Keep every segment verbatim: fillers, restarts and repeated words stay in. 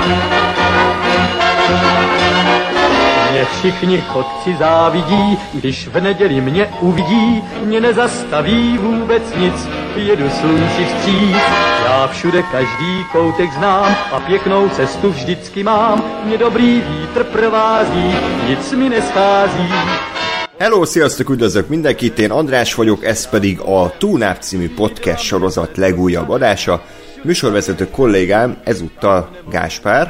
Mě všichni chodci závidí, když v neděli mě uvidí, mě nezastaví vůbec nic, jedu slunci vstříc. Já všude každý koutek znám a pěknou cestu vždycky mám, mě dobrý vítr provází, nic mi neschází. Hello, sziasztok, üdvözlök mindenkit, én András vagyok, ez pedig a Túnáp című podcast sorozat legújabb adása. Műsorvezető kollégám ezúttal Gáspár,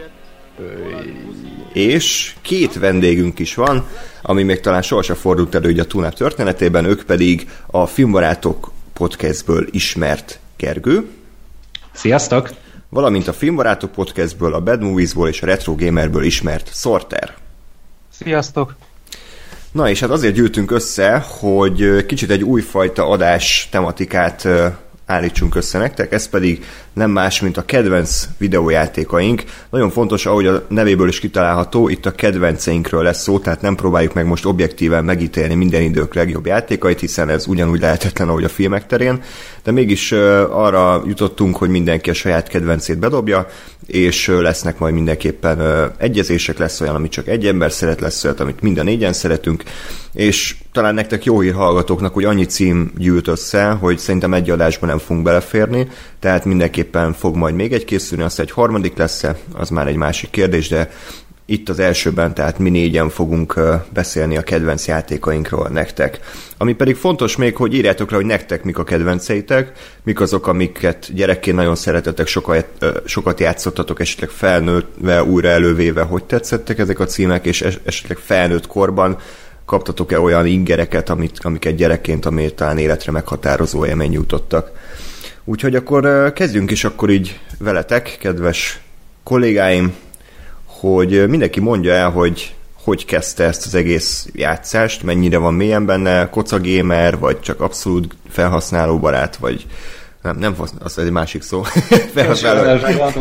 és két vendégünk is van, ami még talán sohasem fordult elő a Túnáp történetében, ők pedig a Filmbarátok podcastből ismert Gergő. Sziasztok! Valamint a Filmbarátok podcastből, a Bad Moviesból és a Retro Gamerből ismert Sorter. Sziasztok! Na és hát azért gyűltünk össze, hogy kicsit egy újfajta adás tematikát állítsunk össze nektek, ez pedig nem más, mint a kedvenc videójátékaink. Nagyon fontos, ahogy a nevéből is kitalálható, itt a kedvenceinkről lesz szó, tehát nem próbáljuk meg most objektíven megítélni minden idők legjobb játékait, hiszen ez ugyanúgy lehetetlen, ahogy a filmek terén, de mégis arra jutottunk, hogy mindenki a saját kedvencét bedobja, és lesznek majd mindenképpen egyezések, lesz olyan, amit csak egy ember szeret, lesz olyan, amit mind a négyen szeretünk, és talán nektek jó hír hallgatóknak, hogy annyi cím gyűlt össze, hogy szerintem egy adásban nem fogunk beleférni, tehát mindenképpen fog majd még egy készülni, azt egy harmadik lesz-e, az már egy másik kérdés, de itt az elsőben, tehát mi négyen fogunk beszélni a kedvenc játékainkról nektek. Ami pedig fontos még, hogy írjátok le, hogy nektek mik a kedvenceitek, mik azok, amiket gyerekként nagyon szeretetek, sokat, sokat játszottatok, esetleg felnőttve, újra elővéve, hogy tetszettek ezek a címek, és esetleg felnőtt korban kaptatok-e olyan ingereket, amit, amiket gyerekként, ami talán életre meghatározó élmény jutottak. Úgyhogy akkor kezdjünk is akkor így veletek, kedves kollégáim, hogy mindenki mondja el, hogy hogy kezdte ezt az egész játszást, mennyire van mélyen benne, kocagémer, vagy csak abszolút felhasználóbarát, vagy nem, nem az egy másik szó. Felhasználó.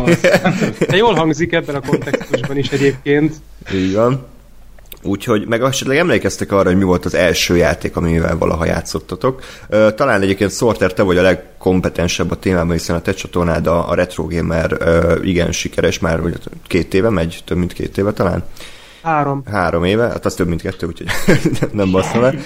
De jól hangzik ebben a kontextusban is egyébként. Így van. Úgyhogy meg esetleg emlékeztek arra, hogy mi volt az első játék, amivel valaha játszottatok. Talán egyébként Sorter, te vagy a legkompetensebb a témában, hiszen a te csatornád a, a Retro Gamer igen sikeres, már vagy két éve megy, több mint két éve talán. Három. Három éve, hát az több mint kettő, úgyhogy nem basszom el.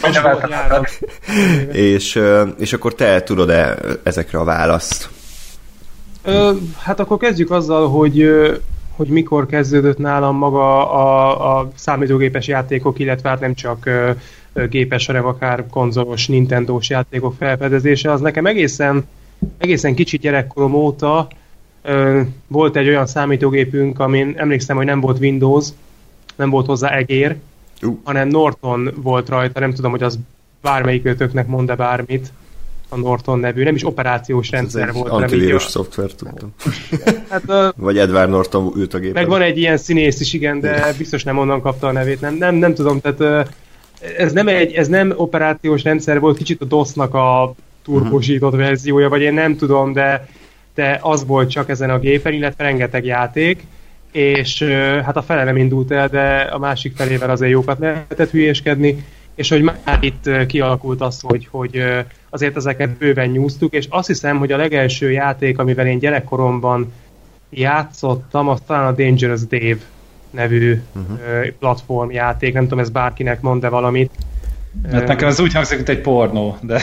és, és akkor te tudod-e ezekre a választ? Ö, hát akkor kezdjük azzal, hogy hogy mikor kezdődött nálam maga a, a számítógépes játékok, illetve hát nem csak ö, ö, gépes, hanem akár konzolos, Nintendós játékok felfedezése. Az nekem egészen, egészen kicsit gyerekkorom óta ö, volt egy olyan számítógépünk, amin emlékszem, hogy nem volt Windows, nem volt hozzá egér, uh. hanem Norton volt rajta, nem tudom, hogy az bármelyikőtöknek mond-e bármit. A Norton nevű, nem is operációs rendszer volt. Antivírus szoftver, tudtam. Hát, uh, Vagy Edward Norton ült a gépen. Meg van egy ilyen színész is, igen, de biztos nem onnan kapta a nevét. Nem, nem, nem tudom, tehát uh, ez, nem egy, ez nem operációs rendszer volt, kicsit a DOS-nak a turbosított uh-huh. verziója, vagy én nem tudom, de, de az volt csak ezen a gépen, illetve rengeteg játék, és uh, hát a fele nem indult el, de a másik felével azért jókat lehetett hülyéskedni, és hogy már itt kialakult az, hogy, hogy azért ezeket bőven nyúztuk, és azt hiszem, hogy a legelső játék, amivel én gyerekkoromban játszottam, az talán a Dangerous Dave nevű uh-huh. platformjáték, nem tudom, ez bárkinek mond-e valamit. Hát nekem ez úgy hangzik, mint egy pornó, de...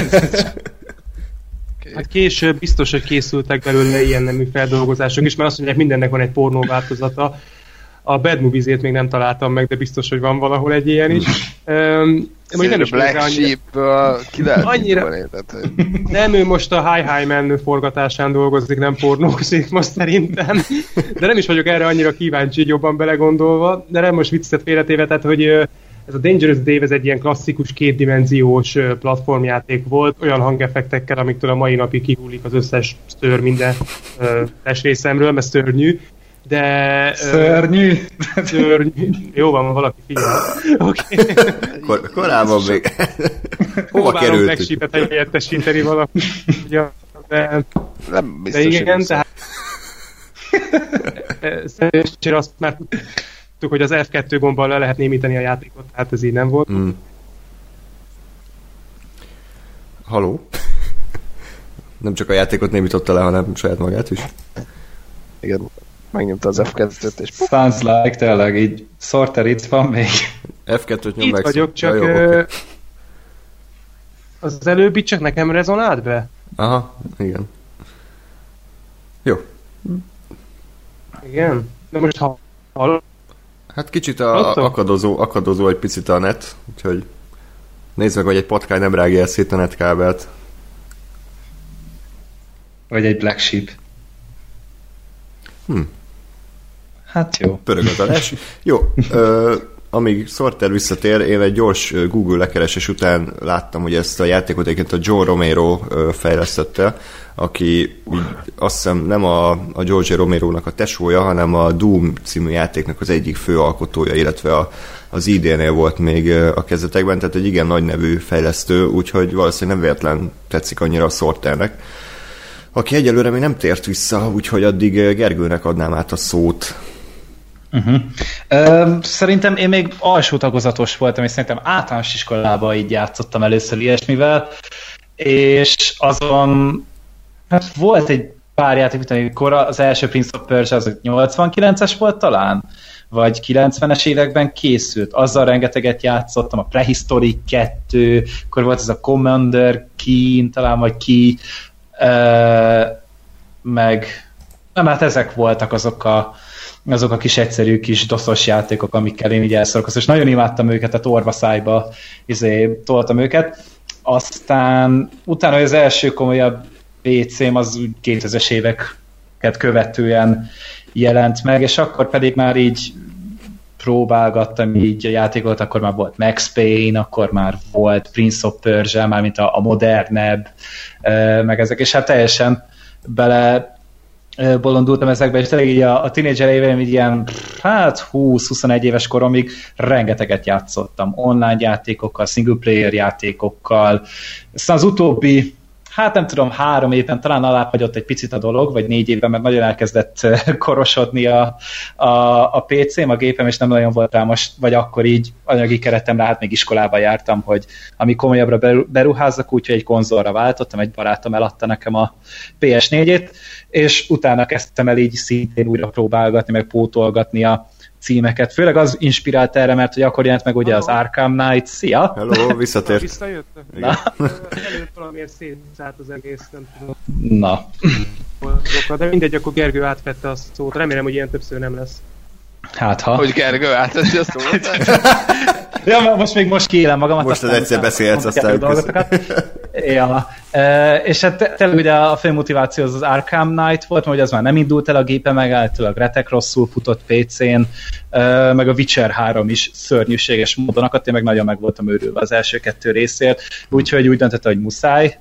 Hát később biztos, hogy készültek belőle ilyen nemű feldolgozások is, mert azt mondják, mindennek van egy pornó változata. A Bad Movies-ét még nem találtam meg, de biztos, hogy van valahol egy ilyen is. Um, nem is Black Sheep-ből ki lehet annyira... Nem, ő most a High High Man forgatásán dolgozik, nem pornózik most szerintem. De nem is vagyok erre annyira kíváncsi, így jobban belegondolva. De nem most viccet félretéve, tehát hogy ez a Dangerous Dave, ez egy ilyen klasszikus kétdimenziós platformjáték volt, olyan hangeffektekkel, amiktől a mai napig kihullik az összes szőr minden testrészemről, mert szörnyű. De... Szörnyű? Uh, szörnyű. Jó van, valaki figyel. Oké. Okay. Kor- korábban még. Hova kerültük? Black Sheep-et helyettesíteni valami. Ja, de... Nem biztos, de igen, tehát... Szerencsére azt már tudtuk, hogy az ef kettő gombbal le lehet némítani a játékot, tehát ez így nem volt. Mm. Haló? Nem csak a játékot némította le, hanem saját magát is. Igen. megnyomta az ef kettőt, és puf. Sounds like, tényleg így Sorter itt van még. ef kettőt nyom Itt meg. vagyok, csak Ja, jó, ö... okay. az előbbi csak nekem rezonált be? Aha, igen. Jó. Igen? De most ha hallod? Hát kicsit a, akadozó, akadozó egy picit a net, úgyhogy nézd meg, hogy egy patkány nem rágja el szét a netkábelt. Vagy egy Black Sheep. Hm. Hát jó. Pörög az adás. Jó, ö, amíg Sorter visszatér, én egy gyors Google lekeresés után láttam, hogy ezt a játékot egyébként a John Romero fejlesztette, aki így, azt hiszem nem a, a George Romero-nak a tesója, hanem a Doom című játéknak az egyik fő alkotója, illetve a, az i dé-nél volt még a kezdetekben, tehát egy igen nagy nevű fejlesztő, úgyhogy valószínűleg nem véletlen tetszik annyira a Sorternek, aki egyelőre még nem tért vissza, úgyhogy addig Gergőnek adnám át a szót. Uh-huh. Uh, szerintem én még alsó tagozatos voltam, és szerintem általános iskolában így játszottam először ilyesmivel, és azon hát volt egy pár játék, amikor az első Prince of Persia az nyolcvankilences volt talán, vagy kilencvenes években készült. Azzal rengeteget játszottam, a Prehistoric kettő, akkor volt ez a Commander Keen, talán vagy ki, uh, meg nem, hát ezek voltak azok a azok a kis egyszerű kis doszos játékok, amikkel én így elszorkoztam, és nagyon imádtam őket, a torvaszájba izé, toltam őket. Aztán utána az első komolyabb pé cém az kétezres éveket követően jelent meg, és akkor pedig már így próbálgattam így a játékot, akkor már volt Max Payne, akkor már volt Prince of Persia, mármint a, a modernebb, meg ezek, és hát teljesen bele bolondultam ezekbe, és tényleg így a, a tínédzser éveim így ilyen hát húsz-huszonegy éves koromig rengeteget játszottam online játékokkal, single player játékokkal. Aztán az utóbbi hát nem tudom, három évben talán alábbhagyott egy picit a dolog, vagy négy évben, mert nagyon elkezdett korosodni a, a, a pé cém, a gépem, és nem nagyon volt rá most, vagy akkor így anyagi keretemre, hát még iskolába jártam, hogy ami komolyabbra beruházzak, úgyhogy egy konzolra váltottam, egy barátom eladta nekem a pé es négyet, és utána kezdtem el így szintén újra próbálgatni, meg pótolgatni a címeket. Főleg az inspirált erre, mert hogy akkor jelent meg ugye az Arkham Knight. Szia! Hello, visszatért. Visszajöttek? Előtt valamiért szétszállt az egész, nem tudom. Na. De mindegy, akkor Gergő átvette a szót. Remélem, hogy ilyen többször nem lesz. Hát ha. Hogy Gergő átvette a szót. Ja, most még most kiélem magamat. Most az egyszer beszélhetsz, aztán ja. E, és hát tényleg ugye a fő motiváció az az Arkham Knight volt, mert az már nem indult el a gépe, meg általában retek rosszul futott pé cén, e, meg a Witcher három is szörnyűséges módon akadt, én meg nagyon meg voltam őrülve az első kettő részért, úgyhogy úgy döntött, hogy muszáj,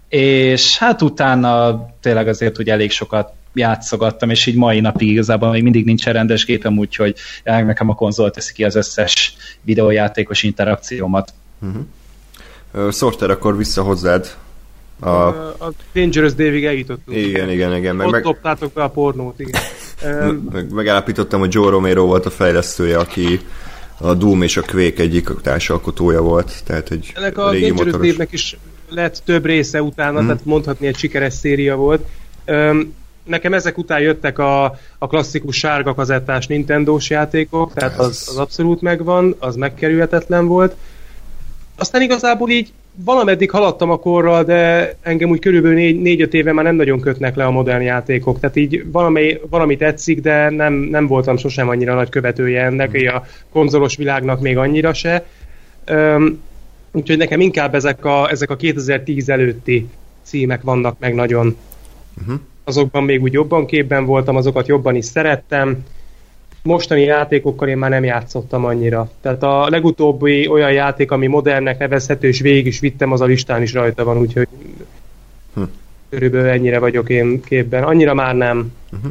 és hát utána tényleg azért úgy elég sokat játszogattam, és így mai napig igazából még mindig nincsen rendes gépem, úgyhogy nekem a konzol teszi ki az összes videójátékos interakciómat. Uh-huh. Sorter, akkor vissza hozzád. A, a Dangerous Dave-ig eljutottunk. Igen, igen, igen. Meg, ott meg... dobtátok be a pornót, igen. meg, megállapítottam, hogy Joe Romero volt a fejlesztője, aki a Doom és a Quake egyik társalkotója volt. Tehát egy ennek a régi Dangerous motoros... Dave-nek is lett több része utána, hmm. tehát mondhatni egy sikeres széria volt. Um, nekem ezek után jöttek a, a klasszikus sárga kazettás Nintendós játékok, tehát az, az abszolút megvan, az megkerülhetetlen volt. Aztán igazából így valameddig haladtam a korral, de engem úgy körülbelül négy, négy-öt éve már nem nagyon kötnek le a modern játékok. Tehát így valami, valami tetszik, de nem, nem voltam sosem annyira nagy követője ennek, mm. a konzolos világnak még annyira se. Um, úgyhogy nekem inkább ezek a, ezek a kétezer-tíz előtti címek vannak meg nagyon. Uh-huh. Azokban még úgy jobban képben voltam, azokat jobban is szerettem. Mostani játékokkal én már nem játszottam annyira. Tehát a legutóbbi olyan játék, ami modernnek nevezhető, és végig is vittem, az a listán is rajta van, úgyhogy hm. körülbelül ennyire vagyok én képben. Annyira már nem. Uh-huh.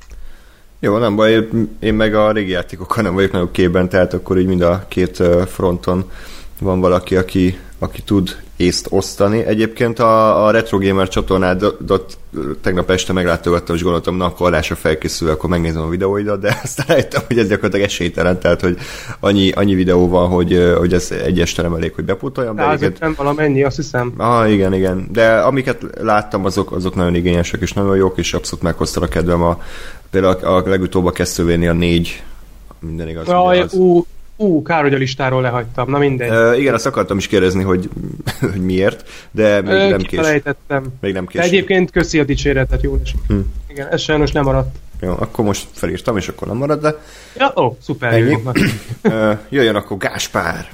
Jó, nem baj, én meg a régi játékokkal nem vagyok nagyon képben, tehát akkor így mind a két fronton van valaki, aki, aki tud észt osztani. Egyébként a, a Retro Gamer csatornádat tegnap este meglátogattam, és gondoltam, na, akkor adásra felkészül, akkor megnézem a videóidat, de aztán rájöttem, hogy ez gyakorlatilag esélytelen, tehát, hogy annyi, annyi videó van, hogy, hogy ez egy este nem elég, hogy bepótoljam. De azért nem valamennyi, azt hiszem. Ah, igen, igen. De amiket láttam, azok, azok nagyon igényesek és nagyon jók, és abszolút meghozta a kedvem. A, például a legutóbb a Castlevania négy, minden igaz. Jaj, az... ú, ú, kár, hogy a listáról lehagytam, na mindegy. Uh, igen, azt akartam is kérdezni, hogy, hogy miért, de még Ö, nem kés. Kifelejtettem. Még nem kés. De egyébként köszi a dicséretet, jó esik. Hm. Igen, ez sajnos nem maradt. Jó, akkor most felírtam, és akkor nem marad, de... Ja, ó, szuper. Ennyi. uh, jöjjön akkor Gáspár.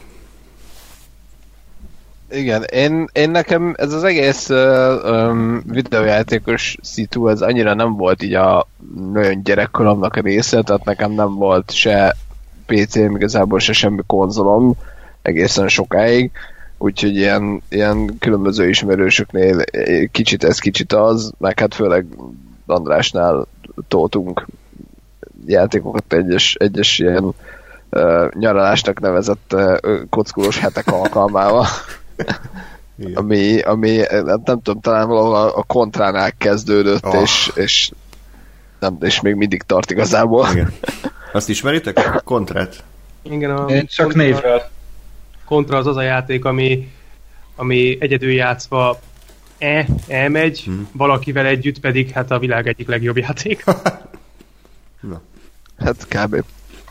Igen, én, én nekem ez az egész uh, um, videójátékos szitu, ez annyira nem volt így a nagyon gyerekkoromnak a része, tehát nekem nem volt se pé cém, igazából se semmi konzolom egészen sokáig, úgyhogy ilyen, ilyen különböző ismerősöknél kicsit ez, kicsit az, meg hát főleg Andrásnál toltunk játékokat egyes, egyes ilyen uh, nyaralásnak nevezett uh, kockulós hetek alkalmával. ami, ami nem tudom, talán valahol a kontránál kezdődött, oh. és, és, nem, és még mindig tart igazából. Igen. Azt ismeritek? A kontrát? Igen, a Én csak névvel. Kontra az az a játék, ami, ami egyedül játszva e, elmegy, hmm. valakivel együtt pedig hát a világ egyik legjobb játék. Na. Hát kb.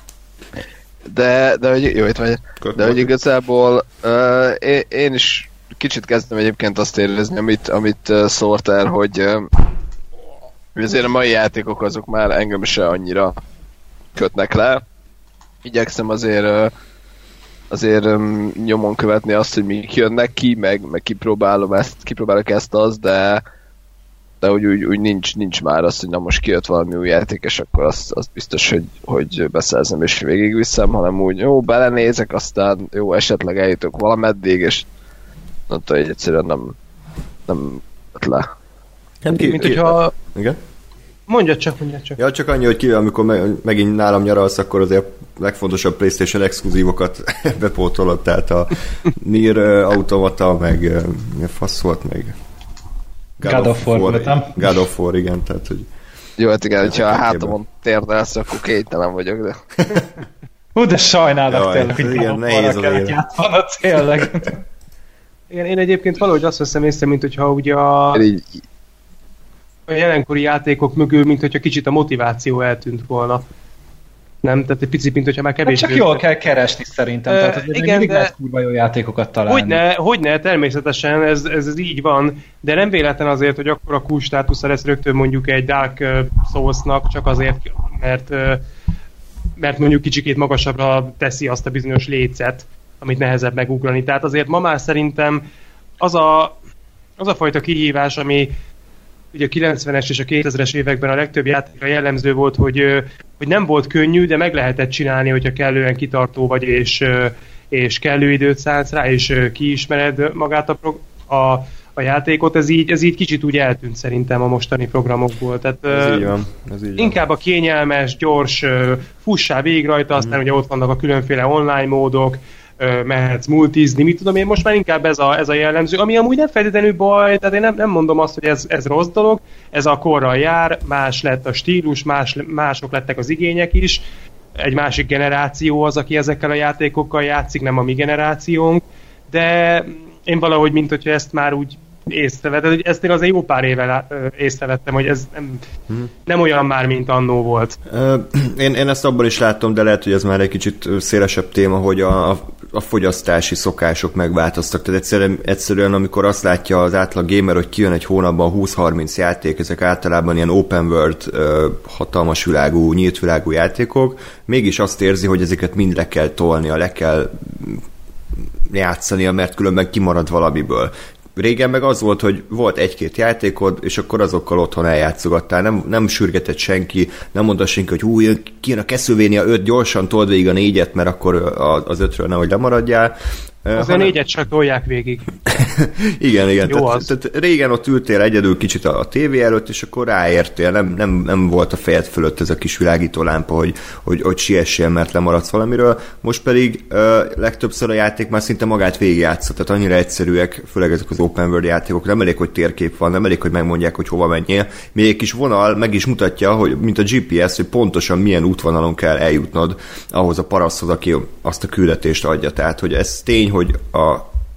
De, de hogy jó, itt vagy. De hogy igazából uh, én, én is kicsit kezdtem egyébként azt érezni, amit, amit uh, Sorter, hogy uh, azért a mai játékok azok már engem se annyira kötnek le. Igyekszem azért uh, azért um, nyomon követni azt, hogy mik jönnek ki, meg, meg kipróbálom ezt, kipróbálok ezt az, de de úgy, úgy, úgy nincs, nincs már az, hogy na most kijött valami új játék, és akkor azt, azt biztos, hogy, hogy beszerzem és végigviszem, hanem úgy, jó, belenézek, aztán jó, esetleg eljutok valameddig, és nem tudom, hogy egyszerűen nem nem lett le. Nem ki, Mint ki, hogyha... Igen? Mondja csak, mondja csak. Ja, csak annyi, hogy ki, amikor me- megint nálam nyaralsz, akkor azért a legfontosabb PlayStation exkluzívokat bepótolod, tehát a Nier Automata, meg mi fasz volt, meg God, God of War voltam. God of War, igen, tehát, hogy... Jó, hát igen, hogyha a hátamon térdelsz, akkor kénytelen vagyok, de... Hú, de sajnálok Jaj, tényleg, hogy igen, nehéz az élet. játszanod, tényleg. Igen, én egyébként valahogy azt veszem észre, mint hogyha ugye a, így... a jelenkori játékok mögül, mint hogyha kicsit a motiváció eltűnt volna. Nem? Tehát egy picit, mint hogyha már kevésbé... Hát csak jól kell keresni szerintem, tehát azért igen, mindig de... lehet kurva jó játékokat találni. Hogyne, hogyne, természetesen ez, ez, ez így van, de nem véletlen azért, hogy akkor a cool státusza lesz rögtön mondjuk egy Dark Souls-nak, csak azért, mert, mert mondjuk kicsikét magasabbra teszi azt a bizonyos lécet, amit nehezebb megugrani. Tehát azért ma már szerintem az a, az a fajta kihívás, ami ugye a kilencvenes és a kétezres években a legtöbb játékra jellemző volt, hogy, hogy nem volt könnyű, de meg lehetett csinálni, hogyha kellően kitartó vagy, és, és kellő időt szánsz rá, és kiismered magát a, a, a játékot. Ez így, ez így kicsit úgy eltűnt szerintem a mostani programokból. Tehát, ez így van. Ez így inkább van. A kényelmes, gyors, fussál végig rajta, aztán mm. ugye ott vannak a különféle online módok, mehetsz multizni, mit tudom én, most már inkább ez a, ez a jellemző, ami amúgy nem feltétlenül baj, tehát én nem, nem mondom azt, hogy ez, ez rossz dolog, ez a korral jár, más lett a stílus, más, mások lettek az igények is, egy másik generáció az, aki ezekkel a játékokkal játszik, nem a mi generációnk, de én valahogy, mint hogyha ezt már úgy észrevettem, hogy ezt én azért jó pár éve észrevettem, hogy ez nem, hmm. nem olyan már, mint annó volt. Én, én ezt abban is láttam, de lehet, hogy ez már egy kicsit szélesebb téma, hogy a, a fogyasztási szokások megváltoztak. Tehát egyszerűen, egyszerűen, amikor azt látja az átlag gamer, hogy kijön egy hónapban húsz-harminc játék, ezek általában ilyen open world, hatalmas világú, nyílt világú játékok, mégis azt érzi, hogy ezeket mind le kell tolnia, le kell játszania, mert különben kimarad valamiből. Régen meg az volt, hogy volt egy-két játékod, és akkor azokkal otthon eljátszogattál. Nem, nem sürgetett senki, nem mondta senki, hogy hú, kijön a Castlevania öt, gyorsan told végig a négyet, mert akkor az ötről nehogy lemaradjál. Az a négyet csak tolják végig. igen, igen. Jó tehát, tehát régen ott ültél egyedül kicsit a, a tévé előtt, és akkor ráértél, nem, nem, nem volt a fejed fölött ez a kis világító lámpa, hogy, hogy, hogy siessél, mert lemaradsz valamiről. Most pedig uh, legtöbbször a játék már szinte magát végigjátszott, tehát annyira egyszerűek, főleg ezek az open world játékok, nem elég, hogy térkép van, nem elég, hogy megmondják, hogy hova menjél. Még egy kis vonal meg is mutatja, hogy mint a gé pé es, hogy pontosan milyen útvonalon kell eljutnod ahhoz a paraszthoz, aki azt a küldetést adja. Tehát, hogy ez tény, hogy a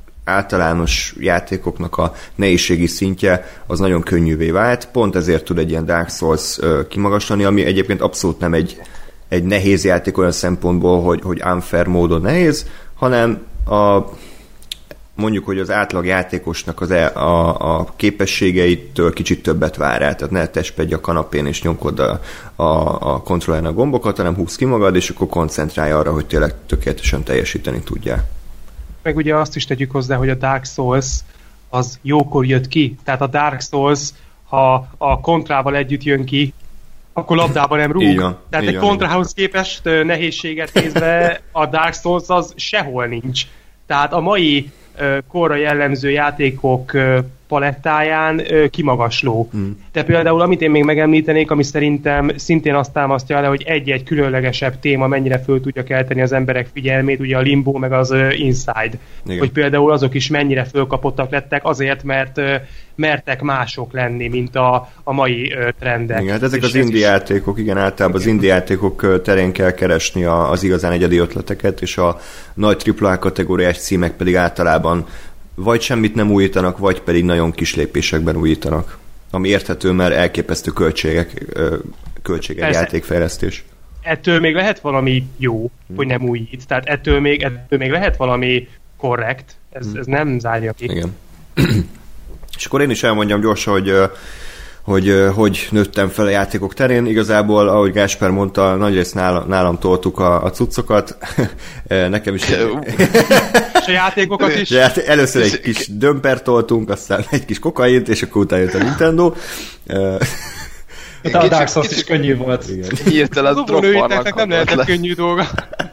általános játékoknak a nehézségi szintje az nagyon könnyűvé vált, pont ezért tud egy ilyen Dark Souls uh, kimagaslani, ami egyébként abszolút nem egy, egy nehéz játék olyan szempontból, hogy, hogy unfair módon nehéz, hanem a, mondjuk, hogy az átlag játékosnak az e, a, a képességeitől kicsit többet vár el, tehát ne testpedj a kanapén és nyomkod a, a, a kontrollern a gombokat, hanem húzz ki magad, és akkor koncentrálj arra, hogy tényleg tökéletesen teljesíteni tudjál. Meg ugye azt is tegyük hozzá, hogy a Dark Souls az jókor jött ki. Tehát a Dark Souls, ha a kontrával együtt jön ki, akkor labdában nem rúg. Van, Tehát egy kontrához képest nehézséget nézve a Dark Souls az sehol nincs. Tehát a mai uh, korra jellemző játékok uh, palettáján uh, kimagasló. Mm. De például, amit én még megemlítenék, ami szerintem szintén azt támasztja le, hogy egy-egy különlegesebb téma mennyire föl tudja kelteni az emberek figyelmét, ugye a Limbo meg az uh, Inside. Igen. Hogy például azok is mennyire fölkapottak lettek azért, mert uh, mertek mások lenni, mint a, a mai uh, trendek. Igen, hát ezek és az indie is... játékok, igen, általában igen. Az indie játékok terén kell keresni a, az igazán egyedi ötleteket, és a nagy tripla á kategóriás címek pedig általában vagy semmit nem újítanak, vagy pedig nagyon kis lépésekben újítanak. Ami érthető, mert elképesztő költségek, költségek játékfejlesztés. Ettől még lehet valami jó, hmm. hogy nem újít. Tehát ettől még, ettől még lehet valami korrekt. Ez, hmm. ez nem zárja ki. Igen. És akkor én is elmondjam gyorsan, hogy hogy hogy nőttem fel a játékok terén. Igazából, ahogy Gáspár mondta, nagyrészt nálam, nálam toltuk a, a cuccokat. Nekem is... És a játékokat is? Ját- először egy kis dömpert toltunk, aztán egy kis kokaint, és akkor utána jött a Nintendo. De a Dark Souls is könnyű volt. Hirtelen dropparnak nem lehetett könnyű dolga.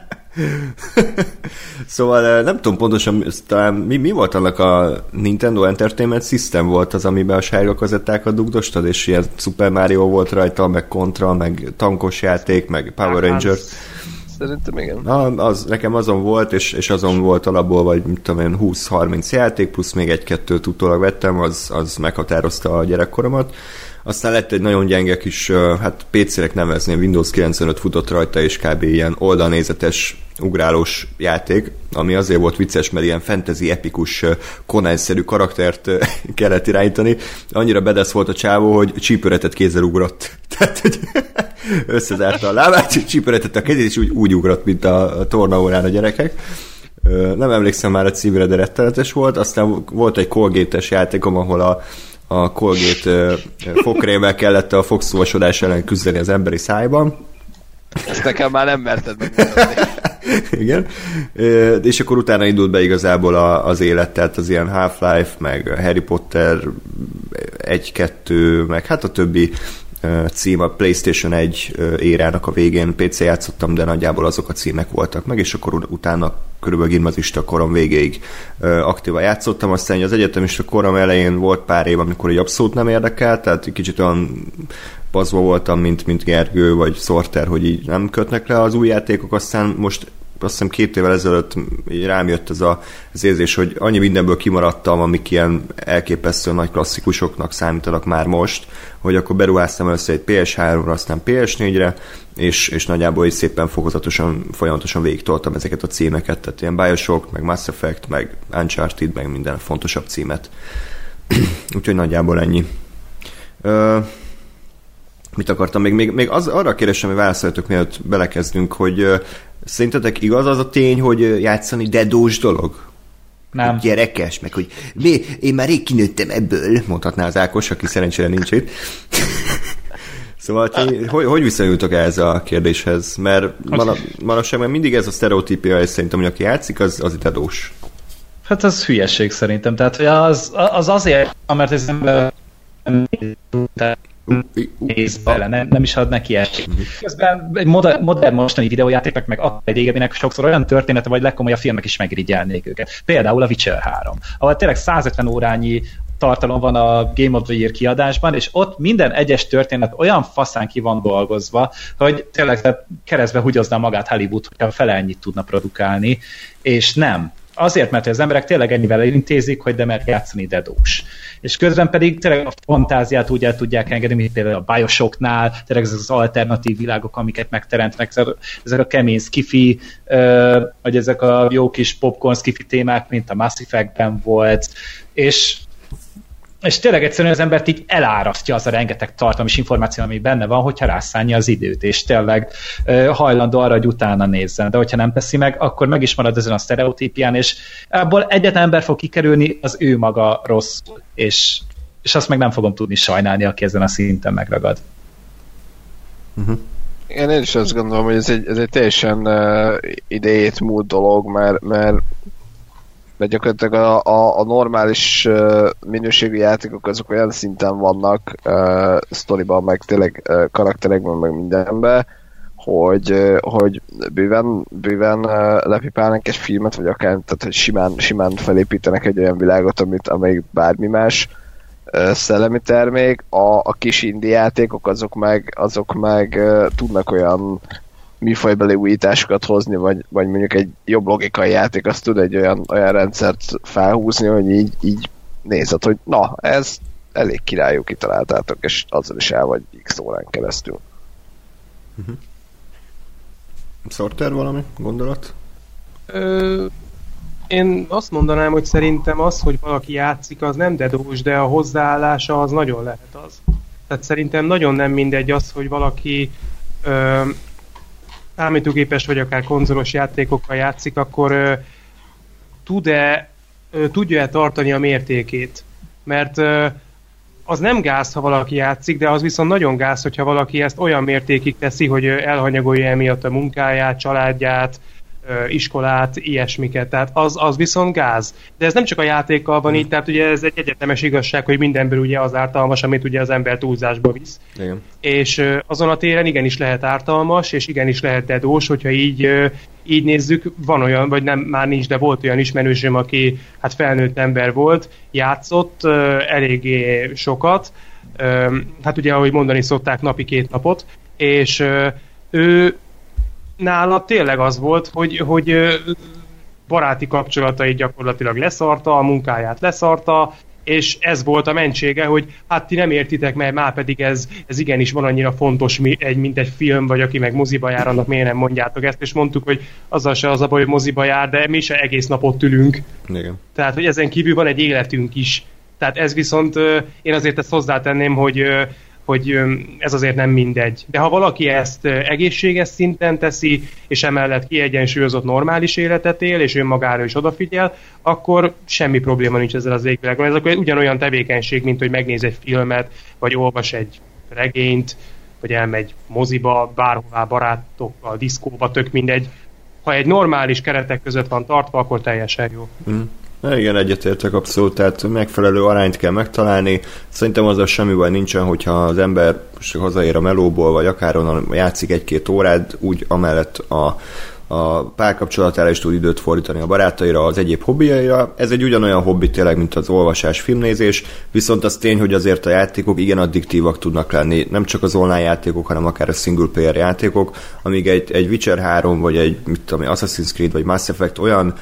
Szóval nem tudom pontosan, talán mi, mi volt annak a Nintendo Entertainment System volt az, amiben a sárga kazettákat dugdostad, és ilyen Super Mario volt rajta, meg Contra, meg tankos játék, meg Power Rangers. Szerintem igen. Na, az, nekem azon volt, és, és azon volt alapból, vagy mit tudom én, húsz-harminc játék, plusz még egy-kettőt utólag vettem, az, az meghatározta a gyerekkoromat. Aztán lett egy nagyon gyenge kis, hát pé cének nevezném, Windows kilencvenöt futott rajta, és kb. Ilyen oldalnézetes, ugrálós játék, ami azért volt vicces, mert ilyen fantasy, epikus, Conan-szerű karaktert kellett irányítani. Annyira bedesz volt a csávó, hogy csípőretet kézzel ugrott. Tehát, hogy összezárta a lábát, csípőretet a kezét, és úgy, úgy ugrott, mint a, a tornaórán a gyerekek. Nem emlékszem már a címre, de rettenetes volt. Aztán volt egy Colgate-es játékom, ahol a a Colgate fogkrémmel kellett a fogszúvasodás ellen küzdeni az emberi szájban. Ezt nekem már nem merted megmutatni. Igen. És akkor utána indult be igazából az élet, tehát az ilyen Half-Life, meg Harry Potter egy-kettő, meg hát a többi cím a PlayStation egy érának a végén pé cé játszottam, de nagyjából azok a címek voltak meg, és akkor utána körülbelül gimnazista korom végéig aktívan játszottam, aztán az egyetemista korom elején volt pár év, amikor így abszolút nem érdekelt, tehát kicsit olyan pazva voltam, mint, mint Gergő, vagy Sorter, hogy így nem kötnek le az új játékok, aztán most azt hiszem két évvel ezelőtt rám jött ez a, az érzés, hogy annyi mindenből kimaradtam, amik ilyen elképesztő nagy klasszikusoknak számítanak már most, hogy akkor beruháztam először egy pé es háromra, aztán pé es négyre, és, és nagyjából is szépen fokozatosan, folyamatosan végigtoltam ezeket a címeket, tehát ilyen Bioshock, meg Mass Effect, meg Uncharted, meg minden fontosabb címet. Úgyhogy nagyjából ennyi. Ö, mit akartam? Még, még, még az, arra kérdésem, hogy válaszoljatok, mielőtt belekezdünk, hogy szerintetek igaz az a tény, hogy játszani dedós dolog? Nem. Hogy gyerekes, meg hogy mi, én már rég kinőttem ebből, mondhatná az Ákos, aki szerencsére nincs itt. Szóval, hogy, hogy, hogy viszonyultok ehhez a kérdéshez? Mert manapság már mindig ez a sztereotípia, és szerintem, hogy aki játszik, az, az dedós. Hát az hülyeség szerintem. Tehát hogy az, az azért, mert ez ember... néz bele, nem, nem is ad neki esélyt. Közben egy modern, modern mostani videójátéknak, meg egy régebbinek sokszor olyan története, vagy legkomolyabb filmek is megirigyelnék őket. Például a Witcher három, ahol tényleg százötven órányi tartalom van a Game of the Year kiadásban, és ott minden egyes történet olyan faszán ki van dolgozva, hogy tényleg keresztbe húgyozna magát Hollywood, hogyha fele ennyit tudna produkálni, és nem. Azért, mert az emberek tényleg ennyivel elintézik, hogy de mert játszani dedós. És közben pedig tényleg a fantáziát úgy el tudják engedni, mint például a Bioshocknál, tényleg ez az alternatív világok, amiket megteremtnek, ezek a kemény skifi, vagy ezek a jó kis popcorn skifi témák, mint a Mass Effectben volt, és és tényleg egyszerűen az embert így elárasztja az a rengeteg tartalmi információ, ami benne van, hogyha rászánja az időt, és tényleg uh, hajlandó arra, hogy utána nézzen. De hogyha nem teszi meg, akkor meg is marad ezen a sztereotípián, és ebből egyetlen ember fog kikerülni, az ő maga rosszul. És, és azt meg nem fogom tudni sajnálni, aki ezen a szinten megragad. Uh-huh. Én, én is azt gondolom, hogy ez egy, ez egy teljesen uh, idejét múlt dolog, mert, mert mert gyakorlatilag a, a, a normális uh, minőségű játékok azok olyan szinten vannak uh, sztoriban, meg tényleg uh, karakterekben, meg mindenben, hogy, uh, hogy bőven, bőven uh, lepipálnak egy filmet, vagy akár tehát, hogy simán, simán felépítenek egy olyan világot, amit, amelyik bármi más uh, szellemi termék. A, a kis indie játékok azok meg, azok meg uh, tudnak olyan műfajbeli újításokat hozni, vagy, vagy mondjuk egy jobb logikai játék, az tud egy olyan, olyan rendszert felhúzni, hogy így, így nézed, hogy na, ez elég királyú kitaláltátok, és azzal is el vagy x órán keresztül. Uh-huh. Sorter, valami gondolat? Ö, én azt mondanám, hogy szerintem az, hogy valaki játszik, az nem dedós, de a hozzáállása az nagyon lehet az. Tehát szerintem nagyon nem mindegy az, hogy valaki ö, számítógépes vagy akár konzolos játékokkal játszik, akkor ö, tud-e, ö, tudja-e tartani a mértékét? Mert ö, az nem gáz, ha valaki játszik, de az viszont nagyon gáz, hogyha valaki ezt olyan mértékig teszi, hogy ö, elhanyagolja emiatt a munkáját, családját, ö, iskolát, ilyesmiket. Tehát az, az viszont gáz. De ez nem csak a játékkal van így, tehát ugye ez egy egyetemes igazság, hogy mindenből ugye az ártalmas, amit ugye az ember túlzásba visz. Igen. És azon a téren igenis lehet ártalmas, és igenis lehet dedós, hogyha így, így nézzük, van olyan, vagy nem, már nincs, de volt olyan ismerősöm, aki hát felnőtt ember volt, játszott eléggé sokat, hát ugye ahogy mondani szokták, napi két napot, és ő nála tényleg az volt, hogy, hogy baráti kapcsolatait gyakorlatilag leszarta, a munkáját leszarta, és ez volt a mentsége, hogy hát ti nem értitek, mert már pedig ez, ez igenis van annyira fontos, mint egy film, vagy aki meg moziba jár, annak miért nem mondjátok ezt, és mondtuk, hogy azzal se az a baj, hogy moziba jár, de mi se egész nap ott ülünk. Igen. Tehát, hogy ezen kívül van egy életünk is. Tehát ez viszont, én azért ezt hozzátenném, hogy hogy ez azért nem mindegy. De ha valaki ezt egészséges szinten teszi, és emellett kiegyensúlyozott normális életet él, és önmagára is odafigyel, akkor semmi probléma nincs ezzel az égvilágon. Ez akkor ugyanolyan tevékenység, mint hogy megnéz egy filmet, vagy olvas egy regényt, vagy elmegy moziba, bárhová, barátokkal, diszkóba, tök mindegy. Ha egy normális keretek között van tartva, akkor teljesen jó. Mm. Na igen, egyetértek abszolút, tehát megfelelő arányt kell megtalálni. Szerintem azzal semmi baj nincsen, hogyha az ember hazaér a melóból, vagy akár onnan játszik egy-két órát, úgy amellett a, a párkapcsolatára is tud időt fordítani a barátaira, az egyéb hobbiaira. Ez egy ugyanolyan hobbi tényleg, mint az olvasás, filmnézés, viszont az tény, hogy azért a játékok igen addiktívak tudnak lenni, nem csak az online játékok, hanem akár a single player játékok, amíg egy, egy Witcher három, vagy egy mit tudom, Assassin's Creed, vagy Mass Effect olyan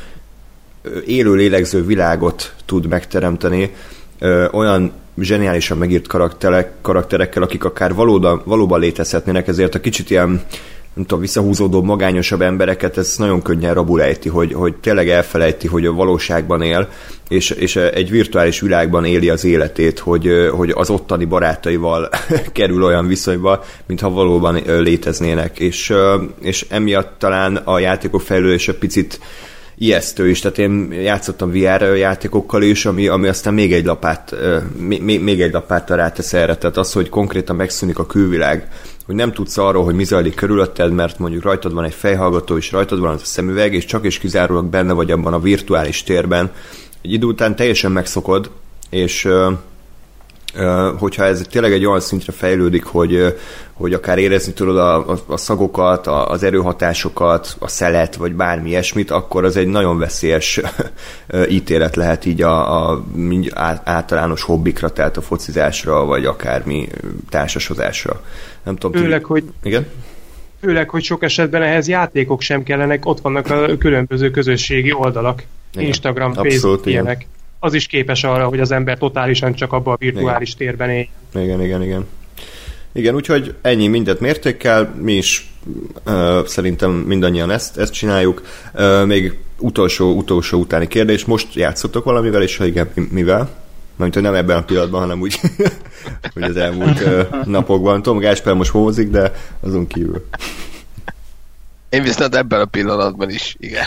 élő lélegző világot tud megteremteni, ö, olyan zseniálisan megírt karakterek, karakterekkel, akik akár valóban, valóban létezhetnének, ezért a kicsit ilyen, nem tudom, visszahúzódó, magányosabb embereket ez nagyon könnyen rabul ejti, hogy, hogy tényleg elfelejti, hogy a valóságban él, és, és egy virtuális világban éli az életét, hogy, hogy az ottani barátaival kerül olyan viszonyba, mintha valóban léteznének, és, és emiatt talán a játékok fejlődése picit ijesztő is, tehát én játszottam vé er játékokkal is, ami, ami aztán még egy lapát, még, még egy lapáttal rátesz erre, tehát az, hogy konkrétan megszűnik a külvilág, hogy nem tudsz arról, hogy mi zajlik körülötted, mert mondjuk rajtad van egy fejhallgató, és rajtad van az a szemüveg, és csak és kizárólag benne vagy abban a virtuális térben. Egy idő után teljesen megszokod, és, hogyha ez tényleg egy olyan szintre fejlődik, hogy, hogy akár érezni tudod a, a, a szagokat, a, az erőhatásokat, a szelet, vagy bármi ilyesmit, akkor az egy nagyon veszélyes ítélet lehet így a, a általános hobbikra, tehát a focizásra, vagy akármi társasozásra. Nem tudom, Főleg, hogy... Igen? Főleg, hogy sok esetben ehhez játékok sem kellenek, ott vannak a különböző közösségi oldalak, igen. Instagram, Abszolút, Facebook, ilyenek. Az is képes arra, hogy az ember totálisan csak abban a virtuális igen. térben éljen. Igen, igen, igen. Igen, úgyhogy ennyi mindent mértékkel, mi is uh, szerintem mindannyian ezt, ezt csináljuk. Uh, még utolsó, utolsó utáni kérdés, most játszottok valamivel, és ha igen, mivel? Mert hogy nem ebben a pillanatban, hanem úgy, hogy az elmúlt uh, napokban. Tom Gáspár most hózik, de azon kívül. Én viszont ebben a pillanatban is, igen.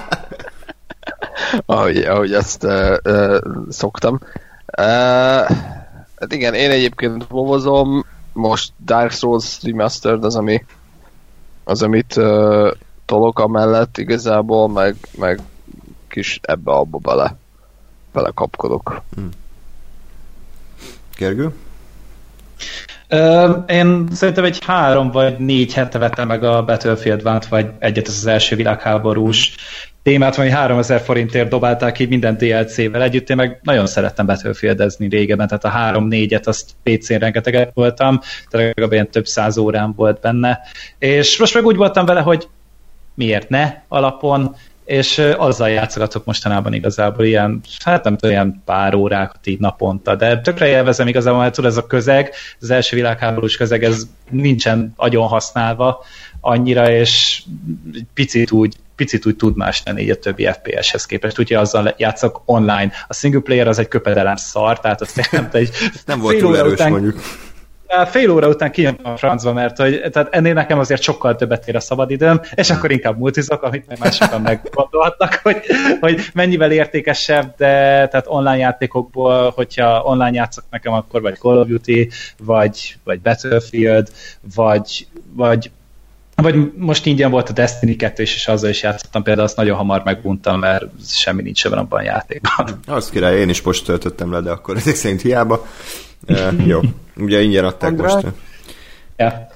ahogy, ahogy azt uh, uh, szoktam. Uh, hát igen, én egyébként vovozom, most Dark Souls Remastered az, ami az, amit uh, tolok amellett igazából, meg, meg kis ebbe-abba bele, bele kapkodok. Hmm. Gergő? Uh, én szerintem egy három vagy négy hete vettem meg a Battlefield egyet, vagy egyet, ez az első világháborús témát, majd háromezer forintért dobálták ki minden dé el cé-vel együtt. Én meg nagyon szerettem Battlefieldezni régebben, tehát a három-négyet azt pé cén rengeteget voltam, tehát legalább ilyen több száz órám volt benne. És most meg úgy voltam vele, hogy miért ne alapon, és azzal játszogatok mostanában igazából ilyen, hát nem tudom, ilyen pár órákat így naponta, de tökre élvezem igazából, mert tudod, ez a közeg, az első világháborús közeg, ez nincsen agyon használva annyira, és picit úgy picit úgy tud más lenni így a többi ef pé es-hez képest, úgyhogy azzal játszok online. A single player az egy köpedelem szar, tehát azt nem, egy nem volt túl erős után, mondjuk. Fél óra után kijön a francba, mert hogy, tehát ennél nekem azért sokkal többet ér a szabadidőm, és akkor inkább multizok, amit meg másokan meggondolhatnak, hogy, hogy mennyivel értékesebb, de tehát online játékokból, hogyha online játszok nekem, akkor vagy Call of Duty, vagy, vagy Battlefield, vagy, vagy Vagy most ingyen volt a Destiny kettő is, és azzal is játszottam, például azt nagyon hamar megbuntam, mert semmi nincs ebben abban a játékban. Az király, én is most töltöttem le, de akkor ezek szerint hiába. E, jó, ugye ingyen adták András? Most. Ja.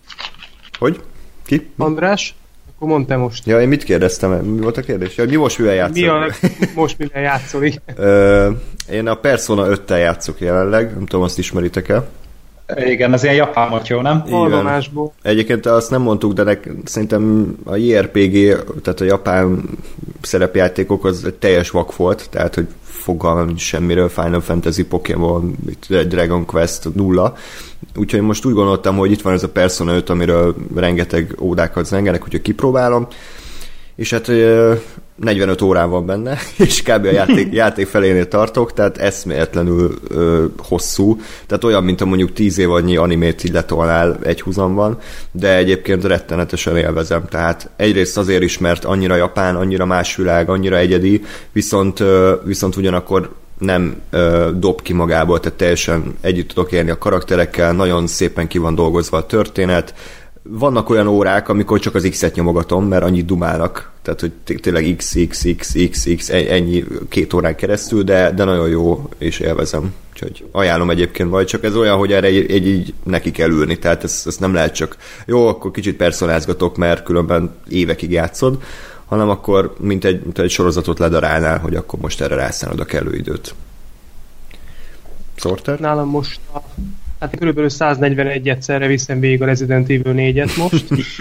Hogy? Ki? András? Akkor mondd te most. Ja, én mit kérdeztem? Mi volt a kérdés? Ja, mi most mivel játszol? Mi a, most mivel játszol? Én a Persona öttel játszok jelenleg, nem tudom, azt ismeritek el. Igen, az ilyen japán motyó, nem? Hallomásból. Egyébként azt nem mondtuk, de nek, szerintem a jé er pé gé, tehát a japán szerepjátékok az egy teljes vak volt, tehát hogy fogalmam nincs semmiről, Final Fantasy, Pokémon, Dragon Quest nulla. Úgyhogy most úgy gondoltam, hogy itt van ez a Persona öt, amiről rengeteg ódákat zengenek, úgyhogy kipróbálom. És hát negyvenöt órán van benne, és kb. A játék, játék felénél tartok, tehát eszméletlenül ö, hosszú, tehát olyan, mint a mondjuk tíz év annyi animét így letolnál egy húzamban, de egyébként rettenetesen élvezem, tehát egyrészt azért is, mert annyira japán, annyira más világ, annyira egyedi, viszont, ö, viszont ugyanakkor nem ö, dob ki magából, tehát teljesen együtt tudok élni a karakterekkel, nagyon szépen ki van dolgozva a történet. Vannak olyan órák, amikor csak az X-et nyomogatom, mert annyit dumálnak, tehát hogy tényleg X, X, X, X, X, ennyi két órán keresztül, de, de nagyon jó, és élvezem. Úgyhogy ajánlom egyébként, vagy csak ez olyan, hogy erre egy, egy így neki kell ülni, tehát ezt, ezt nem lehet csak jó, akkor kicsit personázgatok, mert különben évekig játszod, hanem akkor mint egy, mint egy sorozatot ledarálnál, hogy akkor most erre rászánod a kellő időt. Sorter? Nálam most a Hát körülbelül száznegyvenegy egyszerre viszem végig a Resident Evil négyet most.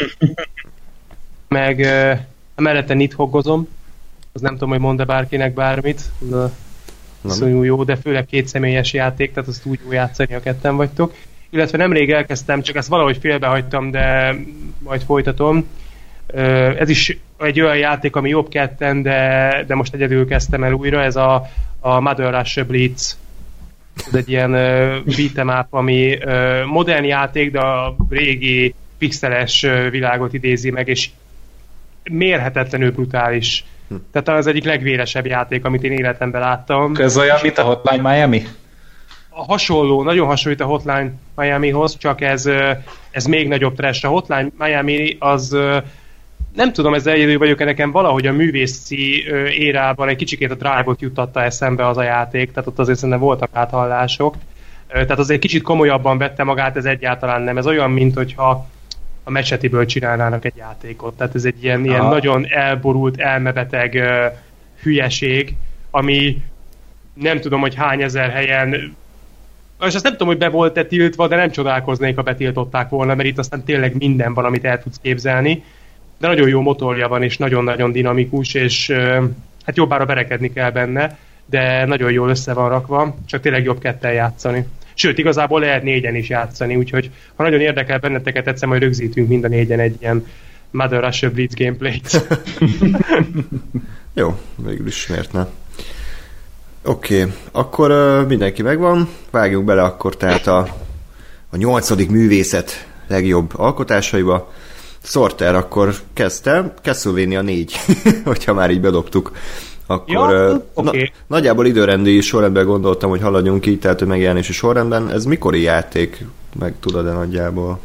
Meg uh, mellette nithoggozom. Az nem tudom, hogy mond-e bárkinek bármit. Szóval jó, de főleg két személyes játék, tehát azt úgy jó játszani, ha ketten vagytok. Illetve nemrég elkezdtem, csak ezt valahogy félbehagytam, de majd folytatom. Uh, ez is egy olyan játék, ami jobb ketten, de, de most egyedül kezdtem el újra. Ez a, a Mother Russia Blitz. Ez egy ilyen uh, beat'em up, ami uh, modern játék, de a régi pixeles uh, világot idézi meg, és mérhetetlenül brutális. Hm. Tehát az egyik legvéresebb játék, amit én életemben láttam. Ez olyan, mint a Hotline Miami? A hasonló, nagyon hasonlít a Hotline Miamihoz, csak ez, uh, ez még nagyobb trash. A Hotline Miami az... Uh, nem tudom, ezzel egyedül vagyok, nekem valahogy a művészi uh, érában egy kicsikét a Drive-ot juttatta eszembe az a játék, tehát ott azért szerintem voltak áthallások. Uh, Tehát azért kicsit komolyabban vette magát, ez egyáltalán nem. Ez olyan, mint hogyha a Mecsetiből csinálnának egy játékot. Tehát ez egy ilyen, ilyen nagyon elborult, elmebeteg uh, hülyeség, ami nem tudom, hogy hány ezer helyen, és azt nem tudom, hogy be volt-e tiltva, de nem csodálkoznék, ha betiltották volna, mert itt aztán tényleg minden van, amit el tudsz képzelni. De nagyon jó motorja van, és nagyon-nagyon dinamikus, és uh, hát jobbára berekedni kell benne, de nagyon jól össze van rakva, csak tényleg jobb ketten játszani. Sőt, igazából lehet négyen is játszani, úgyhogy ha nagyon érdekel benneteket, egyszer majd rögzítünk mind a négyen egy ilyen Mother Russia Blitz gameplayt. Jó, végül is miért ne. Oké, okay. Akkor uh, mindenki megvan, vágjunk bele akkor tehát a, a nyolcadik művészet legjobb alkotásaiba. Sorter, akkor kezdte, Castlevania négy, hogyha már így bedobtuk. Akkor ja, uh, okay. na, nagyjából időrendi sorrendben gondoltam, hogy haladjunk így, tehát hogy megjelenési sorrendben. Ez mikori játék? Meg tudod-e nagyjából?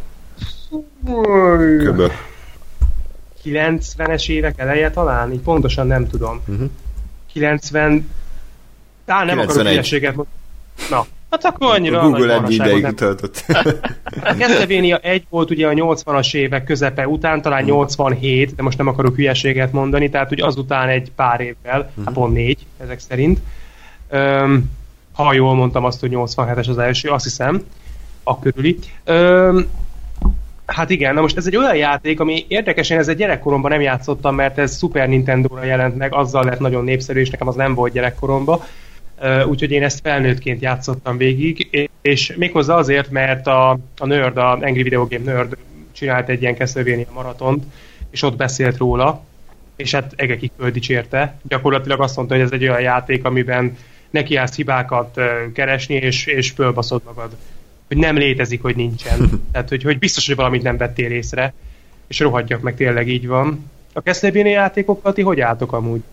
Köbö. kilencvenes évek eleje talán? Így pontosan nem tudom. Uh-huh. kilencven... Á, nem akarok hülyeséget mondani. Na, hát akkor annyira a Google egy ideig töltött. A Castlevania egy volt ugye a nyolcvanas évek közepe után, talán nyolcvanhét, de most nem akarok hülyeséget mondani, tehát ugye azután egy pár évvel, uh-huh. hát pont négy, ezek szerint. Öm, ha jól mondtam azt, hogy nyolcvanhetes az első, azt hiszem, akkörüli. Öm, hát igen, na most ez egy olyan játék, ami érdekesen, ez egy gyerekkoromban nem játszottam, mert ez Super Nintendo-ra jelent meg, azzal lett nagyon népszerű, és nekem az nem volt gyerekkoromban. Uh, úgyhogy én ezt felnőttként játszottam végig, és méghozzá azért, mert a, a Nerd, a Angry Video Game Nerd csinált egy ilyen Castlevania maratont, és ott beszélt róla, és hát egekig földicsérte. Gyakorlatilag azt mondta, hogy ez egy olyan játék, amiben nekiállsz hibákat uh, keresni, és, és fölbaszod magad. Hogy nem létezik, hogy nincsen. Tehát, hogy, hogy biztos, hogy valamit nem vettél észre, és rohadjak meg, tényleg így van. A Castlevania játékokkal ti hogy álltok amúgy?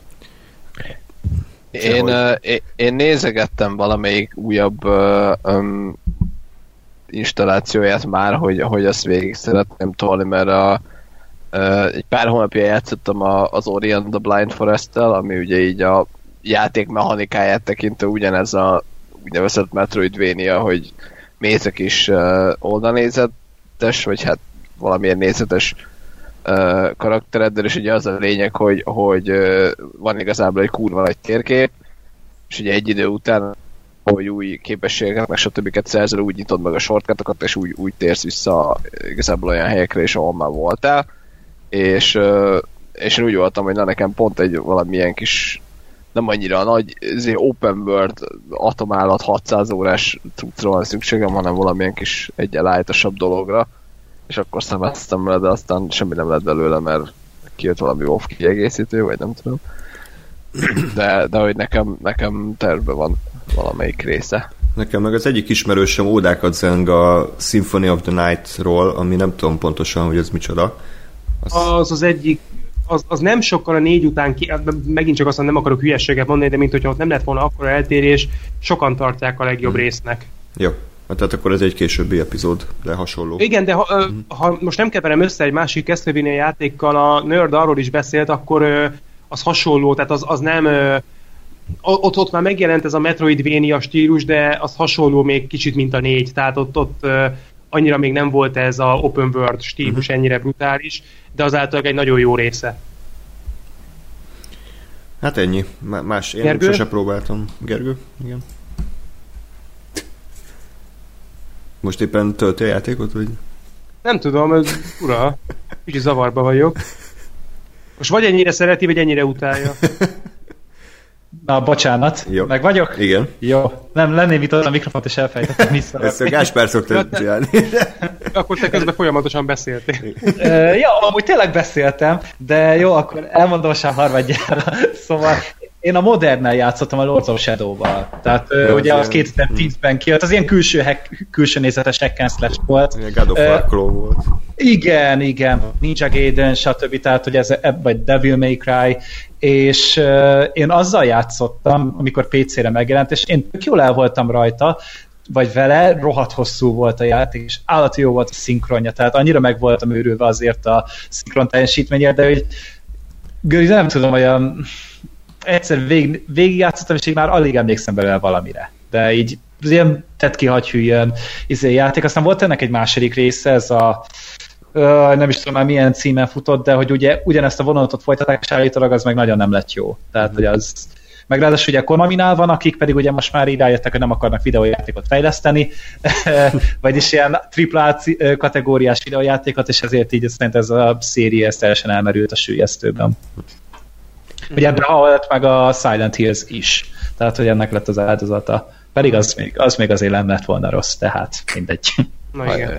Én, uh, én, én nézegettem valamelyik újabb uh, um, installációját már, hogy, hogy azt végig szeretném tolni, mert a, uh, egy pár hónapja játszottam a, az Ori and the Blind Forest-tel, ami ugye így a játék mechanikáját tekintve ugyanez a úgynevezett Metroidvania, hogy mézek is uh, oldalnézetes, vagy hát valamilyen nézetes Uh, karaktereddel, és ugye az a lényeg, hogy, hogy uh, van igazából egy kurva nagy térkép, és ugye egy idő után, hogy új képességeket, meg stb. Szerzel, úgy nyitod meg a shortcutokat, és úgy, úgy térsz vissza igazából olyan helyekre is, ahol már voltál, és, uh, és én úgy voltam, hogy na nekem pont egy valamilyen kis, nem annyira nagy open world atomállat hatszáz órás cuccra van szükségem, hanem valamilyen kis egyenlájtosabb dologra, és akkor szemeztem vele, de aztán semmi nem lett belőle, mert kijött valami off kiegészítő, vagy nem tudom. De, de hogy nekem, nekem tervben van valamelyik része. Nekem meg az egyik ismerősöm ódákat zeng a Symphony of the Night-ról, ami nem tudom pontosan, hogy ez micsoda. Az az, az egyik, az, az nem sokkal a négy után, ki, megint csak azt nem akarok hülyességet mondani, de mint hogyha ott nem lett volna akkora eltérés, sokan tartják a legjobb hmm. résznek. Jó. Tehát akkor ez egy későbbi epizód, de hasonló. Igen, de ha, mm. ha most nem keverem össze egy másik Castlevania játékkal, a Nerd arról is beszélt, akkor az hasonló, tehát az, az nem... Ott, ott már megjelent ez a Metroidvania stílus, de az hasonló még kicsit, mint a négy, tehát ott, ott annyira még nem volt ez a open world stílus, mm. ennyire brutális, de azáltal egy nagyon jó része. Hát ennyi. Más, én Gergő? sose próbáltam. Gergő? Igen. Most éppen tölti a játékot, vagy? Nem tudom, ez ura. Kicsit zavarba vagyok. Most vagy ennyire szereti, vagy ennyire utálja. Na, bocsánat. Jó. Meg vagyok? Igen. Jó. Nem, lenném itt a mikrofont, és elfejtettem vissza. Ezt a Gáspár szokta csinálni. Akkor te közben folyamatosan beszéltél. Uh, ja, amúgy tényleg beszéltem, de jó, akkor elmondom sem harmadjára. Szóval én a modernnel játszottam a Lords of Shadow-val. Tehát uh, ugye az kétezer-tízben kijött, az ilyen külső, hack, külső nézetes hack and slash volt. God of War uh, volt. Igen, igen. Ninja Gaiden, stb. Tehát, hogy ez, vagy Devil May Cry, és uh, én azzal játszottam, amikor pé cére megjelent, és én tök jól el voltam rajta, vagy vele, rohadt hosszú volt a játék, és állati jó volt a szinkronja, tehát annyira meg voltam őrülve azért a szinkron teljesítményért, de hogy nem tudom, olyan egyszer vég, végigjátszottam, és így már alig emlékszem belőle valamire. De így ilyen tett ki, hagy hűljön izé játék. Aztán volt ennek egy második része, ez a nem is tudom már milyen címen futott, de hogy ugye ugyanezt a vonatot folytatták, és állítólag az meg nagyon nem lett jó. Tehát, hogy az meg ráadásul ugye Konaminál van, akik pedig ugye most már így rájöttek, hogy nem akarnak videójátékot fejleszteni, vagyis ilyen tripla kategóriás videójátékot, és ezért így szerint ez a széria ez teljesen elmerült a süllyesztőben. Ugye ebben halt meg a Silent Hills is, tehát hogy ennek lett az áldozata. Pedig az még, az még azért nem lett volna rossz, tehát mindegy. Na igen.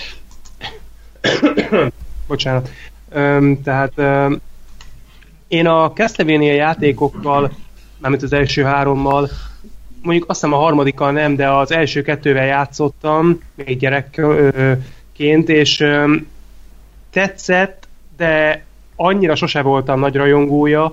Bocsánat. Öm, tehát öm, én a Castlevania játékokkal, mármint az első hárommal, mondjuk azt hiszem a harmadikkal nem, de az első kettővel játszottam, még gyerekként, és öm, tetszett, de annyira sose voltam nagy rajongója.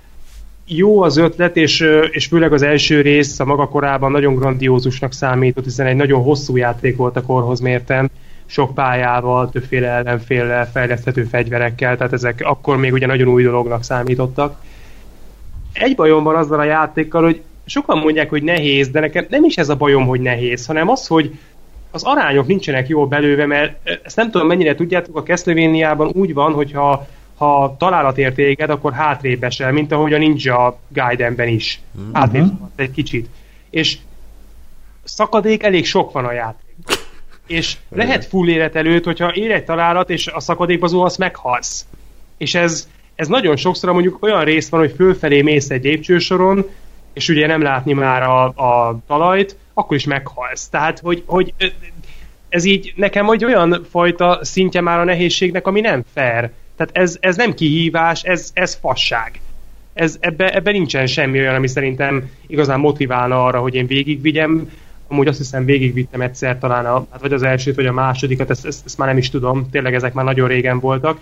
Jó az ötlet, és, és főleg az első rész a maga korában nagyon grandiózusnak számított, hiszen egy nagyon hosszú játék volt a korhoz mérten, sok pályával, többféle ellenféllel, fejleszthető fegyverekkel, tehát ezek akkor még ugye nagyon új dolognak számítottak. Egy bajom van azzal a játékkal, hogy sokan mondják, hogy nehéz, de nekem nem is ez a bajom, hogy nehéz, hanem az, hogy az arányok nincsenek jól belőve, mert ezt nem tudom mennyire tudjátok, a Castlevaniában úgy van, hogyha ha találat ért téged, akkor hátrébb esel, mint ahogy a Ninja Gaidenben is. Uh-huh. Hátrébb egy kicsit. És szakadék elég sok van a játék. És lehet full élet előtt, hogyha ér egy találat, és a szakadékba zuhansz, meghalsz. És ez, ez nagyon sokszor mondjuk olyan rész van, hogy fölfelé mész egy lépcsősoron, és ugye nem látni már a, a talajt, akkor is meghalsz. Tehát, hogy, hogy ez így nekem egy olyan fajta szintje már a nehézségnek, ami nem fair. Tehát ez, ez nem kihívás, ez, ez fasság. Ez, ebbe, ebbe nincsen semmi olyan, ami szerintem igazán motiválna arra, hogy én végigvigyem. Amúgy azt hiszem végigvittem egyszer talán, a, hát vagy az elsőt, vagy a másodikat, ezt, ezt, ezt már nem is tudom, tényleg ezek már nagyon régen voltak.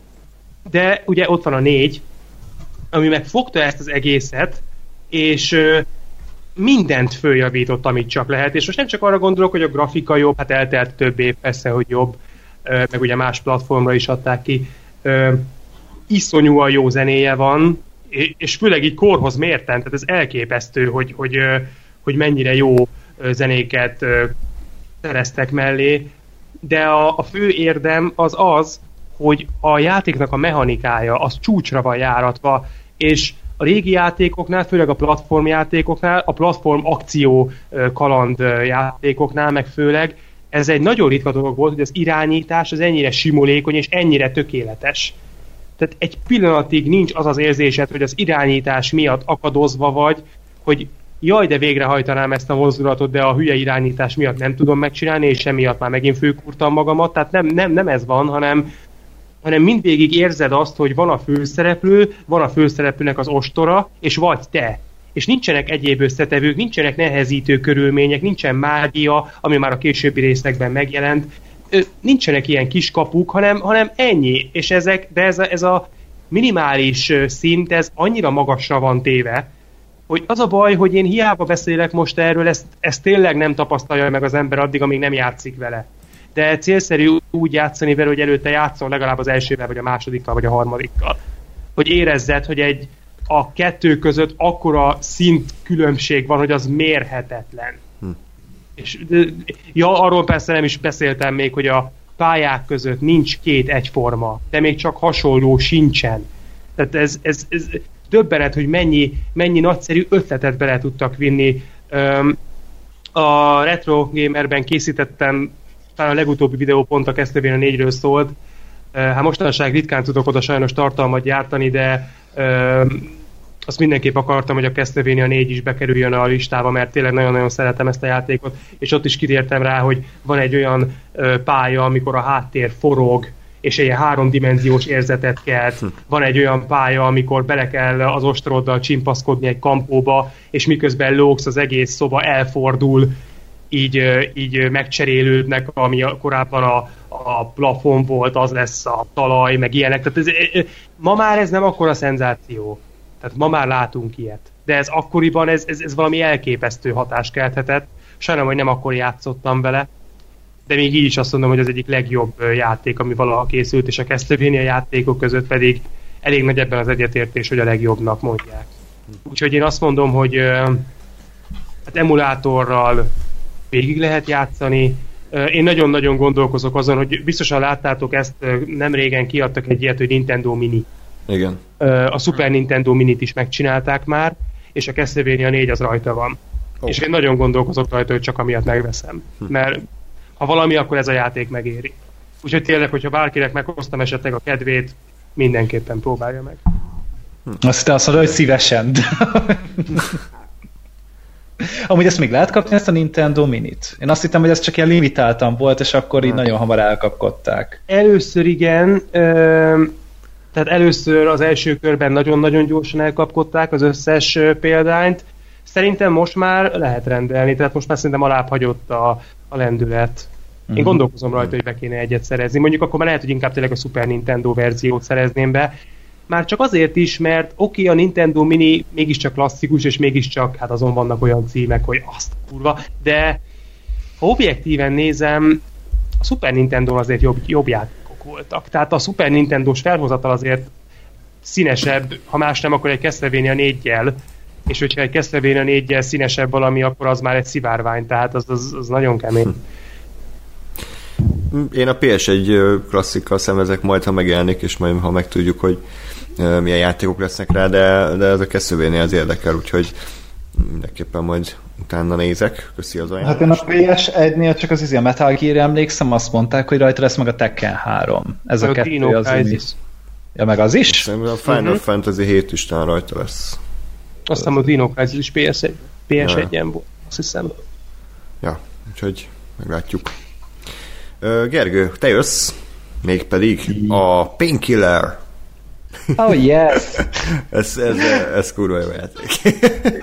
De ugye ott van a négy, ami megfogta ezt az egészet, és ö, mindent följavított, amit csak lehet, és most nem csak arra gondolok, hogy a grafika jobb, hát eltelt több év, persze, hogy jobb, ö, meg ugye más platformra is adták ki. Ö, iszonyúan jó zenéje van, és főleg így korhoz mérten, tehát ez elképesztő, hogy, hogy, hogy mennyire jó zenéket szereztek mellé, de a, a fő érdem az az, hogy a játéknak a mechanikája az csúcsra van járatva, és a régi játékoknál, főleg a platformjátékoknál, a platform akció kaland játékoknál meg főleg, ez egy nagyon ritka dolog volt, hogy az irányítás az ennyire simulékony és ennyire tökéletes. Tehát egy pillanatig nincs az az érzésed, hogy az irányítás miatt akadozva vagy, hogy jaj, de végrehajtanám ezt a mozdulatot, de a hülye irányítás miatt nem tudom megcsinálni, és emiatt már megint főkurtam magamat. Tehát nem, nem, nem ez van, hanem, hanem mindvégig érzed azt, hogy van a főszereplő, van a főszereplőnek az ostora, és vagy te. És nincsenek egyéb összetevők, nincsenek nehezítő körülmények, nincsen mágia, ami már a későbbi részekben megjelent. Nincsenek ilyen kiskapuk, hanem, hanem ennyi. És ezek, de ez a, ez a minimális szint, ez annyira magasra van téve, hogy az a baj, hogy én hiába beszélek most erről, ezt, ezt tényleg nem tapasztalja meg az ember addig, amíg nem játszik vele. De célszerű úgy játszani vele, hogy előtte játszol legalább az elsővel, vagy a másodikkal, vagy a harmadikkal. Hogy érezzed, hogy egy a kettő között akkora szint különbség van, hogy az mérhetetlen. Hm. És, ja, arról persze nem is beszéltem még, hogy a pályák között nincs két egyforma, de még csak hasonló sincsen. Tehát ez, ez, ez döbbenet, hogy mennyi, mennyi nagyszerű ötletet bele tudtak vinni. A Retro Gamerben készítettem, talán a legutóbbi videó pont a Castlevania négyről szólt. Hát mostanság ritkán tudok oda sajnos tartalmat gyártani, de azt mindenképp akartam, hogy a Castlevania négy is bekerüljön a listába, mert tényleg nagyon-nagyon szeretem ezt a játékot, és ott is kitértem rá, hogy van egy olyan pálya, amikor a háttér forog, és egy háromdimenziós érzetet kelt. Van egy olyan pálya, amikor bele kell az ostoroddal csimpaszkodni egy kampóba, és miközben lógsz, az egész szoba elfordul, így, így megcserélődnek, ami korábban a, a plafon volt, az lesz a talaj, meg ilyenek. Tehát ez, ma már ez nem akkora szenzáció. Tehát ma már látunk ilyet. De ez akkoriban ez, ez, ez valami elképesztő hatást kelthetett. Sajnálom, hogy nem akkor játszottam vele. De még így is azt mondom, hogy az egyik legjobb játék, ami valaha készült, és a Castlevania játékok között pedig elég nagy ebben az egyetértés, hogy a legjobbnak mondják. Úgyhogy én azt mondom, hogy hát emulátorral végig lehet játszani. Én nagyon-nagyon gondolkozok azon, hogy biztosan láttátok ezt, nem régen kiadtak egy ilyet, hogy Nintendo Mini. Igen. A Super Nintendo Minit is megcsinálták már, és a Castlevania négy az rajta van. Oh. És én nagyon gondolkozok rajta, hogy csak amiatt megveszem. Hm. Mert ha valami, akkor ez a játék megéri. Úgyhogy tényleg, hogyha bárkinek meghoztam esetleg a kedvét, mindenképpen próbálja meg. Hm. Azt azt mondod, hogy szívesen. Amúgy ezt még lehet kapni, ezt a Nintendo Minit? Én azt hittem, hogy ez csak ilyen limitáltan volt, és akkor így nagyon hamar elkapkodták. Először igen, ö- tehát először az első körben nagyon-nagyon gyorsan elkapkodták az összes példányt. Szerintem most már lehet rendelni, tehát most már szerintem alább hagyott a, a lendület. Én uh-huh. gondolkozom rajta, hogy be kéne egyet szerezni. Mondjuk akkor már lehet, hogy inkább tényleg a Super Nintendo verziót szerezném be. Már csak azért is, mert oké, okay, a Nintendo Mini mégiscsak klasszikus, és mégiscsak, hát azon vannak olyan címek, hogy azt kurva, de ha objektíven nézem, a Super Nintendo azért jobb, jobb játékok voltak. Tehát a Super Nintendo-s felhozatal azért színesebb, ha más nem, akkor egy Castlevania négyel, és hogyha egy Castlevania négyel színesebb valami, akkor az már egy szivárvány, tehát az, az, az nagyon kemény. Én a pé es egy klasszikkal szemezek majd, ha megjelenik, és majd ha megtudjuk, hogy milyen játékok lesznek rá, de, de ez a Castlevania az érdekel, úgyhogy mindenképpen majd utána nézek. Köszi az ajánlást. Hát én a pé es egynél csak az izé a Metal Gear emlékszem, azt mondták, hogy rajta lesz meg a Tekken három. Ez a, a kettő az is. Ja, meg az is? Szerintem a Final uh-huh. Fantasy hét is talán rajta lesz. Azt hiszem a Dino Crisis is pé es egyen volt, azt hiszem. Ja, úgyhogy meglátjuk. Uh, Gergő, te jössz, mégpedig a Painkiller. Oh yes! ez, ez, ez kurva jó játék.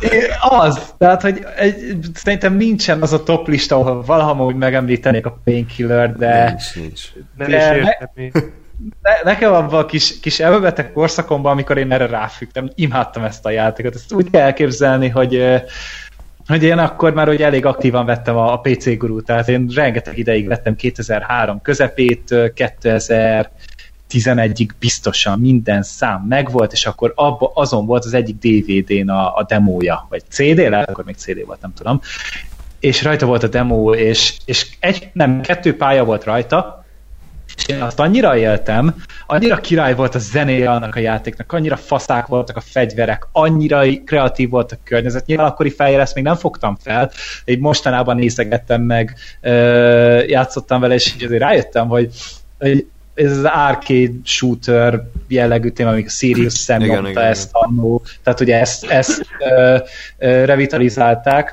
Az, tehát, hogy egy, szerintem nincsen az a top lista, ahol valaha úgy megemlítenék a Painkiller, de... Nincs, nincs. Nem is értem én. Ne, nekem abban a kis, kis elmebeteg korszakomban, amikor én erre ráfügtem, imádtam ezt a játékot. Ezt úgy kell elképzelni, hogy, hogy én akkor már hogy elég aktívan vettem a, a pé cé Gurút, tehát én rengeteg ideig vettem kétezer-három közepétől kétezer-tizenegyig biztosan minden szám megvolt, és akkor abba, azon volt az egyik dé vé dén a, a demója, vagy cé dé, lehet, akkor még cé dé volt, nem tudom. És rajta volt a demo, és, és egy, nem, kettő pálya volt rajta, és én azt annyira éltem, annyira király volt a zenéje annak a játéknak, annyira faszák voltak a fegyverek, annyira kreatív volt a környezet. Nyilván akkori fejjel ezt még nem fogtam fel, így mostanában nézegettem meg, játszottam vele, és így azért rájöttem, hogy, hogy ez az arcade shooter jellegű téma, amik a Serious Sam mondta ezt annó, tehát ugye ezt, ezt ö, ö, revitalizálták,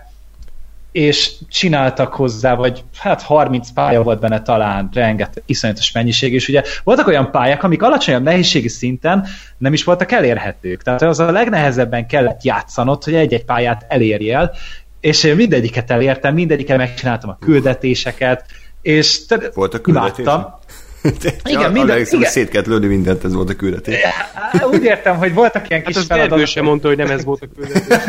és csináltak hozzá, vagy hát harminc pálya volt benne talán, rengeteg, iszonyatos mennyiség, és ugye voltak olyan pályák, amik alacsonyabb nehézségi szinten nem is voltak elérhetők. Tehát az a legnehezebben kellett játszanod, hogy egy-egy pályát elérjél, és mindegyiket elértem, mindegyiket megcsináltam a küldetéseket, és volt a küldetés? Imádtam. Igen, ja, minden, igen. Szét kellett lőni mindent, ez volt a küldetés. Úgy értem, hogy voltak ilyen kis hát feladatok. Hát az sem mondta, hogy nem ez volt a küldetés.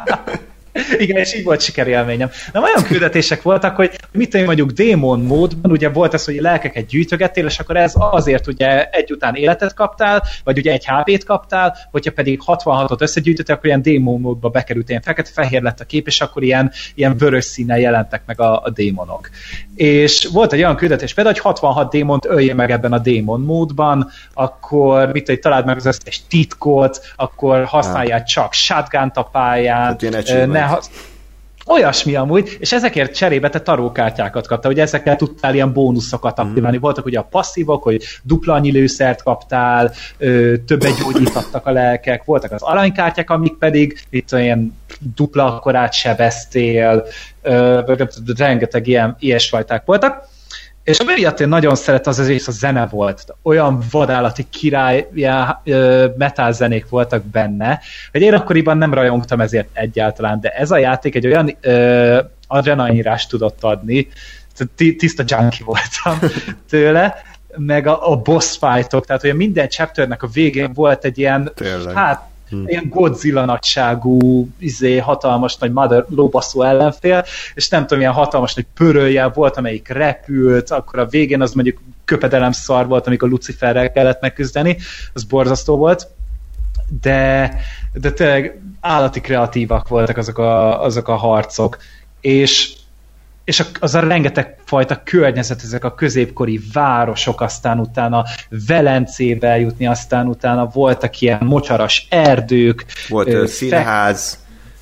Igen, és így volt sikerélményem. Na, olyan küldetések voltak, hogy mit tudom, mondjuk démon módban, ugye volt ez, hogy lelkeket gyűjtögettél, és akkor ez azért ugye egy után életet kaptál, vagy ugye egy há pét kaptál, hogyha pedig hatvanhatot összegyűjtöttél, akkor ilyen démon módba bekerült, ilyen fekete-fehér lett a kép, és akkor ilyen, ilyen vörös színnel jelentek meg a, a démonok. És volt egy olyan küldetés, például, hogy hatvanhat démont öljél meg ebben a démon módban, akkor mit tudom, találd meg az összes titkot, akkor használjál csak shotgun-t a pályán, hasz... olyasmi amúgy, és ezekért cserébe te tarókártyákat kaptál, ugye ezekkel tudtál ilyen bónuszokat aktiválni. Mm. Voltak ugye a passzívok, hogy dupla annyi lőszert kaptál, ö, többet gyógyítottak a lelkek, voltak az aranykártyák, amik pedig itt olyan dupla akkorát sebeztél, ö, rengeteg ilyen ilyesfajták voltak. És amiatt én nagyon szeret az az rész, a zene volt. Olyan vadállati király ilyen, ö, metal zenék voltak benne, hogy én akkoriban nem rajongtam ezért egyáltalán, de ez a játék egy olyan ö, adrenalinrást tudott adni, tiszta junkie voltam tőle, meg a, a boss fightok, tehát hogy minden chapternek a végén volt egy ilyen, Tényleg. hát Hmm. ilyen Godzilla nagyságú, izé, hatalmas nagy Mother lóbaszó ellenfél, és nem tudom, ilyen hatalmas nagy pörőjel volt, amelyik repült, akkor a végén az mondjuk köpedelem szar volt, amikor Luciferrel kellett megküzdeni, az borzasztó volt, de, de tényleg állati kreatívak voltak azok a, azok a harcok, és, és az a rengeteg fajta környezet, ezek a középkori városok, aztán utána Velencébe jutni, aztán utána voltak ilyen mocsaras erdők, volt ö, színház,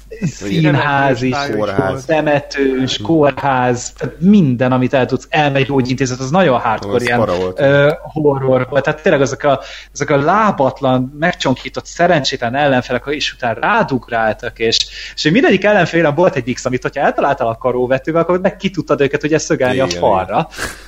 színház is, kórház. temetős, kórház, tehát minden, amit el tudsz, elmegyógyintézet, az nagyon hardcore ilyen uh, horror volt. Tehát tényleg ezek a, ezek a lábatlan, megcsonkított, szerencsétlen ellenfelek is után rádugráltak, és, és mindegyik ellenfélem volt egy X, amit hogyha eltaláltál a karóvetővel, akkor meg ki tudtad őket ugye szögelni a falra.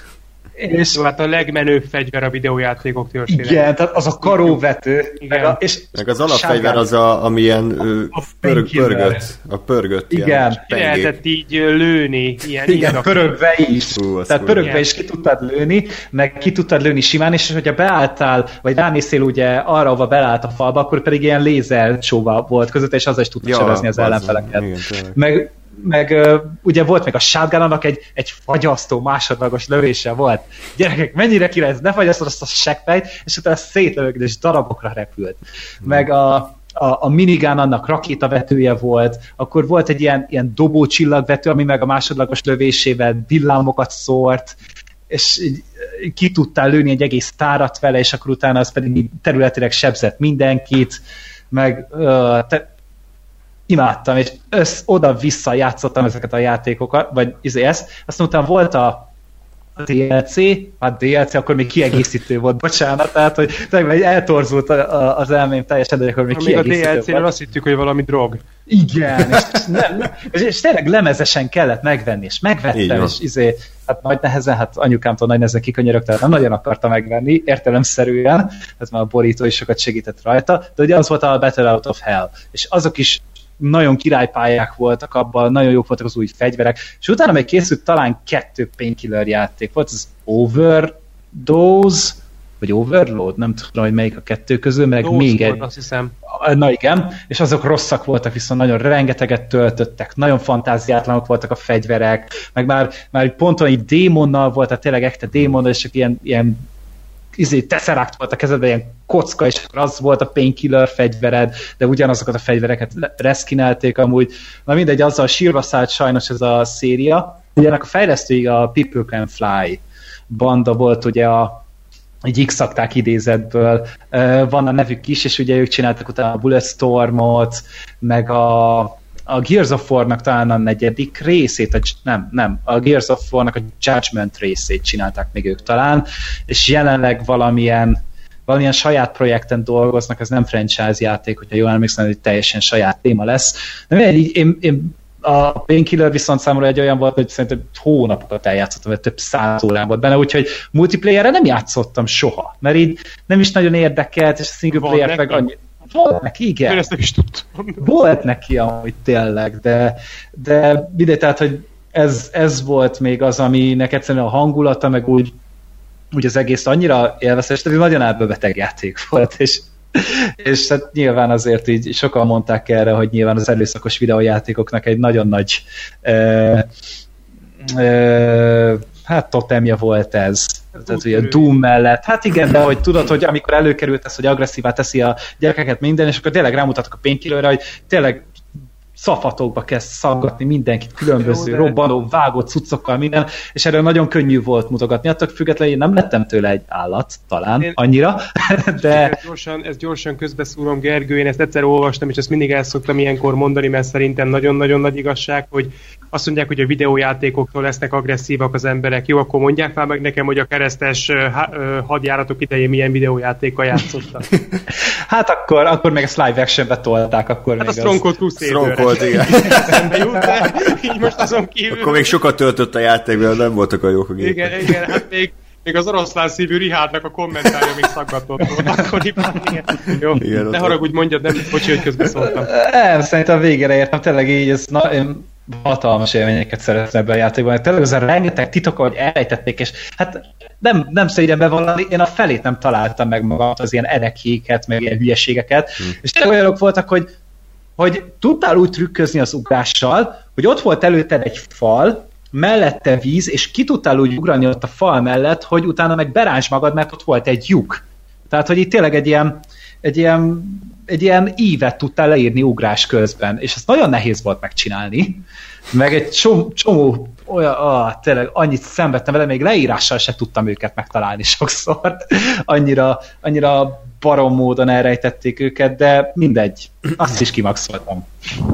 És hát a legmenőbb fegyver a videójátékok történet. Igen, tehát az a karóvető. Meg, a, és meg az alapfegyver az, a, amilyen a pörg, pörgött. A pörgött. Igen. Ki lehetett így lőni. Ilyen igen, pörögve is. Hú, tehát pörögve igen. is ki tudtad lőni, meg ki tudtad lőni simán, és hogyha beálltál, vagy rámészél ugye arra, ahova beállt a falba, akkor pedig ilyen lézercsóva volt között, és azzal is tudtad ja, sebezni az ellenfeleket. Igen, meg meg uh, ugye volt még a shotgun-nak egy, egy fagyasztó másodlagos lövése volt. Gyerekek, mennyire ki lesz, ne fagyasztod azt a seggfejt, és utána szétlövök, és darabokra repült. Meg a, a, a minigán annak rakétavetője volt, akkor volt egy ilyen, ilyen dobócsillagvető, ami meg a másodlagos lövésével villámokat szórt, és így, ki tudtál lőni egy egész tárat vele, és akkor utána az pedig területileg sebzett mindenkit, meg uh, te, imádtam, és össz, oda-vissza játszottam ezeket a játékokat, vagy izé ezt, aztán utána volt a dé el cé, hát dé el cé akkor még kiegészítő volt, bocsánat, tehát, hogy tényleg eltorzult az elmém teljesen, de akkor még amíg kiegészítő volt. A dé el céről azt hittük, hogy valami drog. Igen, és, nem, és, és tényleg lemezesen kellett megvenni, és megvettem, és izé, hát nagy nehezen, hát anyukámtól nagy nehezen kikanyarok, tehát nem nagyon akarta megvenni, értelemszerűen, hát már a borító is sokat segített rajta, de ugye az volt a Battle Out of Hell, és azok is nagyon királypályák voltak abban, nagyon jók voltak az új fegyverek, és utána még készült talán kettő Painkiller játék. Volt az Overdose, vagy Overload, nem tudom, hogy melyik a kettő közül, meg Dose még volt, egy... azt hiszem. Na igen, és azok rosszak voltak, viszont nagyon rengeteget töltöttek, nagyon fantáziátlanok voltak a fegyverek, meg már, már ponton egy démonnal volt, tehát tényleg ekte démonnal, és csak ilyen, ilyen izé, Tesseract volt a kezedben, ilyen kocka, és akkor az volt a Painkiller fegyvered, de ugyanazokat a fegyvereket reszkinelték amúgy. Na mindegy, azzal sírva szállt sajnos ez a széria. Ugye ennek a fejlesztői a People Can Fly banda volt ugye a egy X-akták idézetből. Van a nevük is, és ugye ők csináltak utána a Bulletstormot, meg a a Gears of War-nak talán a negyedik részét, nem, nem, a Gears of War-nak a Judgment részét csinálták még ők talán, és jelenleg valamilyen, valamilyen saját projekten dolgoznak, ez nem franchise játék, hogyha jól emlékszem, hogy teljesen saját téma lesz. De én, én, a Painkiller viszont számomra egy olyan volt, hogy szerintem hónapokat eljátszottam, vagy több száz órán volt benne, úgyhogy multiplayerre nem játszottam soha, mert így nem is nagyon érdekelt, és a single player meg annyi... Volt neki, igen. Ezt is tudtam. Volt neki amúgy tényleg, de, de ide, tehát, hogy ez, ez volt még az, aminek egyszerűen a hangulata, meg úgy, úgy az egész annyira élvezett, tehát nagyon elbeteg játék volt, és, és hát nyilván azért így sokan mondták erre, hogy nyilván az erőszakos videójátékoknak egy nagyon nagy ö, ö, hát totemja volt ez. Tehát ugye a Doom mellett. Hát igen, de hogy tudod, hogy amikor előkerült ez, hogy agresszívá teszi a gyerekeket minden, és akkor tényleg rámutatok a Painkillerre, hogy tényleg szafatokba kezd szaggatni mindenkit, különböző jó, de... robbanó, vágott cuccokkal, minden, és erről nagyon könnyű volt mutogatni. Attól függetlenül én nem lettem tőle egy állat, talán, én... annyira, de... Ezt gyorsan, ezt gyorsan közbeszúrom, Gergő, én ezt egyszer olvastam, és ezt mindig el szoktam ilyenkor mondani, mert szerintem nagyon-nagyon nagy igazság, hogy azt mondják, hogy a videójátékoktól lesznek agresszívak az emberek. Jó, akkor mondják már meg nekem, hogy a keresztes hadjáratok idején milyen videójátékkal játszottak. Hát akkor, akkor még ezt live actionbe tolták, akkor hát még a Stronghold Crusader volt, igen. jut, de így most azon kívül... Akkor még sokat töltött a játékban, nem voltak a jók a gépek. Igen, igen, hát még, még az oroszlán szívű Rihádnak a kommentárja még szaggatott volt. Akkoriban, igen. Jó, igen, ne haragudj, mondjad, nem, bocsi, hogy közbeszóltam. Nem, szerintem a végére értem, tényleg így, ez na, én hatalmas élményeket szeretem ebben a játékban. Tényleg az a rengeteg titok, hogy elrejtették, és hát nem, nem szégyen bevallani, én a felét nem találtam meg magam, az ilyen erekéket, meg ilyen hülyeségeket, hm. és tényleg olyanok voltak, hogy hogy tudtál úgy trükközni az ugrással, hogy ott volt előtted egy fal, mellette víz, és ki tudtál úgy ugrani ott a fal mellett, hogy utána meg beránts magad, mert ott volt egy lyuk. Tehát, hogy itt tényleg egy ilyen, egy ilyen, egy ilyen ívet tudtál leírni ugrás közben, és ezt nagyon nehéz volt megcsinálni, meg egy csomó, csomó olyan, ah, tényleg annyit szenvedtem vele, még leírással se tudtam őket megtalálni sokszor, annyira, annyira barom módon elrejtették őket, de mindegy, azt is kimaxoltam.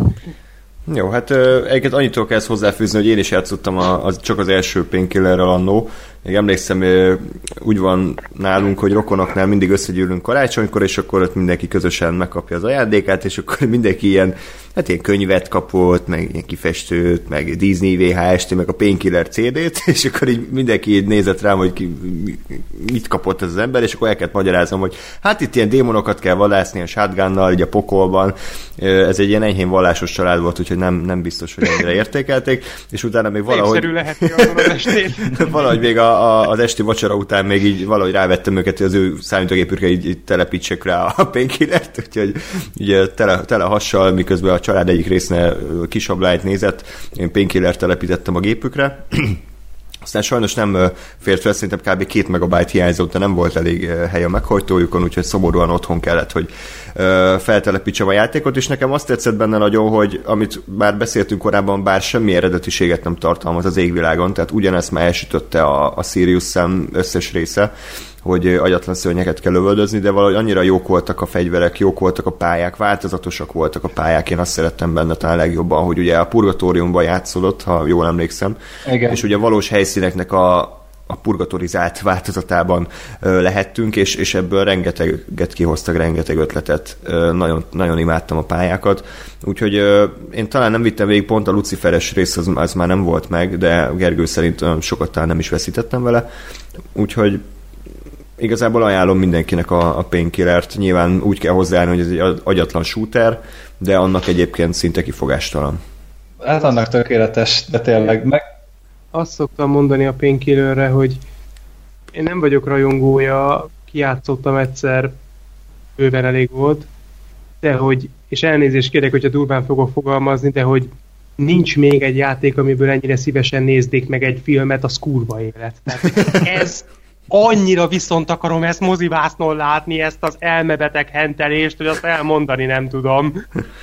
Jó, hát egyébként annyitól kell ezt hozzáfűzni, hogy én is játszottam a, a, csak az első Painkillerrel annó. Még emlékszem, úgy van nálunk, hogy rokonoknál mindig összegyűlünk karácsonykor, és akkor ott mindenki közösen megkapja az ajándékát, és akkor mindenki ilyen, hát ilyen könyvet kapott, meg ilyen kifestőt, meg Disney vé há es té, meg a Painkiller cé dét, és akkor így mindenki így nézett rám, hogy ki, mit kapott ez az ember, és akkor el kellett magyaráznom, hogy hát itt ilyen démonokat kell vadászni, ilyen shotgunnal, így a pokolban. Ez egy ilyen enyhén vallásos család volt, úgyhogy nem, nem biztos, hogy ennyire értékelték, és utána még valahogy... Népszerű lehet ki azon az estét. valahogy még a, a, az esti vacsora után még így valahogy rávettem őket, hogy az ő számítógépükre így, így telepítsek rá a Painkillert, úgyhogy ugye tele, tele hassal, miközben a család egyik részne kisablányt nézett, én Painkillert telepítettem a gépükre. Aztán sajnos nem fért fel, szerintem kb. két megabyte hiányzott, de nem volt elég hely a meghajtójukon, úgyhogy szomorúan otthon kellett, hogy feltelepítsem a játékot, és nekem azt tetszett benne nagyon, hogy amit már beszéltünk korábban, bár semmi eredetiséget nem tartalmaz az égvilágon, tehát ugyanezt már elsütötte a, a Sirius Sam összes része, hogy agyatlan szörnyeket kell lövöldözni, de valahogy annyira jók voltak a fegyverek, jók voltak a pályák, változatosak voltak a pályák, én azt szerettem benne talán legjobban, hogy ugye a Purgatóriumban játszolott, ha jól emlékszem, igen. És ugye valós helyszíneknek a, a purgatorizált változatában ö, lehettünk, és, és ebből rengeteget kihoztak, rengeteg ötletet, ö, nagyon, nagyon imádtam a pályákat, úgyhogy ö, én talán nem vittem végig, pont a Luciferes rész az, az már nem volt meg, de Gergő szerint olyan sokat talán nem is veszítettem vele, úgyhogy igazából ajánlom mindenkinek a, a Painkillert. Nyilván úgy kell hozzáállni, hogy ez egy agyatlan shooter, de annak egyébként szinte kifogástalan. Hát annak tökéletes, de tényleg meg... Azt szoktam mondani a Painkillerre, hogy én nem vagyok rajongója, kijátszottam egyszer, bőven elég volt, de hogy, és elnézést kérek, hogyha durván fogok fogalmazni, de hogy nincs még egy játék, amiből ennyire szívesen néznék meg egy filmet, az kurva élet. Tehát ez annyira viszont akarom ezt mozivásznon látni, ezt az elmebeteg hentelést, hogy azt elmondani nem tudom.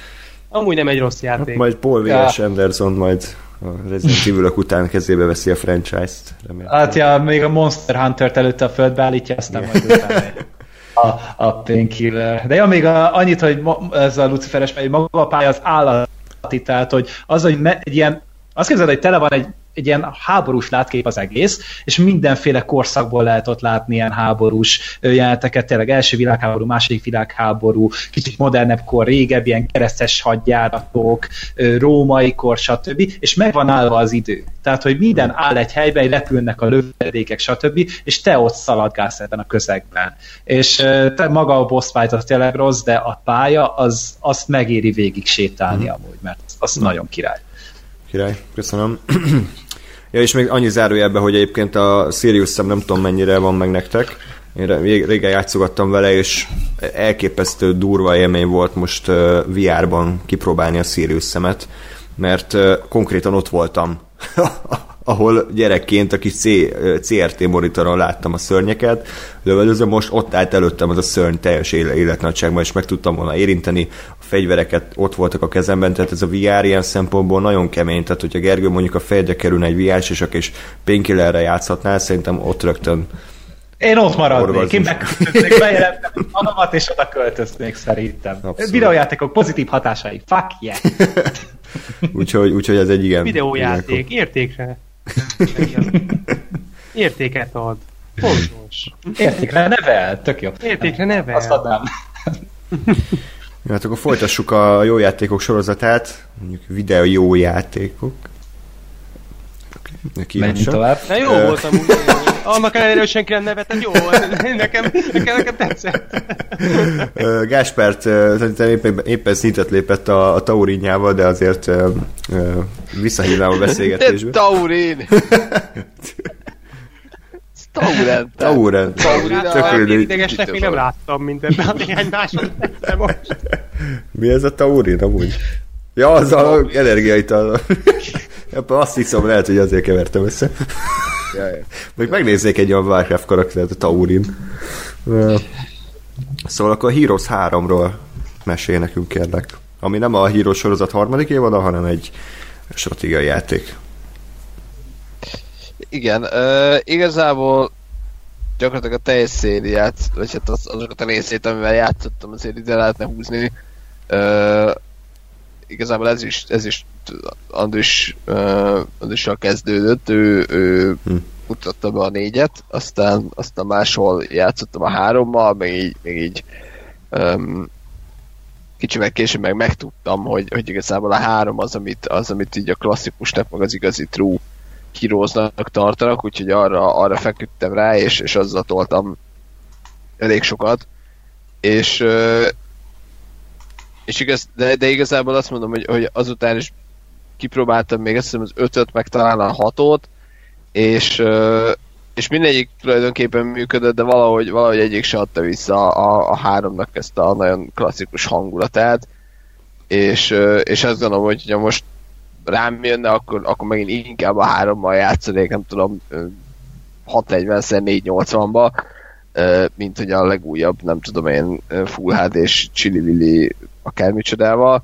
Amúgy nem egy rossz játék. Majd Paul vé es. Anderson majd a Resident Evil-ök után kezébe veszi a franchise-t. Remélem. Hát ja, még a Monster Hunter-t előtte a földbe állítja, aztán majd utána a, a Painkiller. De ja, még a, annyit, hogy ma, ez a Luciferes, mert maga a pálya az állati, tehát hogy az, hogy me, egy ilyen, azt képzeld, hogy tele van egy egy ilyen háborús látkép az egész, és mindenféle korszakból lehet ott látni ilyen háborús jeleneteket, tényleg első világháború, második világháború, kicsit modernebb kor, régebb, ilyen keresztes hadjáratok, római kor, stb. És meg van állva az idő. Tehát, hogy minden áll egy helyben, repülnek a lövedékek, stb. És te ott szaladgálsz ebben a közegben. És te maga a boss fight az tényleg rossz, de a pálya, az, azt megéri végig sétálni mm. amúgy, mert az mm. nagyon király. Király, köszönöm. Ja, és még annyi zárójelben, hogy egyébként a Sirius Sam nem tudom mennyire van meg nektek. Én régen játszogattam vele, és elképesztő durva élmény volt most uh, vé er-ban kipróbálni a Sirius Sam-et, mert uh, konkrétan ott voltam, ahol gyerekként a kis cé er té monitoron láttam a szörnyeket, lövöldözöm, most ott állt előttem az a szörny teljes életnagyságban, és meg tudtam volna érinteni, a fegyvereket ott voltak a kezemben, tehát ez a vé er ilyen szempontból nagyon kemény, tehát hogyha Gergő mondjuk a fejedre kerülne egy vé er-s, és, és Painkillerre játszhatnál, szerintem ott rögtön én ott maradnék, én megköltöznék, bejelentem magamat, és oda költöznék szerintem. Abszolút. Videójátékok pozitív hatásai, fuck yeah! úgyhogy, úgyhogy ez egy igen. Videójáték, értékre. Értéket ad. Fontos. Értékre nevel, tök jó. Értékre nevel. Azt adnám. Ja, hát akkor folytassuk a jó játékok sorozatát, mondjuk videó jó játékok. Menjünk tovább. Na jó uh, voltam úgy. Annak ellenére, hogy senki nem nevetett, jó volt. Nekem, nekem, nekem tetszett. Uh, Gáspárt uh, szerintem éppen, éppen szintet lépett a, a Taurinjával, de azért uh, uh, visszahívnám a beszélgetésbe. De Taurin! Tauren. Tauren. Tauren. Idegesnek még nem láttam mindenben a néhány másodpercre most. Mi ez a Taurin amúgy? Ja, az a energiaital. Azt hiszem, lehet, hogy azért kevertem össze. Még megnézzék egy olyan Warcraft karaktert, a Taurin. Szóval akkor a Heroes háromról mesélj nekünk, kérlek. Ami nem a Heroes sorozat harmadik évada, hanem egy stratégiai játék. Igen, uh, igazából gyakorlatilag a teljes szériát, vagy hát az, azokat a részét, amivel játszottam, azért ide lehetne húzni. Uh, igazából ez is, ez is Andris, uh, Andrissal kezdődött, ő, ő hm. mutatta be a négyet, aztán, aztán máshol játszottam a hárommal, még így, még így um, kicsivel később meg megtudtam, hogy, hogy igazából a három az, amit, az, amit így a klasszikusnak, meg az igazi true Heroesnak tartanak, úgyhogy arra, arra feküdtem rá, és, és azzal toltam elég sokat. És, és igaz, de, de igazából azt mondom, hogy, hogy azután is kipróbáltam még azt hiszem az ötöt, meg talán a hatot, és, és mindegyik tulajdonképpen működött, de valahogy, valahogy egyik se adta vissza a, a, a háromnak ezt a nagyon klasszikus hangulatát, és, és azt gondolom, hogy ha most rám jönne, akkor, akkor megint inkább a hárommal játszanék, nem tudom, hatszáznegyven négyszáznyolcvanba, mint hogy a legújabb, nem tudom én, Full há dés csili-vili akármicsodával.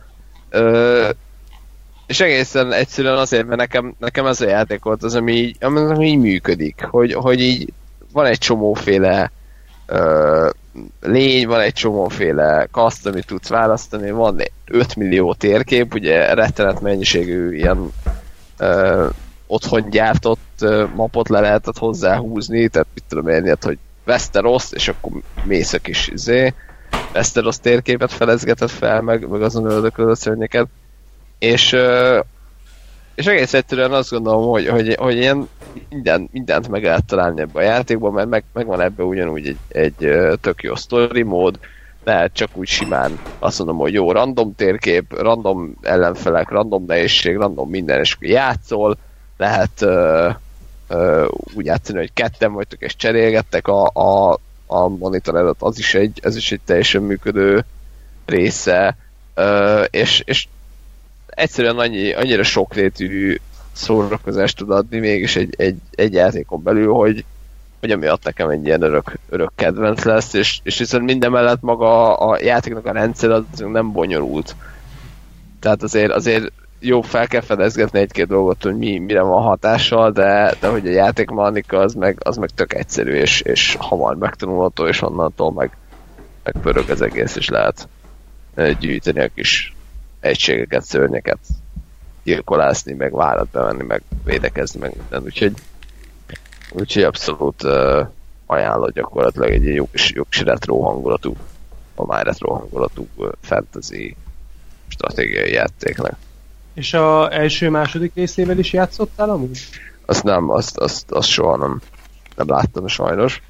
És egészen egyszerűen azért, mert nekem, nekem ez a játék volt az, ami így, ami így működik, hogy, hogy így van egy csomóféle uh, lény, van egy csomóféle kaszt, amit tudsz választani, van öt millió térkép, ugye rettenet mennyiségű ilyen uh, otthon gyártott uh, mapot le lehetett hozzáhúzni, tehát mit tudom én, hogy Westeros, és akkor mész a kis izé, Westeros térképet felezgetett fel, meg, meg azon öldöklöd a szörnyeket. És, és egész egyszerűen azt gondolom, hogy, hogy, hogy ilyen minden, mindent meg lehet találni ebbe a játékban, mert meg, megvan ebbe ugyanúgy egy, egy tök jó story mód, lehet csak úgy simán azt mondom, hogy jó, random térkép, random ellenfelek, random nehézség, random minden, és akkor játszol, lehet uh, uh, úgy játszani, hogy ketten vagytok és cserélgettek a, a, a monitor előtt, az is egy, ez is egy teljesen működő része, uh, és, és egyszerűen annyi, annyira sokrétű szórakozást tud adni mégis egy, egy, egy játékon belül, hogy, hogy amiatt nekem egy ilyen örök, örök kedvenc lesz, és, és viszont minden mellett maga a, a játéknak a rendszer az nem bonyolult. Tehát azért, azért jó fel kell fedezgetni egy-két dolgot, hogy mi, mire van hatással, de, de hogy a játékmechanika az meg, az meg tök egyszerű, és, és hamar megtanulható, és onnantól meg, meg pörög az egész, és lehet gyűjteni a kis egységeket, szörnyeket, gyilkolászni, meg várat bevenni, meg védekezni, meg minden, úgyhogy úgyhogy abszolút uh, ajánlott gyakorlatilag egy jó kis, jó kis retro hangulatú, a már retro hangulatú uh, fantasy stratégiai játéknak. És az első, második részével is játszottál amúgy? Azt nem, azt, azt, azt soha nem, nem láttam sajnos.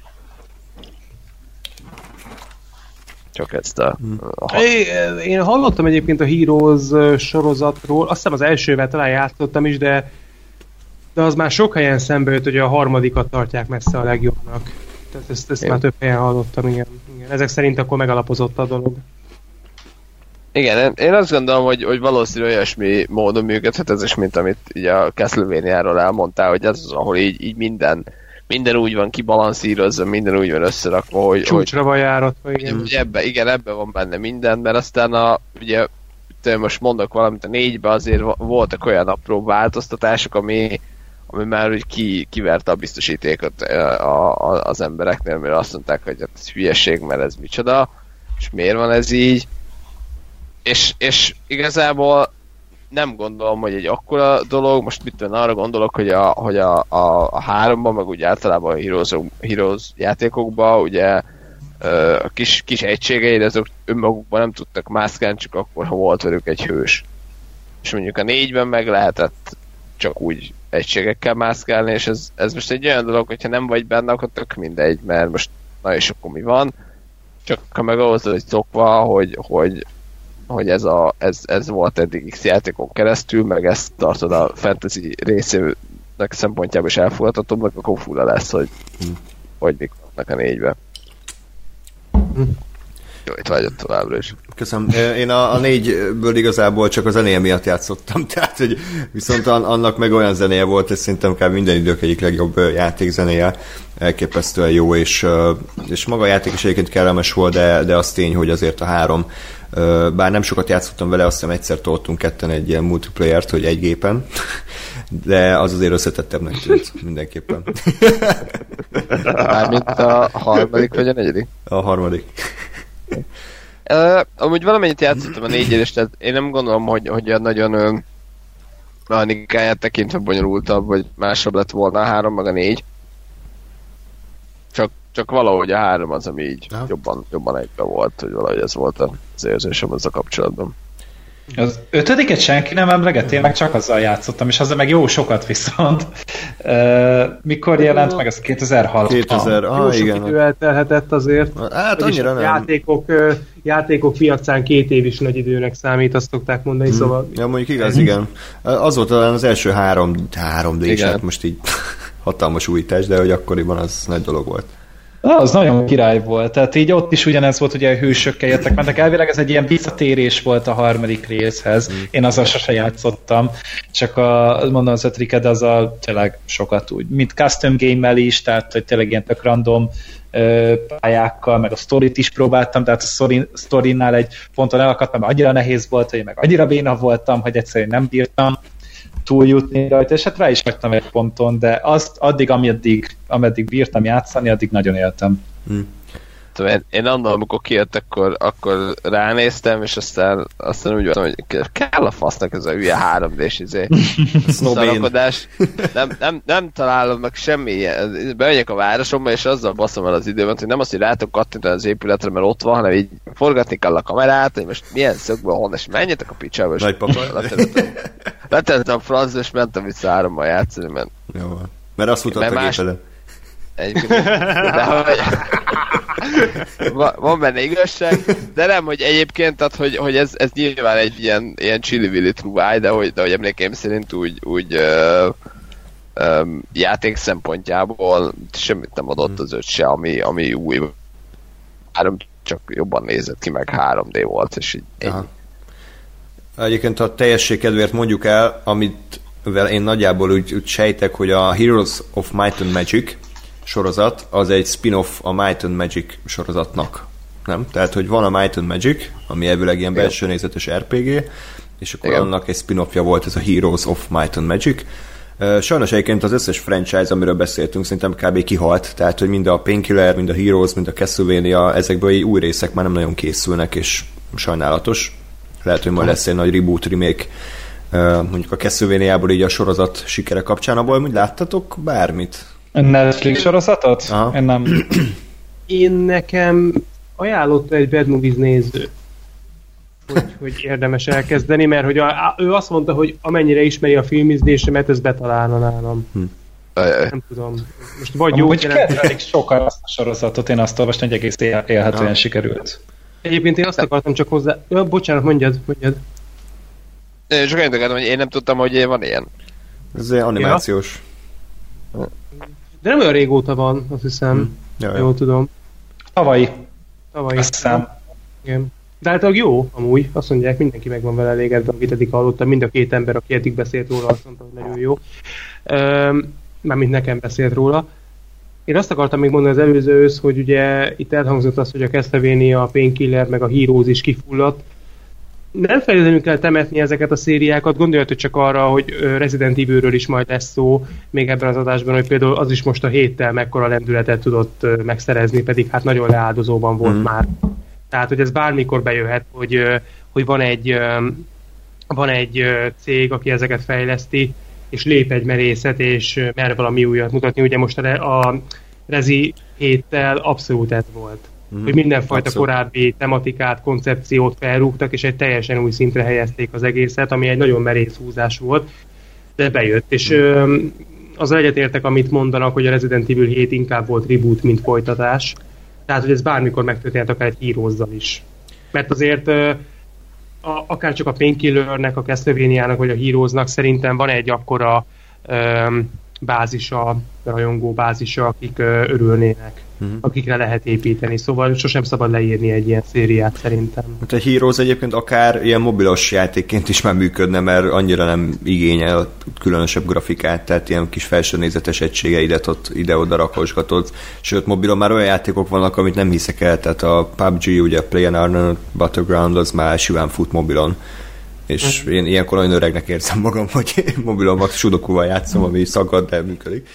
Csak ezt a... a é, én hallottam egyébként a Heroes sorozatról, azt hiszem az elsővel talán játszottam is, de de az már sok helyen szembe jött, hogy a harmadikat tartják messze a legjobbnak. Tehát ezt, ezt már több helyen hallottam, igen. igen. Ezek szerint akkor megalapozott a dolog. Igen, én azt gondolom, hogy, hogy valószínű olyasmi módon működhet ez is, mint amit így a Castlevania-ról elmondtál, hogy ez az, ahol így, így minden, minden úgy van kibalanszírozva, minden úgy van összerakva, hogy... Csúcsra van járatva, igen. Hogy ebbe, igen, ebbe van benne minden, mert aztán a, ugye, most mondok valamit, a négybe azért voltak olyan apró változtatások, ami, ami már úgy ki, kiverte a biztosítékot a, a, az embereknél, mert azt mondták, hogy ez hülyeség, mert ez micsoda, és miért van ez így. És, és igazából nem gondolom, hogy egy akkora dolog, most mit tudom, arra gondolok, hogy a, hogy a, a, a háromban, meg úgy általában a Heroes, Heroes játékokban, ugye a kis, kis egységeid, azok önmagukban nem tudtak mászkálni, csak akkor, ha volt velük egy hős. És mondjuk a négyben meg lehetett csak úgy egységekkel mászkálni, és ez, ez most egy olyan dolog, hogyha nem vagy benne, akkor tök mindegy, mert most na és akkor mi van. Csak ha meg ahhoz vagy szokva, hogy, hogy hogy ez, a, ez, ez volt eddig X játékon keresztül, meg ezt tartod a fantasy részének szempontjából is elfogadhatóbbnak, akkor fura lesz, hogy, hmm. hogy mik vannak a négybe. Hmm. Jó, itt vágyott továbbra is. Köszönöm. Én a, a négyből igazából csak a zenéje miatt játszottam, tehát hogy viszont annak meg olyan zenéje volt, és szerintem kb. Minden idők egyik legjobb játékzenéje, elképesztően jó, és, és maga a játék is egyébként kellemes volt, de, de az tény, hogy azért a három, bár nem sokat játszottam vele, azt hiszem egyszer toltunk ketten egy ilyen multiplayert, hogy egy gépen, de az azért összetettebbnek tűnt mindenképpen. Mármint a harmadik vagy a negyedik? A harmadik. Uh, amúgy valamennyit játszottam a négyért, és tehát én nem gondolom, hogy, hogy a nagyon uh, mechanikáját tekintve bonyolultabb, vagy másabb lett volna a három, meg a négy. Csak, csak valahogy a három az, ami így jobban, jobban egyben volt, hogy valahogy ez volt az érzésem ezzel kapcsolatban. Az ötödiket senki nem emleget, én meg csak azzal játszottam, és azzal meg jó sokat viszont. Uh, mikor jelent meg? Az kétezer-hat. kétezer, ah, jó sok igen. idő eltelhetett azért. Hát annyira nem. Játékok, játékok piacán két év is nagy időnek számít, azt szokták mondani, hmm. szóval... Ja, mondjuk igaz, igen. Az volt talán az első három, három dé-s, hát most így hatalmas újítás, de hogy akkoriban az nagy dolog volt. Ah, az nagyon király volt, tehát így ott is ugyanez volt, ugye a hősökkel jöttek, mentek elvileg, ez egy ilyen visszatérés volt a harmadik részhez, én azzal sose játszottam, csak a, mondom az ötödiket, az a tényleg sokat úgy, mint custom game-mel is, tehát hogy tényleg ilyen tök random ö, pályákkal, meg a sztorit is próbáltam, tehát a story, sztorinál egy ponton elakadt, mert annyira nehéz volt, hogy meg annyira béna voltam, hogy egyszerűen nem bírtam túljutni rajta, és hát rá is hagytam egy ponton, de azt addig, ameddig, ameddig bírtam játszani, addig nagyon éltem. Hmm. Én, én annól, amikor kijött, akkor, akkor ránéztem, és aztán, aztán úgy voltam, hogy kell a fasznak ez a hülye három dés izé. Szarakodás. Nem, nem, nem találom meg semmi ilyen. Bemegyek a városomba, és azzal baszom el az időmet, hogy nem azt, hogy látok kattintani az épületre, mert ott van, hanem így forgatni kell a kamerát, hogy most milyen szögből honnan, és menjetek a picsába, és letettem a francba, és mentem vissza hárommal játszani, mert... Jó, mert azt mutatta a más... gépedet. Egyébként, de hogy van benne igazság, de nem, hogy egyébként, tehát, hogy, hogy ez, ez nyilván egy ilyen, ilyen chili-willy truváj, de hogy, de hogy emlékeim szerint úgy, úgy ö, ö, játék szempontjából semmit nem adott az öt se, ami, ami új. Három csak jobban nézett ki, meg három dé volt, és így Aha. Egyébként a teljesség kedvéért mondjuk el, amit én nagyjából úgy, úgy sejtek, hogy a Heroes of Might and Magic sorozat, az egy spin-off a Might and Magic sorozatnak. Nem? Tehát, hogy van a Might and Magic, ami elvileg ilyen belső nézetes er pé gé, és akkor igen, annak egy spin-offja volt ez a Heroes of Might and Magic. Sajnos egyébként az összes franchise, amiről beszéltünk, szerintem kb. Kihalt, tehát, hogy mind a Painkiller, mind a Heroes, mind a Castlevania, ezekből új részek már nem nagyon készülnek, és sajnálatos. Lehet, hogy majd lesz egy nagy reboot, remake, mondjuk a Castlevania-ból így a sorozat sikere kapcsán, abból úgy láttatok bármit? Netflix sorozatot? Aha. Én nem. Én nekem ajánlott egy Bad Movies néző, hogy, hogy érdemes elkezdeni, mert hogy a, ő azt mondta, hogy amennyire ismeri a filmizlésemet, ez betalálna nálam. Hm. Nem tudom. Most vagy jó jelent... sokan azt a sorozatot, én azt olvastam, hogy egész él, élhetően ja. sikerült. Egyébként én azt akartam csak hozzá... Ja, bocsánat, mondjad, mondjad. Én csak én hogy én nem tudtam, hogy van ilyen. Ez egy animációs. Ja. De nem olyan régóta van, azt hiszem. Hm. Ja, jól ja. tudom. Tavalyi. Tavalyi. Azt hiszem. Igen. De általában jó, amúgy. Azt mondják, mindenki meg van vele elégedve, akit eddig hallottam. Mind a két ember, aki eddig beszélt róla, azt mondta, hogy nagyon jó. Üm, mármint nekem beszélt róla. Én azt akartam még mondani az előző ősz, hogy ugye itt elhangzott az, hogy a Castlevania, a Painkiller, meg a Heroes is kifulladt. Nem feltétlenül kell temetni ezeket a szériákat, gondoljatok csak arra, hogy Resident Evilről is majd lesz szó még ebben az adásban, hogy például az is most a héttel mekkora lendületet tudott megszerezni, pedig hát nagyon leáldozóban volt mm. már. Tehát, hogy ez bármikor bejöhet, hogy, hogy van egy van egy cég, aki ezeket fejleszti, és lép egy merészet, és mer valami újat mutatni. Ugye most a, a Rezi héttel abszolút ez volt. Mm, hogy mindenfajta abszolút. Korábbi tematikát, koncepciót felrúgtak, és egy teljesen új szintre helyezték az egészet, ami egy nagyon merész húzás volt, de bejött. És ö, azzal egyetértek, amit mondanak, hogy a Resident Evil hét inkább volt reboot, mint folytatás. Tehát, hogy ez bármikor megtörténhet akár egy Heroes-zal is. Mert azért ö, a, akár csak a Painkillernek, a Castlevania-nak, vagy a Heroes-nak szerintem van egy akkora ö, bázisa, rajongó bázisa, akik örülnének, uh-huh. akikre lehet építeni. Szóval sosem szabad leírni egy ilyen szériát szerintem. Hát a Heroes egyébként akár ilyen mobilos játékként is már működne, mert annyira nem igényel különösebb grafikát, tehát ilyen kis felső nézetes egységeidet ott ide-oda rakosgatod. Sőt, mobilon már olyan játékok vannak, amit nem hiszek el, tehát a pé u bé gé, ugye a PlayerUnknown's Battleground, az már simán fut mobilon. És én ilyenkor olyan öregnek érzem magam, hogy mobilon max sudokuval játszom, ami szagad, de működik.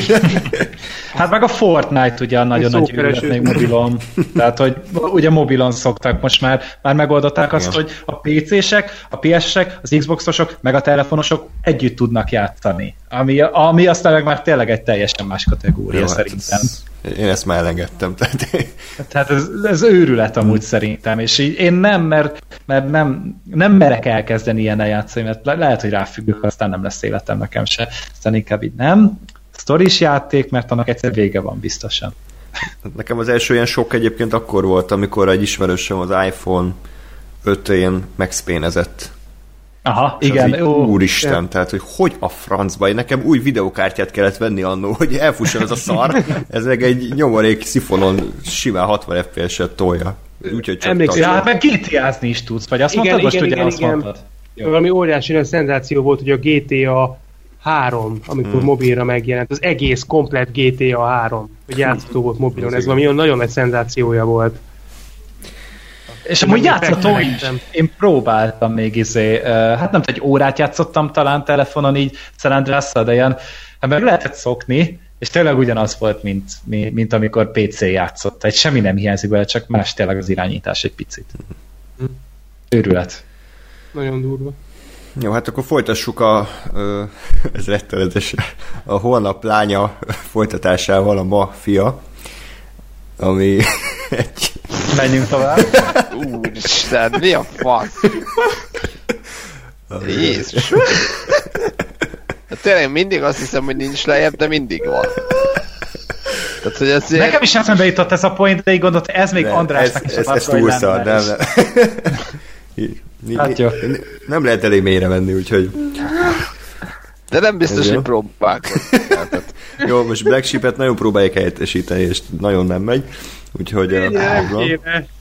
Hát meg a Fortnite ugye nagyon nagy őrület még mobilon. Tehát, hogy ugye mobilon szoktak most már, már megoldották azt, igen. hogy a pé cések, a pé es-esek, az Xboxosok, meg a telefonosok együtt tudnak játszani. Ami, ami aztán meg már tényleg egy teljesen más kategória. Jó, szerintem. Hát ez, én ezt már elengedtem. Tehát, tehát ez, ez őrület amúgy szerintem, és így én nem, mert, mert nem, nem merek elkezdeni ilyennel játszani, mert le, lehet, hogy ráfüggök, aztán nem lesz életem nekem se. Aztán inkább így nem. Sztoris játék, mert annak egyszer vége van biztosan. Nekem az első ilyen sok egyébként akkor volt, amikor egy ismerősöm az iPhone ötén megszpénezett. Aha, és igen. Ó, úristen, ja. Tehát, hogy hogy a francba, nekem új videokártyát kellett venni annó, hogy elfusson ez a szar, ez meg egy nyomorék szifonon simán hatvan ef pé es-et tolja. Úgyhogy csak emlékszem. Ja, hát meg gé té á-zni is tudsz, vagy azt igen, mondtad, igen, most igen, ugye igen, azt mondtad. Valami óriási nagy szenzáció volt, hogy a gé té á három, amikor hmm. mobilra megjelent, az egész komplet gé té á három, hogy játszható volt mobilon, ez valami nagyon nagy szenzációja volt. És amúgy játszható is. Én próbáltam még izé, uh, hát nem egy órát játszottam talán telefonon így San Andreas-szal, de ilyen, hát meg lehetett szokni, és tényleg ugyanaz volt, mint, mint amikor pé cé játszott. Egy semmi nem hiányzik vele, csak más tényleg az irányítás egy picit. Hmm. Őrület. Nagyon durva. Jó, hát akkor folytassuk a ö, ez rettenetes, a Holnap lánya folytatásával, a Ma fia, ami egy... Menjünk tovább. Úristen, mi a fasz? Jézus. Hát tényleg mindig azt hiszem, hogy nincs lejjebb, de mindig van. Tehát, hogy ez nekem is eszembe jutott ez a point, de így gondolt, ez még ne, Andrásnak ez, is ez, ez túlszal, nem, nem. Hát jó. Nem lehet elég mélyre menni, úgyhogy... De nem biztos, hogy próbálkozunk. Jó, most Black Sheep-et nagyon próbálják helyettesíteni, és nagyon nem megy. Úgyhogy... Igen, uh,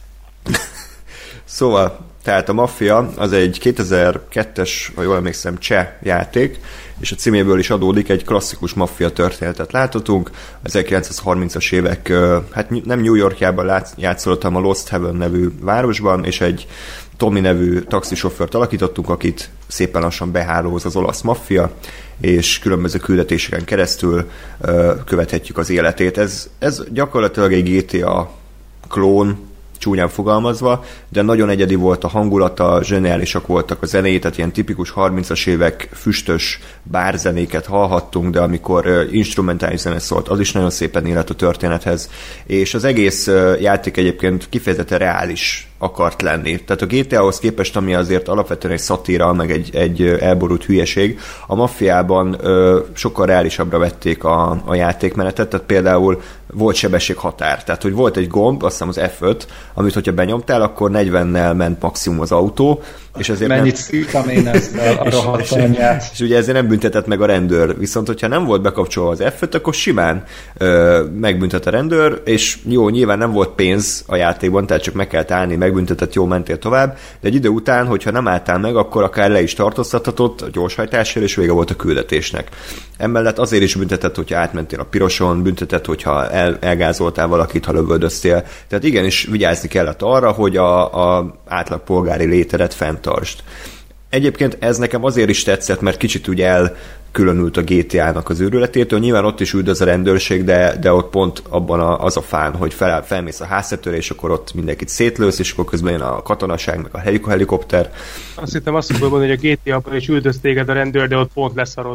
szóval, tehát a Mafia az egy kétezer-kettes, ha jól emlékszem, cseh játék, és a címéből is adódik, egy klasszikus maffia történetet láthatunk. ezerkilencszázharmincas évek, hát nem New Yorkjában játszódott, hanem a Lost Heaven nevű városban, és egy Tommy nevű taxisofőrt alakítottunk, akit szépen lassan behálóz az olasz maffia, és különböző küldetéseken keresztül követhetjük az életét. Ez, ez gyakorlatilag egy gé té á klón, csúnyán fogalmazva, de nagyon egyedi volt a hangulata, zseniálisak voltak a zenéi, tehát ilyen tipikus harmincas évek füstös bárzenéket hallhattunk, de amikor uh, instrumentális zene szólt, az is nagyon szépen élet a történethez, és az egész uh, játék egyébként kifejezetten reális akart lenni. Tehát a gé té á-hoz képest, ami azért alapvetően egy szatíra, meg egy, egy elborult hülyeség, a Maffiában ö, sokkal reálisabbra vették a, a játékmenetet, tehát például volt sebességhatár, tehát hogy volt egy gomb, azt hiszem az ef öt, amit hogyha benyomtál, akkor negyvennel ment maximum az autó, és ezért mennyit szívtam én ezt a rohadtanyját. És, és ugye ezért nem büntetett meg a rendőr, viszont hogyha nem volt bekapcsolva az ef öt, akkor simán ö, megbüntet a rendőr, és jó, nyilván nem volt pénz a játékban, tehát csak meg kellett állni, megbüntetett, jó, mentél tovább, de egy idő után, hogyha nem álltál meg, akkor akár le is tartóztathatott a gyorshajtásért, és vége volt a küldetésnek. Emellett azért is büntetett, hogyha átmentél a piroson, büntetett, hogyha el, elgázoltál valakit, ha lövöldöztél. Tehát igenis vigyázni kellett arra, hogy a, a átlag polgári létedet fenntartsd. Egyébként ez nekem azért is tetszett, mert kicsit ugye elkülönült a gé té á-nak az őrületétől. Nyilván ott is üldöz a rendőrség, de, de ott pont abban a, az a fán, hogy fel, felmész a háztetőre, és akkor ott mindenkit szétlősz, és akkor közben jön a katonaság, meg a helikopter. Azt hittem azt fogom mondani, hogy a gé té á-ban is üldöz téged a rendőr, de ott pont leszarod.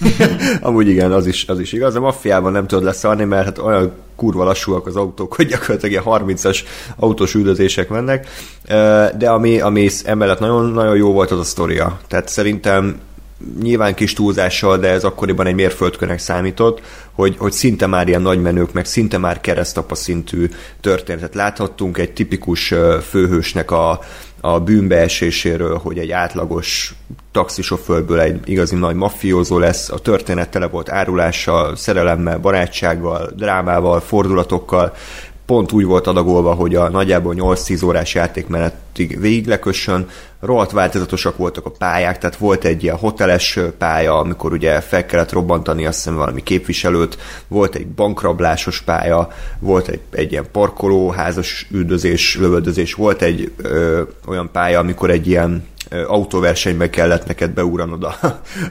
Amúgy igen, az is, az is igaz. A Maffiában nem tudod leszarni, mert hát olyan kurva lassúak az autók, hogy gyakorlatilag ilyen harmincas autós üldözések mennek. De ami, ami emellett nagyon, nagyon jó volt, az a sztoria. Tehát szerintem nyilván kis túlzással, de ez akkoriban egy mérföldkőnek számított, hogy, hogy szinte már ilyen nagymenők, meg szinte már keresztapa szintű történetet láthattunk, egy tipikus főhősnek a, a bűnbeeséséről, hogy egy átlagos taxisofőrből egy igazi nagy maffiózó lesz, a történet tele volt árulással, szerelemmel, barátsággal, drámával, fordulatokkal, pont úgy volt adagolva, hogy a nagyjából nyolc-tíz órás játékmenetig végig lekössön, rohadt változatosak voltak a pályák, tehát volt egy ilyen hoteles pálya, amikor ugye fel kellett robbantani azt hiszem valami képviselőt, volt egy bankrablásos pálya, volt egy, egy ilyen parkolóházas üldözés, lövöldözés, volt egy ö, olyan pálya, amikor egy ilyen autóversenybe kellett neked beúranod a,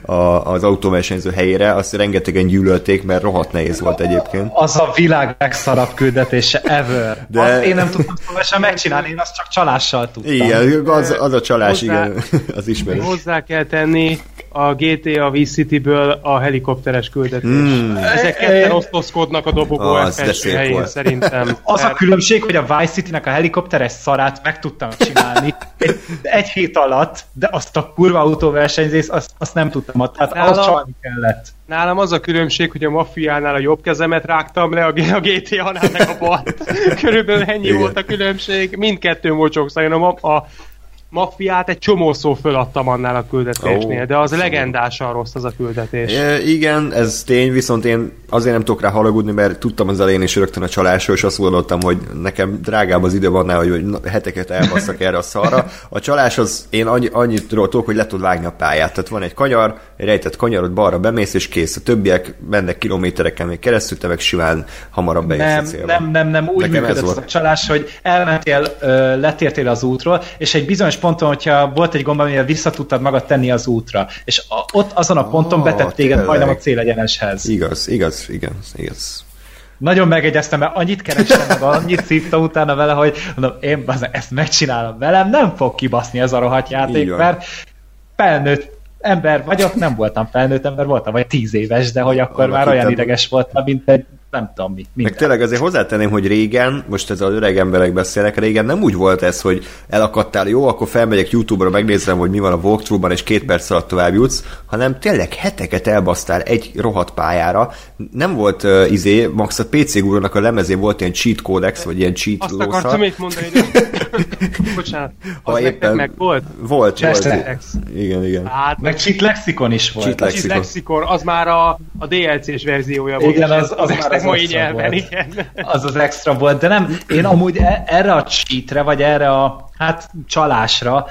a, az autóversenyző helyére, azt rengetegen gyűlölték, mert rohadt nehéz volt egyébként. Az a világ legszarabb küldetése ever. De... Azt én nem tudtam szóval sem megcsinálni, én azt csak csalással tudtam. Igen, az, az a csalás, hozzá, igen, az ismerős. Hozzá kell tenni a gé té á Vice Cityből a helikopteres küldetés. Mm. Ezek ketten osztozkodnak a dobogó oh, első helyén, szerintem. Az a különbség, hogy a Vice Citynek a helikopteres szarát meg tudtam csinálni egy, egy hét alatt, de azt a kurva autóversenyzés, azt, azt nem tudtam, tehát nálam, az csalni kellett. Nálam az a különbség, hogy a maffiánál a jobb kezemet rágtam le, a gé té á-nál meg a balt. Körülbelül ennyi igen. volt a különbség. Mindkettő mocsogszal. A, a maffiát egy csomószó föladtam annál a küldetésnél, oh, de az legendásan rossz az a küldetés. É, igen, ez tény, viszont én azért nem tudok rá halagudni, mert tudtam az elején is rögtön a csalásról, és azt gondoltam, hogy nekem drágább az idő van rá, hogy heteket elbasszak erre a szarra. A csalás az, én annyi, annyit tudok, hogy le tud vágni a pályát. Tehát van egy kanyar, egy rejtett kanyarod, balra bemész, és kész. A többiek mennek kilométereken még keresztül, te meg simán hamarabb bejössz a célba. Nem, nem, nem, úgy nekem működött a csalás, hogy elmentél, letértél az útról, és egy bizonyos ponton, hogyha volt egy gomb, amivel vissza tudtad magad tenni az útra, és a, ott azon a ponton oh, betett téged majdnem a célegyeneshez. Igaz, igaz, igen, igaz. Nagyon megegyeztem, mert annyit kerestem, meg annyit szívtam utána vele, hogy mondom, én ezt megcsinálom velem, nem fog kibaszni ez a rohadt játék, mert felnőtt ember vagyok, nem voltam felnőtt ember, voltam vagy tíz éves, de hogy akkor Annak már olyan hittem... ideges voltam, mint egy nem tudom mi. Minden. Meg tényleg azért hozzátenném, hogy régen, most ez az öreg emberek beszélnek, régen nem úgy volt ez, hogy elakadtál, jó, akkor felmegyek YouTube-ra, megnézem, hogy mi van a walkthrough-ban, és két perc alatt tovább jutsz, hanem tényleg heteket elbasztál egy rohadt pályára. Nem volt uh, izé, max a pé cé Guru-nak a lemezén volt ilyen cheat kódex, vagy ilyen cheat azt lószal. Azt akartam itt mondani, hogy bocsánat, az ha éppen... meg volt? Volt, volt. Igen, igen. Hát, meg cheat lexikon is volt. Cheat lexikon, lexikon az már a, a dé el cés verziója volt. Igen, az, az, az már az mai nyelven, igen. Az az extra volt, de nem, én amúgy erre a cheatre, vagy erre a hát csalásra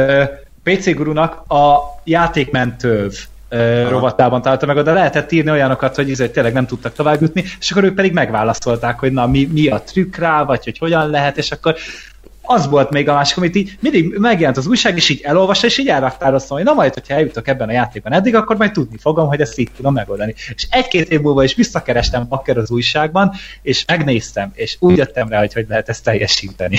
pé cé Gurunak a játékmentőv rovatában találta meg, oda lehetett írni olyanokat, hogy izé, tényleg nem tudtak tovább jutni, és akkor ők pedig megválaszolták, hogy na mi, mi a trükk rá, vagy hogy hogyan lehet, és akkor az volt még a másik, amit így mindig megjelent az újság, és így elolvasta, és így elraktároztam, hogy na majd, hogyha eljutok ebben a játékban eddig, akkor majd tudni fogom, hogy ezt így tudom megoldani. És egy-két év múlva is visszakerestem bakker az újságban, és megnéztem, és úgy jöttem rá, hogy hogy lehet ezt teljesíteni.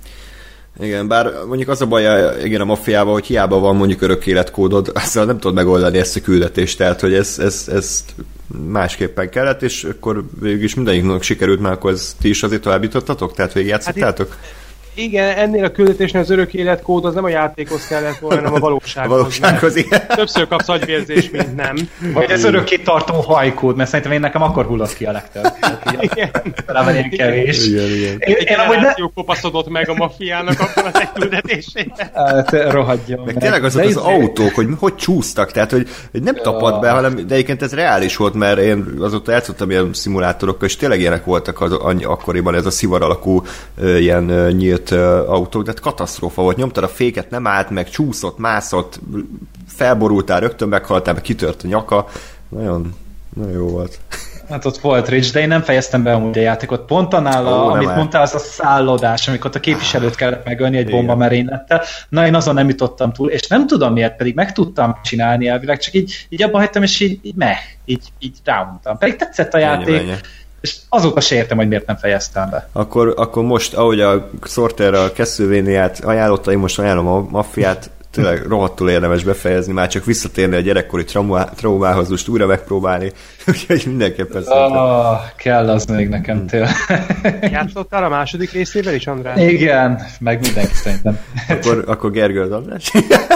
Igen, bár mondjuk az a baj, igen, a maffiával, hogy hiába van mondjuk örök életkódod, azzal nem tudod megoldani ezt a küldetést, tehát hogy ez, ez, ezt másképpen kellett, és akkor végül is mindegyiknek sikerült, mert akkor ezt ti is azért továbbítottatok, tehát végigjátszottátok? Hát igen, ennél a küldetésnél az örök életkód az nem a játékhoz kellett volna, hanem a valósághoz. A valósághoz, igen. Többször kapsz agyvérzést, mint nem. Vagy ez örökké tartó hajkód, mert szerintem én nekem akkor hullott ki a legtöbb. Igen. Talán ilyen kevés. Igen, igen. Én, én amúgy ne... jó kopaszodott meg a maffiának akkor az egy küldetésére. Hát, rohadjon meg. Meg tényleg azok az autók, hogy hogy csúsztak, tehát hogy, hogy nem tapad be, hanem de egyébként ez reális volt, mert én azóta játszottam ilyen szimulátorokkal, és tényleg ilyenek voltak az, akkoriban ez a szivar alakú ilyen nyílt autók, de katasztrófa volt. Nyomtad a féket, nem állt meg, csúszott, mászott, felborultál, rögtön meghaltál, meg kitört a nyaka. Nagyon, nagyon jó volt. Hát ott volt Rich, de én nem fejeztem be amúgy a játékot. Pont annál, oh, a, amit mondtál, az a szállodás, amikor a képviselőt kellett megölni egy bomba merénylettel. Na, én azon nem jutottam túl, és nem tudom miért, pedig meg tudtam csinálni elvileg, csak így, így abba hagytam, és így, így meh, így, így ráuntam. Pedig tetszett a játék. Ennyi, ennyi. És azóta se értem, hogy miért nem fejeztem be. Akkor, akkor most, ahogy a Sorter a Castlevaniát ajánlotta, én most ajánlom a maffiát, tényleg rohadtul érdemes befejezni, már csak visszatérni a gyerekkori traumá, traumához, most újra megpróbálni, úgyhogy mindenképpen szerintem. Oh, kell az még nekem tőle. Játszottál a második részével is, András? Igen, meg mindenki szerintem. Akkor, akkor Gergő az András.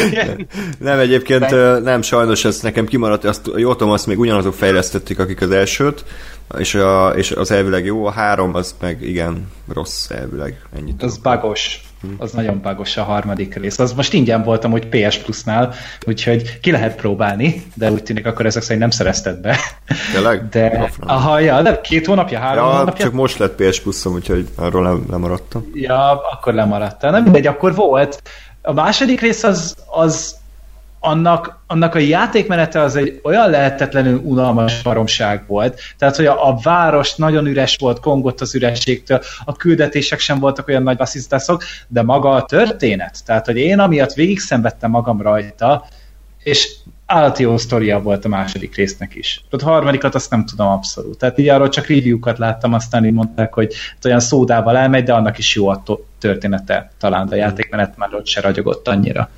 Nem, egyébként nem, sajnos ez nekem kimaradt, azt, a Jótom azt még ugyanazok fejlesztették, akik az elsőt, és, a, és az elvileg jó, a három az meg igen rossz elvileg. Ennyit az bugos. Az nagyon bugos a harmadik rész. Az most ingyen voltam, hogy pé es Plus-nál, úgyhogy ki lehet próbálni, de úgy tűnik, akkor ezek szerint nem szerezted be. Tényleg? De, aha, ja, de két hónapja, három ja, hónapja? Csak most lett pé es Plus-om, úgyhogy arról nem, lemaradtam. Ja, akkor lemaradtál. Nem mindegy, akkor volt. A második rész az, az annak, annak a játékmenete az egy olyan lehetetlenül unalmas baromság volt. Tehát, hogy a, a város nagyon üres volt, kongott az ürességtől, a küldetések sem voltak olyan nagy asszisztászok, de maga a történet, tehát, hogy én amiatt végig szenvedtem magam rajta, és állati jó sztoria volt a második résznek is. A harmadikat azt nem tudom abszolút. Tehát így arról csak review-kat láttam, aztán így mondták, hogy olyan szódával elmegy, de annak is jó a története. Talán a játékmenet már ott se ragyogott annyira.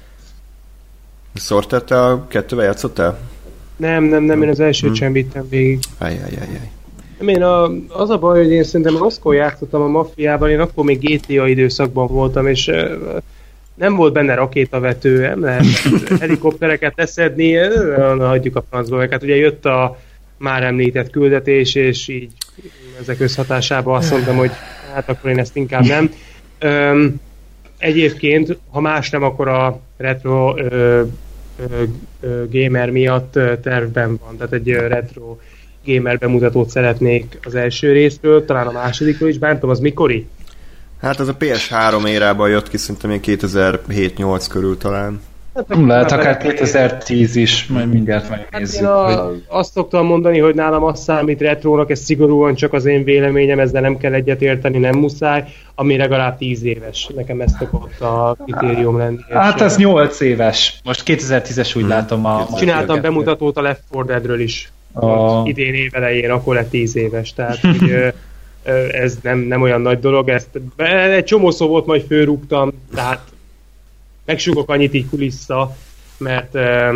Sorter, te a kettővel játszottál? Nem, nem, nem, én az elsőt hmm. sem vittem végig. Ajjajajaj. Én a, az a baj, hogy én szerintem rosszkor játszottam a Maffiában, én akkor még gé té á időszakban voltam, és uh, nem volt benne rakétavető, nem lehet helikoptereket leszedni, uh, hagyjuk a francba. Hát ugye jött a már említett küldetés, és így ezek összhatásában azt mondtam, hogy hát akkor én ezt inkább nem. Um, Egyébként, ha más nem, akkor a retro ö, ö, ö, gamer miatt tervben van. Tehát egy retro gamer bemutatót szeretnék az első részről, talán a másodikról is, bár nem tudom, az mikori? Hát az a pé es három érában jött ki, szerintem ilyen kétezer-hét nyolc körül talán. Hát, lehet akár kétezer-tíz is, majd mindjárt megnézzük. Hát a, hogy... Azt szoktam mondani, hogy nálam az számít retrónak, ez szigorúan csak az én véleményem, ezzel nem kell egyet érteni, nem muszáj, ami legalább tíz éves. Nekem ez szokott a kritérium lenni. Hát ez nyolc éves. Most kétezer-tízes úgy hmm. látom a... Csináltam bemutatót a Left four Deadről is. A... Idén évelején, akkor lett tíz éves. Tehát így, ez nem, nem olyan nagy dolog. Ezt, egy csomó szó volt, majd fölrúgtam, tehát megsugok annyit így kulissza, mert uh,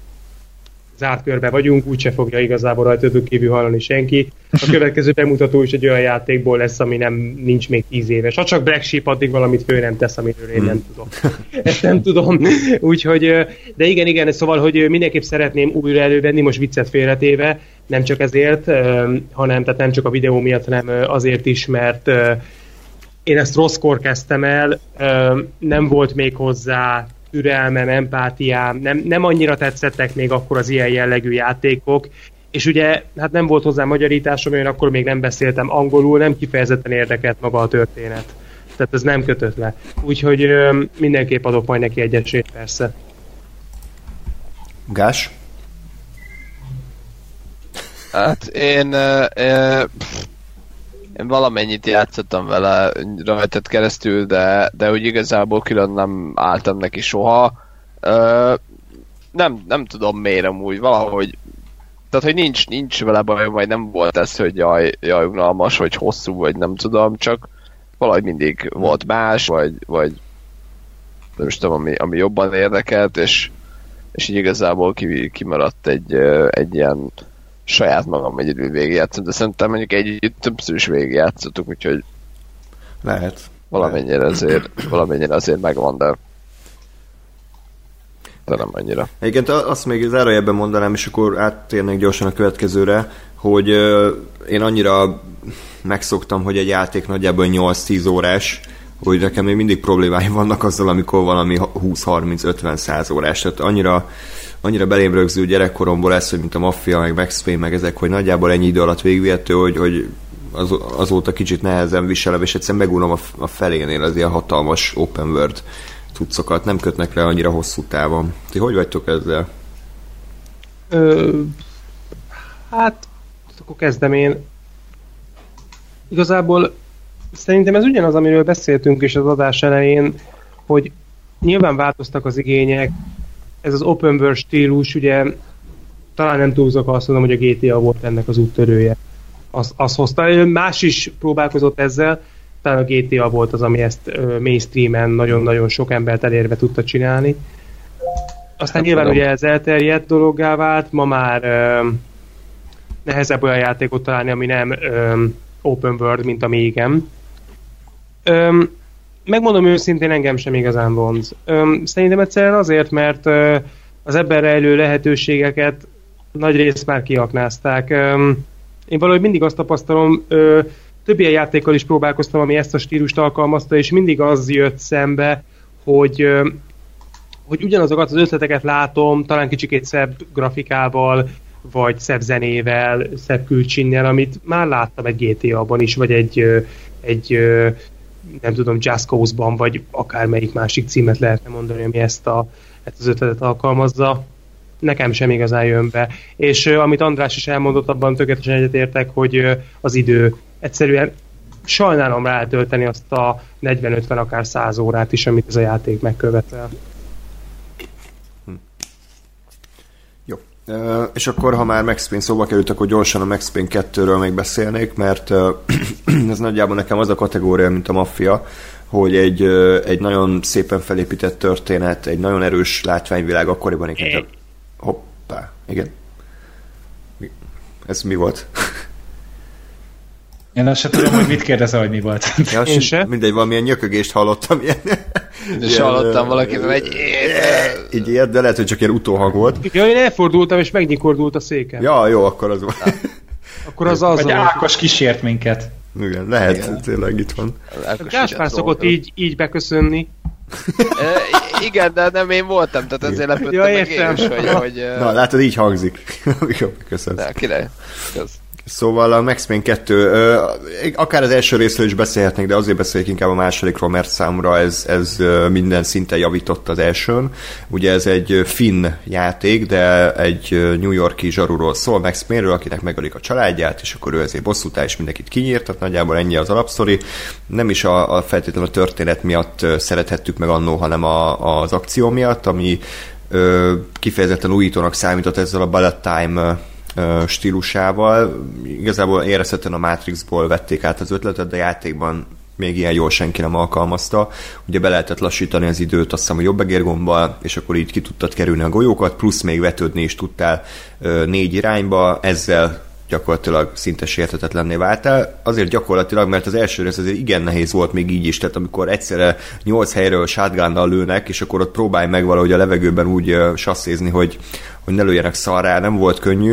zárt körbe vagyunk, úgyse fogja igazából rajtatok kívül hallani senki. A következő bemutató is egy olyan játékból lesz, ami nem nincs még tíz éves. Ha csak Black Sheep addig valamit fő nem tesz, amiről én nem tudom. Ezt nem tudom. Úgyhogy, de igen, igen, szóval, hogy mindenképp szeretném újra elővenni, most viccet félretéve, nem csak ezért, hanem tehát nem csak a videó miatt, hanem azért is, mert én ezt rosszkor kezdtem el, nem volt még hozzá türelmem, empátiám, nem, nem annyira tetszettek még akkor az ilyen jellegű játékok, és ugye hát nem volt hozzá magyarításom, én akkor még nem beszéltem angolul, nem kifejezetten érdekelt maga a történet. Tehát ez nem kötött le. Úgyhogy mindenképp adok majd neki egy esélyt, persze. Gás? Hát én... Uh, Én valamennyit játszottam vele rajtad keresztül, de, de úgy igazából külön nem álltam neki soha. Ö, nem, nem tudom miért amúgy, valahogy tehát, hogy nincs, nincs vele bajom, vagy nem volt ez, hogy jaj, jaj unalmas, vagy hosszú, vagy nem tudom, csak valahogy mindig volt más, vagy, vagy nem is tudom, ami, ami jobban érdekelt, és, és így igazából ki, kimaradt egy, egy ilyen saját magam egyedül végigjátszom, de szerintem mondjuk együtt többször is végigjátszottuk, úgyhogy lehet. Valamennyire azért, valamennyire azért megvan, de de nem annyira. Egyébként azt még zárójelben mondanám, és akkor áttérnék gyorsan a következőre, hogy euh, én annyira megszoktam, hogy egy játék nagyjából nyolc-tíz órás, hogy nekem még mindig problémáim vannak azzal, amikor valami húsz-harminc-ötven-száz órás. Tehát annyira, annyira belém rögzül gyerekkoromból ez, hogy mint a Mafia, meg Max Payne, meg ezek, hogy nagyjából ennyi idő alatt végigvihető, hogy, hogy az, azóta kicsit nehezen viselem, és egyszerűen megunom a, a felénél az ilyen hatalmas open world cuccokat, nem kötnek le annyira hosszú távon. Ti hogy vagytok ezzel? Ö, hát, akkor kezdem én. Igazából szerintem ez ugyanaz, amiről beszéltünk is az adás elején, hogy nyilván változtak az igények, ez az open world stílus, ugye talán nem túlzok, azt mondom, hogy a gé té á volt ennek az úttörője. Az, az hozta, más is próbálkozott ezzel, talán a gé té á volt az, ami ezt mainstreamen nagyon-nagyon sok embert elérve tudta csinálni. Aztán nyilván ugye ez elterjedt dologgá vált, ma már uh, nehezebb olyan játékot találni, ami nem um, open world, mint ami igen. Um, megmondom őszintén, engem sem igazán vonz. Öm, szerintem egyszerűen azért, mert ö, az ebben rejlő lehetőségeket nagy részt már kiaknázták. Öm, én valahogy mindig azt tapasztalom, ö, több ilyen játékkal is próbálkoztam, ami ezt a stílust alkalmazta, és mindig az jött szembe, hogy, ö, hogy ugyanazokat az ötleteket látom, talán kicsikét szebb grafikával, vagy szebb zenével, szebb külcsinnel, amit már láttam egy gé té á-ban is, vagy egy, egy nem tudom, Just Cause-ban, vagy akármelyik másik címet lehetne mondani, ami ezt, a, ezt az ötletet alkalmazza. Nekem sem igazán jön be. És amit András is elmondott, abban tökéletesen egyetértek, hogy az idő egyszerűen sajnálom rá eltölteni azt a negyven-ötven, akár száz órát is, amit ez a játék megkövetel. Uh, és akkor, ha már Max Payne szóba került, akkor gyorsan a Max Payne kettőről még beszélnék, mert uh, ez nagyjából nekem az a kategória, mint a Maffia, hogy egy, uh, egy nagyon szépen felépített történet, egy nagyon erős látványvilág, akkoriban éppen... Hoppá, igen. Ez mi volt? Én azt sem tudom, hogy mit kérdezel, hogy mi volt. Ja, én se. Mindegy, valamilyen nyökögést hallottam. Ilyen, és ilyen, hallottam valakitől egy... Így ilyet, de lehet, hogy csak ilyen utóhang volt. Ja, én elfordultam, és megnyikordult a széken. Ja, jó, akkor az volt. Akkor az az. Vagy Ákos kísért minket. Igen, lehet, igen. Tényleg itt van. Gáspár szokott így, így beköszönni. e, igen, de nem én voltam, tehát ezért lepődtem ja, meg én is, hogy... hogy na, látod, így hangzik. Köszönöm. De, király. Kösz. Szóval a Max Payne kettő, akár az első részről is beszélhetnénk, de azért beszéljük inkább a másodikról, mert számomra ez, ez minden szinten javított az elsőn. Ugye ez egy finn játék, de egy New York-i zsarúról szól, Max Payne-ről, akinek megölik a családját, és akkor ő ezért bosszút áll, és mindenkit kinyírt, tehát nagyjából ennyi az alapsztori. Nem is a, a feltétlenül a történet miatt szerethettük meg annó, hanem a, az akció miatt, ami ö, kifejezetten újítónak számított ezzel a bullet time stílusával. Igazából érezhetően a Matrixból vették át az ötletet, de a játékban még ilyen jól senki nem alkalmazta. Ugye be lehetett lassítani az időt, azt hiszem a jobb egérgombbal, és akkor így ki tudtad kerülni a golyókat, plusz még vetődni is tudtál négy irányba, ezzel gyakorlatilag szinte sérthetetlenné váltál. Azért gyakorlatilag, mert az első rész azért igen nehéz volt még így is, tehát amikor egyszerre nyolc helyről shotgunnal lőnek, és akkor ott próbálj meg valahogy a levegőben úgy sasszézni, hogy, hogy ne lőjenek szarrá, nem volt könnyű.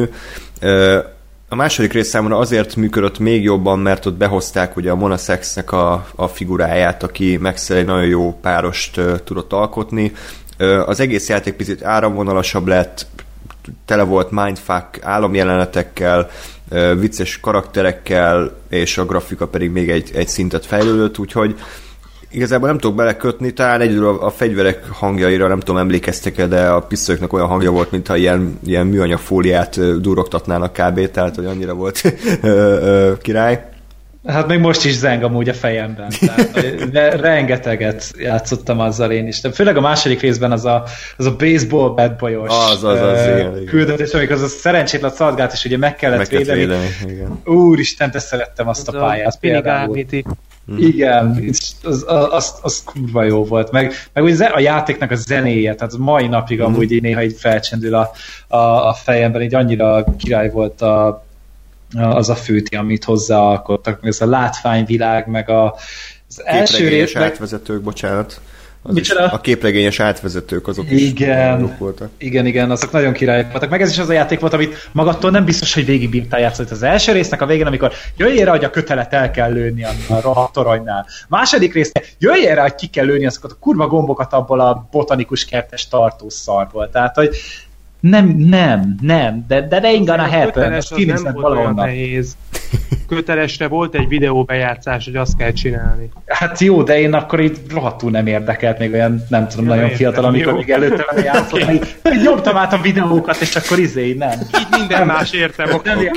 A második rész számomra azért működött még jobban, mert ott behozták ugye a Mona Sexnek a, a figuráját, aki Max-el egy nagyon jó párost tudott alkotni. Az egész játék picit áramvonalasabb lett, tele volt mindfuck álomjelenetekkel, vicces karakterekkel, és a grafika pedig még egy, egy szintet fejlődött, úgyhogy igazából nem tudok belekötni, talán egyedül a, a fegyverek hangjaira nem tudom, emlékeztek-e, de a pisztolyoknak olyan hangja volt, mintha ilyen, ilyen műanyag fóliát durogtatnának kb. Tehát, hogy annyira volt király. Hát még most is zeng amúgy a fejemben. Tehát, de rengeteget játszottam azzal én is. De főleg a második részben az a, az a baseball bad boy-os az, az, az, igen, küldetés, amikor az a szerencsétlen szargát is ugye meg kellett meg védeni. védeni igen. Úristen, te szerettem azt az a pályát a például. Hmm. Igen, az, az, az, az kurva jó volt. Meg, meg ugye a játéknak a zenéje, tehát a mai napig hmm. amúgy így néha így felcsendül a, a, a fejemben, így annyira király volt a az a főti, amit hozzáalkottak, meg ez a látványvilág, meg a, az első részben... átvezetők, bocsánat. A képregényes átvezetők, azok igen, is voltak. Igen, igen, azok nagyon királyok voltak. Meg ez is az a játék volt, amit magattól nem biztos, hogy végigbírtál játszani. Az első résznek a végén, amikor jöjjél rá, hogy a kötelet el kell lőni a rohadt toronynál. Második résznek jöjjél rá, hogy ki kell lőni azokat a kurva gombokat abból a botanikus kertes tartószarból. Tehát, hogy Nem, nem, nem, de de ain't gonna happen. Az nem volt olyan nehéz. Kötelesre volt egy videóbejátszás, hogy azt kell csinálni. Hát jó, de én akkor így rohadtul nem érdekelt, még olyan, nem tudom, ja, nagyon értem, fiatal, amikor jó. Még előtte vele játszottam. Okay. Így nyomtam át a videókat, és akkor izé, nem. Így minden nem, más értem. Okay. Nem,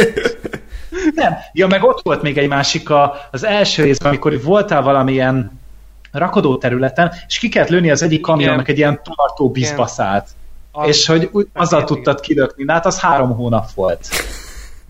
nem. Ja, meg ott volt még egy másik a, az első részben, amikor voltál valamilyen rakodó területen, és ki kellett lőni az egyik kamionnak egy ilyen tartó bizbaszát. Az, és hogy úgy, azzal tudtad kilökni. Hát az három hónap volt.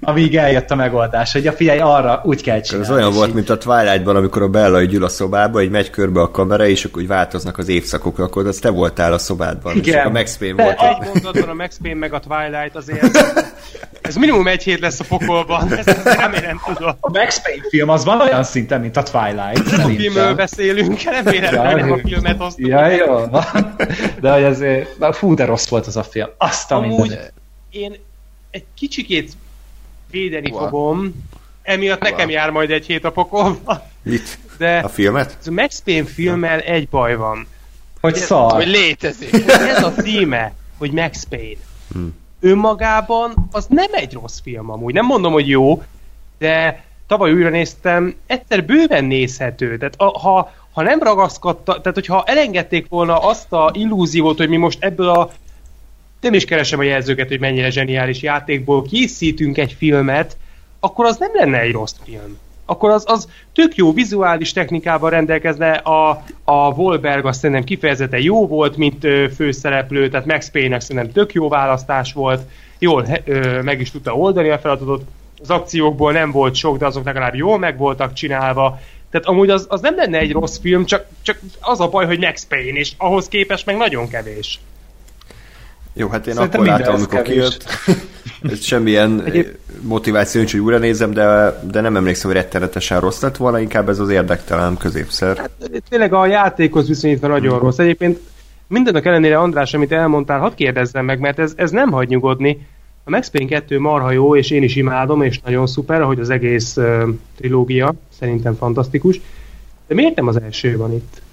amíg eljött a megoldás, hogy a figyelj, arra úgy kell csinálni. Ez olyan volt, mint a Twilight-ban, amikor a Bella így ül a szobába, így megy körbe a kamera, és akkor úgy változnak az évszakok, akkor az te voltál a szobádban. Igen. A Max Payne volt. Egy mondatban a Max Payne meg a Twilight azért... Ez minimum egy hét lesz a pokolban, ezt remélem tudom. A Max Payne film az van olyan szinten, mint a Twilight. Nem a filmről beszélünk, remélem, ja, nem a filmet hoztuk. Ja, jó, de hogy azért, fú, de rossz volt az a film. Azt a Amúgy én egy kicsikét védeni Uha. fogom, emiatt Uha. nekem jár majd egy hét a pokolban. Mit? De a filmet? A Max Payne filmmel egy baj van. Hogy szar. Hogy létezik. Ez a címe, hogy Max Payne. Hmm. Önmagában az nem egy rossz film amúgy. Nem mondom, hogy jó, de tavaly újra néztem, egyszer bőven nézhető. Tehát a, ha, ha nem ragaszkodta, tehát hogyha elengedték volna azt a illúziót, hogy mi most ebből a nem is keresem a jelzőket, hogy mennyire zseniális játékból készítünk egy filmet, akkor az nem lenne egy rossz film. Akkor az, az tök jó vizuális technikával rendelkezne, a, a Wahlberg azt szerintem kifejezetten jó volt, mint ö, főszereplő, tehát Max Payne-nek szerintem tök jó választás volt, jól ö, meg is tudta oldani a feladatot, az akciókból nem volt sok, de azok legalább jól meg voltak csinálva, tehát amúgy az, az nem lenne egy rossz film, csak, csak az a baj, hogy Max Payne, és ahhoz képest meg nagyon kevés. Jó, hát én Szerintem akkor láttam, amikor kijött. Semmilyen Egyéb... motiváció nincs, hogy újra nézem, de, de nem emlékszem, hogy rettenetesen rossz lett volna, inkább ez az érdektelen középszer. Hát, tényleg a játékhoz viszonyítva nagyon rossz. Egyébként mindennek ellenére, András, amit elmondtál, hadd kérdezzem meg, mert ez, ez nem hagy nyugodni. A Max Payne kettő marha jó, és én is imádom, és nagyon szuper, ahogy az egész uh, trilógia, szerintem fantasztikus. De miért nem az első van itt?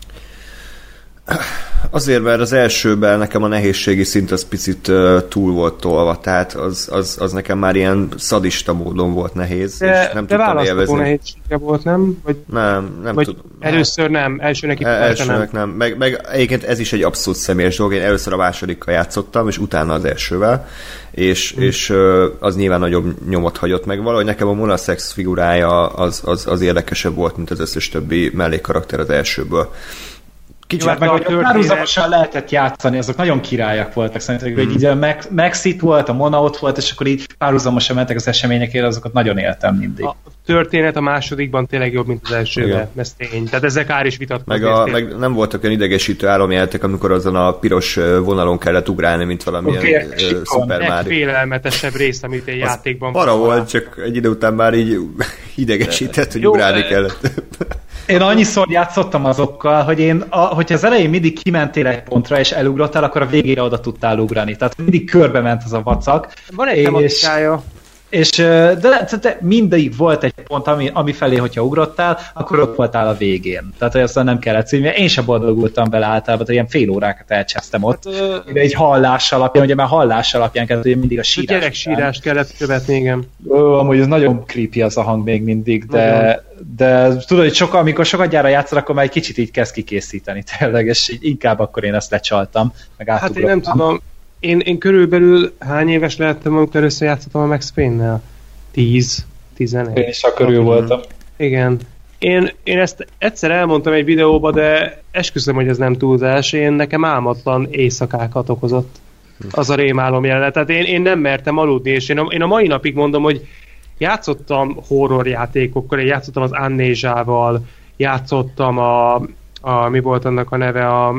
Azért, mert az elsőben nekem a nehézségi szint az picit uh, túl volt tolva, tehát az, az, az nekem már ilyen szadista módon volt nehéz, de, és nem de tudtam élvezni. De nehézsége volt, nem? Vagy, nem, nem vagy tudom. Először nem, elsőnek itt Elsőnek nem. nem. Meg, meg egyébként ez is egy abszolút személyes dolog, én először a másodikkal játszottam, és utána az elsővel, és, hmm. és uh, az nyilván nagyobb nyomot hagyott meg. Valahogy nekem a Mona Sex figurája az, az, az érdekesebb volt, mint az összes többi mellékkarakter az elsőből. Kicsit meg, hogy párhuzamosan lehetett játszani, azok nagyon királyak voltak szerintem, hogy így a Max itt volt, a Mona ott volt, és akkor így párhuzamosan mentek az eseményekért, azokat nagyon éltem mindig. A történet a másodikban tényleg jobb, mint az elsőben, ez tény. Tehát ezzel kár is vitatkozni. Meg, a, meg nem voltak olyan idegesítő álomjáték, amikor azon a piros vonalon kellett ugrálni, mint valamilyen okay, Super Mario. Félelmetesebb rész, amit egy játékban van. Para volt, csak egy idő után már így idegesített, hogy ugrálni kellett. Én annyiszor játszottam azokkal, hogy én, a, hogyha az elején mindig kimentél egy pontra, és elugrottál, akkor a végére oda tudtál ugrani. Tehát mindig körbe ment az a vacak. Van egy tematikája. És, de, de, de mindig volt egy pont, ami, ami felé, hogyha ugrottál, akkor ott voltál a végén. Tehát aztán nem kellett szívni. Én sem boldogultam vele általában, hogy ilyen fél órákat elcsesztem ott. Hát, de egy hallás alapján, ugye már hallás alapján kellett, hogy mindig a sírás. A gyereksírást kellett követni, igen. Ó, amúgy ez nagyon creepy az a hang még mindig, de, de tudod, hogy soka, amikor sokat gyára játszol, akkor már egy kicsit így kezd kikészíteni tényleg, és inkább akkor én ezt lecsaltam, meg hát én nem tudom. Én, én körülbelül hány éves lehettem, amikor először játszottam a Max Payne-nel? Tíz, tizenegy. Én is a körül voltam. Igen. Én, én ezt egyszer elmondtam egy videóba, de esküszöm, hogy ez nem túlzás. Én nekem álmatlan éjszakákat okozott. Az a rémálom jelenet. Tehát én, én nem mertem aludni, és én a, én a mai napig mondom, hogy játszottam horror játékokkal, én játszottam az Amnésiával, játszottam a, a mi volt annak a neve, a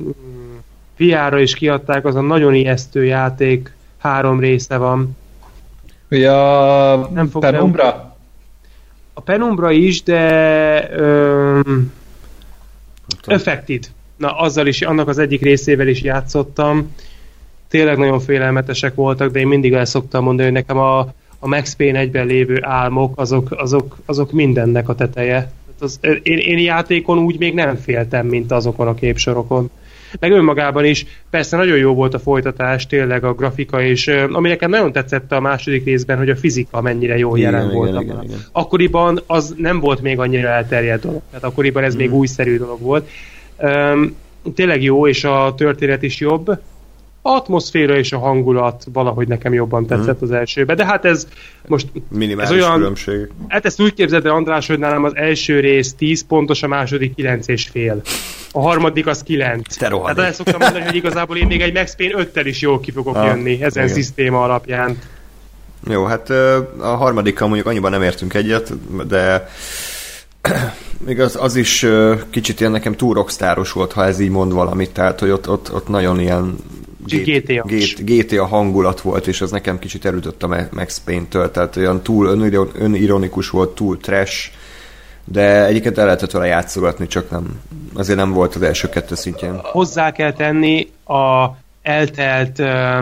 vé er-ra is kiadták, az a nagyon ijesztő játék, három része van. Ja, nem fog Penumbra? Nem. A Penumbra is, de öm, Affected. Na, azzal is, annak az egyik részével is játszottam. Tényleg nagyon félelmetesek voltak, de én mindig el szoktam mondani, hogy nekem a, a Max Payne egyben lévő álmok, azok, azok, azok mindennek a teteje. Az, én, én játékon úgy még nem féltem, mint azokon a képsorokon. Meg önmagában is, persze nagyon jó volt a folytatás, tényleg a grafika, és ami nekem nagyon tetszett a második részben, hogy a fizika mennyire jó jelen igen, volt. Igen, igen, igen. Akkoriban az nem volt még annyira elterjedt dolog, tehát akkoriban ez mm. még újszerű dolog volt. Um, tényleg jó, és a történet is jobb. A atmoszféra és a hangulat valahogy nekem jobban tetszett az elsőbe, de hát ez most minimális ez olyan, különbség. Hát ezt úgy képzeld el, András, hogy nálam az első rész tíz pontos, a második kilenc és fél. A harmadik az kilenc. Hát el szoktam mondani, hogy igazából én még egy Max Payne öttel is jól ki fogok ah, jönni ezen igen. szisztéma alapján. Jó, hát a harmadikkal mondjuk annyiban nem értünk egyet, de még az, az is kicsit ilyen nekem túl rockstáros volt, ha ez így mond valamit, tehát hogy ott, ott, ott nagyon ilyen gé té á gé té á hangulat volt, és az nekem kicsit elütött a Max Payne-től, tehát olyan túl önironikus volt, túl trash, de egyiket el lehetett vele játszogatni, csak nem, azért nem volt az első kettő szintjén. Hozzá kell tenni a eltelt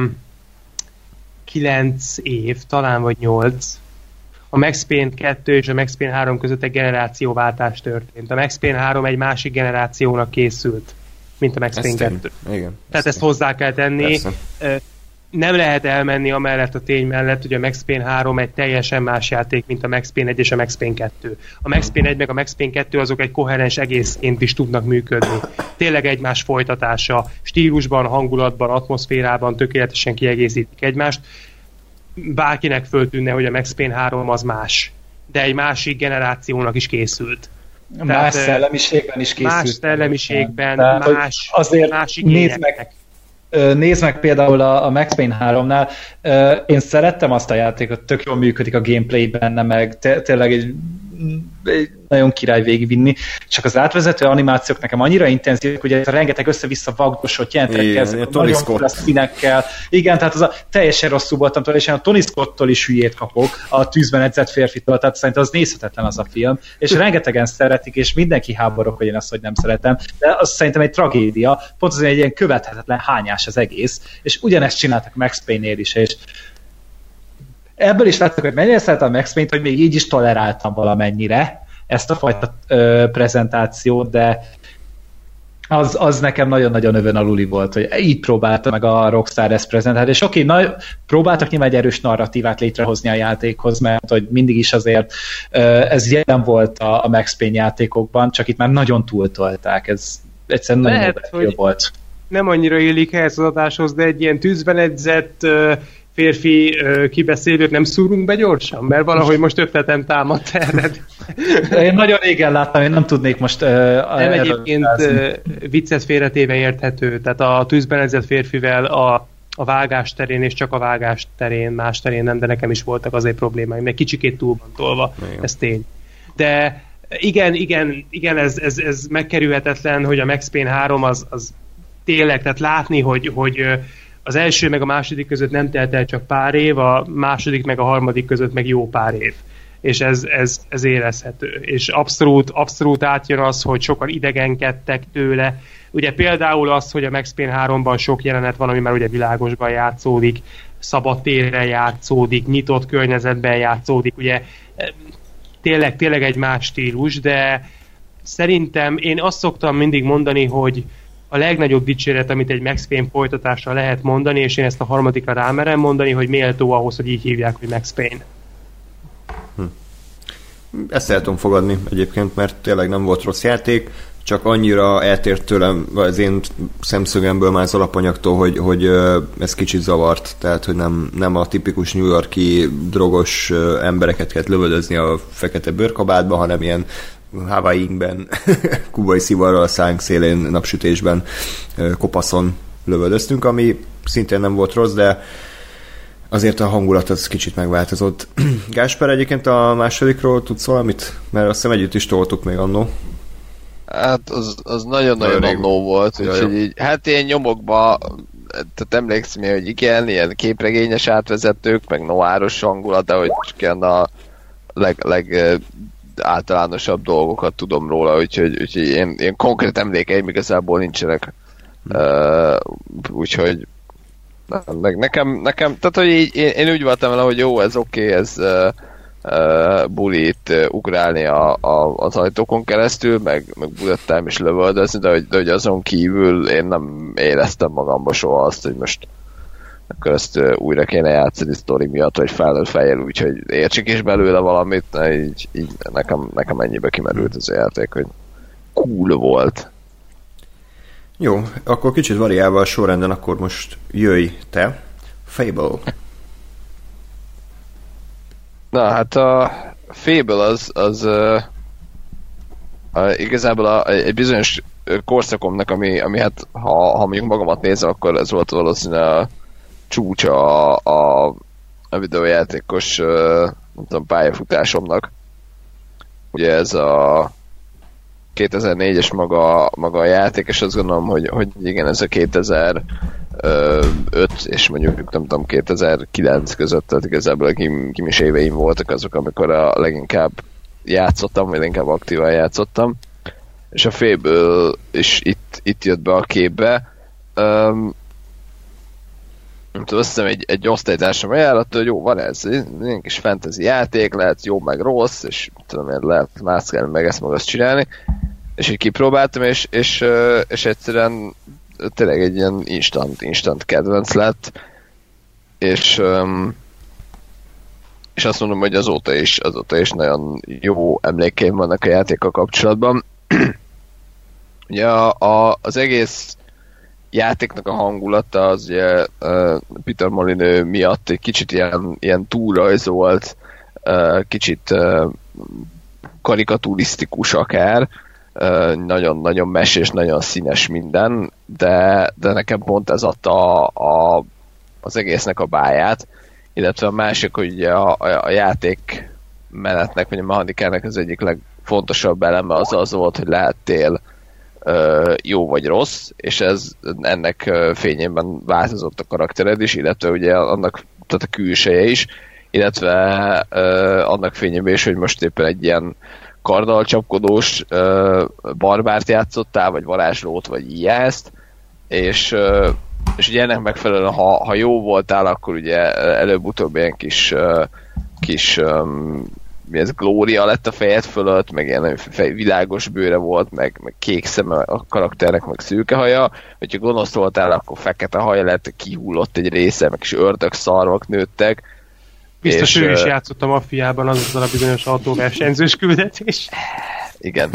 kilenc év, talán vagy nyolc, a Max Payne kettő és a Max Payne három között egy generációváltás történt. A Max Payne három egy másik generációnak készült, mint a Max Payne kettő. Igen, Tehát ezt hozzá kell tenni. Persze. Nem lehet elmenni amellett a tény mellett, hogy a Max Payne három egy teljesen más játék, mint a Max Payne egy és a Max Payne kettő. A Max Payne egy meg a Max Payne kettő azok egy koherens egészként is tudnak működni. Tényleg egymás folytatása, stílusban, hangulatban, atmoszférában tökéletesen kiegészítik egymást. Bárkinek föltűnne, hogy a Max Payne három az más, de egy másik generációnak is készült. Más Tehát, szellemiségben is készült. Más szellemiségben, Tehát, más, azért más igényeknek. Nézd meg például a, a Max Payne háromnál, én szerettem azt a játékot, tök jól működik a gameplay benne, meg tényleg egy, egy nagyon király végigvinni, csak az átvezető animációk nekem annyira intenzívek, hogy ez a rengeteg össze-vissza vagdosott jelentek ezek a nagyon furasz színekkel. Igen, tehát az a teljesen rosszul voltam tőle, és én a Tony Scott-tól is hülyét kapok, a tűzben edzett férfitől, tehát szerintem az nézhetetlen az a film, és rengetegen szeretik, és mindenki háborog, hogy én azt, hogy nem szeretem, de az szerintem egy tragédia, pont azért egy ilyen követhetetlen hányás az egész, és ugyanezt csináltak Max Payne-nél is, és ebből is látszik, hogy mennyire szeretem a Max Payne-t, hogy még így is toleráltam valamennyire ezt a fajta ö, prezentációt, de az, az nekem nagyon-nagyon övön aluli volt, hogy így próbálta meg a Rockstar ezt prezentálni, és oké, okay, na, próbáltak nyilván egy erős narratívát létrehozni a játékhoz, mert hogy mindig is azért ö, ez jelen volt a, a Max Payne játékokban, csak itt már nagyon túltolták, ez egyszerűen Lehet, nagyon jó volt. Nem annyira illik ehhez az adáshoz, de egy ilyen tűzben edzett ö, férfi uh, kibeszélőt nem szúrunk be gyorsan? Mert valahogy most ötletem támadt erre. Én nagyon régen láttam, én nem tudnék most... Uh, nem egyébként uh, viccet félretéve érthető. Tehát a tűzben edzett férfivel a, a vágás terén, és csak a vágás terén, más terén nem, de nekem is voltak azért problémáim, meg kicsikét túl van tolva, ez tény. De igen, igen, igen ez, ez, ez megkerülhetetlen, hogy a Max Payne három az, az tényleg, tehát látni, hogy, hogy az első meg a második között nem telt el csak pár év, a második meg a harmadik között meg jó pár év. És ez, ez, ez érezhető. És abszolút, abszolút átjön az, hogy sokan idegenkedtek tőle. Ugye például az, hogy a Max Payne háromban sok jelenet van, ami már ugye világosban játszódik, szabadtérre játszódik, nyitott környezetben játszódik, ugye tényleg, tényleg egy más stílus, de szerintem én azt szoktam mindig mondani, hogy a legnagyobb dicséret, amit egy Max Payne folytatásra lehet mondani, és én ezt a harmadikra rámerem mondani, hogy méltó ahhoz, hogy így hívják, hogy Max Payne. Hm. Ezt el tudom fogadni egyébként, mert tényleg nem volt rossz játék, csak annyira eltért tőlem az én szemszögemből már az alapanyagtól, hogy, hogy ez kicsit zavart, tehát hogy nem, nem a tipikus New York-i drogos embereket kellett lövöldözni a fekete bőrkabátba, hanem ilyen Hawaii-ben, kubai szivarral a szánk szélén, napsütésben, kopaszon lövöldöztünk, ami szintén nem volt rossz, de azért a hangulat az kicsit megváltozott. Gásper, egyébként a másodikról tudsz valamit? Mert azt hiszem együtt is toltuk még annó. Hát az, az nagyon-nagyon annó volt, úgyhogy így, hát ilyen nyomokba, tehát emlékszem, hogy igen, ilyen képregényes átvezetők, meg noáros hangulat, de hogy csak ilyen a leg, leg általánosabb dolgokat tudom róla, úgyhogy, úgyhogy én, én konkrét emlékeim igazából nincsenek. Hmm. Uh, úgyhogy meg nekem, nekem, tehát hogy így, én, én úgy voltam vele, hogy jó, ez oké, okay, ez uh, uh, bulit uh, ugrálni a, a, az ajtókon keresztül, meg, meg bullet time is lövöldözni, de hogy, de hogy azon kívül én nem éreztem magamba soha azt, hogy most akkor ezt uh, újra kéne játszani sztori miatt, vagy felnőtt fejjel, úgyhogy értsük is belőle valamit, így, így nekem, nekem ennyibe kimerült az játék, hogy cool volt. Jó, akkor kicsit variálva a sorrenden, akkor most jöjj te. Fable. Na, hát a Fable az, az uh, uh, igazából a, egy bizonyos korszakomnak, ami, ami hát ha, ha mondjuk magamat nézem, akkor ez volt valószínűleg a csúcsa a, a, a videójátékos nem tudom, pályafutásomnak. Ugye ez a kétezer-négyes maga, maga a játék, és azt gondolom, hogy, hogy igen, ez a kétezer-öt és mondjuk nem tudom, kétezer-kilenc között, tehát igazából a gim, gimis éveim voltak azok, amikor a leginkább játszottam, vagy leginkább aktívan játszottam, és a Fable is itt, itt jött be a képbe. Um, nem tudom, azt hiszem egy, egy osztálytársam ajánlatta, hogy jó, van ez, ilyen kis fantasy játék, lehet jó meg rossz, és tudom én, lehet mászkálni meg ezt meg azt csinálni, és így kipróbáltam, és, és, és egyszerűen tényleg egy ilyen instant, instant kedvenc lett, és és azt mondom, hogy azóta is, azóta is nagyon jó emlékeim vannak a játékkal kapcsolatban. Ugye a, a, az egész játéknak a hangulata az ugye uh, Peter Molyneux miatt egy kicsit ilyen, ilyen túlrajzolt, uh, kicsit uh, karikaturisztikus akár, uh, nagyon-nagyon mesés, nagyon színes minden, de, de nekem pont ez adta a, a, az egésznek a báját, illetve a másik, hogy ugye a, a, a játék menetnek, vagy a mechanikának az egyik legfontosabb eleme az az volt, hogy lehettél Uh, jó vagy rossz, és ez ennek uh, fényében változott a karaktered is, illetve ugye annak, tehát a külseje is, illetve uh, annak fényében is, hogy most éppen egy ilyen karddal csapkodós uh, barbárt játszottál, vagy varázslót, vagy ilyeszt, és, uh, és ugye ennek megfelelően, ha, ha jó voltál, akkor ugye előbb-utóbb ilyen kis, uh, kis um, mi ez, glória lett a fejed fölött, meg ilyen fej, világos bőre volt, meg, meg kék szeme a karakternek, meg szőke haja. Hogyha gonosz voltál, akkor fekete haja lett, kihullott egy része, meg is ördög szarvak nőttek. Biztos és, ő is uh, játszottam a fiában azzal a bizonyos autóversenyzős küldetés. Igen.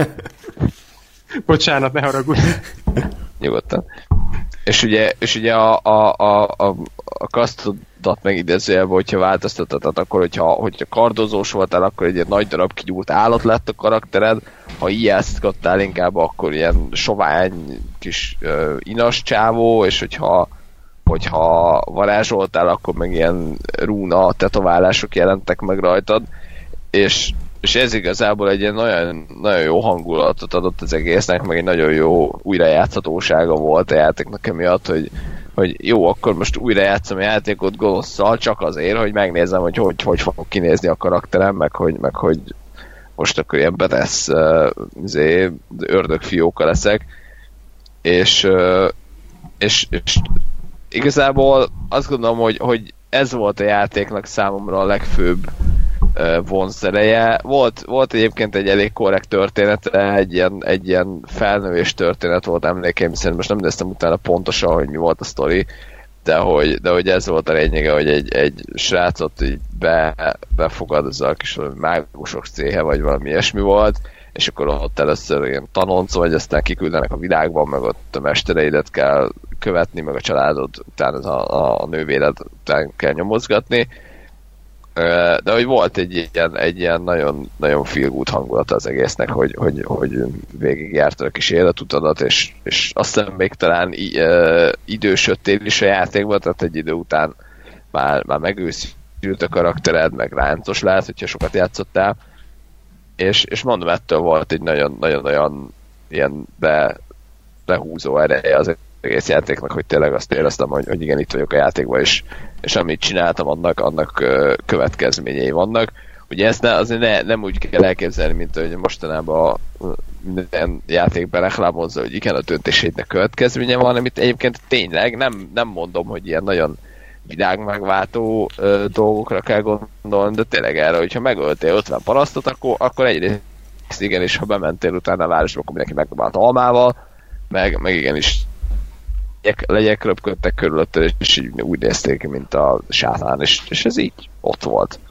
Bocsánat, ne haragudj. Nyugodtan. És ugye, és ugye a, a, a, a, a kasztodat megidézőjelben, hogyha változtattad, akkor hogyha, hogyha kardozós voltál, akkor egy ilyen nagy darab kigyúrt állat lett a karaktered, ha ijesztkodtál inkább, akkor ilyen sovány kis uh, inas csávó, és hogyha, hogyha varázsoltál, akkor meg ilyen rúna tetoválások jelentek meg rajtad, és és ez igazából egy ilyen nagyon, nagyon jó hangulatot adott az egésznek, meg egy nagyon jó újrajátszhatósága volt a játéknak emiatt, hogy, hogy jó, akkor most újra játszom a játékot gonoszszal, csak azért, hogy megnézem, hogy hogy, hogy fog kinézni a karakterem, meg hogy, meg hogy most akkor ilyen bedesz uh, ördögfióka leszek. És, uh, és, és igazából azt gondolom, hogy, hogy ez volt a játéknak számomra a legfőbb vonzereje. Volt, volt egyébként egy elég korrekt történet, egy ilyen, egy ilyen felnövés történet volt emlékeim szerint, most nem néztem utána pontosan, hogy mi volt a sztori, de hogy, de hogy ez volt a lényege, hogy egy, egy srácot így be, befogad az a kis mágusok céhe, vagy valami ilyesmi volt, és akkor ott először ilyen tanonc, vagy aztán kiküldenek a világban, meg ott a mestereidet kell követni, meg a családod után a, a nővéred után kell nyomozgatni. De hogy volt egy ilyen, egy ilyen nagyon, nagyon feel good hangulata az egésznek, hogy, hogy, hogy végigjártad a kis életutadat, és, és azt hiszem még talán idősödtél is a játékban, tehát egy idő után már, már megőszült a karaktered, meg ráncos lehet, hogyha sokat játszottál, és, és mondom, ettől volt egy nagyon-nagyon ilyen be, behúzó ereje az egész játéknak, hogy tényleg azt éreztem, hogy, hogy igen, itt vagyok a játékban, és, és amit csináltam, annak, annak következményei vannak. Ugye ezt ne, azért ne, nem úgy kell elképzelni, mint hogy mostanában minden játékban reklámozza, hogy igen, a döntésének következménye van, amit egyébként tényleg nem, nem mondom, hogy ilyen nagyon világmegváltó ö, dolgokra kell gondolni, de tényleg erre, hogyha megöltél ötven parasztot, akkor, akkor egyrészt igenis, ha bementél utána a városba, akkor mindenki megdobált almával, meg, meg igenis legyek röpködtek körülötted, és így úgy nézték, mint a sátán, és, és ez így ott volt.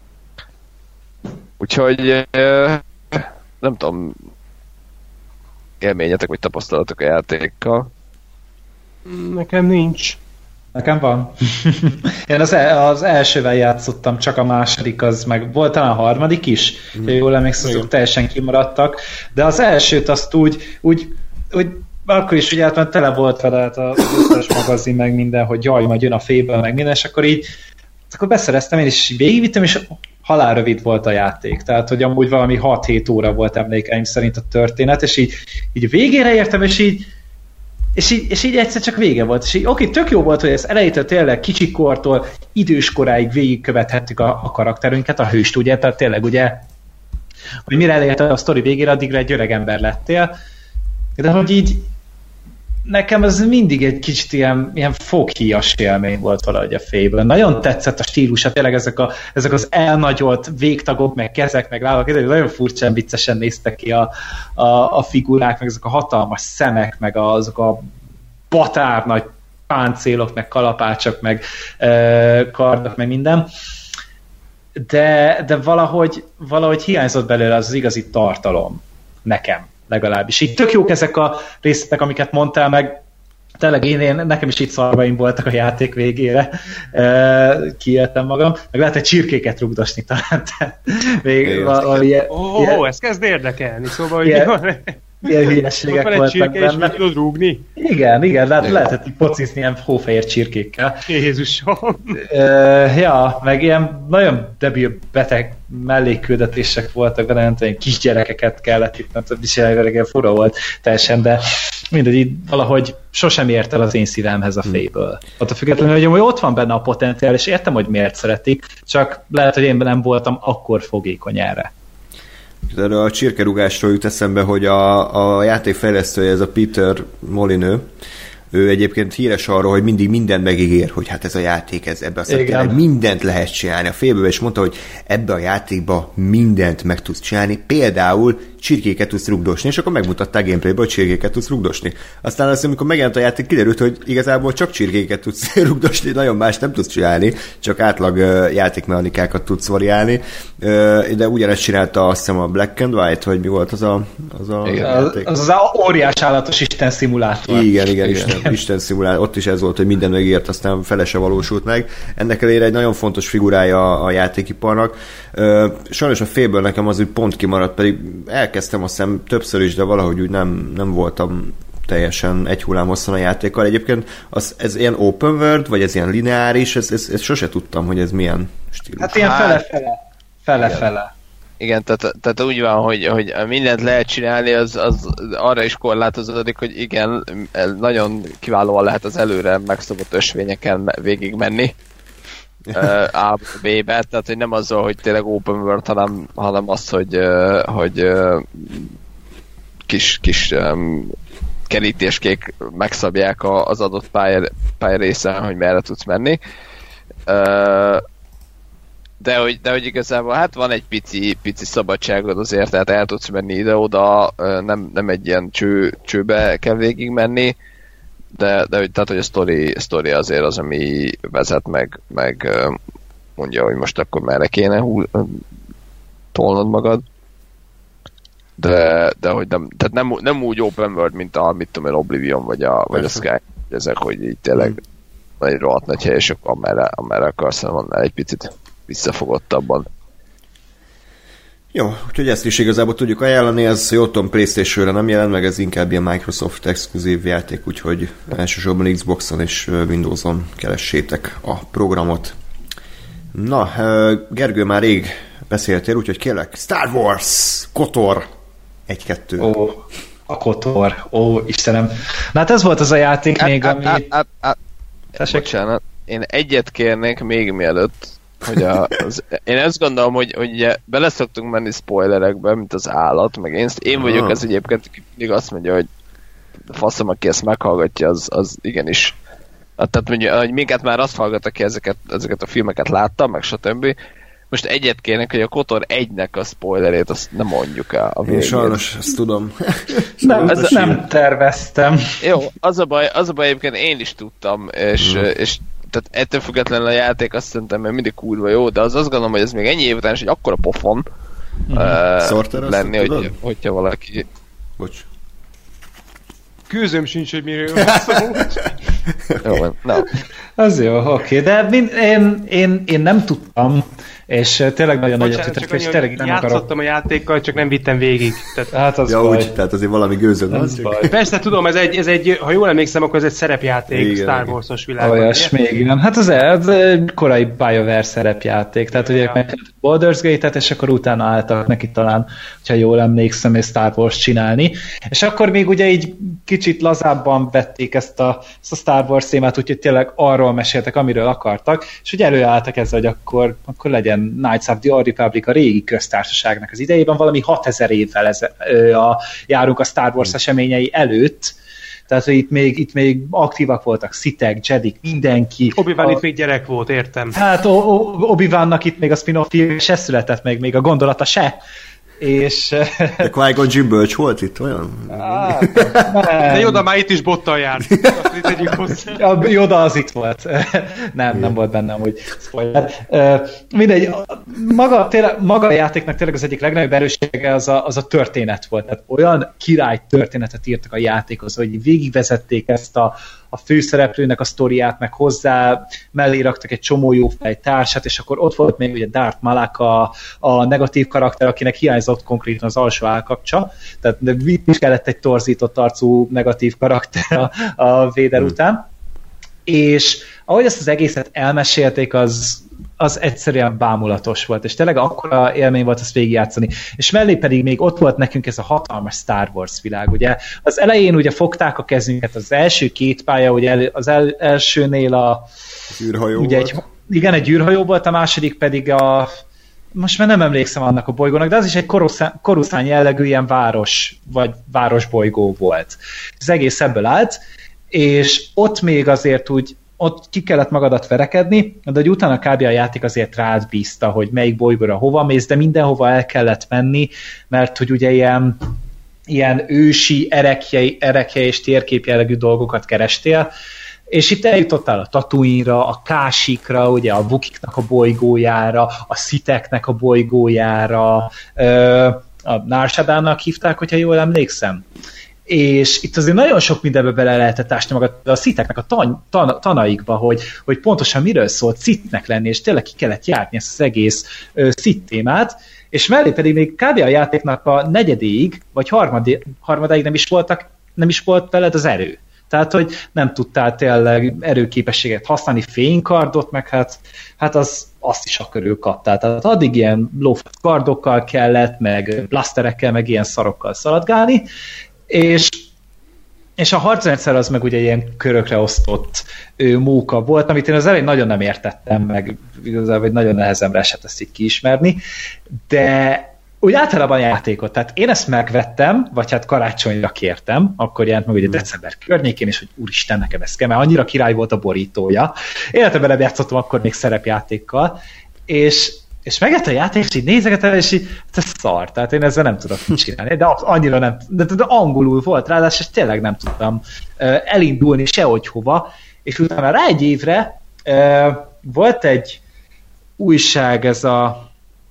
Úgyhogy nem tudom, élményetek, vagy tapasztalatok a játékkal? Nekem nincs. Nekem van. Én az, el, az elsővel játszottam, csak a második az meg volt, talán a harmadik is, mm. jól emlékszem, azok teljesen kimaradtak, de az elsőt azt úgy, úgy, úgy akkor is ugye tele volt vele az összes magazin, meg minden, hogy jaj, majd jön a Fable, meg minden, és akkor így akkor beszereztem én, és végigvittem, és halálrövid volt a játék. Tehát, hogy amúgy valami hat-hét óra volt emlékeim szerint a történet, és így, így végére értem, és így És így, és így egyszer csak vége volt. És így oké, tök jó volt, hogy ez elejétől tényleg kicsikortól időskoráig végigkövethettük a, a karakterünket, a hőst, ugye, tehát tényleg ugye, hogy mire elérte a sztori végére, addigra egy öreg ember lettél. De hogy így nekem ez mindig egy kicsit ilyen, ilyen foghíjas élmény volt valahogy a Fable. Nagyon tetszett a stílusa, tényleg ezek, a, ezek az elnagyolt végtagok, meg kezek, meg lábak, ezek nagyon furcsán, viccesen néztek ki a, a, a figurák, meg ezek a hatalmas szemek, meg azok a batár nagy páncélok, meg kalapácsok, meg e, kardok, meg minden. De, de valahogy, valahogy hiányzott belőle az, az igazi tartalom nekem. Legalábbis. Így tök jók ezek a részletek, amiket mondtál, meg tényleg én, én nekem is itt szarvaim voltak a játék végére. E, kiéltem magam. Meg lehet egy csirkéket rugdosni talán. Még valami ilyen... Ó, oh, ez kezd érdekelni, szóval, hogy ilyen, mi van? Ilyen hülyeségek voltak csirke, benne. És tudod rúgni? Igen, igen, lehet, lehetett így pocizni ilyen hófehér csirkékkel. Jézusom! E, ja, meg ilyen nagyon debil beteg mellékküldetések voltak benne, nem tudom, kisgyerekeket kellett itt, nem tudom, viselni, fura volt teljesen, de mindegy, így valahogy sosem ért el az én szívemhez a Fable. Ott a függetlenül, hogy ott van benne a potenciál, és értem, hogy miért szeretik, csak lehet, hogy én nem voltam akkor fogékony erre. De a csirkerugásról jut eszembe, hogy a, a játék fejlesztője, ez a Peter Molyneux, ő egyébként híres arról, hogy mindig mindent megígér, hogy hát ez a játék, ez ebbe a szakérben mindent lehet csinálni. A Fable-ben is mondta, hogy ebbe a játékba mindent meg tudsz csinálni, például csirkéket tudsz rugdosni, és akkor megmutatták gameplaybe, hogy csirkéket tudsz rugdosni. Aztán azt, amikor megjelent a játék, kiderült, hogy igazából csak csirkéket tudsz rugdosni, nagyon más nem tudsz csinálni, csak átlag uh, játékmechanikákat tudsz variálni. Uh, de ugyanezt csinálta azt hiszem a Black and White, vagy mi volt az a, az a játék? Az az óriás állatos Isten szimulátor. Igen, igen, igen. Isten, Isten szimulátor. Ott is ez volt, hogy minden megírt, aztán fele se valósult meg. Ennek elére egy nagyon fontos figurája a játékiparnak. Uh, sajnos a Fable nekem az úgy pont kimaradt, pedig elkezdtem azt hiszem többször is, de valahogy úgy nem, nem voltam teljesen egy hullám hosszan a játékkal. Egyébként az, ez ilyen open world, vagy ez ilyen lineáris, ez, ez, ez sose tudtam, hogy ez milyen stílus. Hát ilyen fele-fele. Fele-fele. Igen, tehát, tehát úgy van, hogy, hogy mindent lehet csinálni, az, az arra is korlátozódik, hogy igen, nagyon kiválóan lehet az előre megszabott ösvényeken végig menni. A B-be, tehát hogy nem azzal, hogy tényleg open world, hanem, hanem az, hogy, hogy kis, kis um, kerítéskék megszabják az adott pálya, pálya részen, hogy merre tudsz menni. De hogy, de hogy igazából hát van egy pici, pici szabadságod azért, tehát el tudsz menni ide-oda, nem, nem egy ilyen cső, csőbe kell végig menni, de, de hogy, tehát, hogy a sztori, sztori azért az, ami vezet meg, meg mondja, hogy most akkor merre kéne hull, tolnod magad. De, de hogy nem, tehát nem, nem úgy open world, mint a, mit tudom én, Oblivion vagy a, vagy a Sky, ezek, hogy így tényleg mm. egy rohadt nagy hely, és akkor amerre, amerre akarsz, mondani egy picit visszafogottabban. Jó, úgyhogy ezt is igazából tudjuk ajánlani, ez jól tudom, PlayStation-re nem jelent meg, ez inkább ilyen Microsoft exkluzív játék, úgyhogy elsősorban Xboxon és Windowson keressétek a programot. Na, Gergő, már rég beszéltél, úgyhogy kérlek, Star Wars, Kotor, egy-kettő. Ó, a Kotor, ó, Istenem. Na hát ez volt az a játék hát, még, hát, ami... Hát, hát, hát, bocsánat, én egyet kérnék még mielőtt, hogy a, az, én azt gondolom, hogy, hogy ugye bele szoktunk menni spoilerekbe, mint az állat, meg én, én vagyok az egyébként, mindig azt mondja, hogy faszom, aki ezt meghallgatja, az, az igenis. Tehát mondja, hogy minket már azt hallgat, aki ezeket, ezeket a filmeket látta, meg stb. Most egyet kérnek, hogy a Kotor egynek a spoilerét azt nem mondjuk el a végén. Sajnos, ezt tudom. nem, ez nem terveztem. Jó, az a baj, az a baj egyébként én is tudtam, és, mm. és tehát ettől függetlenül a játék azt szerintem mindig kurva jó, de az azt gondolom, hogy ez még ennyi év után is egy akkora pofon mm. uh, lenni, hogy, hogyha valaki... Bocs. Kőzöm sincs, hogy miről van szó. Jó, na. Az jó, oké, okay. De min, én, én, én nem tudtam, És tényleg nagyon nagy Bocsánat, ötletek, csak és annyi, tényleg nem játszottam akarok. a játékkal, csak nem vittem végig. Tehát, Hát az Ja, baj. úgy, tehát azért valami gőzög. Az baj. persze tudom, ez egy, ez egy, ha jól emlékszem, akkor ez egy szerepjáték Igen, Star igen. Wars-os világban. Olyasmi, igen. Hát az, az egy korai BioWare szerepjáték, tehát ugye Ja. meg Baldur's Gate-et, és akkor utána álltak neki talán, hogyha jól emlékszem, és Star Wars csinálni. És akkor még ugye így kicsit lazábban vették ezt a, ezt a Star Wars témát, úgyhogy tényleg arról meséltek, amiről akartak, és ugye előálltak ezzel, hogy akkor, akkor legyen Knights of the Old Republic a régi köztársaságnak az idejében, valami hatezer évvel ez, ö, a, járunk a Star Wars eseményei előtt, tehát hogy itt még, itt még aktívak voltak Sithek, Jedik, mindenki. Obi-Wan A- itt még gyerek volt, értem. Hát o- o- Obi-Wannak itt még a spin-off film se született meg, még a gondolata se. És... De Qui-Gon Jinn bölcs volt itt, olyan? De Yoda már itt is bottal járt. Azt itt tegyük hozzá. A Yoda az itt volt. nem, nem volt benne amúgy spoiler. Uh, mindegy, maga, tényleg, maga a játéknak tényleg az egyik legnagyobb erőssége az a, az a történet volt. Tehát olyan király történetet írtak a játékhoz, hogy végigvezették ezt a, a főszereplőnek a sztoriát, meg hozzá mellé raktak egy csomó jó fejtársat, és akkor ott volt még ugye Darth Malak a, a negatív karakter, akinek hiányzott konkrétan az alsó állkapcsa, tehát itt is kellett egy torzított arcú negatív karakter a, a Vader hmm. után, és ahogy ezt az egészet elmesélték, az, az egyszerűen bámulatos volt, és tényleg akkora élmény volt ezt végigjátszani. És mellé pedig még ott volt nekünk ez a hatalmas Star Wars világ, ugye. Az elején ugye fogták a kezünket, az első két pálya, ugye az el, elsőnél a... űrhajó ugye volt. egy, igen, egy űrhajó volt, a második pedig a... most már nem emlékszem annak a bolygónak, de az is egy koruszán, koruszán jellegű ilyen város, vagy városbolygó volt. Az egész ebből állt, és ott még azért úgy, ott ki kellett magadat verekedni, de hogy utána kb. A játék azért rád bízta, hogy melyik bolygóra hova mész, de mindenhova el kellett menni, mert hogy ugye ilyen, ilyen ősi erekje, erekje és térkép jellegű dolgokat kerestél, és itt eljutottál a Tatooine-ra, a Kásikra, ugye a Wookieknak a bolygójára, a Sitheknek a bolygójára, a Nar Shaddaa-nak hívták, hogyha jól emlékszem. És itt azért nagyon sok mindenbe bele lehetett ásni magad a Sitheknek a tan, tan, tanaikba, hogy, hogy pontosan miről szólt Sithnek lenni, és tényleg ki kellett járni ezt az egész uh, Sith témát, és mellé pedig még kb. A játéknak a negyedéig, vagy harmadi, harmadáig nem is voltak, nem is volt veled az erő. Tehát, hogy nem tudtál tényleg erőképességet használni, fénykardot, meg hát, hát az, azt is a körül kaptál. Tehát addig ilyen lófasz kardokkal kellett, meg blasterekkel, meg ilyen szarokkal szaladgálni, és, és a harcrendszer az meg ugye ilyen körökre osztott ő, móka volt, amit én az elején nagyon nem értettem, meg igazából nagyon nehezemre esett ezt így kiismerni, de úgy általában játékot, tehát én ezt megvettem, vagy hát karácsonyra kértem, akkor jelent meg ugye december környékén, és hogy úristen, nekem ez kell, mert annyira király volt a borítója. Életemben nem játszottam akkor még szerepjátékkal, és és megjött a játék, és így nézegetem, és így, hát ez szar, tehát én ezzel nem tudok mit csinálni, de annyira nem, de, de angolul volt rá, és tényleg nem tudtam uh, elindulni sehogy hova, és utána rá egy évre uh, volt egy újság, ez a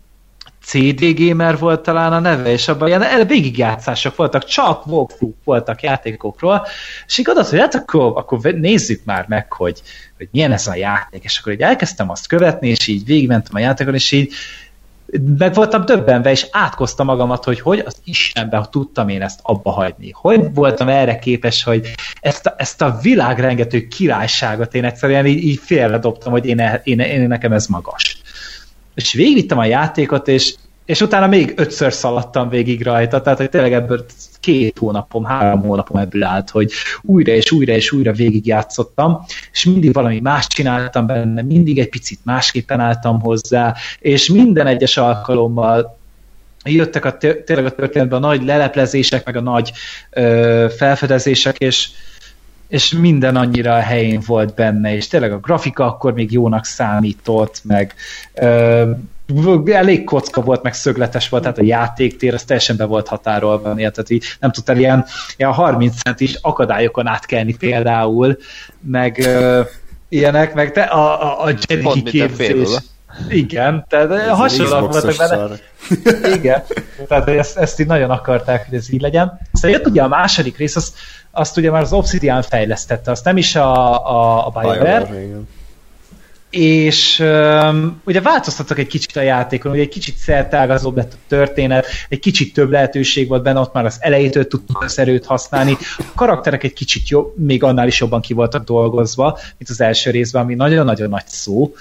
cé dé Gamer volt talán a neve, és abban ilyen végigjátszások voltak, csak walkthrough voltak játékokról, és így adott, hogy hát akkor, akkor nézzük már meg, hogy, hogy milyen ez a játék, és akkor így elkezdtem azt követni, és így végigmentem a játékon, és így meg voltam döbbenve, és átkoztam magamat, hogy hogy az Istenben tudtam én ezt abba hagyni. Hogy voltam erre képes, hogy ezt a, ezt a világrengető királyságot én egyszerűen így, így félredobtam, hogy én, én, én nekem ez magas. És végigvittem a játékot, és, és utána még ötször szaladtam végig rajta, tehát hogy tényleg ebből két hónapom, három hónapom ebből állt, hogy újra és újra és újra végigjátszottam, és mindig valami más csináltam benne, mindig egy picit másképpen álltam hozzá, és minden egyes alkalommal jöttek a, tényleg a történetben a nagy leleplezések, meg a nagy ö, felfedezések, és és minden annyira a helyén volt benne, és tényleg a grafika akkor még jónak számított, meg ö, elég kocka volt, meg szögletes volt, tehát a játéktér, az teljesen be volt határolva, tehát így nem tudtál ilyen, ilyen harminc centis akadályokon átkelni például, meg ö, ilyenek, meg te a, a, a Jedi képzés. Igen, tehát hasonlóan voltak benne. Igen, tehát ezt, ezt így nagyon akarták, hogy ez így legyen. Aztán jött ugye a második rész, az, azt ugye már az Obsidian fejlesztette, azt nem is a, a, a BioWare, és um, ugye változtattak egy kicsit a játékon, ugye egy kicsit szerteágazóbb lett a történet, egy kicsit több lehetőség volt benne, ott már az elejétől tudtuk az erőt használni, a karakterek egy kicsit jobb, még annál is jobban ki voltak dolgozva, mint az első részben, ami nagyon-nagyon nagy szó,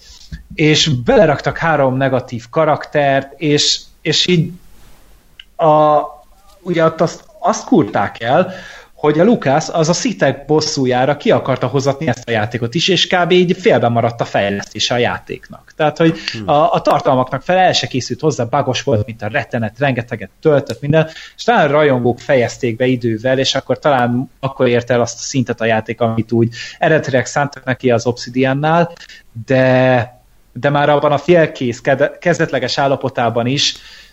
és beleraktak három negatív karaktert, és, és így a, ugye azt, azt kurták el, hogy a Lucas az a szitek bosszújára ki akarta hozatni ezt a játékot is, és kb. Így félben maradt a fejlesztése a játéknak. Tehát, hogy a, a tartalmaknak fel el se készült hozzá, bugos volt, mint a rettenet, rengeteget töltött minden, és talán a rajongók fejezték be idővel, és akkor talán akkor ért el azt a szintet a játék, amit úgy eredetileg szántak neki az Obsidiannál, de, de már abban a félkész, kezdetleges állapotában is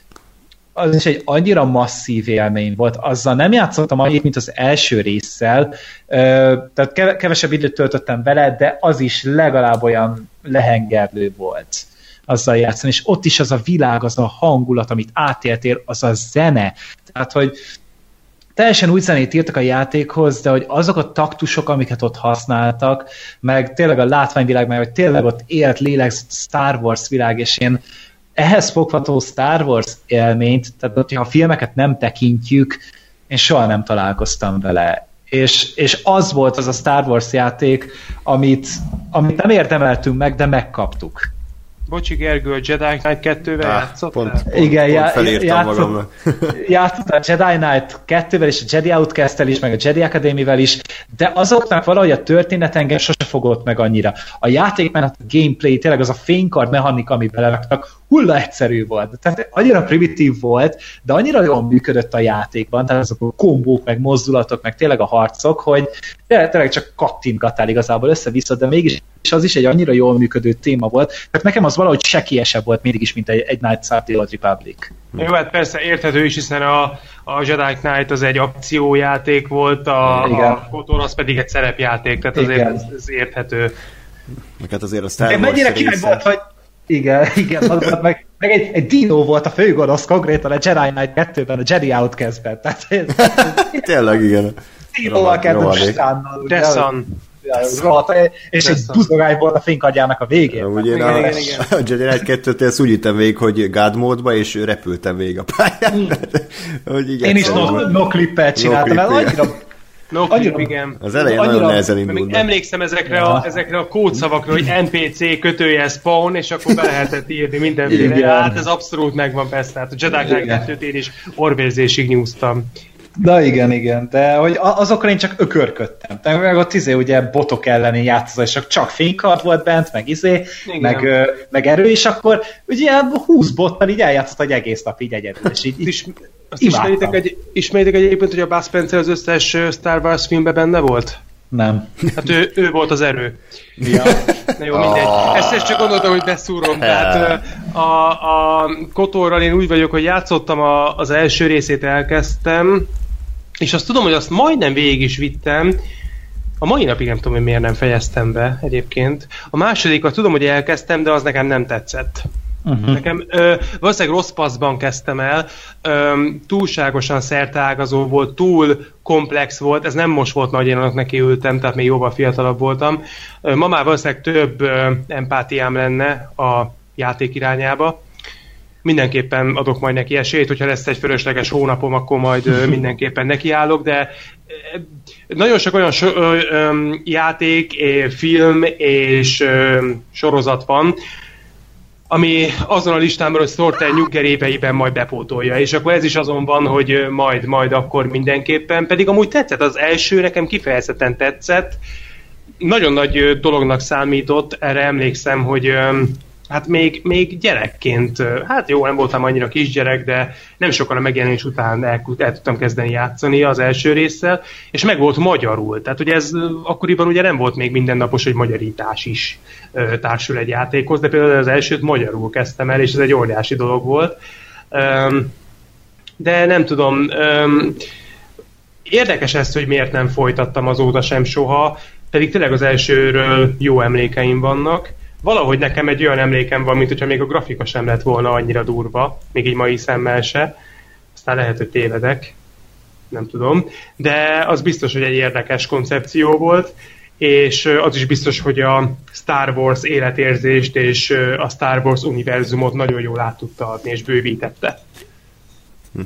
az is egy annyira masszív élmény volt. Azzal nem játszottam annyit, mint az első résszel, tehát kevesebb időt töltöttem vele, de az is legalább olyan lehengerlő volt azzal játszani, és ott is az a világ, az a hangulat, amit átéltél, az a zene. Tehát, hogy teljesen új zenét írtak a játékhoz, de hogy azok a taktusok, amiket ott használtak, meg tényleg a látványvilág, meg hogy tényleg ott élt, lélegzett Star Wars világ, és én ehhez fogható Star Wars élményt, tehát hogyha a filmeket nem tekintjük, én soha nem találkoztam vele. És, és az volt az a Star Wars játék, amit, amit nem érdemeltünk meg, de megkaptuk. Bocsi Gergő, a Jedi Knight kettővel ah, játszottál? Pont, pont, Igen, pont felírtam játszott, magamnak. Játszott a Jedi Knight kettővel és a Jedi Outcast-tel is, meg a Jedi Academy-vel is, de azoknak valahogy a történet engem sose fogott meg annyira. A játékmenet, a gameplay, tényleg az a fénykard mechanika, amit beleraktak, hulla egyszerű volt. Tehát annyira primitív volt, de annyira jól működött a játékban, tehát azok a kombók, meg mozdulatok, meg tényleg a harcok, hogy tényleg csak kattintgattál igazából össze-vissza, de mégis az is egy annyira jól működő téma volt, tehát nekem az valahogy sekiesebb volt mindig is, mint egy, egy Knights of the Old Republic. Jó, hát persze érthető is, hiszen a, a Jedi Knight az egy akciójáték volt, a, a KOTOR az pedig egy szerepjáték, tehát azért ez, ez érthető. Meg hát azért a Star Wars mennyire király volt, hogy igen, igen, az, meg, meg egy, egy dino volt a főgonosz konkrétan a Jedi Knight kettőben, a Jedi Outcast-ben. Tehát ez, tényleg, igen. Dino-val kezdett stánnal. Dessan. És egy buzogány volt a fénykardjának a végén. Ugye igen, a, igen, igen. a Jedi Knight kettőt ezt úgy ültem végig, hogy God módba, és repültem végig a pályán. Én is no, no clippet csináltam, no clip, annyira No clip, igen. Az elején annyira, nagyon nehezen indult. Emlékszem ezekre, ja. a, ezekre a kódszavakra, hogy en pé cé kötője spawn, és akkor be lehetett írni mindenféle. Igen. Hát ez abszolút megvan persze. Hát a Jedi Knight kettőt én is orvérzésig nyúztam. Na igen, igen, de hogy azokra én csak ökörködtem. Tehát meg ott izé ugye botok elleni játszol, és csak fénykard volt bent, meg izé, meg, meg erő, és akkor ugye húsz bottal így eljátszott egy egész nap így egyedül, és így, is, azt ismeritek, egy, ismeritek egyébként, hogy a Buzz Spencer az összes Star Wars filmben benne volt? Nem. Hát ő, ő volt az erő. Ja. Na jó, mindegy. Ezt, ezt csak gondoltam, hogy beszúrom. Tehát a, a KOTOR-ral én úgy vagyok, hogy játszottam a, az első részét, elkezdtem, és azt tudom, hogy azt majdnem végig is vittem. A mai napig nem tudom, hogy miért nem fejeztem be egyébként. A másodikat tudom, hogy elkezdtem, de az nekem nem tetszett. Uh-huh. Nekem ö, valószínűleg rossz passzban kezdtem el, ö, túlságosan szerteágazó volt, túl komplex volt, ez nem most volt nagy, én annak neki ültem, tehát még jóval fiatalabb voltam. Ö, ma már valószínűleg több ö, empátiám lenne a játék irányába. Mindenképpen adok majd neki esélyt, hogyha lesz egy fölösleges hónapom, akkor majd ö, mindenképpen nekiállok, de ö, nagyon sok olyan so, ö, ö, játék, ö, film és ö, sorozat van, ami azon a listámon, hogy Sorter nyuggerépeiben majd bepótolja, és akkor ez is azon van, hogy majd, majd akkor mindenképpen, pedig amúgy tetszett, az első nekem kifejezetten tetszett, nagyon nagy dolognak számított, erre emlékszem, hogy hát még, még gyerekként, hát jó, nem voltam annyira kisgyerek, de nem sokan a megjelenés után el, el tudtam kezdeni játszani az első résszel, és meg volt magyarul. Tehát ugye ez akkoriban ugye nem volt még mindennapos, hogy magyarítás is ö, társul egy játékhoz, de például az elsőt magyarul kezdtem el, és ez egy óriási dolog volt. Öm, de nem tudom, öm, érdekes ez, hogy miért nem folytattam azóta sem soha, pedig tényleg az elsőről jó emlékeim vannak. Valahogy nekem egy olyan emlékem van, mint hogyha még a grafika sem lett volna annyira durva, még így mai szemmel se. Aztán lehet, hogy tévedek, nem tudom. De az biztos, hogy egy érdekes koncepció volt. és az is biztos, hogy a Star Wars életérzést és a Star Wars univerzumot nagyon jól át tudta adni, és bővítette. Hm.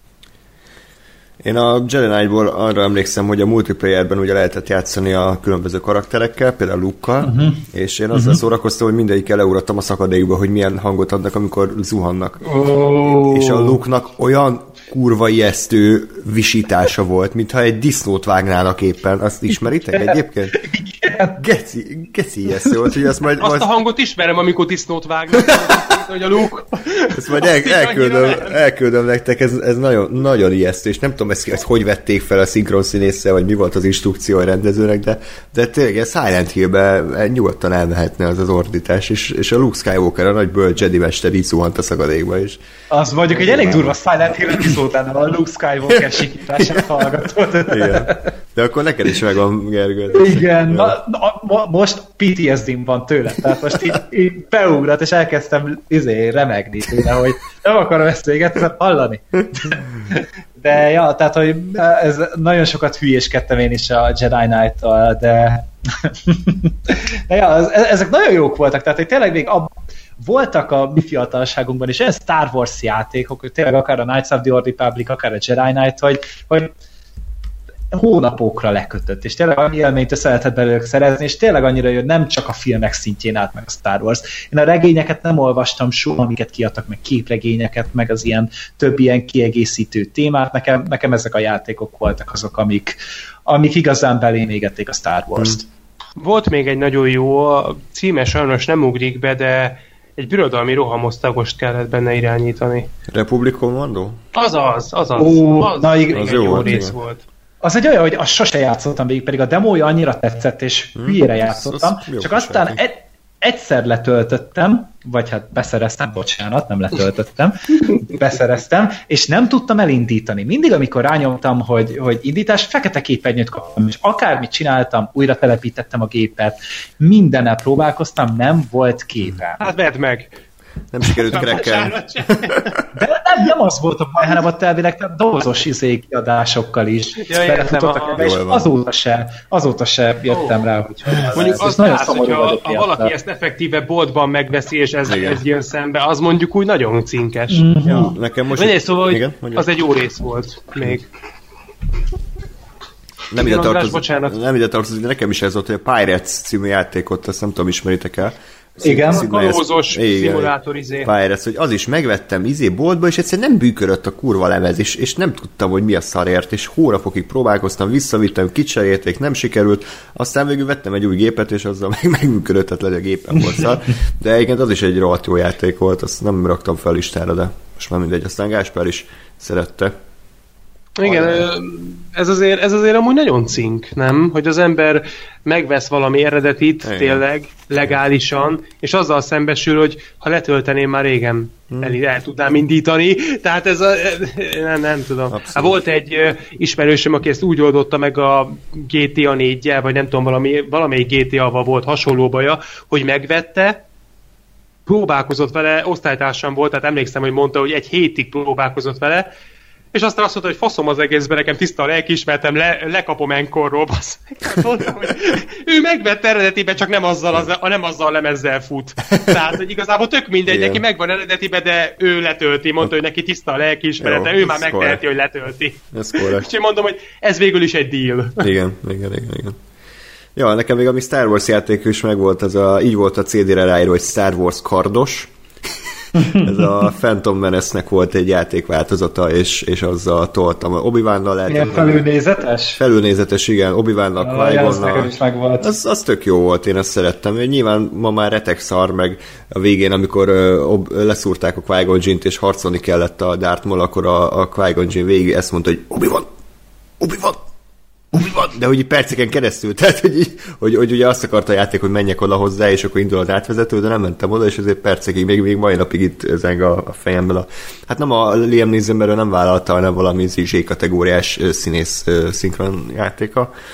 Én a Jedi Knight-ból arra emlékszem, hogy a multiplayerben ugye lehetett játszani a különböző karakterekkel, például Luke-kal, uh-huh. és én azzal uh-huh. szórakoztam, hogy mindegyikkel leugrottam a szakadékba, hogy milyen hangot adnak, amikor zuhannak. Oh. És a Luke-nak olyan kurva ijesztő visítása volt, mintha egy disznót vágnának éppen. Azt ismeritek egyébként? Geci, geci ijesztő volt, hogy azt majd... Azt majd... a hangot ismerem, amikor disznót vágnak, hogy a Luke. Ezt majd el, elküldöm, elküldöm nektek, ez, ez nagyon, nagyon ijesztő, és nem tudom, ezt, ezt hogy vették fel a szinkron színésszel, vagy mi volt az instrukció a rendezőnek, de, de tényleg Silent Hill-be nyugodtan elmehetne az az ordítás, és, és a Luke Skywalker, a nagy bölcs Jedi mester így zuhant a szakadékba is. Az mondjuk egy elég durva Silent Hill epizód lenne, a Luke Skywalker sikítását hallgatod. Igen. De akkor neked is megvan, Gergő. Igen, na, na, most pé té es dé-m van tőle, tehát most így, így beugrat, és elkezdtem izé, remegni tőle, hogy nem akarom ezt véget hallani. De ja, tehát, hogy ez nagyon sokat hülyéskedtem én is a Jedi Knight-tal, de, de ja, ezek nagyon jók voltak, tehát hogy tényleg még a voltak a mi fiatalságunkban is olyan Star Wars játékok, hogy tényleg akár a Knights of the Old Republic, akár a Jedi Knight, hogy, hogy hónapokra lekötött, és tényleg annyi élményt össze lehetett belőlük szerezni, és tényleg annyira, hogy nem csak a filmek szintjén állt meg a Star Wars. Én a regényeket nem olvastam soha, amiket kiadtak, meg képregényeket, meg az ilyen több ilyen kiegészítő témát. Nekem, nekem ezek a játékok voltak azok, amik, amik igazán belém égették a Star Wars-t. Hmm. Volt még egy nagyon jó, a címe sajnos nem ugrik be, de egy birodalmi rohamosztagost kellett benne irányítani. Republic Commando? Azaz, azaz. Ó, az, na, igen, az jó, jó rész igen. volt. Az egy olyan, hogy azt sose játszottam végig, pedig a demója annyira tetszett, és hmm, hülyére játszottam, az, az csak aztán egy, egyszer letöltöttem, vagy hát beszereztem, bocsánat, nem letöltöttem, beszereztem, és nem tudtam elindítani. Mindig, amikor rányomtam, hogy, hogy indítás, fekete képernyőt kaptam, és akármit csináltam, újra telepítettem a gépet, mindennel próbálkoztam, nem volt képen. Hát vedd meg! Nem sikerült krekkelni. De nem, nem az volt a baj, hanem ott elvileg dobozos izé kiadásokkal is ja, belefutottak ebbe, és azóta se, azóta se jöttem oh. rá, hogy mondjuk az nagyon láz, hogyha ha valaki ezt effektíve boltban megveszi, és ez, ez jön szembe, az mondjuk úgy nagyon cinkes. Mm-hmm. Ja. Nekem most Menjél, szóval, hogy az egy jó rész volt még. Nem ide, tartozik, nem ide tartozik, de nekem is ez volt, hogy a Pirates című játékot, azt nem tudom, ismeritek el. Igen, a kalózos szimulátor izé. Pirates, hogy az is megvettem izé boltba, és egyszerűen nem bűkörött a kurva lemez, és, és nem tudtam, hogy mi a szarért, és hónapokig próbálkoztam, visszavittem, kicserélték, nem sikerült, aztán végül vettem egy új gépet, és azzal meg megműködött, tehát le a gépen volt szar. De egyébként az is egy rohadt jó játék volt, azt nem raktam fel listára, de most már mindegy, aztán Gáspár is szerette. Igen, ez azért, ez azért amúgy nagyon cink, nem? Hogy az ember megvesz valami eredetit, igen. Tényleg, legálisan, és azzal szembesül, hogy ha letölteném, már régen hmm. el, el tudnám indítani. Tehát ez a... Nem, nem tudom. Hát volt egy ismerősöm, aki ezt úgy oldotta meg a gé té á néggyel, vagy nem tudom, valami, valamelyik gé té á-val volt hasonló baja, hogy megvette, próbálkozott vele, osztálytársam volt, tehát emlékszem, hogy mondta, hogy egy hétig próbálkozott vele, és aztán azt mondta, hogy faszom az egészben, nekem tiszta a lelkiismertem, le, lekapom enkorról, basz. Mondtam, hogy ő megvett eredetiben, csak nem azzal, az, nem azzal a lemezzel fut. Tehát, hogy igazából tök mindegy, neki megvan eredetiben, de ő letölti, mondta, hogy neki tiszta a lelkiismerete, ő már megteheti, hogy letölti. Ez korrekt. És én mondom, hogy ez végül is egy deal. Igen, igen, igen, igen. Ja, nekem még ami Star Wars játék is megvolt, az a, így volt a cé dére ráírva, hogy Star Wars kardos. Ez a Phantom Menace-nek volt egy játékváltozata, és, és azzal toltam. Obi-Wannal lehet... Ilyen felülnézetes? Felülnézetes, igen. Obi-Wannak, Qui-Gonnal. Az, az tök jó volt, én azt szerettem. Nyilván ma már retek szar, meg a végén, amikor uh, leszúrták a Qui-Gon Jinn-t, és harcolni kellett a Darth Maul, akkor a, a Qui-Gon Jinn végig ezt mondta, hogy Obi-Wan! Obi-Wan! Obi-Wan! De hogy így perceken keresztül, tehát hogy, így, hogy, hogy ugye azt akarta a játék, hogy menjek oda hozzá, és akkor indul az átvezető, de nem mentem oda, és azért percekig, még, még mai napig itt zeng a, a fejemből. A, hát nem a Liam Neeson, mert ő nem vállalta, hanem valami zé kategóriás színész szinkron játéka.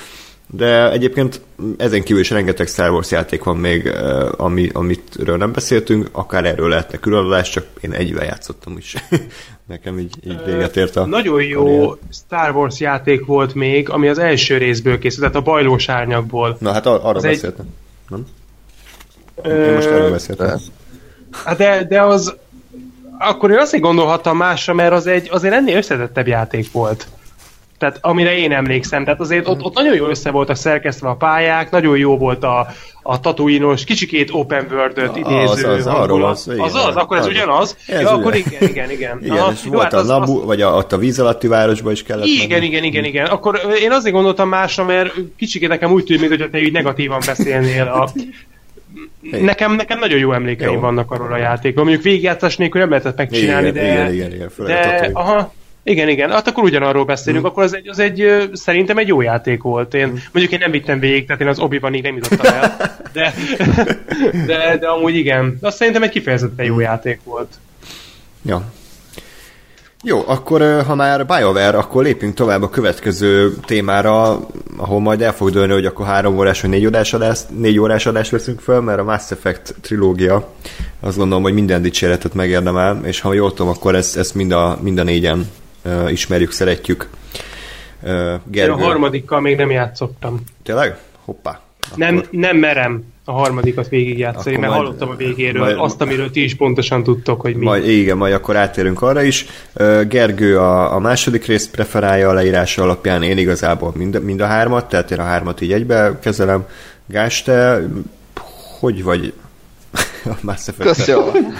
De egyébként ezen kívül is rengeteg Star Wars játék van még, ami, amitről nem beszéltünk, akár erről lehetne különadás, csak én egyvel játszottam is. Nekem így, így véget ért a... Nagyon jó karrier. Star Wars játék volt még, ami az első részből készült, tehát a bajlós árnyakból. Na hát ar- arra az beszéltem. Egy... Nem? Ö... Én most erről beszéltem. Hát de, de az... Akkor én azt így gondolhattam másra, mert az egy azért ennél összetettebb játék volt. Tehát amire én emlékszem, tehát azért ott, ott nagyon jól össze voltak szerkesztve a pályák, nagyon jó volt a, a Tatooine-os, kicsikét open world-öt idéző. Az, az, arról az, igen, az, az, akkor ez arról. Ugyanaz? Ez ja, ugye. Akkor igen, igen, igen. Igen, Aha, és jó, volt hát az, a Nabu, az... vagy a, ott a víz alatti városba is kellett Igen, menni. igen, igen, igen. Akkor én azért gondoltam másra, mert kicsikét nekem úgy tűnik, hogy te így negatívan beszélnél a... Nekem, nekem nagyon jó emlékeim jó. vannak arról a játékról. Mondjuk végigjátszás nélkül nem lehetett megcsinálni, igen, de... Igen, igen, igen. De, aha, igen, igen. Hát akkor ugyanarról beszélünk, mm. akkor az egy, az egy szerintem egy jó játék volt. Én, mm. Mondjuk én nem vittem végig, tehát én az Obi-Wanig nem jutottam el. De, de, de amúgy igen. Azt szerintem egy kifejezetten jó játék volt. Ja. Jó, akkor ha már BioWare, akkor lépjünk tovább a következő témára, ahol majd el fog dőlni, hogy akkor három órás vagy négy órás adás, négy órás adás veszünk föl, mert a Mass Effect trilógia, azt gondolom, hogy minden dicséretet megérdemel, és ha jól tudom, akkor ezt, ezt mind, a, mind a négyen uh, ismerjük, szeretjük. Uh, Gergő. Én a harmadikkal még nem játszottam. Tényleg? Hoppá. Nem, nem merem a harmadikat végigjátszani, mert majd, hallottam a végéről majd, azt, amiről ti is pontosan tudtok, hogy mi. Majd, igen, majd akkor átérünk arra is. Gergő a, a második részt preferálja a leírása alapján, én igazából mind, mind a hármat, tehát én a hármat így egybe kezelem. Gás, te hogy vagy a Mass Effect-et? Köszönöm.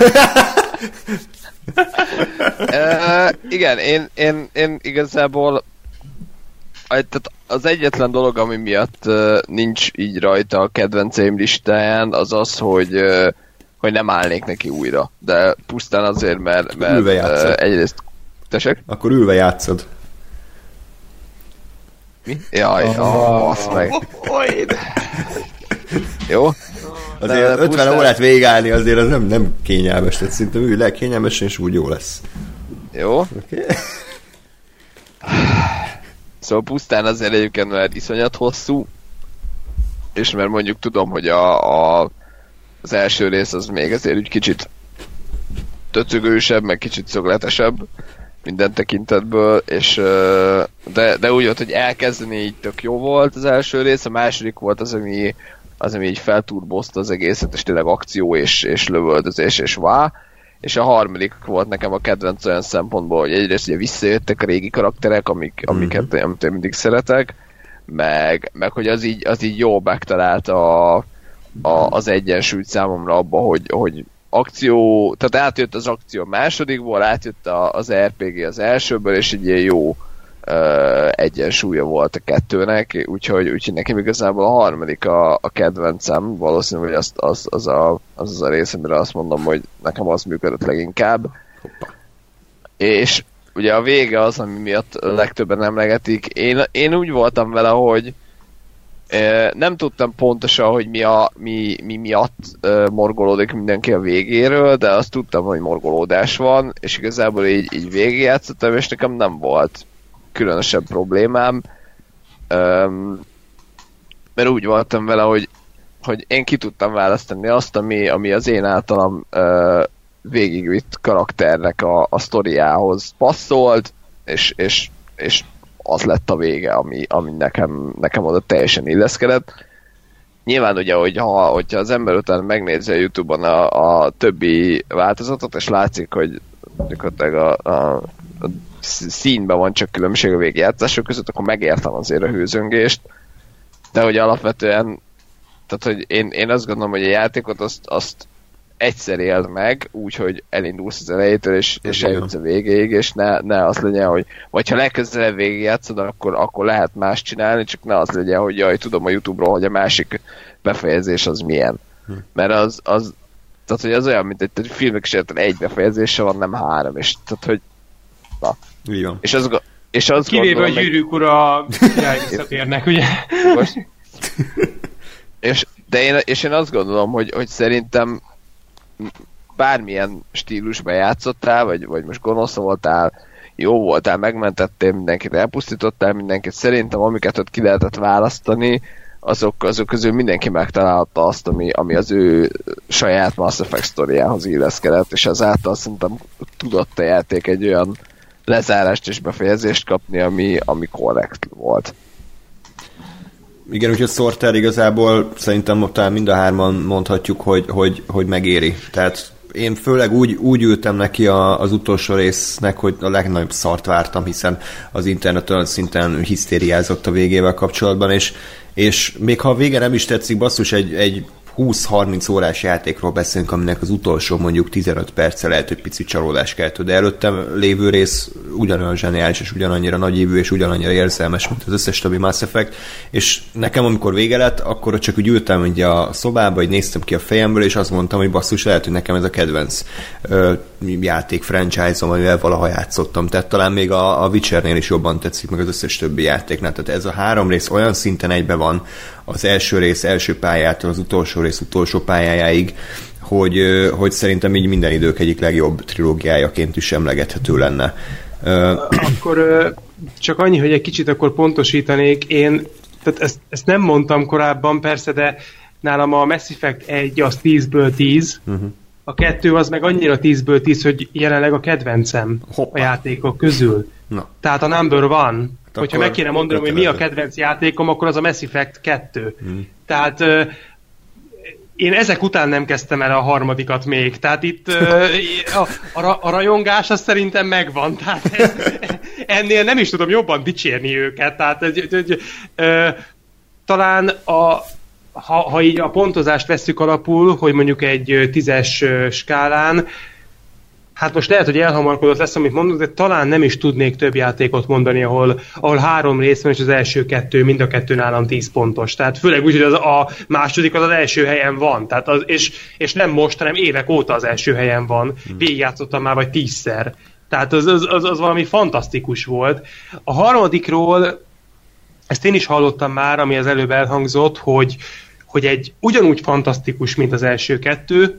uh, igen, én, én, én igazából tehát az egyetlen dolog, ami miatt uh, nincs így rajta a kedvenceim listáján, az az, hogy, uh, hogy nem állnék neki újra. De pusztán azért, mert, mert uh, egyrészt... Tessék? Akkor ülve játszod. Mi? Jaj, oh, basz meg. Jó? Azért ötven pusztán... órát végigállni azért az nem, nem kényelmes, tehát szinte ülj le kényelmesen, és úgy jó lesz. Jó. Okay. Szóval pusztán azért egyébként, mert iszonyat hosszú, és mert mondjuk tudom, hogy a, a, az első rész az még azért úgy kicsit töcögősebb, meg kicsit szögletesebb minden tekintetből, és de, de úgy volt, hogy elkezdeni így tök jó volt az első rész, a második volt az, ami, az, ami így felturbozta az egészet, és tényleg akció, és, és lövöldözés, és vá. És a harmadik volt nekem a kedvenc olyan szempontból, hogy egyrészt ugye visszajöttek a régi karakterek, amik, amiket mm-hmm. amit én mindig szeretek, meg, meg hogy az így, az így jól megtalálta a, a, az egyensúlyt számomra abba, hogy, hogy akció, tehát átjött az akció a másodikból, átjött a, az er pé gé az elsőből, és egy ilyen jó uh, egyensúlya volt a kettőnek, úgyhogy, úgyhogy nekem igazából a harmadik a, a kedvencem, valószínű, hogy az, az, az, a, az az a rész, amire azt mondom, hogy nekem az működött leginkább. Hoppa. És ugye a vége az, ami miatt legtöbben emlegetik. Én, én úgy voltam vele, hogy eh, nem tudtam pontosan, hogy mi, a, mi, mi miatt eh, morgolódik mindenki a végéről, de azt tudtam, hogy morgolódás van, és igazából így, így végigjátszottam, és nekem nem volt különösebb problémám, um, mert úgy voltam vele, hogy, hogy én ki tudtam választani azt, ami, ami az én általam uh, végigvitt karakternek a, a sztoriához passzolt, és, és, és az lett a vége, ami, ami nekem, nekem oda teljesen illeszkedett. Nyilván ugye, hogyha, hogyha az ember után megnézi a YouTube-on a, a többi változatot, és látszik, hogy a, a, a színben van csak különbség a végigjátszások között, akkor megértem azért a hőzöngést, de hogy alapvetően, tehát hogy én, én azt gondolom, hogy a játékot azt, azt egyszer éld meg, úgyhogy elindulsz az elejétől, és, és eljutsz a végéig, és ne, ne az legyen, hogy vagy ha legközelebb végigjátszod, akkor, akkor lehet más csinálni, csak ne az legyen, hogy jaj, tudom a YouTube-ról, hogy a másik befejezés az milyen. Hm. Mert az, az tehát, hogy az olyan, mint egy filmek is egy befejezése van, nem három, és tehát, hogy na. Igen. És az, és az kivéve a gyűrűk ura visszatérnek, ugye? és, de én, és én azt gondolom, hogy, hogy szerintem bármilyen stílusban játszottál, vagy, vagy most gonosz voltál, jó voltál, megmentettél mindenkit, elpusztítottál mindenkit. Szerintem amiket ott ki lehetett választani, azok, azok közül mindenki megtalálta azt, ami, ami az ő saját Mass Effect sztoriához illeszkedett, és ezáltal szerintem tudott a játék egy olyan lezárást és befejezést kapni, ami, ami korrekt volt. Igen, úgyhogy Sorter igazából szerintem talán mind a hárman mondhatjuk, hogy, hogy, hogy megéri. Tehát én főleg úgy, úgy ültem neki a, az utolsó résznek, hogy a legnagyobb szart vártam, hiszen az internet olyan szinten hisztériázott a végével kapcsolatban, és, és még ha a vége nem is tetszik, basszus, egy, egy húsz-harminc órás játékról beszélünk, aminek az utolsó mondjuk tizenöt perce lehet, hogy pici csalódás keltő, de előttem lévő rész ugyanolyan zseniális, és ugyanannyira nagyívű, és ugyanannyira érzelmes, mint az összes többi Mass Effect, és nekem amikor vége lett, akkor csak úgy ültem ugye a szobába, hogy néztem ki a fejemből, és azt mondtam, hogy basszus, lehet, hogy nekem ez a kedvenc ö, játék franchise-om, amivel valaha játszottam, tehát talán még a, a Witchernél is jobban tetszik, meg az összes többi játéknál, tehát ez a három rész olyan szinten egybe van, az első rész első pályától az utolsó rész utolsó pályájáig, hogy, hogy szerintem így minden idők egyik legjobb trilógiájaként is emlegethető lenne. Akkor csak annyi, hogy egy kicsit akkor pontosítanék, én tehát ezt, ezt nem mondtam korábban persze, de nálam a Mass Effect egy az tízből tíz, uh-huh. A kettő az meg annyira tízből tíz, hogy jelenleg a kedvencem Hoppá. A játékok közül. Na. Tehát a number one. Hát hogyha meg kéne mondanom, hogy mi a kedvenc játékom, akkor az a Mass Effect kettő. Hmm. Tehát uh, én ezek után nem kezdtem el a harmadikat még. Tehát itt uh, a, a, a rajongás az szerintem megvan. Tehát ez, ennél nem is tudom jobban dicsérni őket. Tehát uh, uh, talán a Ha, ha így a pontozást vesszük alapul, hogy mondjuk egy tízes skálán, hát most lehet, hogy elhamarkodott lesz, amit mondok, de talán nem is tudnék több játékot mondani, ahol, ahol három rész van, és az első kettő, mind a kettő nálam tíz pontos. Tehát főleg úgy, hogy az, a második az az első helyen van. Tehát az, és, és nem most, hanem évek óta az első helyen van. Végigjátszottam már vagy tízszer. Tehát az, az, az, az valami fantasztikus volt. A harmadikról ezt én is hallottam már, ami az előbb elhangzott, hogy, hogy egy ugyanúgy fantasztikus, mint az első kettő,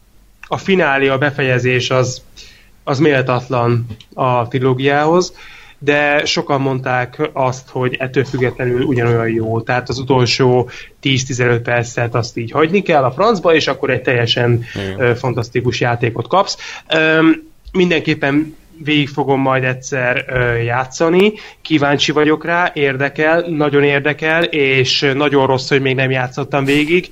a finálé, a befejezés az, az méltatlan a trilógiához, de sokan mondták azt, hogy ettől függetlenül ugyanolyan jó. Tehát az utolsó tíz-tizenöt percet azt így hagyni kell a francba, és akkor egy teljesen uh, fantasztikus játékot kapsz. Um, mindenképpen végig fogom majd egyszer ö, játszani, kíváncsi vagyok rá, érdekel, nagyon érdekel, és nagyon rossz, hogy még nem játszottam végig,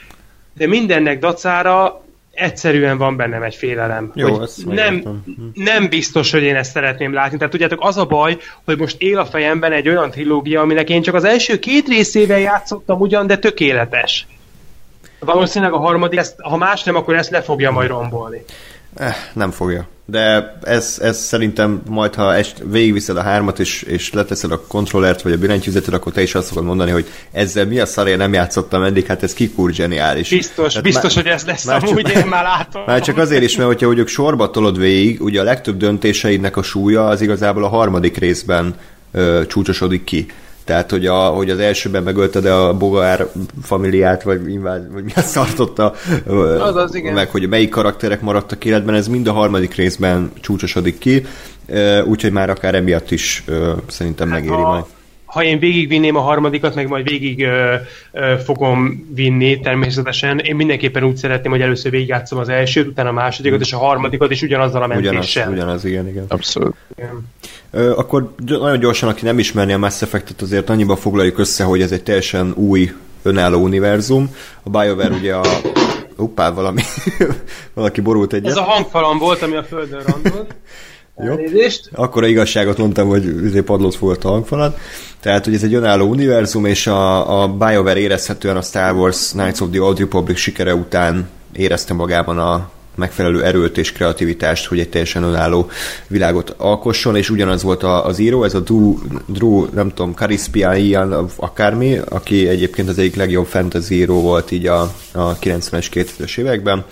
de mindennek dacára egyszerűen van bennem egy félelem. Jó, hogy nem, nem biztos, hogy én ezt szeretném látni. Tehát tudjátok, az a baj, hogy most él a fejemben egy olyan trilógia, aminek én csak az első két részével játszottam ugyan, de tökéletes. Valószínűleg a harmadik, ezt, ha más nem, akkor ezt le fogja majd rombolni. Eh, nem fogja. De ez, ez szerintem majd, ha est, végigviszed a hármat, és, és leteszed a kontrollert, vagy a billentyűzetet, akkor te is azt fogod mondani, hogy ezzel mi a szarért nem játszottam eddig, hát ez kikur zseniális. Biztos, Tehát biztos, má, hogy ez lesz amúgy, csak, én már látom. Már csak azért is, mert hogyha mondjuk sorba tolod végig, ugye a legtöbb döntéseidnek a súlya az igazából a harmadik részben ö, csúcsosodik ki. Tehát, hogy, a, hogy az elsőben megölted a Bogár familiát, vagy, invád, vagy mi azt szartotta, az az, meg hogy melyik karakterek maradtak életben, ez mind a harmadik részben csúcsosodik ki, úgyhogy már akár emiatt is szerintem hát megéri ha, majd. Ha én végigvinném a harmadikat, meg majd végig ö, ö, fogom vinni természetesen, én mindenképpen úgy szeretném, hogy először végigjátszom az elsőt, utána a másodikat, hmm. és a harmadikat is ugyanazzal a mentéssel. Ugyanaz, ugyanaz igen, igen. Abszolút. Igen. Ö, akkor nagyon gyorsan, aki nem ismerni a Mass Effect-et, azért annyiban foglaljuk össze, hogy ez egy teljesen új, önálló univerzum. A BioWare ugye a... Hoppá, valami... valaki borult egyet. Ez a hangfalam volt, ami a földön randolt. Jó. Akkor a igazságot mondtam, hogy padlót volt a hangfalat. Tehát, hogy ez egy önálló univerzum, és a, a BioWare érezhetően a Star Wars Knights of the Old Republic sikere után érezte magában a megfelelő erőt és kreativitást, hogy egy teljesen önálló világot alkosson, és ugyanaz volt az író, ez a Drew, Drew nem tudom, Karispian akármi, aki egyébként az egyik legjobb fantasy író volt így a, a kilencvenes, kétezres években,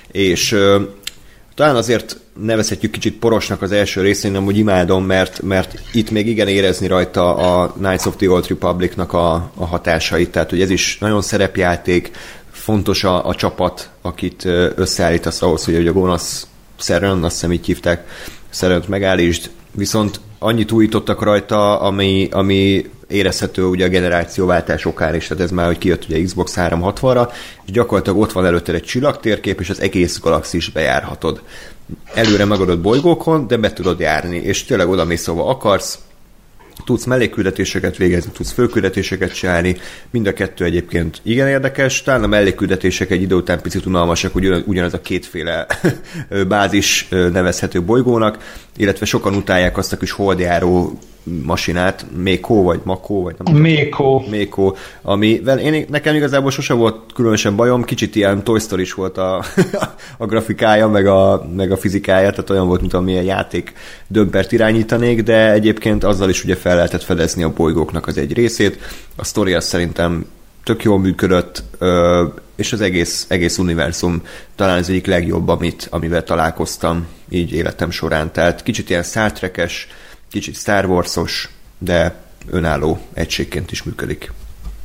és talán azért nevezhetjük kicsit porosnak az első részén, amúgy imádom, mert, mert itt még igen érezni rajta a Knights of the Old Republic-nak a, a hatásait, tehát hogy ez is nagyon szerepjáték, fontos a, a csapat, akit összeállítasz ahhoz, hogy a gonosz Saren, azt hiszem így hívták, Sarent megállítsd, viszont annyit újítottak rajta, ami, ami érezhető ugye a generációváltás okán is, tehát ez már, hogy kijött ugye Xbox háromszázhatvanra, és gyakorlatilag ott van előtted egy csillagtérkép, és az egész galaxis bejárhatod. Előre megadott bolygókon, de be tudod járni, és tényleg oda mész, szóval akarsz, tudsz mellékküldetéseket végezni, tudsz főküldetéseket csinálni, mind a kettő egyébként igen érdekes, talán a mellékküldetések egy idő után picit unalmasak, ugyan, ugyanaz a kétféle bázis nevezhető bolygónak, illetve sokan utálják azt a kis holdjáró masinát, Méko vagy Mako, vagy nem Méko. Méko, amivel én, nekem igazából sose volt különösen bajom, kicsit ilyen Toy Story is volt a, a grafikája, meg a, meg a fizikája, tehát olyan volt, mint amilyen játék dömpert irányítanék, de egyébként azzal is ugye fel lehetett fedezni a bolygóknak az egy részét. A sztori az szerintem tök jól működött, és az egész, egész univerzum talán az egyik legjobb, amit, amivel találkoztam így életem során. Tehát kicsit ilyen Star Trek-es, kicsit Star Wars-os, de önálló egységként is működik.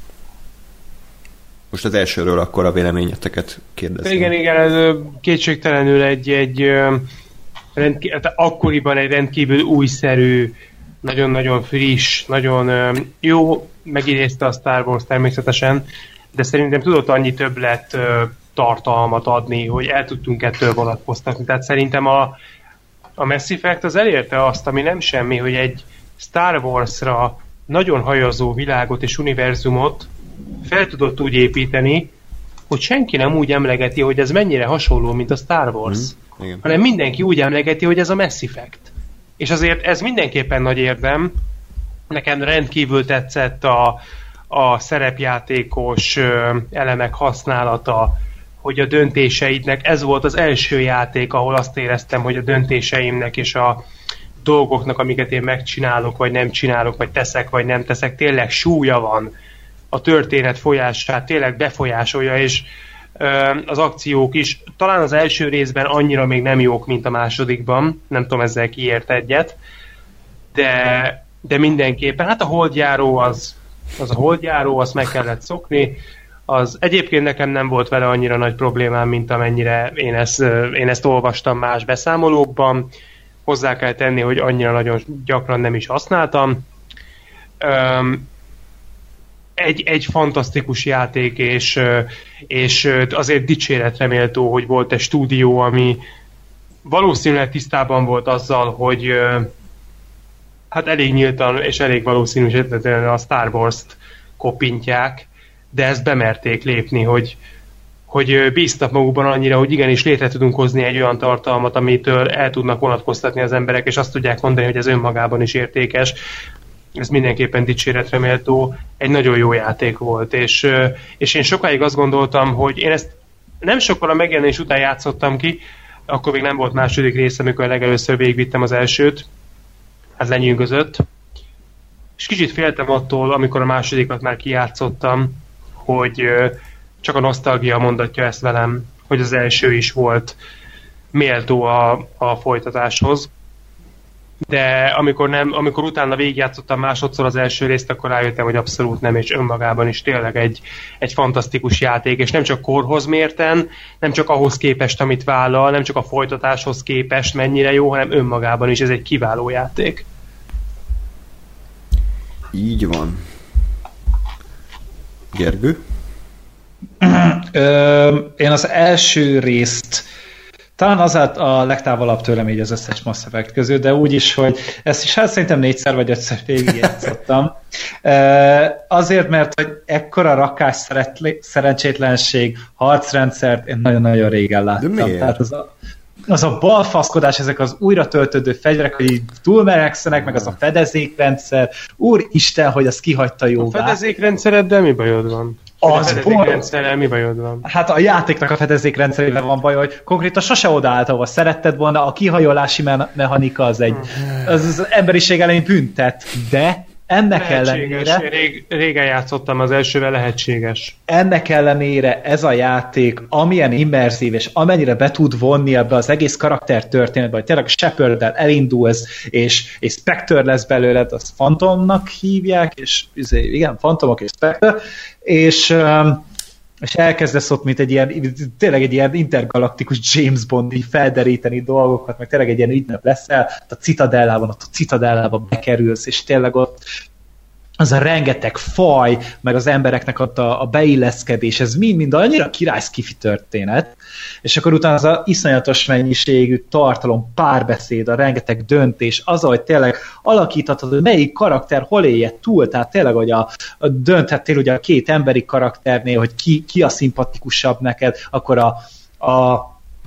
Most az elsőről akkor a véleményeteket kérdezni. Igen, igen, ez kétségtelenül egy, egy rendkívül, akkoriban egy rendkívül újszerű, nagyon-nagyon friss, nagyon jó, megidézte a Star Wars természetesen, de szerintem tudott annyi többlet tartalmat adni, hogy el tudtunk ettől vonatkoztatni. Tehát szerintem a A Mass Effect az elérte azt, ami nem semmi, hogy egy Star Wars-ra nagyon hajazó világot és univerzumot fel tudott úgy építeni, hogy senki nem úgy emlegeti, hogy ez mennyire hasonló, mint a Star Wars, mm, hanem mindenki úgy emlegeti, hogy ez a Mass Effect. És azért ez mindenképpen nagy érdem. Nekem rendkívül tetszett a, a szerepjátékos elemek használata, hogy a döntéseidnek, ez volt az első játék, ahol azt éreztem, hogy a döntéseimnek és a dolgoknak, amiket én megcsinálok, vagy nem csinálok, vagy teszek, vagy nem teszek, tényleg súlya van a történet folyását, tényleg befolyásolja, és ö, az akciók is, talán az első részben annyira még nem jók, mint a másodikban, nem tudom, ezzel ki ért egyet, de, de mindenképpen, hát a holdjáró az, az a holdjáró, azt meg kellett szokni. Az egyébként nekem nem volt vele annyira nagy problémám, mint amennyire én ezt, én ezt olvastam más beszámolókban. Hozzá kell tenni, hogy annyira nagyon gyakran nem is használtam. Egy, egy fantasztikus játék, és, és azért dicséretre méltó, hogy volt egy stúdió, ami valószínűleg tisztában volt azzal, hogy hát elég nyíltan és elég valószínűséggel a Star Wars-t kopintják, de ezt bemerték lépni, hogy, hogy bíztak magukban annyira, hogy igenis létre tudunk hozni egy olyan tartalmat, amitől el tudnak vonatkoztatni az emberek, és azt tudják mondani, hogy ez önmagában is értékes. Ez mindenképpen dicséretre méltó. Egy nagyon jó játék volt, és, és én sokáig azt gondoltam, hogy én ezt nem sokkal a megjelenés után játszottam ki, akkor még nem volt második rész, amikor legelőször végigvittem az elsőt, ez lenyűgözött, és kicsit féltem attól, amikor a másodikat már kijátszottam, hogy csak a nosztalgia mondatja ezt velem, hogy az első is volt méltó a, a folytatáshoz. De amikor, nem, amikor utána végigjátszottam másodszor az első részt, akkor rájöttem, hogy abszolút nem, és önmagában is tényleg egy, egy fantasztikus játék, és nem csak korhoz mérten, nem csak ahhoz képest, amit vállal, nem csak a folytatáshoz képest mennyire jó, hanem önmagában is ez egy kiváló játék. Így van. Gergő? Ö, én az első részt talán az a legtávolabb tőlem így az összes Mass Effect közül, de úgy is, hogy ezt is hát szerintem négyszer vagy ötször végigjátszottam. Azért, mert hogy ekkora rakás szerencsétlenség, harcrendszert én nagyon-nagyon régen láttam. De miért? Tehát az a, az a balfaszkodás, ezek az újra töltődő fegyverek, hogy így túlmeregszenek, meg az a fedezékrendszer. Úristen, hogy az kihagyta jóvá. A fedezékrendszereddel mi bajod van? Az a fedezékrendszerrel mi bajod van? Hát a játéknak a fedezékrendszerével van baj, hogy konkrétan sose odaállt, ahova szeretted volna, a kihajolási me- mechanika az egy az, az emberiség ellen büntet, de ennek ellenére... Rég, régen játszottam az elsővel, lehetséges. Ennek ellenére ez a játék amilyen immerzív, és amennyire be tud vonni ebbe az egész karakter történetbe, hogy tényleg a Shepard-del elindulsz, és, és Spectre lesz belőled, azt Phantomnak hívják, és igen, Phantomok és Spectre, és, és elkezdesz ott, mint egy ilyen, tényleg egy ilyen intergalaktikus James Bond-i felderíteni dolgokat, meg tényleg egy ilyen ügynök leszel, a Citadellában, ott a Citadellába bekerülsz, és tényleg ott az a rengeteg faj, meg az embereknek ott a, a beilleszkedés, ez mind-mind annyira királyszkifi történet, és akkor utána az a iszonyatos mennyiségű tartalom, párbeszéd, a rengeteg döntés, az, hogy tényleg alakíthatod, hogy melyik karakter hol élje túl, tehát tényleg, hogy a, a dönthettél ugye a két emberi karakternél, hogy ki, ki a szimpatikusabb neked, akkor a, a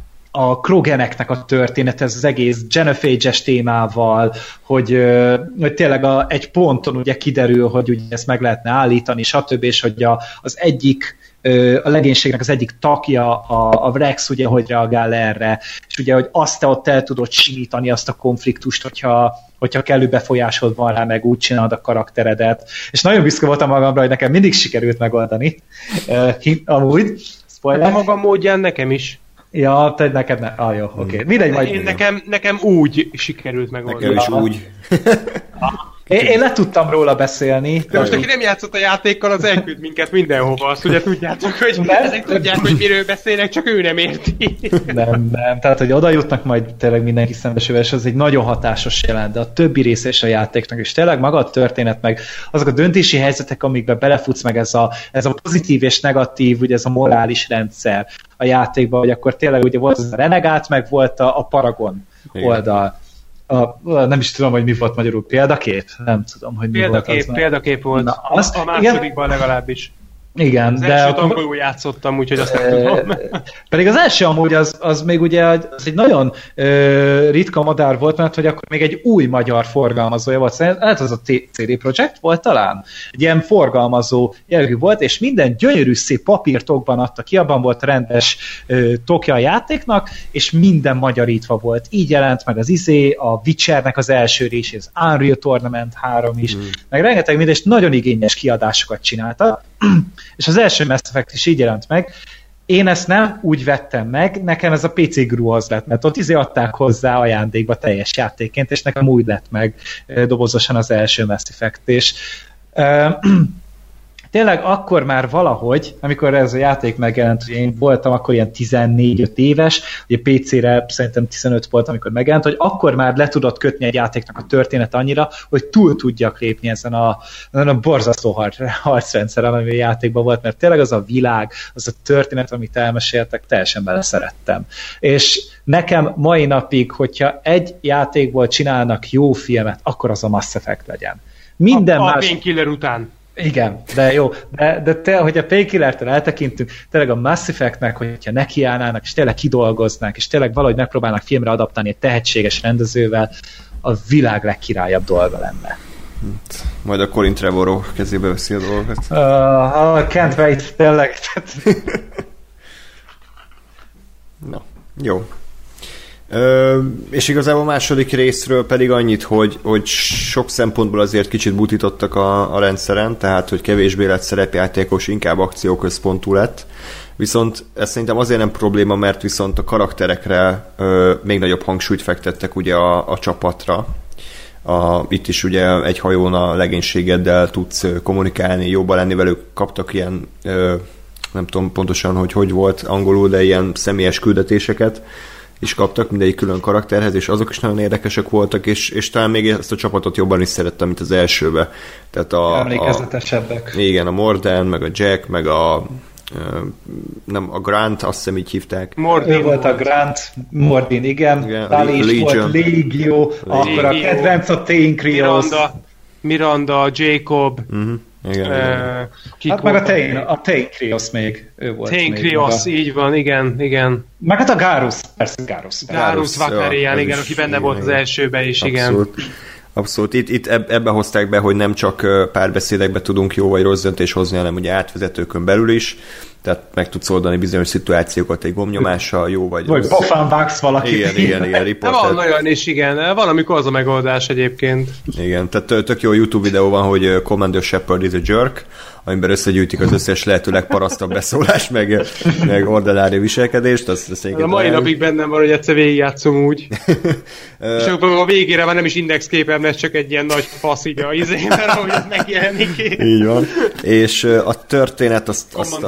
a Krogeneknek a történet, ez az egész Genophage-es témával, hogy, hogy tényleg a, egy ponton ugye kiderül, hogy ugye ezt meg lehetne állítani, stb. És hogy a, az egyik, a legénységnek az egyik tagja, a, a Rex ugye hogy reagál erre, és ugye, hogy azt te ott el tudod simítani azt a konfliktust, hogyha, hogyha kellő befolyásod van rá, meg úgy csinálod a karakteredet. És nagyon büszke voltam magamra, hogy nekem mindig sikerült megoldani. Amúgy, spoiler. A maga módján nekem is. Ja, te neked ne. Ah, jó, oké. Okay. Mindegy, majd... Én nekem, nekem úgy sikerült megoldani. Nekem is úgy. Én, én le tudtam róla beszélni. De most aki nem játszott a játékkal, az elküld minket mindenhova. Azt ugye tudjátok, hogy nem? Ezek tudják, hogy miről beszélnek, csak ő nem érti. Nem, nem. Tehát, hogy oda jutnak majd tényleg mindenki szembesülve, és ez egy nagyon hatásos jelent, de a többi része is a játéknak, és tényleg maga a történet, meg azok a döntési helyzetek, amikben belefutsz, meg ez a, ez a pozitív és negatív, ugye ez a morális rendszer a játékban, hogy akkor tényleg ugye volt az a renegát, meg volt a, a Paragon oldal. A, nem is tudom, hogy mi volt magyarul. Példakép? Nem tudom, hogy mi példakép, volt az. Példakép volt. Na, az, a másodikban igen, legalábbis. Igen, az de... első angolul játszottam, úgyhogy azt nem tudom. Pedig az első amúgy az, az még ugye az egy nagyon ö, ritka madár volt, mert hogy akkor még egy új magyar forgalmazója volt. Hát az a cé dé Projekt volt talán? Egy ilyen forgalmazó jellegű volt, és minden gyönyörű szép papírtokban adta ki, abban volt rendes ö, tokja a játéknak, és minden magyarítva volt. Így jelent meg az izé, a Witchernek az első rész, az Unreal Tournament három is, mm. meg rengeteg minden, és nagyon igényes kiadásokat csinálta. És az első Mass Effect is így jelent meg. Én ezt nem úgy vettem meg, nekem ez a pé cé gru az lett, mert ott izé adták hozzá ajándékba teljes játékként, és nekem úgy lett meg dobozosan az első Mass Effect, és uh, tényleg akkor már valahogy, amikor ez a játék megjelent, hogy én voltam akkor ilyen tizennégy-öt éves, ugye pé cére szerintem tizenöt volt, amikor megjelent, hogy akkor már le tudott kötni egy játéknak a történet annyira, hogy túl tudjak lépni ezen a, ezen a borzasztó harcrendszeren, ami a játékban volt, mert tényleg az a világ, az a történet, amit elmeséltek, teljesen bele szerettem. És nekem mai napig, hogyha egy játékból csinálnak jó filmet, akkor az a Mass Effect legyen. Minden a, a más... Painkiller után. Igen, de jó, de, de te, hogy a Painkiller-től eltekintünk, tényleg a Mass Effect-nek, hogyha nekiállnának, és tényleg kidolgoznák, és tényleg valahogy megpróbálnak filmre adaptálni egy tehetséges rendezővel, a világ legkirályabb dolga lenne. Majd a Colin Trevorrow kezébe veszi a dolgokat. Uh, can't wait, tényleg. Na, jó. Ö, és igazából a második részről pedig annyit, hogy, hogy sok szempontból azért kicsit butítottak a, a rendszeren, tehát hogy kevésbé lett szerepjátékos, inkább akcióközpontú lett. Viszont ez szerintem azért nem probléma, mert viszont a karakterekre ö, még nagyobb hangsúlyt fektettek ugye a, a csapatra. A, itt is ugye egy hajón a legénységeddel tudsz kommunikálni, jobban lenni velük, kaptak ilyen, ö, nem tudom pontosan, hogy hogy volt angolul, de ilyen személyes küldetéseket is kaptak mindegyik külön karakterhez, és azok is nagyon érdekesek voltak, és, és talán még ezt a csapatot jobban is szerettem, mint az elsőbe. Tehát a, emlékezetesebbek. A, igen, a Morden, meg a Jack, meg a nem, a Grant, azt hiszem így hívták. Mordin ő volt a Grant, Mordin, igen. igen Tali is volt, Légió, akkor a kedvenc a Thane Krios. Miranda, Miranda, Jacob. Uh-huh. Igen, uh, igen. Hát meg a Thane, a Thane Krios még, ő volt. Thane Krios, így van, igen, igen. Meg hát a Garus, persze Garus. Garus Vakarian, igen, aki benne volt az elsőben is, igen. Abszolút. Itt, itt ebbe hozták be, hogy nem csak párbeszédekbe tudunk jó vagy rossz döntés hozni, hanem ugye átvezetőkön belül is. Tehát meg tudsz oldani bizonyos szituációkat egy gombnyomással, jó vagy rossz. Vagy pofán vágsz valaki. Igen, igen, igen. Report, van tehát... olyan is, igen. Valamikor az a megoldás egyébként. Igen, tehát tök jó YouTube videó van, hogy Commander Shepard is a jerk, amiben összegyűjtik az összes lehető legparasztabb beszólást, meg, meg ordinári viselkedést. Azt, azt a mai napig bennem van, hogy egyszer végigjátszom úgy. És akkor a végére már nem is indexképem lesz, csak egy ilyen nagy fasz így a izén, mert ahogy ez megjelenik. Így van. És a történet azt... Commander azt Dick.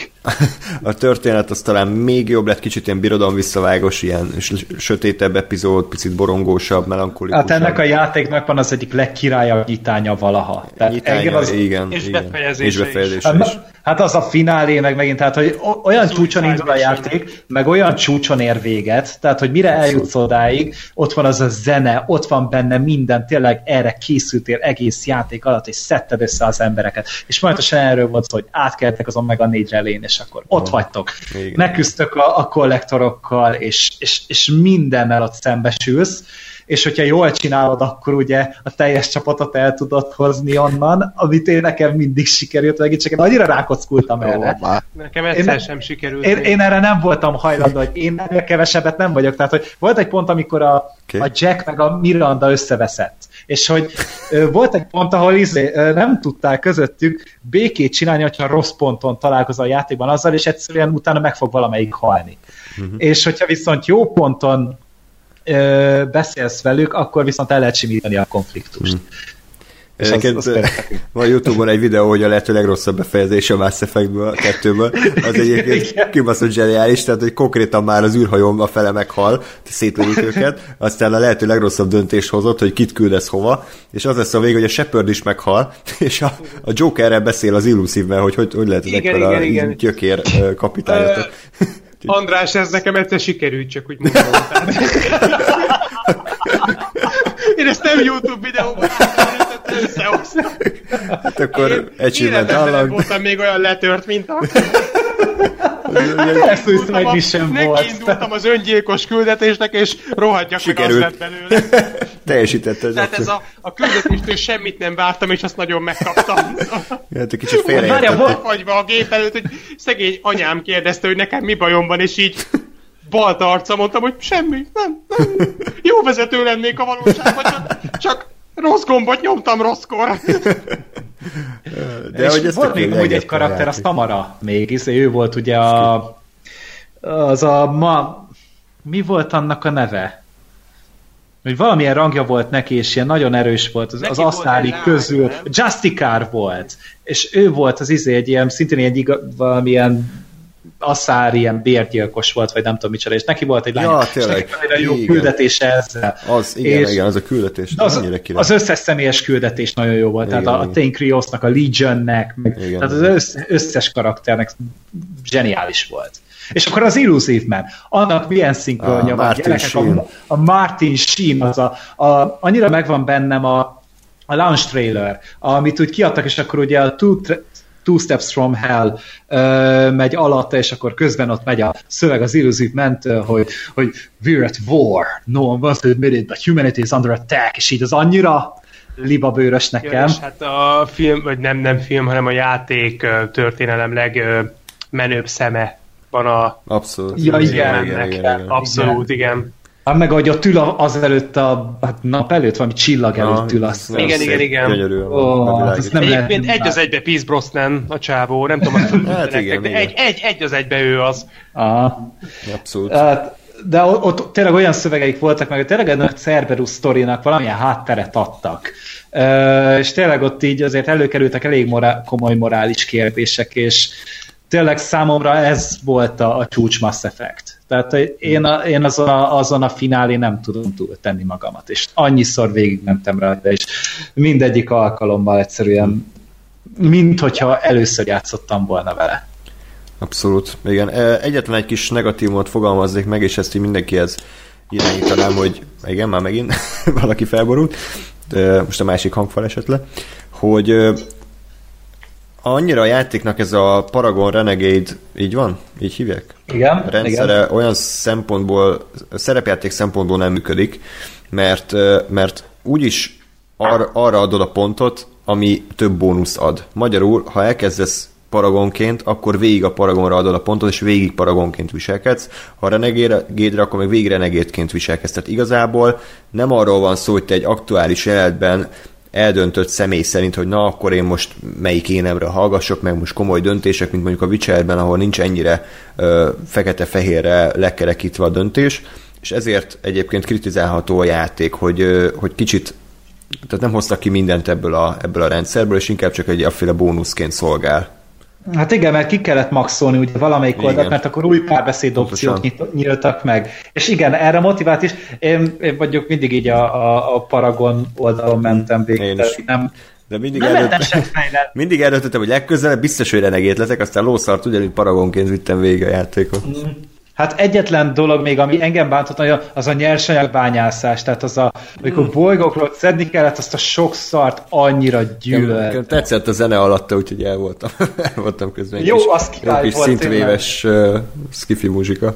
működik. A történet az talán még jobb lett, kicsit ilyen birodalom visszavágos, ilyen sötétebb epizód, picit borongósabb, melankolikusabb. Hát ennek a játéknak van az egyik legkirályabb nyitánya valaha. Tehát nyitánya, az, igen. És igen. befejezése, és befejezése is. is. Hát, hát az a finálé, meg megint, tehát hogy olyan az csúcson indul a játék, meg olyan csúcson ér véget, tehát hogy mire eljutsz odáig, ott van az a zene, ott van benne minden, tényleg erre készültél egész játék alatt, és szedted össze az embereket. És pontosan erről volt szó, hogy átkeltek azon meg a négyre lén, és akkor ott oh, vagytok. Igen. Megküzdtök a, a kollektorokkal, és, és, és mindennel ott szembesülsz, és hogyha jól csinálod, akkor ugye a teljes csapatot el tudod hozni onnan, amit én nekem mindig sikerült, meg csak én annyira rákockultam erre. Oh, nekem egyszer sem sikerült. Én, én erre nem voltam hajlandó, hogy én ennél kevesebbet nem vagyok. Tehát, hogy volt egy pont, amikor a, okay. a Jack meg a Miranda összeveszett. És hogy ö, volt egy pont, ahol izé, ö, nem tudtál közöttük békét csinálni, hogyha rossz ponton találkozol a játékban azzal, és egyszerűen utána meg fog valamelyik halni. Uh-huh. És hogyha viszont jó ponton ö, beszélsz velük, akkor viszont el lehet simítani a konfliktust. Uh-huh. És az, az van YouTube-on egy videó, hogy a lehető legrosszabb befejezés a Mass Effect-ből, a kettőből. Az egyébként kibaszott zseniális, tehát hogy konkrétan már az űrhajón a fele meghal, szétlövik őket, aztán a lehető legrosszabb döntést hozott, hogy kit küldesz hova, és az lesz a vég, hogy a Shepard is meghal, és a, a Jokerrel beszél az Illusive-ben, hogy hogy, hogy lehet ez ekkor a igen. gyökér kapitányatok. Uh, András, ez nekem egyszer sikerült, csak úgy mondom. Én ezt nem YouTube videóban összehozni. Hát akkor achievement allag. Voltam még olyan letört, mint a... Ezt úgy meg is sem volt. Nekiindultam az öngyilkos küldetésnek, és rohadjak meg az lett belőle. Teljesítetted. Tehát ez a, a küldetéstől semmit nem vártam, és azt nagyon megkaptam. Hát kicsit félreértették. Fagyva a gép előtt, hogy szegény anyám kérdezte, hogy nekem mi bajom van, és így balta arca mondtam, hogy semmi, nem, nem. Jó vezető lennék a valóságban, csak, csak rossz gombot nyomtam rosszkor. De hogy volt még úgy egy karakter, az Tamara még, ő volt ugye a, az a ma, mi volt annak a neve? Hogy valamilyen rangja volt neki, és ilyen nagyon erős volt az, az asztáli közül. Nem? Justicar volt, és ő volt az izé egy ilyen, szintén egy iga, valamilyen asszár, ilyen bérgyilkos volt, vagy nem tudom micsoda, és neki volt egy lány, ja, és neki nagyon jó küldetése ezzel. Az, igen, és igen, az a küldetés. Az, az összes személyes küldetés nagyon jó volt, igen, tehát a, a Tancrediosnak, a Legionnek, meg, igen, tehát az össz, összes karakternek zseniális volt. És akkor az Illusive Man, annak milyen szinkronja van, gyerekek, a, a Martin Sheen, az a, a, annyira megvan bennem a, a launch trailer, amit úgy kiadtak, és akkor ugye a Two, two Steps from Hell uh, megy alatta, és akkor közben ott megy a szöveg az Illusive Man-től, hogy, hogy we're at war, no one wants to admit it, but humanity is under attack, és így az annyira libabőrös nekem. Ja, és hát a film, vagy nem, nem film, hanem a játék történelem legmenőbb szeme van a... Abszolút. Ja, igen, igen, igen, igen. Abszolút, igen. igen. Hát meg ahogy a tül azelőtt a nap előtt, valami csillag előtt ül azt. Igen, igen, igen, igen. Oh, egyébként egy az egybe Pierce Brosnan a csávó, nem tudom, hogy hát igen, de igen. Egy, egy, egy az egybe ő az. Aha. Abszolút. Hát, de ott tényleg olyan szövegeik voltak, meg tényleg egy nagy Cerberus sztorinak valamilyen hátteret adtak. Uh, és tényleg ott így azért előkerültek elég morál, komoly morális kérdések, és tényleg számomra ez volt a, a csúcs Mass Effect. Tehát én, a, én azon, a, azon a finálé nem tudom túltenni magamat, és annyiszor végigmentem rajta, és mindegyik alkalommal egyszerűen, mint hogyha először játszottam volna vele. Abszolút, igen. Egyetlen egy kis negatívumot fogalmazzék meg, és ezt így mindenkihez irányítanám, hogy igen, már megint valaki felborult, de most a másik hangfal esett le, hogy annyira a játéknak ez a Paragon Renegade, így van? Így hívják? Igen. A rendszere igen. olyan szempontból, szerepjáték szempontból nem működik, mert, mert úgyis ar, arra adod a pontot, ami több bónusz ad. Magyarul, ha elkezdesz Paragonként, akkor végig a Paragonra adod a pontot, és végig Paragonként viselkedsz. Ha Renegade-re, akkor meg végig Renegade-ként viselkedsz. Tehát igazából nem arról van szó, hogy te egy aktuális életben eldöntött személy szerint, hogy na, akkor én most melyik énemre hallgassak, meg most komoly döntések, mint mondjuk a Witcherben, ahol nincs ennyire ö, fekete-fehérre lekerekítve a döntés, és ezért egyébként kritizálható a játék, hogy, ö, hogy kicsit, tehát nem hoztak ki mindent ebből a, ebből a rendszerből, és inkább csak egy afféle bónuszként szolgál. Hát igen, mert ki kellett maxolni ugye valamelyik igen. oldalt, mert akkor új párbeszéd opciók nyit, nyíltak meg. És igen, erre motivált is. Én, én vagyok mindig így a, a, a Paragon oldalon mentem végig. Nem, de mindig nem előtt, mindig előttem, hogy legközelebb biztos, hogy renegétletek, aztán lószart ugyanúgy Paragonként vittem végig a játékot. Mm. Hát egyetlen dolog még, ami engem bántott, az a nyersanyagbányászás, tehát az a, amikor bolygókról szedni kellett, azt a sok szart annyira gyűlölt. Tetszett a zene alatta, úgyhogy el voltam, el voltam közben. Jó, az király volt. Jó kis szintvéves uh, skifi muzsika.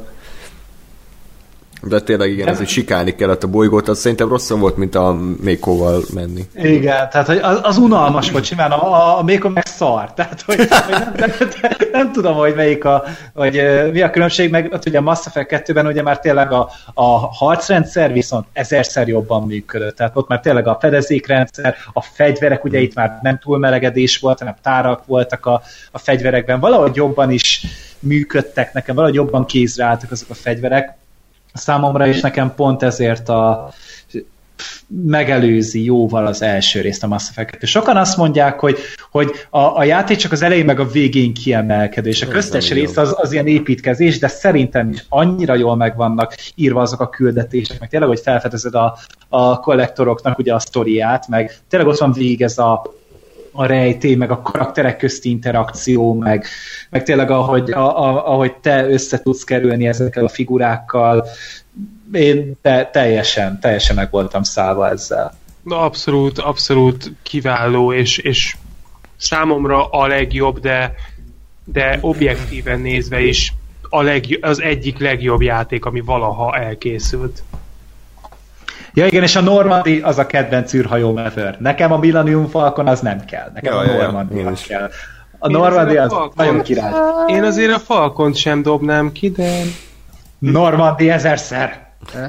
De tényleg igen, ez, hogy sikálni kellett a bolygót, az szerintem rosszan volt, mint a Mékóval menni. Igen, tehát hogy az, az unalmas volt simán, a, a, a Mékó meg szar, tehát hogy, hogy nem, nem, nem, nem tudom, hogy melyik a, hogy mi a különbség, meg ott ugye a Mass Effect kettőben ugye már tényleg a, a harcrendszer viszont ezerszer jobban működött, tehát ott már tényleg a fedezékrendszer, a fegyverek, ugye itt már nem túlmelegedés volt, hanem tárak voltak a, a fegyverekben, valahogy jobban is működtek nekem, valahogy jobban kézre álltak azok a fegyverek, számomra is nekem pont ezért a megelőzi jóval az első részt a Mass Effect kettő. Sokan azt mondják, hogy, hogy a, a játék csak az elején meg a végén kiemelkedő, és a köztes rész az, az ilyen építkezés, de szerintem is annyira jól meg vannak írva azok a küldetések, meg tényleg, hogy felfedezed a, a kollektoroknak ugye a sztoriát, meg tényleg ott van végig ez a a rejtély, meg a karakterek közti interakció, meg, meg tényleg ahogy, a, a, ahogy te össze tudsz kerülni ezekkel a figurákkal, én te, teljesen, teljesen meg voltam szállva ezzel. Na abszolút, abszolút kiváló, és, és számomra a legjobb, de, de objektíven nézve is a legjobb, az egyik legjobb játék, ami valaha elkészült. Ja igen, és a Normandy az a kedvenc űrhajóm ever. Nekem a Millennium Falcon az nem kell. Nekem ja, a Normandy ja, az kell. A Normandy az Falcon, nagyon király. Én azért a Falcont sem dobnám ki, de... Normandy ezerszer.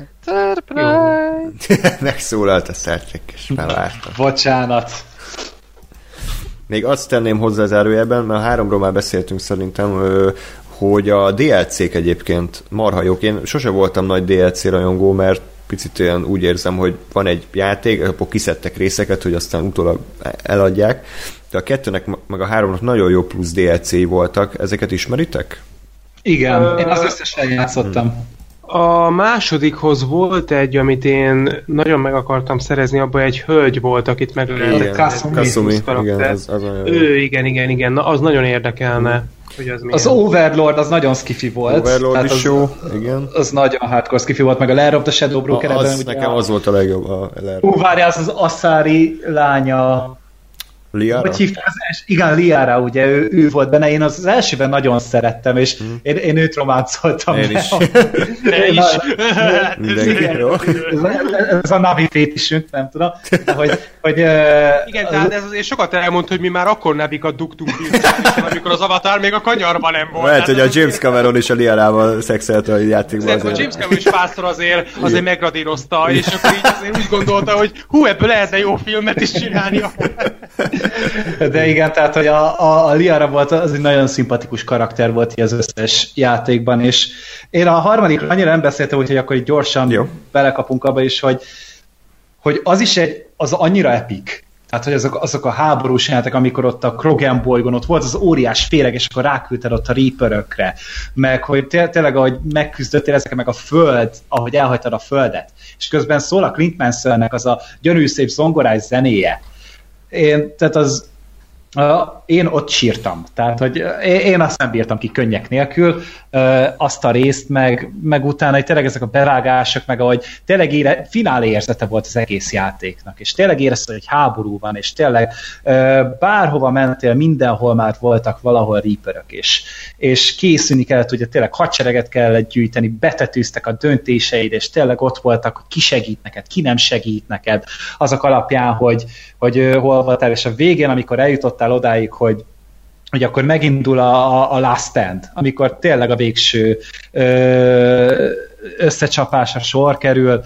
Megszólalt a Star Trek-es, felvártam. Bocsánat. Még azt tenném hozzá zárójelben, mert a háromról már beszéltünk szerintem, hogy a dé el cé-k egyébként marha jók. Én sose voltam nagy dé el cé rajongó, mert picit olyan úgy érzem, hogy van egy játék, akkor kiszedtek részeket, hogy aztán utólag eladják, de a kettőnek meg a háromnak nagyon jó plusz dé el cé-i voltak. Ezeket ismeritek? Igen, uh, én az összesen játszottam. A másodikhoz volt egy, amit én nagyon meg akartam szerezni, abban egy hölgy volt, akit meg lehetett Kasumi. Igen, az, az ő, igen, igen, igen, na, az nagyon érdekelne. Hogy az, az Overlord az nagyon skifi volt. Overlord is az, jó, igen. Az nagyon hardcore skifi volt, meg a Lair of the Shadow Broker. Az, nekem az volt a legjobb. A Ú, várjál, az az Asari lánya. Liara? Hogy hívták az els... Igen, Liara, ugye, ő, ő volt benne, én az, az elsőben nagyon szerettem, és hmm. én, én őt románcoltam. Én is. Te is. Mindenki, jó. Ez, ez a Navi fétisünk, nem tudom. De hogy, hogy, igen, az... tehát ez azért sokat elmond, hogy mi már akkor Navikat dugtunk ki, amikor az Avatar még a kanyarban nem volt. Lehet, hogy a James Cameron is a Liarával szexelte a játékban. Azért, a James Cameron is párszor azért, azért megradírozta, és akkor így azért úgy gondolta, hogy hú, ebből lehetne jó filmet is csinálni. De igen, tehát hogy a, a, a Liara volt, az egy nagyon szimpatikus karakter volt az összes játékban, és én a harmadikra annyira nem beszéltem, úgyhogy akkor így gyorsan Jó. belekapunk abba is, hogy, hogy az is egy, az annyira epik. Tehát, hogy azok, azok a háborús jelentek, amikor ott a Krogan bolygón ott volt az óriás féreg, és akkor ráküldted ott a Reaperökre, meg hogy té- tényleg, ahogy megküzdöttél ezeket, meg a föld, ahogy elhagytad a földet, és közben szól a Clint Mansellnek az a gyönyörű szép zongorás zenéje. Én, tehát az, uh, én ott sírtam. Tehát, hogy én, én azt nem bírtam ki könnyek nélkül, uh, azt a részt, meg, meg utána, hogy tényleg ezek a bevágások, meg ahogy tényleg ére, finálé érzete volt az egész játéknak, és tényleg érezted, hogy háború van, és tényleg uh, bárhova mentél, mindenhol már voltak valahol Reaperök, és, és készülni kellett, ugye tényleg hadsereget kellett gyűjteni, betetűztek a döntéseid, és tényleg ott voltak, hogy ki segít neked, ki nem segít neked, azok alapján, hogy, hogy uh, hol voltál, és a végén, amikor eljutottál odáig, hogy hogy akkor megindul a, a Last Stand, amikor tényleg a végső ö, összecsapásra sor kerül,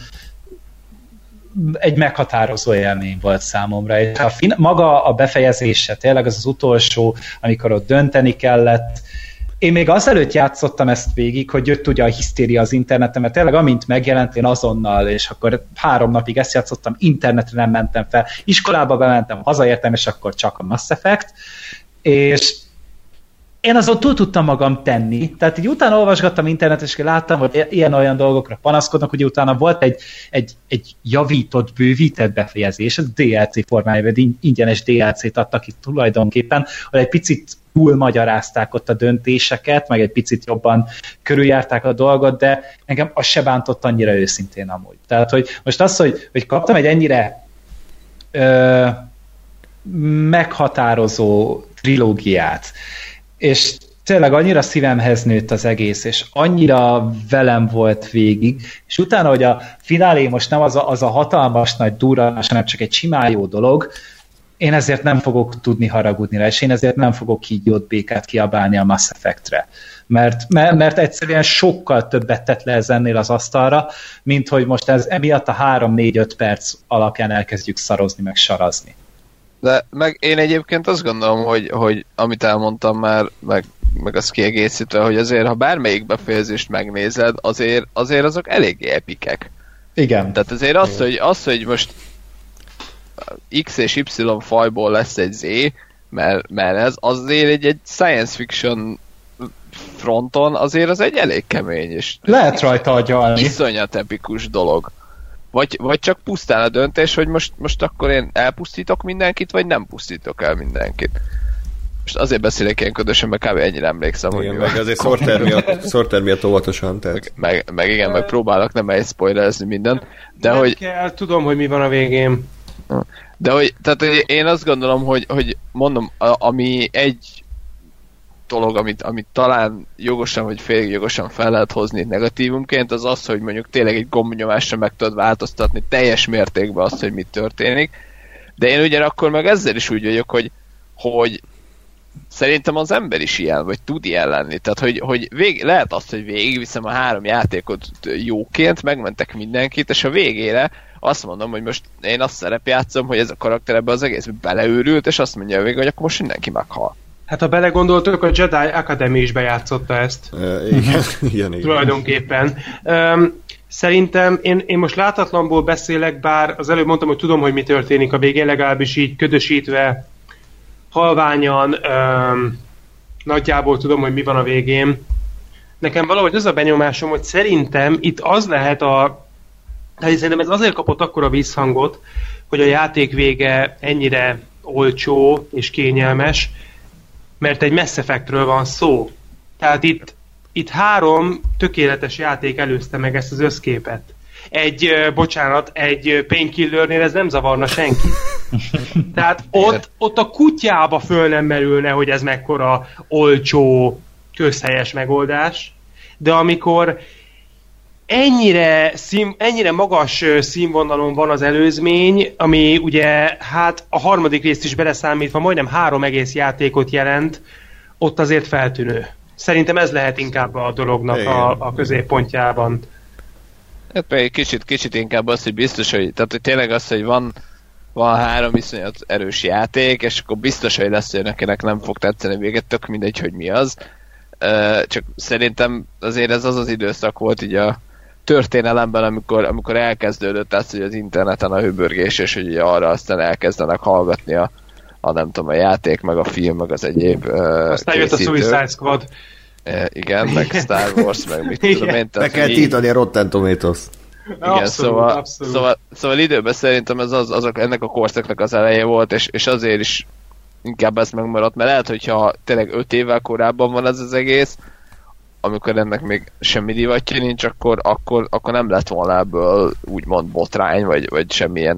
egy meghatározó élmény volt számomra. És a fin- maga a befejezése, tényleg az az utolsó, amikor ott dönteni kellett. Én még azelőtt játszottam ezt végig, hogy jött ugye a hisztéria az interneten, mert tényleg amint megjelent, én azonnal, és akkor három napig ezt játszottam, internetre nem mentem fel, iskolába bementem, hazaértem, és akkor csak a Mass Effect, és én azon túl tudtam magam tenni, tehát így utána olvasgattam internetet, és láttam, hogy ilyen-olyan dolgokra panaszkodnak, hogy utána volt egy, egy, egy javított, bővített befejezés, ez dé el cé formájában, ingyenes dé el cét adtak itt tulajdonképpen, hogy egy picit túl magyarázták ott a döntéseket, meg egy picit jobban körüljárták a dolgot, de engem az se bántott annyira őszintén amúgy. Tehát, hogy most az, hogy, hogy kaptam egy ennyire ö, meghatározó trilógiát, és tényleg annyira szívemhez nőtt az egész, és annyira velem volt végig, és utána, hogy a finálé most nem az a, az a hatalmas nagy durranás, hanem csak egy simán jó dolog, én ezért nem fogok tudni haragudni rá, és én ezért nem fogok kígyót békát kiabálni a Mass Effectre. Mert, mert, mert egyszerűen sokkal többet tett le ez ennél az asztalra, mint hogy most ez emiatt a három-négy-öt perc alapján elkezdjük szarozni, meg sarazni. De meg én egyébként azt gondolom, hogy, hogy amit elmondtam már, meg, meg azt kiegészítve, hogy azért, ha bármelyik befejezést megnézed, azért, azért azok eléggé epikek. Igen. Tehát azért az, hogy, az, hogy most X és Y fajból lesz egy Z, mert, mert ez azért egy, egy science fiction fronton azért az egy elég kemény, és lehet rajta agyalni. Iszonyat epikus dolog. Vagy, vagy csak pusztán a döntés, hogy most, most akkor én elpusztítok mindenkit, vagy nem pusztítok el mindenkit. Most azért beszélek ilyen ködösen, mert kb. Ennyire emlékszem. Igen, meg azért Sorter miatt, Sorter miatt óvatosan. Tehát. Meg, meg, meg igen, meg próbálok nem egy-spoilerezni mindent. De nem hogy... kell, tudom, hogy mi van a végén. De hogy, tehát hogy én azt gondolom, hogy, hogy mondom, a, ami egy dolog, amit, amit talán jogosan vagy félig jogosan fel lehet hozni negatívumként, az az, hogy mondjuk tényleg egy gombnyomásra meg tudod változtatni teljes mértékben azt, hogy mit történik. De én ugyanakkor meg ezzel is úgy vagyok, hogy, hogy szerintem az ember is ilyen, vagy tud ilyen lenni. Tehát, hogy, hogy vég, lehet azt, hogy végigviszem a három játékot jóként, megmentek mindenkit, és a végére azt mondom, hogy most én azt szerepjátszom, hogy ez a karakter ebbe az egészbe beleőrült, és azt mondja a végig, hogy akkor most mindenki meghal. Hát ha belegondoltok, a Jedi Academy is bejátszotta ezt. Uh, igen, igen, igen. Tulajdonképpen. Um, szerintem én, én most látatlanból beszélek, bár az előbb mondtam, hogy tudom, hogy mi történik a végén, legalábbis így ködösítve, halványan, um, nagyjából tudom, hogy mi van a végén. Nekem valahogy az a benyomásom, hogy szerintem itt az lehet a... Hát szerintem ez azért kapott akkora visszhangot, hogy a játék vége ennyire olcsó és kényelmes, mert egy Mass Effectről van szó. Tehát itt, itt három tökéletes játék előzte meg ezt az összképet. Egy, bocsánat, egy Painkillernél ez nem zavarna senki. Tehát ott, ott a kutyába föl nem merülne, hogy ez mekkora olcsó, közhelyes megoldás, de amikor ennyire, szín, ennyire magas színvonalon van az előzmény, ami ugye hát a harmadik részt is beleszámítva majdnem három egész játékot jelent, ott azért feltűnő. Szerintem ez lehet inkább a dolognak a, a középpontjában. Hát még kicsit, kicsit inkább az, hogy biztos, hogy, tehát, hogy tényleg az, hogy van, van három iszonyat erős játék, és akkor biztos, hogy lesz olyan, akinek nem fog tetszeni véget, tök mindegy, hogy mi az. Uh, csak szerintem azért ez az az időszak volt így a történelemben, amikor, amikor elkezdődött az, hogy az interneten a hőbörgés, és hogy arra aztán elkezdenek hallgatni a, a nem tudom, a játék, meg a film, meg az egyéb uh, aztán jött a Suicide Squad. Uh, igen, meg Star Wars, meg mit tudom én. Be kell tiltani a Rotten Tomatoes. Igen, abszolút, szóval, abszolút. Szóval, szóval időben szerintem ez az, azok, ennek a korszaknak az eleje volt, és, és azért is inkább ez megmaradt, mert lehet, hogyha tényleg öt évvel korábban van ez az egész, amikor ennek még semmi divatja nincs, akkor, akkor, akkor nem lett volna ebből úgymond botrány, vagy, vagy semmilyen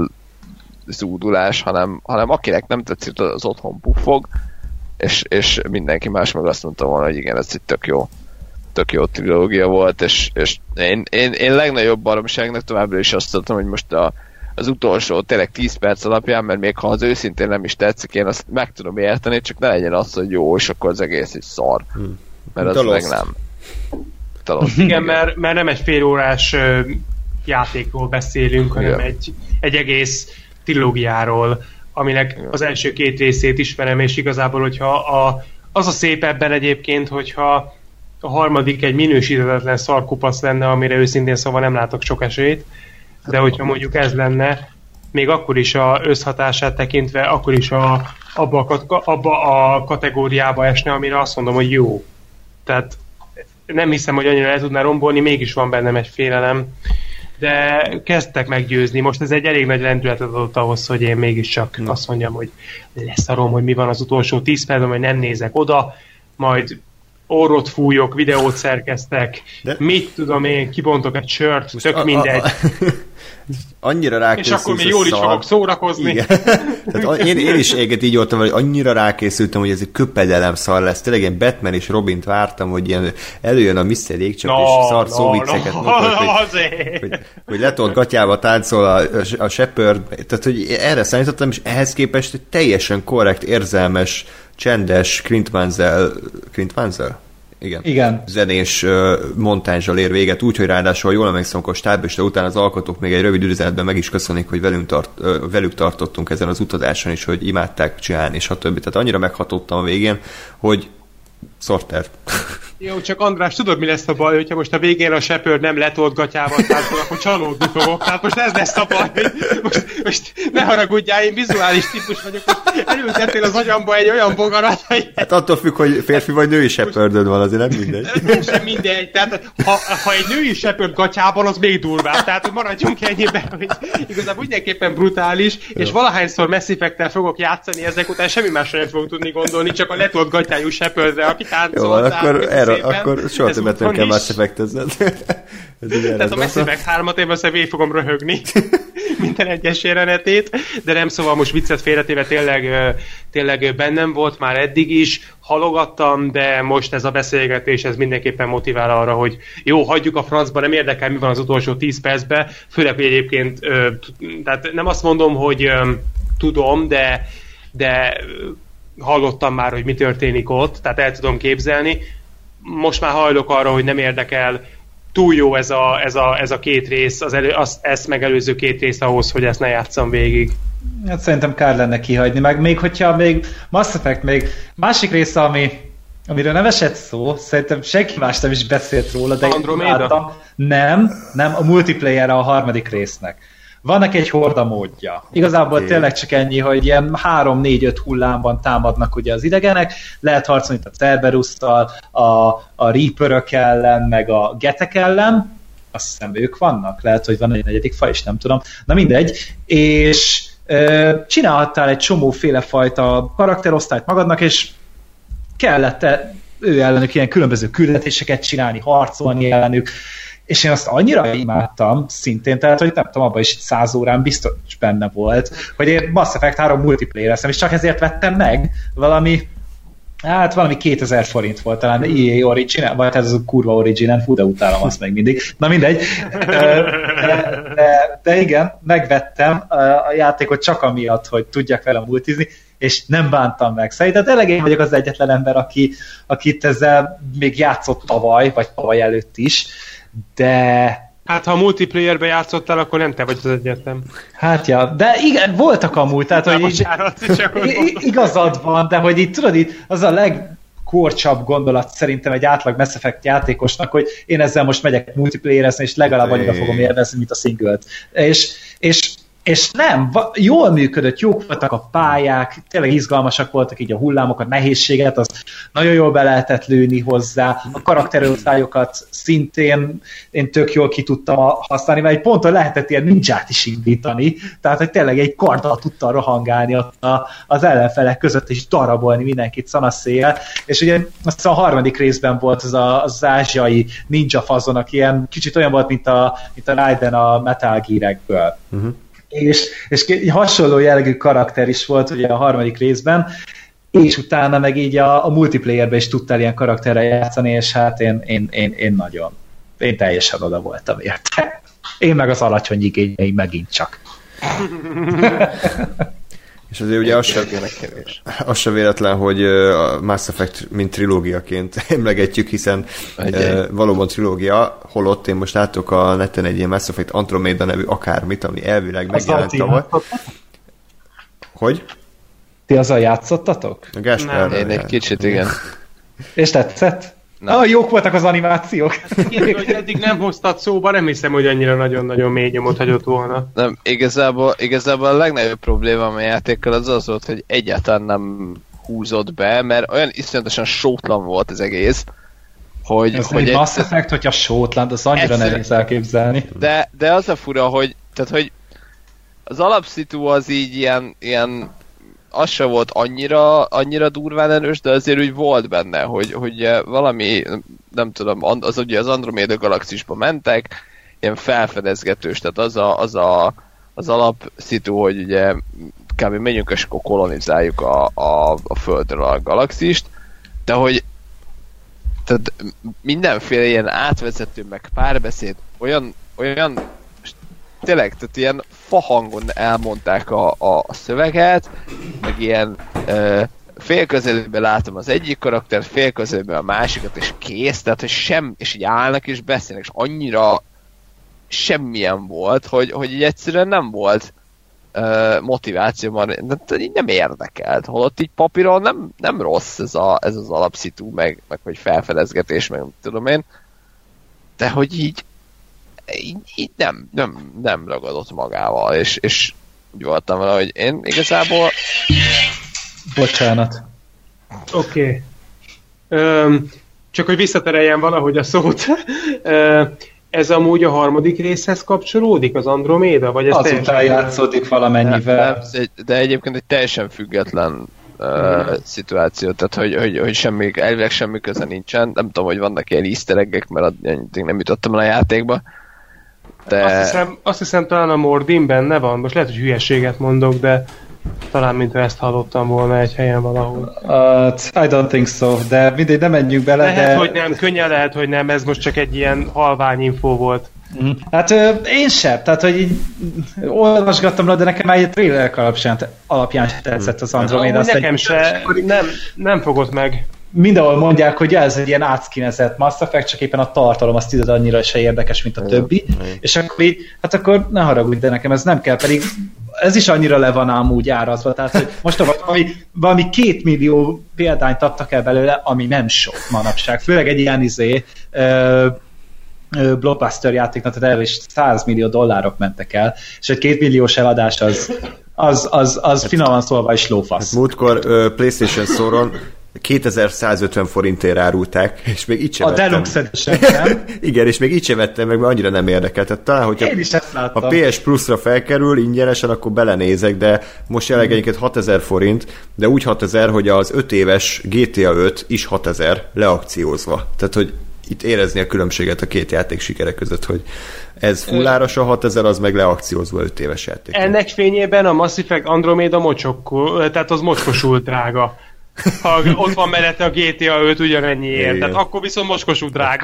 felzúdulás, hanem, hanem akinek nem tetszik, az otthon puffog, és, és mindenki más meg azt mondta volna, hogy igen, ez egy tök jó, tök jó trilógia volt, és, és én, én, én legnagyobb baromságnak továbbra is azt mondtam, hogy most a, az utolsó tényleg tíz perc alapján, mert még ha az őszintén nem is tetszik, én azt meg tudom érteni, csak ne legyen az, hogy jó, és akkor az egész is szar. Hmm. Mert az meg nem. Talos. Igen, mert, mert nem egy fél órás uh, játékról beszélünk, hanem egy, egy egész trilógiáról, aminek igen. Az első két részét ismerem, és igazából, hogyha a, az a szép ebben egyébként, hogyha a harmadik egy minősíthetetlen szarkupasz lenne, amire őszintén szóval nem látok sok esélyt, de hogyha mondjuk ez lenne, még akkor is a összhatását tekintve, akkor is a, abba, a, abba a kategóriába esne, amire azt mondom, hogy jó. Tehát nem hiszem, hogy annyira le tudná rombolni, mégis van bennem egy félelem. De kezdtek meggyőzni. Most ez egy elég nagy lendületet adott ahhoz, hogy én mégiscsak no. azt mondjam, hogy leszarom, hogy mi van az utolsó tíz percben, hogy nem nézek oda, majd orrot fújok, videót szerkeztek, de... mit tudom én, kibontok egy sört, most tök a, mindegy. A, a... Annyira rákészülsz. És akkor még jól is fogok szórakozni. Tehát én, én is éget így voltam, hogy annyira rákészültem, hogy ez egy köpedelem szar lesz. Tényleg én Batman és Robint vártam, hogy ilyen előjön a miszter Jégcsap, no, és szar no, szóvicceket no, mutat, no, hogy, hogy, hogy letolt gatyába táncol a, a Shepard. Tehát, hogy erre számítottam, és ehhez képest egy teljesen korrekt, érzelmes, csendes Clint Mansell, Clint Mansell? Igen. Igen. Zenés uh, montázsal ér véget, úgyhogy ráadásul, jól emlékszem, akkor stábista után az alkotók még egy rövid üzenetben meg is köszönik, hogy velünk tart, uh, velük tartottunk ezen az utazáson is, hogy imádták csinálni, és stb. Tehát annyira meghatottam a végén, hogy Sorter. Jó, csak András, tudod, mi lesz a baj, hogyha most a végén a Shepard nem letolt gatyával táncol, akkor csalódni fogok. Tehát most ez lesz a baj. Most, most ne haragudjál, én vizuális típus vagyok, most elültettél az agyamba egy olyan bogarat, hogy... Hát attól függ, hogy férfi vagy női Shepardod van, azért nem mindegy. Nem sem mindegy. Tehát ha, ha egy női Shepard gatyában, az még durvább. Tehát, hogy maradjunk ennyiben, hogy igazából mindenképpen brutális, jó. És valahányszor Mass Effect-tel fogok játszani, ezek után semmi másra nem fogok tudni gondolni, csak a letolt gatyájú Shepardre, aki táncol. Akkor, erre, akkor soha többet nem kell Mass Effect-ezned. Tehát a Mass Effect hármat én azt végig fogom röhögni minden egyes jelenetét, de nem, szóval most viccet félretéve tényleg, tényleg bennem volt már eddig is, halogattam, de most ez a beszélgetés ez mindenképpen motivál arra, hogy jó, hagyjuk a francba, nem érdekel, mi van az utolsó tíz percben, főleg, hogy egyébként tehát nem azt mondom, hogy tudom, de, de hallottam már, hogy mi történik ott, tehát el tudom képzelni. Most már hajlok arra, hogy nem érdekel, túl jó ez a, ez a, ez a két rész, az elő, az, ezt megelőző két rész ahhoz, hogy ezt ne játsszam végig. Hát szerintem kár lenne kihagyni, meg még hogyha még Mass Effect, még másik része, ami, amiről nem esett szó, szerintem senki más nem is beszélt róla, de Andromeda? Nem, nem, a multiplayer a harmadik résznek. Vannak egy horda módja. Igazából okay. Tényleg csak ennyi, hogy ilyen három négy öt hullámban támadnak ugye az idegenek, lehet harcolni a Cerberus-tal, a, a Reaper-ök ellen, meg a Getek ellen, azt hiszem ők vannak, lehet, hogy van egy negyedik faj is, nem tudom. Na mindegy, és e, csinálhattál egy csomóféle fajta karakterosztályt magadnak, és kellett ő ellenük ilyen különböző küldetéseket csinálni, harcolni ellenük, és én azt annyira imádtam szintén, tehát, hogy nem tudom, abban is száz órán biztos benne volt, hogy én Mass Effect három multiplayer-eztem, és csak ezért vettem meg valami, hát valami kétezer forint volt talán, í á Origin, vagy ez az a kurva Origin, fú, de utálom azt meg mindig. Na mindegy. De, de, de igen, megvettem a játékot csak amiatt, hogy tudjak vele multizni, és nem bántam meg. Szerintem tényleg én vagyok az egyetlen ember, aki, akit ezzel még játszott tavaly, vagy tavaly előtt is, de... Hát ha a multiplayerbe játszottál, akkor nem te vagy az egyetlen. Hát ja, de igen, voltak amúgy, tehát hogy így, igazad van, de hogy így tudod, így az a legkorcsabb gondolat szerintem egy átlag Mass Effect játékosnak, hogy én ezzel most megyek multiplayerezni, és legalább annyira fogom élvezni, mint a singlet. És, és És nem, jól működött, jók voltak a pályák, tényleg izgalmasak voltak így a hullámok, a nehézséget, az nagyon jól be lehetett lőni hozzá, a karakterosztályokat szintén én tök jól ki tudtam használni, mert egy ponton lehetett ilyen ninját is indítani, tehát hogy tényleg egy karddal tudtam rohangálni ott a, az ellenfelek között, és darabolni mindenkit szanaszéjjel, és ugye azt a harmadik részben volt az a, az ázsiai ninja fazon, aki ilyen kicsit olyan volt, mint a, mint a Raiden a Metal Gear-ekből. Uh-huh. És, és hasonló jellegű karakter is volt ugye a harmadik részben, és utána meg így a, a multiplayerben is tudtál ilyen karakterrel játszani, és hát én, én, én, én nagyon, én teljesen oda voltam érte. Én meg az alacsony igényeim megint csak. És azért ugye az sem, az sem véletlen, hogy a Mass Effect mint trilógiaként emlegetjük, hiszen uh, valóban trilógia, holott én most látok a neten egy ilyen Mass Effect Andromeda nevű akármit, ami elvileg megjelent tavaly. Hogy? Ti azzal játszottatok? A Gáspár, én egy kicsit, igen. És tetszett? Nem. Ah, jók voltak az animációk. Én, hogy eddig nem hoztad szóba, nem hiszem, hogy annyira nagyon-nagyon mély nyomot hagyott volna. Nem, igazából, igazából a legnagyobb probléma a játékkal az az volt, hogy egyáltalán nem húzott be, mert olyan iszonyatosan sótlan volt az egész, hogy... Ez hogy egy Mass Effect, hogyha sótlan, az annyira egyszer, nehéz elképzelni. De, de az a fura, hogy, tehát, hogy az alapszitu az így ilyen, ilyen az se volt annyira, annyira durván erős, de azért úgy volt benne, hogy, hogy valami, nem tudom, az ugye az Andromeda galaxisba mentek, ilyen felfedezgetős, tehát az a, az, a, az alapszitu, hogy ugye kb. Menjünk és akkor kolonizáljuk a, a, a Földről a galaxist, de hogy tehát mindenféle ilyen átvezető, meg párbeszéd, olyan, olyan tényleg, tehát ilyen fahangon elmondták a, a, a szöveget, meg ilyen uh, félközelében látom az egyik karaktert, félközelében a másikat, és kész, tehát hogy sem, és így állnak és beszélnek, és annyira semmilyen volt, hogy, hogy így egyszerűen nem volt uh, motiváció, de így nem érdekelt, holott így papíron nem, nem rossz ez, a, ez az alapszitu, meg, meg hogy felfedezgetés, meg tudom én, de hogy így így, így nem, nem, nem ragadott magával, és, és úgy voltam vele, hogy én igazából... Bocsánat. Oké. Okay. Csak hogy visszatereljen valahogy a szót. Ez amúgy a harmadik részhez kapcsolódik, az Androméda? Vagy ez azután játszódik valamennyivel. De, de egyébként egy teljesen független uh, hmm. szituáció, tehát hogy, hogy, hogy semmi, elvileg semmi köze nincsen. Nem tudom, hogy vannak ilyen easter eggek, mert nem jutottam el a játékba. De... Azt, hiszem, azt hiszem talán a Mordin benne van, most lehet, hogy hülyeséget mondok, de talán mintha ezt hallottam volna egy helyen valahol. Uh, I don't think so, de mindegy, nem menjünk bele, lehet, de... hogy nem, könnyen lehet, hogy nem, ez most csak egy ilyen halvány info volt. Mm. Hát ö, én sem, tehát hogy így olvasgattam rá, de nekem már egy trailerek alapján, alapján tetszett az Andromeda. Ah, nekem egy... se, nem, nem fogott meg. Mindenhol mondják, hogy ez egy ilyen átszkinezett Mass Effect, csak éppen a tartalom azt tudod annyira se érdekes, mint a többi. És akkor így, hát akkor ne haragudj, de nekem ez nem kell, pedig ez is annyira le van ám úgy árazva, tehát hogy most valami, valami két millió példányt adtak el belőle, ami nem sok manapság, főleg egy ilyen izé, ö, ö, blockbuster játéknak, tehát erre is száz millió dollárok mentek el, és egy két milliós eladás az, az, az, az finoman szólva is lófasz. Hát múltkor uh, PlayStation Store-on kétezer-százötven forintért árulták, és még így sem a vettem. A Deluxe Edition, nem? Igen, és még így sem vettem meg, mert annyira nem érdekel. Tehát talán, hogyha én is ezt láttam. A pé es Plus-ra felkerül ingyenesen, akkor belenézek, de most jelenleg egyiket hatezer forint, de úgy hatezer, hogy az öt éves gé té á öt is hatezer leakciózva. Tehát, hogy itt érezni a különbséget a két játék sikere között, hogy ez fulláros a hatezer, az meg leakciózva öt éves játék. Ennek fényében a Mass Effect Andromeda mocsok, tehát az mocskosult drága. Ha ott van mellette a gé té á öt ugyanennyiért, tehát akkor viszont mocskosult drága.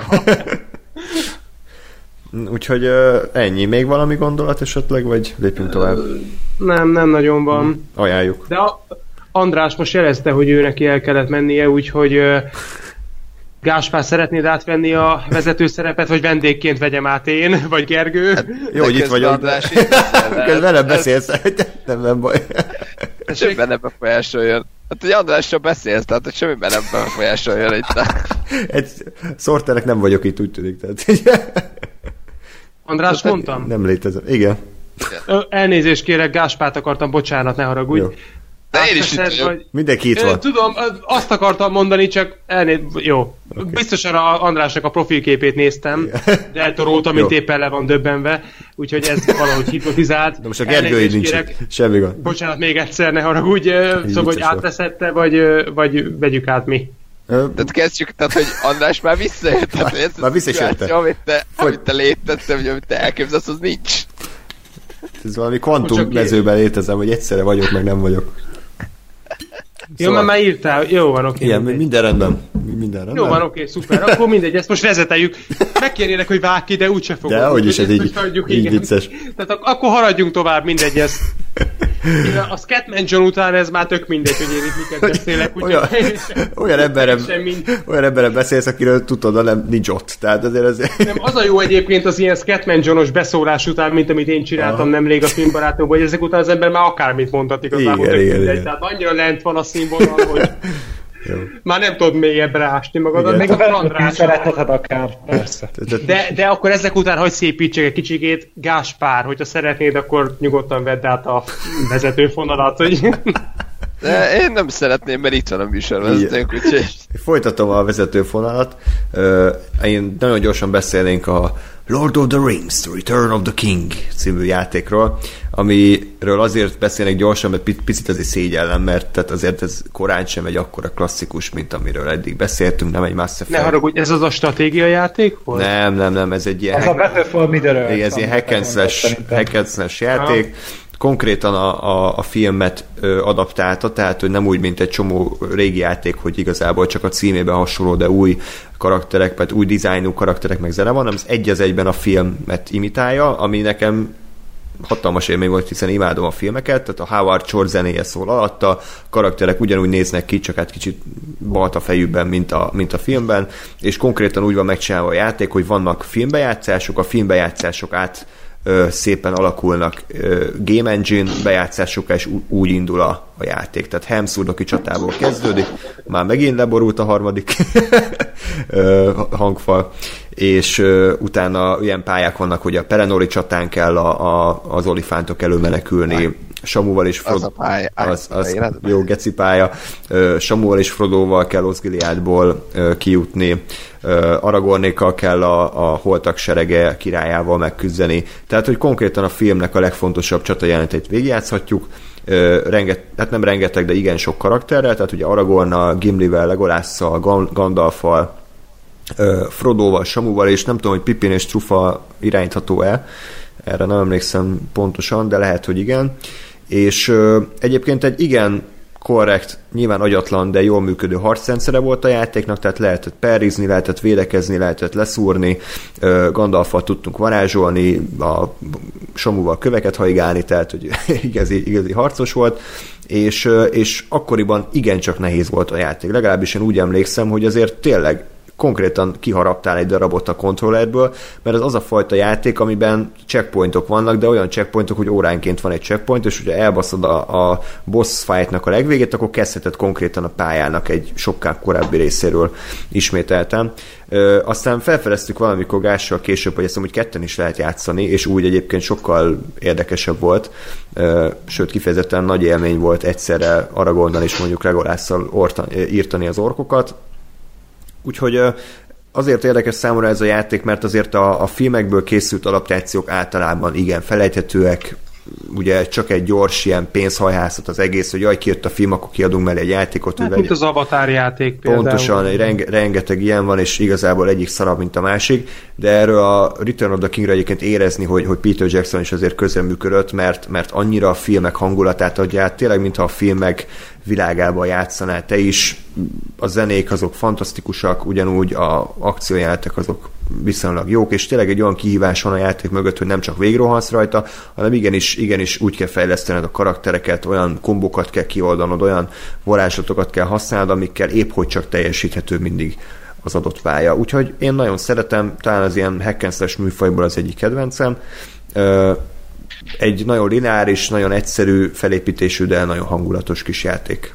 Úgyhogy uh, ennyi. Még valami gondolat esetleg, vagy lépjünk tovább? Nem, nem nagyon van. Hmm. Ajánljuk. De a András most jelezte, hogy ő neki el kellett mennie, úgyhogy uh, Gáspár, szeretnéd átvenni a vezetőszerepet, vagy vendégként vegyem át én, vagy Gergő? Hát, jó, hogy itt vagyok. Közben velem beszélsz, nem, nem baj. Semmiben nem befolyásoljon. Hát, hogy Andrással beszélsz, tehát hogy semmiben nem befolyásoljon itt. Egy szorterek nem vagyok itt, úgy tűnik. Tehát. András, tehát mondtam? Nem létezem. Igen. Elnézést kérek, Gáspárt akartam, bocsánat, ne haragudj. Jó. De én is itt vagy... Mindenki itt van. Tudom, azt akartam mondani, csak elnéz... Jó. Okay. Biztosan a Andrásnak a profilképét néztem, de eltoroltam, mint éppen le van döbbenve, úgyhogy ez valahogy hipnotizált. De most a Gergőid nincs itt. Semmi gond. Bocsánat, még egyszer, ne haragudj, szóval, hogy átveszette, vagy, vagy vegyük át mi. Tehát kezdjük, tehát, hogy András már visszajött. Már, már vissza is jöttem. Amit te, amit te létettem, vagy amit te elképzelsz, az nincs. Ez valami kvantum mezőben létezem, hogy egyszerre vagyok, meg nem vagyok. Jó, szóval... már írtál. Jó van, oké. Igen, minden rendben. Minden rendben. Jó van, oké, szuper. Akkor mindegy, ezt most vezeteljük. Megkérnének, hogy vágj ki, de úgyse fogom. De hogy is, ez így, hagyjuk, így vicces. Tehát ak- akkor haradjunk tovább, mindegy, ez. A Scatman John után ez már tök mindegy, hogy én itt miket beszélek. Úgy olyan, olyan, emberre, olyan emberre beszélsz, akiről tudod, de nem nincs ott. Tehát azért ez... Nem, az a jó egyébként az ilyen Scatman John-os beszólás után, mint amit én csináltam Aha. nemrég a filmbarátomban, hogy ezek után az ember már akármit mondhat igazából. Igen, igen, igen. Tehát annyira lent van a színvonal, hogy Már nem tudod mélyebbre ásni magadat. Igen. Még a Verandrán szeretheted akár, persze. De, de akkor ezek után hagyj szépítsek egy kicsikét, Gáspár, hogyha szeretnéd, akkor nyugodtan vedd át a vezetőfonalat, hogy... De én nem szeretném, mert itt van a műsorvezetőnk, úgyhogy... Folytatom a vezetőfonalat. Én nagyon gyorsan beszélnénk a Lord of the Rings, The Return of the King című játékról, amiről azért beszélnek gyorsan, mert picit azért szégyellem, mert tehát azért ez korán sem egy akkora klasszikus, mint amiről eddig beszéltünk, nem egy Mass Effect. Ne haragudj, ez az a stratégia játék volt? Nem, nem, nem, ez egy ilyen... Ez hack... a Battlefield Middle-earth. Ez ilyen hack and slash, hack and slash játék. Ha. Konkrétan a, a, a filmet ö, adaptálta, tehát hogy nem úgy, mint egy csomó régi játék, hogy igazából csak a címében hasonló, de új karakterek, vagy új dizájnú karakterek meg zene van, hanem az egy az egyben a filmet imitálja, ami nekem hatalmas élmény volt, hiszen imádom a filmeket, tehát a Howard Shore zenéje szól alatta, a karakterek ugyanúgy néznek ki, csak hát kicsit balta fejükben, mint a, mint a filmben, és konkrétan úgy van megcsinálva a játék, hogy vannak filmbejátszások, a filmbejátszások át szépen alakulnak game engine bejátszásokra, és úgy indul a, a játék. Tehát Helmszurdoki csatából kezdődik, már megint leborult a harmadik hangfal, és utána ilyen pályák vannak, hogy a Pelennori csatán kell a, a, az olifántok elől menekülni, Samuval és Frodo, az, a pálya, az, az jó geci pálya, Samuval és Frodóval kell Osgiliádból kijutni, Aragornékkal kell a, a holtak serege királyával megküzdeni. Tehát, hogy konkrétan a filmnek a legfontosabb csatajelenetét végigjátszhatjuk, renget, hát nem rengeteg, de igen sok karakterrel, tehát ugye Aragornnal, Gimlivel, Legolásszal, Gandalffal, Frodóval, Samuval, és nem tudom, hogy Pippin és Trufa irányítható-e, erre nem emlékszem pontosan, de lehet, hogy igen. És ö, egyébként egy igen korrekt, nyilván agyatlan, de jól működő harcrendszere volt a játéknak, tehát lehetett perrizni, lehetett védekezni, lehetett leszúrni, ö, Gandalffal tudtunk varázsolni, a Samuval köveket hajigálni, tehát hogy igazi, igazi harcos volt, és, ö, és akkoriban igencsak nehéz volt a játék. Legalábbis én úgy emlékszem, hogy azért tényleg konkrétan kiharaptál egy darabot a kontrollerből, mert ez az a fajta játék, amiben checkpointok vannak, de olyan checkpointok, hogy óránként van egy checkpoint, és hogyha elbaszod a, a boss fightnak a legvégét, akkor kezdheted konkrétan a pályának egy sokkal korábbi részéről ismételtem. Ö, aztán felfedeztük valamikor Gással később, hogy ezt hogy ketten is lehet játszani, és úgy egyébként sokkal érdekesebb volt, ö, sőt kifejezetten nagy élmény volt egyszerre Aragornnal és mondjuk Legolásszal írtani az orkokat. Úgyhogy azért érdekes számomra ez a játék, mert azért a, a filmekből készült adaptációk általában igen felejthetőek, ugye csak egy gyors ilyen pénzhajhászat az egész, hogy jaj, kijött a film, akkor kiadunk mellé egy játékot. Hát, mint az Avatar játék például. Pontosan, egy renge, rengeteg ilyen van, és igazából egyik szarabb, mint a másik, de erről a Return of the Kingre egyébként érezni, hogy, hogy Peter Jackson is azért közreműködött, mert, mert annyira a filmek hangulatát adja át, tényleg, mintha a filmek világában játszanál te is, a zenék azok fantasztikusak, ugyanúgy a akciójáték azok viszonylag jók, és tényleg egy olyan kihívás van a játék mögött, hogy nem csak végrohansz rajta, hanem igenis, igenis úgy kell fejlesztened a karaktereket, olyan kombókat kell kioldanod, olyan varázslatokat kell használnod, amikkel épp hogy csak teljesíthető mindig az adott pálya. Úgyhogy én nagyon szeretem, talán az ilyen hack and slash műfajból az egyik kedvencem. Egy nagyon lineáris, nagyon egyszerű felépítésű, de nagyon hangulatos kis játék.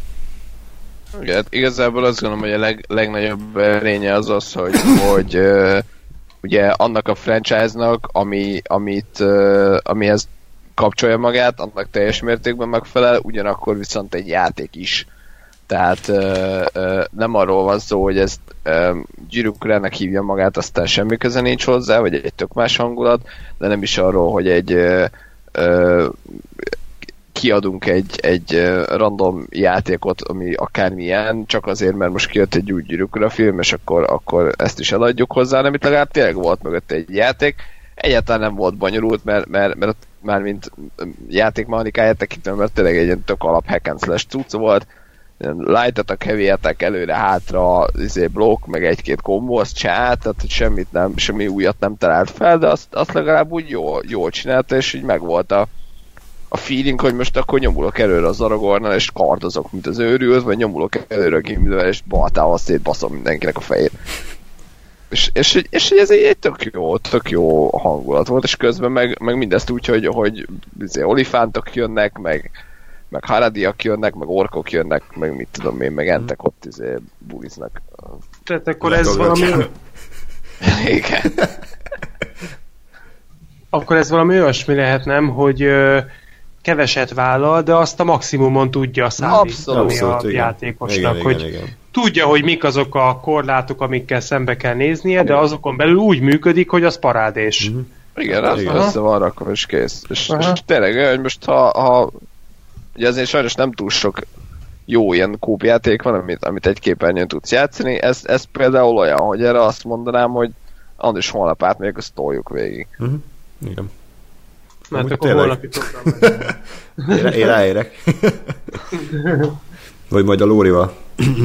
Igen, igazából azt gondolom, hogy a leg, legnagyobb erénye az az, hogy, hogy uh, ugye annak a franchise-nak, ami, amit, uh, amihez kapcsolja magát, annak teljes mértékben megfelel, ugyanakkor viszont egy játék is. Tehát uh, uh, nem arról van szó, hogy ezt uh, Gyűrűk hívja magát, aztán semmi köze nincs hozzá, vagy egy tök más hangulat, de nem is arról, hogy egy uh, uh, kiadunk egy, egy random játékot, ami akármilyen, csak azért, mert most kijött egy új Gyűrűk Ura film, és akkor, akkor ezt is eladjuk hozzá, nem itt legalább tényleg volt mögötte egy játék. Egyáltalán nem volt bonyolult, mert, mert, mert már mint játékmechanikáját tekintve, mert tényleg egy ilyen tök alap hack and slash cucc volt. Light attack, heavy attack, előre, hátra, izé, blokk, meg egy-két kombó, az csát, tehát semmit nem, semmi újat nem talált fel, de azt, azt legalább úgy jól, jól csinálta, és így megvolt a a feeling, hogy most akkor nyomulok előre az Aragornnal, és kardozok, mint az őrült, vagy nyomulok előre a Gimlivel, és baltával szétbaszom mindenkinek a fejét. És, és, és ez egy, egy tök jó, tök jó hangulat volt, és közben meg, meg mindezt úgy, hogy, hogy olifántok jönnek, meg, meg haradiak jönnek, meg orkok jönnek, meg mit tudom én, meg entek ott izé buliznak. Tehát akkor ez valami... Igen. Akkor ez valami olyasmi lehet, nem, hogy ö, keveset vállal, de azt a maximumon tudja szállítani a igen. játékosnak, Igen, hogy igen, igen. tudja, hogy mik azok a korlátok, amikkel szembe kell néznie, de azokon belül úgy működik, hogy az parádés. Mm-hmm. Igen, az Igen. össze van rakva, és kész. És, és tényleg olyan, hogy most ha, ha ugye azért sajnos nem túl sok jó ilyen kópjáték van, amit, amit egy képernyőn tudsz játszani, ez, ez például olyan, hogy erre azt mondanám, hogy Andris holnap átmegyek, azt toljuk végig. Uh-huh. Igen. Mert Úgy akkor tényleg. holnapi program. Én, én ráérek. Vagy majd a Lórival.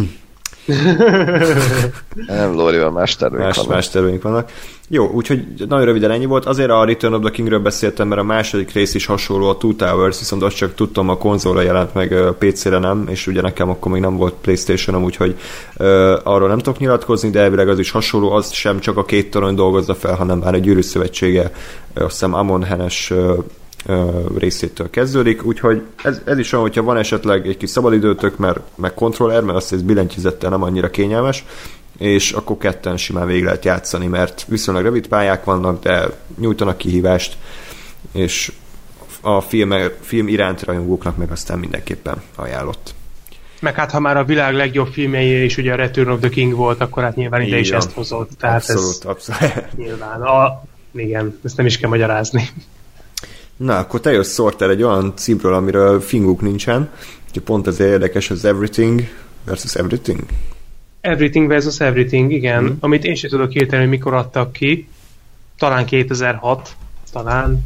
Nem Lórival, más terveink Más, vannak. más terveink vannak. Jó, úgyhogy nagyon röviden ennyi volt. Azért a Return of the Kingről beszéltem, mert a második rész is hasonló, a Two Towers, viszont azt csak tudtam, a konzolra jelent meg, pé cére nem, és ugye nekem akkor még nem volt PlayStation-om, úgyhogy uh, arról nem tudok nyilatkozni, de elvileg az is hasonló, az sem csak a két torony dolgozza fel, hanem már egy Gyűrű Szövetsége, uh, azt hiszem Amon Henes uh, uh, részétől kezdődik, úgyhogy ez, ez is olyan, hogyha van esetleg egy kis szabadidőtök, mert meg kontroller, mert azt hisz billentyűzettel nem annyira kényelmes, és akkor ketten simán végig lehet játszani, mert viszonylag rövid pályák vannak, de nyújtanak kihívást, és a film, film iránti rajongóknak meg aztán mindenképpen ajánlott. Meg hát, ha már a világ legjobb filmjei is ugye a Return of the King volt, akkor hát nyilván ide Így is van. ezt hozott. Tehát Abszolút, ez abszolút. nyilván. A, igen, ezt nem is kell magyarázni. Na, akkor te jössz Sorter egy olyan címről, amiről finguk nincsen, úgyhogy pont ezért érdekes az Everything versus Everything. Everything versus Everything, igen. Mm. Amit én sem tudok érteni, hogy mikor adtak ki. Talán kétezer-hat. Talán.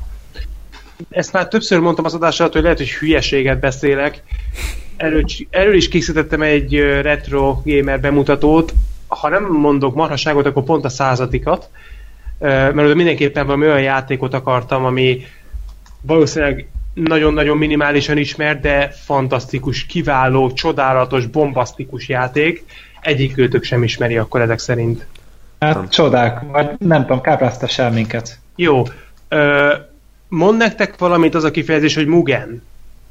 Ezt már többször mondtam az adás alatt, hogy lehet, hogy hülyeséget beszélek. Erről, erről is készítettem egy retro gamer bemutatót. Ha nem mondok marhaságot, akkor pont a századikat. Mert oda mindenképpen valami olyan játékot akartam, ami valószínűleg nagyon-nagyon minimálisan ismert, de fantasztikus, kiváló, csodálatos, bombasztikus játék. Egyik őtök sem ismeri akkor ezek szerint. Hát nem. Csodák, vagy nem tudom, kápráztassál minket. Jó. Ö, mond nektek valamit az a kifejezés, hogy Mugen.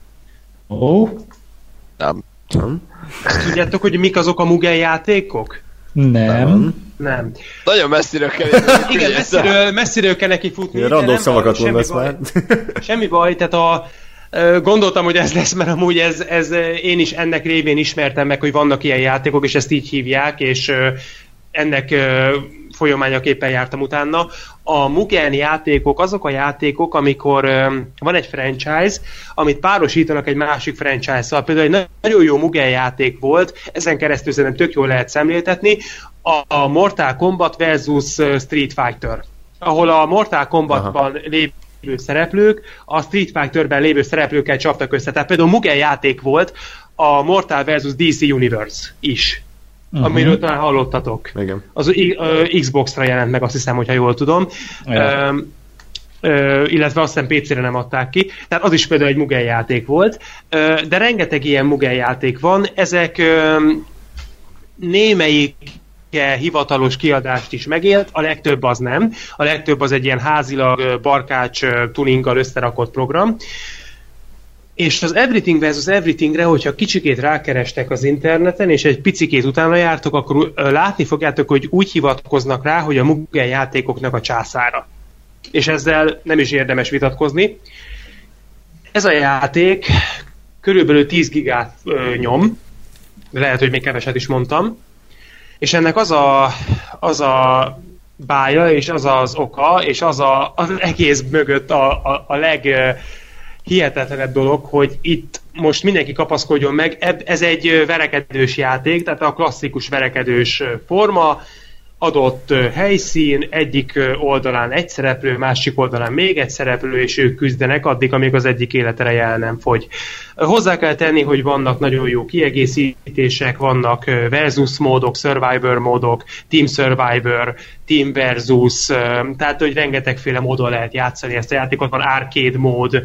Ó? Nem. Nem? Tudjátok, hogy mik azok a Mugen játékok? Nem. Nem. Nagyon messziről kell. Igen, messziről, messziről kell neki futni. Ilyen random szavakat mondasz már. Semmi baj, tehát a, gondoltam, hogy ez lesz, mert amúgy ez, ez, én is ennek révén ismertem meg, hogy vannak ilyen játékok, és ezt így hívják, és ennek folyamányaképpen jártam utána. A Mugen játékok azok a játékok, amikor van egy franchise, amit párosítanak egy másik franchise-szal. Például egy nagyon jó Mugen játék volt, ezen keresztül szerintem tök jól lehet szemléltetni, a Mortal Kombat versus Street Fighter. Ahol a Mortal Kombatban lévő szereplők a Street Fighterben lévő szereplőkkel csaptak össze. Tehát például Mugen játék volt a Mortal versus dé cé Universe is. Uh-huh. Amiről talán hallottatok. Igen. Az uh, Xbox-ra jelent meg, azt hiszem, hogyha jól tudom. Ja. Uh, uh, illetve azt hiszem pé cére nem adták ki. Tehát az is például egy Mugen játék volt. Uh, de rengeteg ilyen Mugen játék van. Ezek uh, némelyik hivatalos kiadást is megélt, a legtöbb az nem. A legtöbb az egy ilyen házilag barkács tuninggal összerakott program. És az Everything versus Everythingre, hogyha kicsikét rákerestek az interneten, és egy picikét utána jártok, akkor látni fogjátok, hogy úgy hivatkoznak rá, hogy a Mugen játékoknak a császára. És ezzel nem is érdemes vitatkozni. Ez a játék körülbelül tíz gigát ö, nyom, lehet, hogy még keveset is mondtam, és ennek az a, az a bája, és az az oka, és az a, az egész mögött a, a, a leghihetetlenebb dolog, hogy itt most mindenki kapaszkodjon meg, ez egy verekedős játék, tehát a klasszikus verekedős forma, adott helyszín, egyik oldalán egy szereplő, másik oldalán még egy szereplő, és ők küzdenek addig, amíg az egyik életereje el nem fogy. Hozzá kell tenni, hogy vannak nagyon jó kiegészítések, vannak versus módok, survivor módok, team survivor, team versus, tehát hogy rengetegféle módon lehet játszani ezt a játékot, van arcade mód,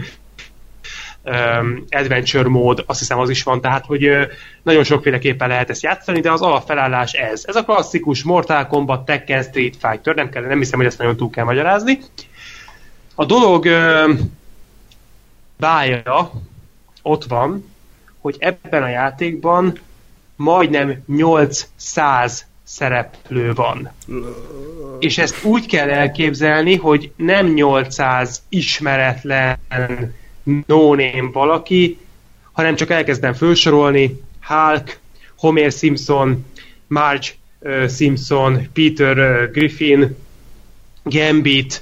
Um, adventure mód, azt hiszem az is van, tehát hogy uh, nagyon sokféleképpen lehet ezt játszani, de az alapfelállás ez. Ez a klasszikus Mortal Kombat, Tekken, Street Fighter, nem, kell, nem hiszem, hogy ezt nagyon túl kell magyarázni. A dolog uh, bája ott van, hogy ebben a játékban majdnem nyolcszáz szereplő van. És ezt úgy kell elképzelni, hogy nem nyolcszáz ismeretlen no-name valaki, hanem csak elkezdem felsorolni: Hulk, Homer Simpson, Marge uh, Simpson, Peter uh, Griffin, Gambit,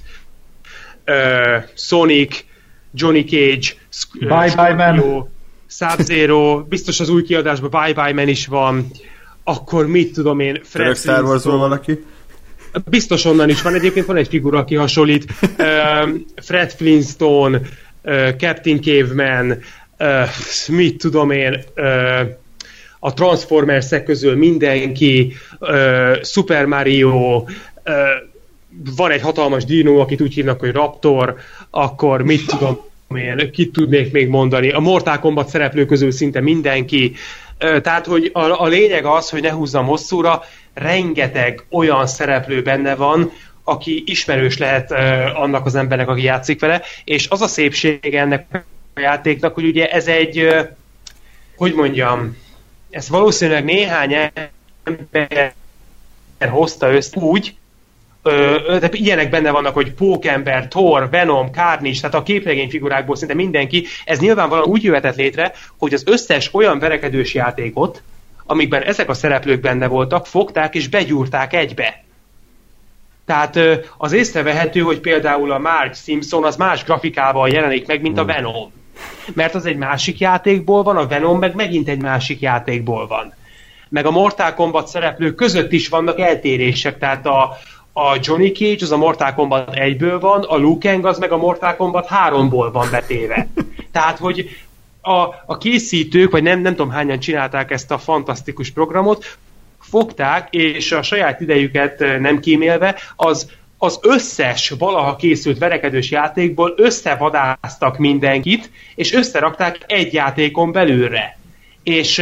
uh, Sonic, Johnny Cage, uh, Bye Bye Man, Sub-Zero, biztos az új kiadásban Bye Bye Man is van, akkor mit tudom én, Fred Star Warsból valaki? Biztos onnan is van, egyébként van egy figura, aki hasonlít. Uh, Fred Flintstone, uh, Captain Caveman, uh, mit tudom én, uh, a Transformersek közül mindenki, uh, Super Mario, uh, van egy hatalmas dino, akit úgy hívnak, hogy Raptor, akkor mit tudom én, kit tudnék még mondani. A Mortal Kombat szereplő közül szinte mindenki. Uh, tehát, hogy a, a lényeg az, hogy ne húzzam hosszúra, rengeteg olyan szereplő benne van, aki ismerős lehet uh, annak az embernek, aki játszik vele, és az a szépsége ennek a játéknak, hogy ugye ez egy, uh, hogy mondjam, ezt valószínűleg néhány ember hozta össze úgy, uh, de ilyenek benne vannak, hogy Pókember, Thor, Venom, Carnage, tehát a képregényfigurákból szinte mindenki, ez nyilvánvalóan úgy jöhetett létre, hogy az összes olyan verekedős játékot, amikben ezek a szereplők benne voltak, fogták és begyúrták egybe. Tehát az észrevehető, hogy például a Marge Simpson az más grafikával jelenik meg, mint a Venom. Mert az egy másik játékból van, a Venom meg megint egy másik játékból van. Meg a Mortal Kombat szereplők között is vannak eltérések, tehát a, a Johnny Cage az a Mortal Kombat egyből van, a Liu Kang az meg a Mortal Kombat háromból van betéve. Tehát, hogy A, a készítők, vagy nem, nem tudom hányan csinálták ezt a fantasztikus programot, fogták, és a saját idejüket nem kímélve, az, az összes valaha készült verekedős játékból összevadáztak mindenkit, és összerakták egy játékon belülre. És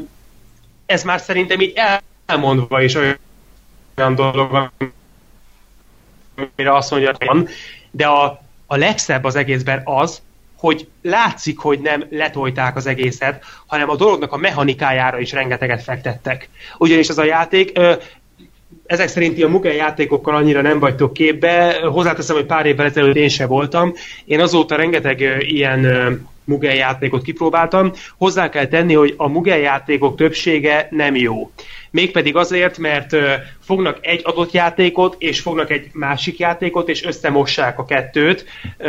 ez már szerintem így elmondva is olyan dolog, amire azt mondja, hogy van, de a, a legszebb az egészben az, hogy látszik, hogy nem letolták az egészet, hanem a dolognak a mechanikájára is rengeteget fektettek. Ugyanis ez a játék, ezek szerint a Mugen játékokkal annyira nem vagytok képbe, hozzáteszem, hogy pár évvel ezelőtt én sem voltam, én azóta rengeteg ilyen Mugen játékot kipróbáltam, hozzá kell tenni, hogy a Mugen játékok többsége nem jó. Mégpedig azért, mert fognak egy adott játékot, és fognak egy másik játékot, és összemossák a kettőt,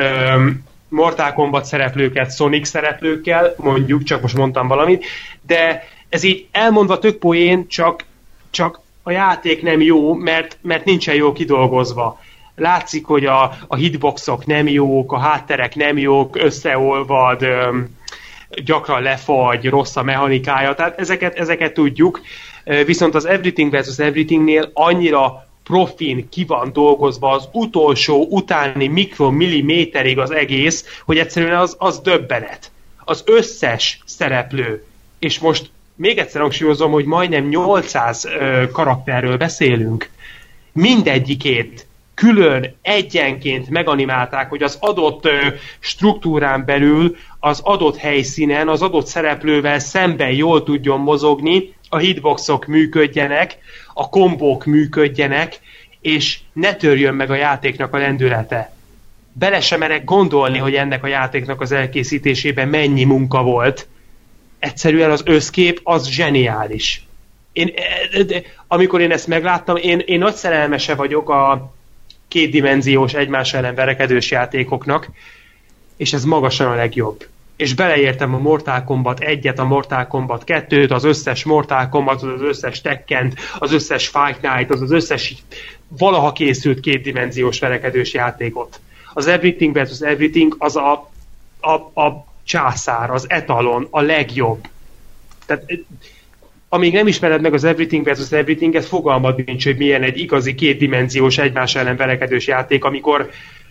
Mortal Kombat szereplőket Sonic szereplőkkel, mondjuk, csak most mondtam valamit, de ez így elmondva tök poén, csak, csak a játék nem jó, mert, mert nincsen jól kidolgozva. Látszik, hogy a, a hitboxok nem jók, a hátterek nem jók, összeolvad, öm, gyakran lefagy, rossz a mechanikája, tehát ezeket, ezeket tudjuk, viszont az Everything versus. Everythingnél annyira profin ki van dolgozva az utolsó utáni mikromilliméterig az egész, hogy egyszerűen az, az döbbenet. Az összes szereplő, és most még egyszer hangsúlyozom, hogy majdnem nyolcszáz ö, karakterről beszélünk, mindegyikét külön egyenként meganimálták, hogy az adott ö, struktúrán belül, az adott helyszínen, az adott szereplővel szemben jól tudjon mozogni, a hitboxok működjenek, a kombók működjenek, és ne törjön meg a játéknak a lendülete. Bele sem merek gondolni, hogy ennek a játéknak az elkészítésében mennyi munka volt. Egyszerűen az összkép az zseniális. Én, amikor én ezt megláttam, én, én nagy szerelmese vagyok a kétdimenziós egymás ellen verekedős játékoknak, és ez magasan a legjobb. És beleértem a Mortal Kombat egyet, a Mortal Kombat kettőt, az összes Mortal Kombat, az összes Tekkent, az összes Fight Night, az az összes valaha készült kétdimenziós verekedős játékot. Az Everything versus. Everything az a, a, a császár, az etalon, a legjobb. Tehát amíg nem ismered meg az Everything versus. Everything-et, fogalmad nincs, hogy milyen egy igazi kétdimenziós egymás ellen verekedős játék, amikor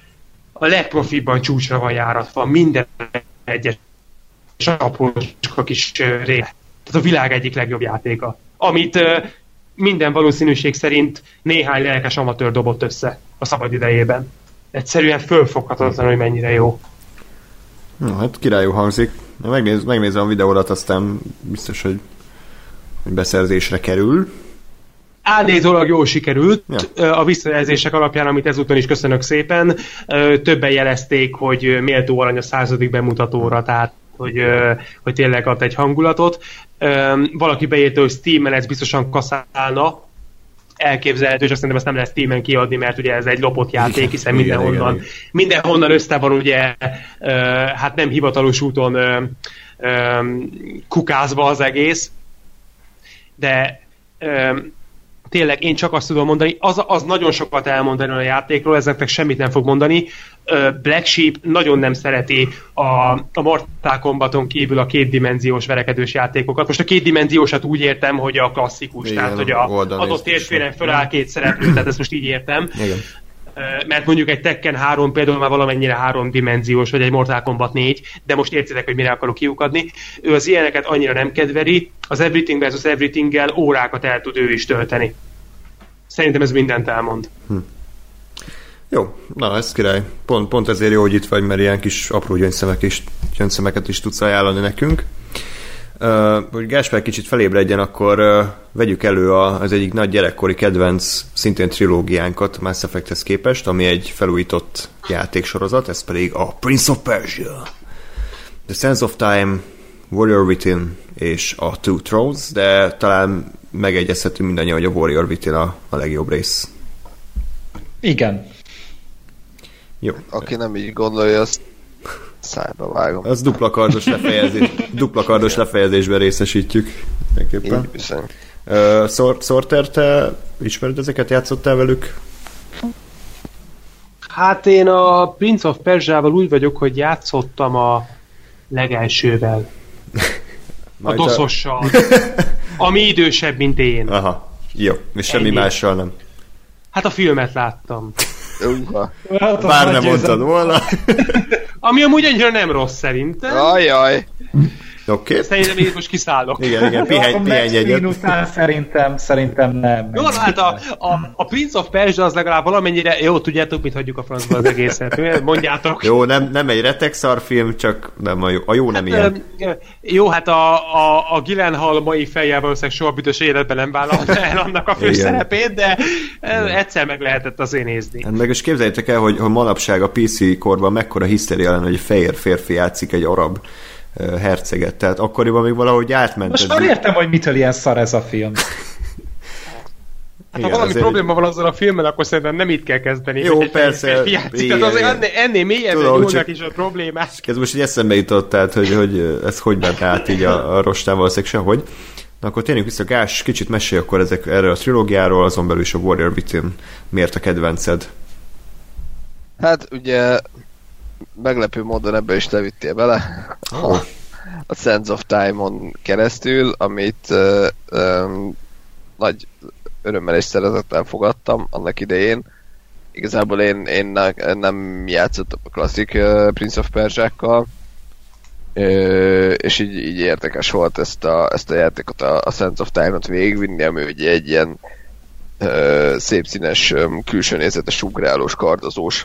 a legprofibban csúcsra van járatva, minden egyes aprócska kis része. Tehát a világ egyik legjobb játéka. Amit uh, minden valószínűség szerint néhány lelkes amatőr dobott össze a szabad idejében. Egyszerűen fölfoghatatlan, hogy mennyire jó. Na, hát királyú hangzik. Megnéz, megnézem a videódat, aztán biztos, hogy, hogy beszerzésre kerül. Állítólag jól sikerült. Ja. A visszajelzések alapján, amit ezúton is köszönök szépen, többen jelezték, hogy méltó arany a századik bemutatóra, tehát hogy, hogy tényleg ad egy hangulatot. Valaki beírta, hogy Steam-en ez biztosan kaszálna, elképzelhető, és azt szerintem ezt nem lehet Steam-en kiadni, mert ugye ez egy lopott játék, hiszen igen, mindenhonnan, igen, igen. mindenhonnan össze van ugye, hát nem hivatalos úton kukázva az egész, de tényleg én csak azt tudom mondani, az, az nagyon sokat elmondani a játékról, ezeknek semmit nem fog mondani. Black Sheep nagyon nem szereti a, a Mortal Kombaton kívül a kétdimenziós verekedős játékokat. Most a kétdimenziósat úgy értem, hogy a klasszikus, igen, tehát hogy a adott térféren föláll két szereplő, tehát ezt most így értem. Igen. Mert mondjuk egy Tekken három például már valamennyire háromdimenziós, vagy egy Mortal Kombat négy, de most értitek, hogy mire akarok kiukadni. Ő az ilyeneket annyira nem kedveli, az Everything versus Everything-gel órákat el tud ő is tölteni. Szerintem ez mindent elmond. Hm. Jó, na ez király. Pont, pont ezért jó, hogy itt vagy, mert ilyen kis apró gyöngyszemek is, gyöngyszemeket is tudsz ajánlani nekünk. Uh, hogy Gáspár kicsit felébredjen, akkor uh, vegyük elő a, az egyik nagy gyerekkori kedvenc, szintén trilógiánkat Mass Effecthez képest, ami egy felújított játéksorozat, ez pedig a Prince of Persia. The Sands of Time, Warrior Within és a Two Thrones, de talán megegyezhetünk mindannyian, hogy a Warrior Within a, a legjobb rész. Igen. Jó. Aki nem így gondolja, azt szájba vágom. Az dupla kardos lefejezés, dupla kardos lefejezésben részesítjük. Így bizony. Uh, Sorter, te ismered ezeket? Játszottál velük? Hát én a Prince of Persia-val úgy vagyok, hogy játszottam a legelsővel. A doszossal. Ami idősebb, mint én. Aha, jó. És semmi Ennyi. mással nem. Hát a filmet láttam. Hát bár nem mondtad volna. Ami amúgy annyira nem rossz szerintem. Ajaj. Oké. Okay. Szerintem én most kiszállok. Igen, igen, pihenj, pihenj egyet. Után szerintem, szerintem nem. Jó, hát a, a, a Prince of Persia az legalább valamennyire, jó, tudjátok, mit hagyjuk a francba az egészet. Mondjátok. Jó, nem, nem egy retek szarfilm, csak nem a jó, a jó nem hát, ilyen. Jó, hát a, a, a Gyllenhaal mai fejjel valószínűleg soha büdös életben nem vállalta el annak a főszerepét, de igen. Egyszer meg lehetett azért nézni. Hát meg is képzeljétek el, hogy, hogy manapság a pé cé korban mekkora hisztéria lenne, hogy egy fehér férfi játszik egy arab herceget, tehát akkoriban még valahogy átment. Most már értem, hogy mitől ilyen szar ez a film. Hát igen, ha valami probléma van azzal a filmmel, akkor szerintem nem itt kell kezdeni. Jó, persze. Igen, tehát azért ennél, ennél mélyebben nyúlnak is a problémás. Ez most így eszembe jutott, tehát hogy, hogy ez hogy ment át így a, a rostán valószínűleg sehogy. Na akkor térjünk vissza, Gás, kicsit mesélj akkor ezek, erre a trilógiáról, azon belül is a Warrior Within. Miért a kedvenced? Hát ugye meglepő módon ebbe is levittél bele. Oh. A Sands of Time-on keresztül, amit uh, um, nagy örömmel és szeretettel fogadtam annak idején. Igazából én, én nem játszottam a klasszik uh, Prince of Persia-kkal, uh, és így, így érdekes volt ezt a, ezt a játékot, a, a Sands of Time-ot végigvinni, ami ugye egy ilyen uh, szép színes, um, külső nézetes, ugrálós, kardozós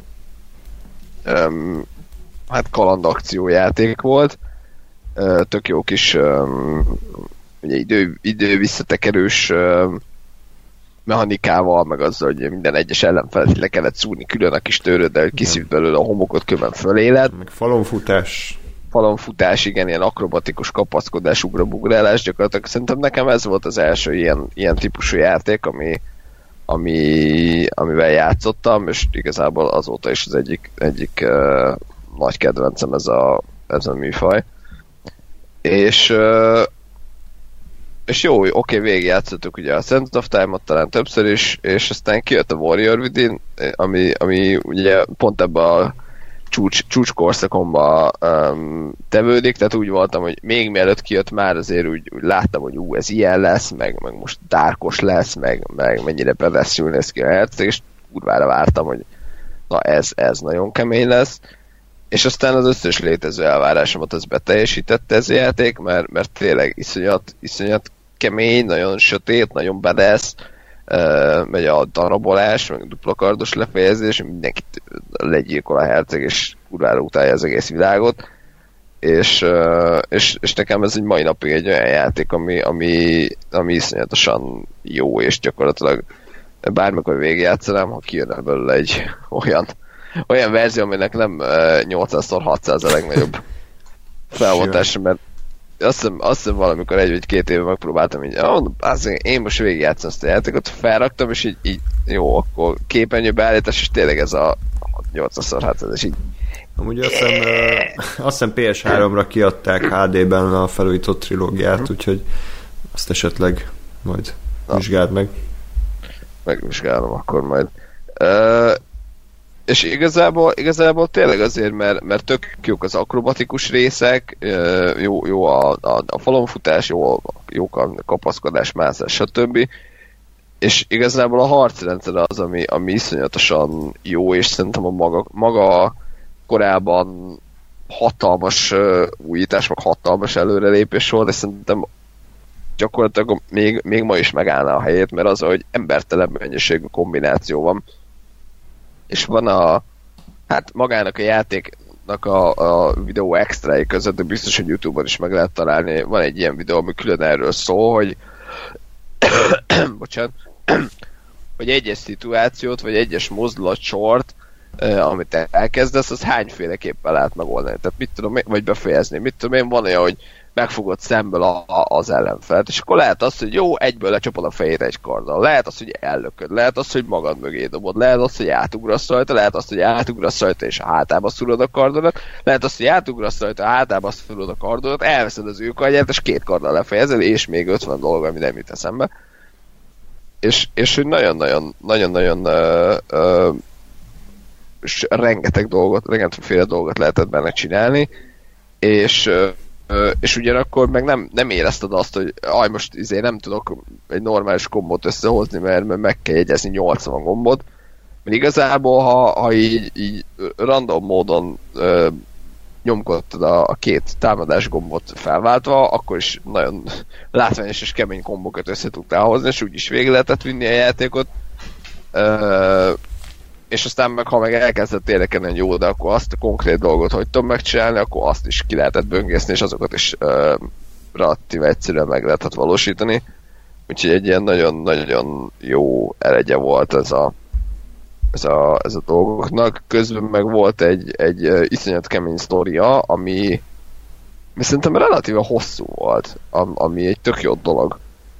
um, hát kalandakciójáték volt. Uh, tök jó kis um, ugye idő, idő visszatekerős um, mechanikával, meg azzal, hogy minden egyes ellenfelet le kellett szúrni külön a kis tőröddel, hogy kiszívd belőle a homokot, köven föléled. Meg falonfutás. Falonfutás, igen, ilyen akrobatikus kapaszkodás, ugrabugrálás, gyakorlatilag szerintem nekem ez volt az első ilyen, ilyen típusú játék, ami, ami, amivel játszottam, és igazából azóta is az egyik, egyik uh, nagy kedvencem ez a, ez a műfaj. És uh, és jó, oké, okay, végigjátszottuk ugye a Sands of Time-ot talán többször is, és aztán kijött a Warrior Within, ami, ami ugye pont ebbe a csúcs, csúcskorszakomba um, tevődik, tehát úgy voltam, hogy még mielőtt kijött már azért úgy, úgy láttam, hogy ú, ez ilyen lesz, meg, meg most dárkos lesz, meg, meg mennyire bedeszül néz ki a herceg, és kurvára vártam, hogy na ez, ez nagyon kemény lesz. És aztán az összes létező elvárásomat az beteljesítette ez a játék, mert, mert tényleg iszonyat, iszonyat kemény, nagyon sötét, nagyon badass, uh, megy a darabolás, meg a duplakardos lefejezés, mindenkit legyilkol a herceg, és kurvára utálja az egész világot. és, és, és nekem ez egy mai napig egy olyan játék, ami, ami, ami iszonyatosan jó, és gyakorlatilag bármikor végigjátszanám, ha kijön belőle egy olyan, olyan verzió, aminek nem nyolcszáz szor hatszáz a legnagyobb felbontásra, mert azt hiszem, azt hiszem valamikor egy vagy két éve megpróbáltam így, oh, azért én most végigjátszom ezt a játékot, felraktam, és így, így jó, akkor képernyő beállítás, és tényleg ez a nyolcszáz szor hatszáz, és így amúgy azt hiszem, azt hiszem pé es háromra kiadták há dében a felújított trilógiát, uh-huh. úgyhogy azt esetleg majd Na. vizsgáld meg. Megvizsgálom akkor majd. Uh, és igazából, igazából tényleg azért, mert, mert tök jók az akrobatikus részek, uh, jó, jó a, a, a falonfutás, jó, jók a kapaszkodás, mászás, stb. És igazából a harcrendszer az, ami, ami iszonyatosan jó, és szerintem a maga, maga korábban hatalmas uh, újítás, meg hatalmas előrelépés volt, és szerintem gyakorlatilag még, még ma is megállná a helyét, mert az, hogy embertelen mennyiségű kombináció van. És van a, hát magának a játéknak a, a videó extrái között, de biztos, hogy YouTube-on is meg lehet találni. Van egy ilyen videó, ami külön erről szól, hogy bocsánat, hogy egyes szituációt, vagy egyes mozdulatsort, amit elkezdesz, az hányféleképpen lehet megoldani. Tehát mit tudom, vagy befejezni. Mit tudom én, van olyan, hogy megfogod szemből a, a, az ellenfelet, és akkor lehet az, hogy jó, egyből lecsapod a fejére egy karddal. Lehet az, hogy ellököd, lehet az, hogy magad mögé dobod, lehet az, hogy átugrasz rajta, lehet az, hogy átugrasz rajta, és a hátába szúrod a kardodat, lehet az, hogy átugrasz rajta, a hátába szúrod a kardodat, elveszed az ő kardját, és két karddal lefejezel, és még ötven dolog, ami nem jut eszembe. És, és hogy nagyon-nagyon, nagyon-nagyon uh, uh, és rengeteg dolgot, rengetegféle dolgot lehetett benne csinálni, és uh, és ugyanakkor meg nem, nem érezted azt, hogy aj, most izé nem tudok egy normális kombot összehozni, mert, mert meg kell jegyezni nyolcvan gombot, mert igazából, ha, ha így, így random módon ö, nyomkodtad a, a két támadás gombot felváltva, akkor is nagyon látványos és kemény kombokat össze tudtál hozni, és úgyis végig lehetett vinni a játékot. Ö, és aztán meg, ha meg elkezdett érdekelni jó, de akkor azt a konkrét dolgot hogy tudom megcsinálni, akkor azt is ki lehetett böngészni, és azokat is uh, relatív egyszerűen meg lehetett valósítani. Úgyhogy egy ilyen nagyon-nagyon jó eredje volt ez a, ez a, ez a dolgoknak. Közben meg volt egy, egy uh, iszonyat kemény sztoria, ami, ami szerintem relatíve hosszú volt, ami egy tök jó dolog.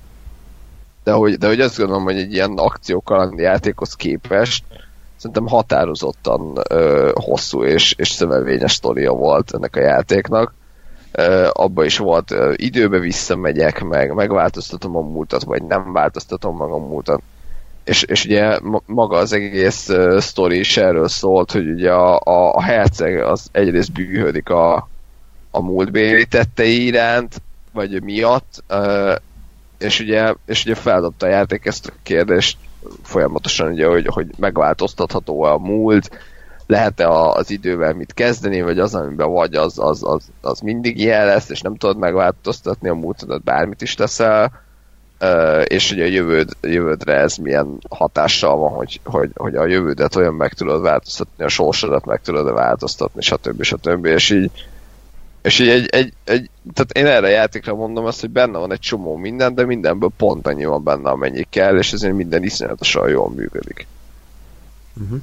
De hogy, de hogy azt gondolom, hogy egy ilyen akció-kaland játékhoz képest szerintem határozottan ö, hosszú és, és szövevényes sztoria volt ennek a játéknak. Ö, abba is volt ö, időbe visszamegyek, meg megváltoztatom a múltat, vagy nem változtatom meg a múltat. És, és ugye maga az egész ö, sztori is erről szólt, hogy ugye a, a, a herceg az egyrészt bűhödik a, a múltbéli tettei iránt, vagy miatt, ö, és, ugye, és ugye feldobta a játék ezt a kérdést folyamatosan, ugye, hogy, hogy megváltoztatható-e a múlt, lehet-e az idővel mit kezdeni, vagy az, amiben vagy, az, az, az, az mindig ilyen lesz, és nem tudod megváltoztatni a múltodat, bármit is teszel, és hogy a jövőd, jövődre ez milyen hatással van, hogy, hogy, hogy a jövődet olyan meg tudod változtatni, a sorsodat meg tudod változtatni, stb. stb. És így, és így egy, egy, egy, tehát én erre a játékra mondom azt, hogy benne van egy csomó minden, de mindenből pont annyi van benne, amennyi kell, és ezért minden iszonyatosan jól működik. Uh-huh.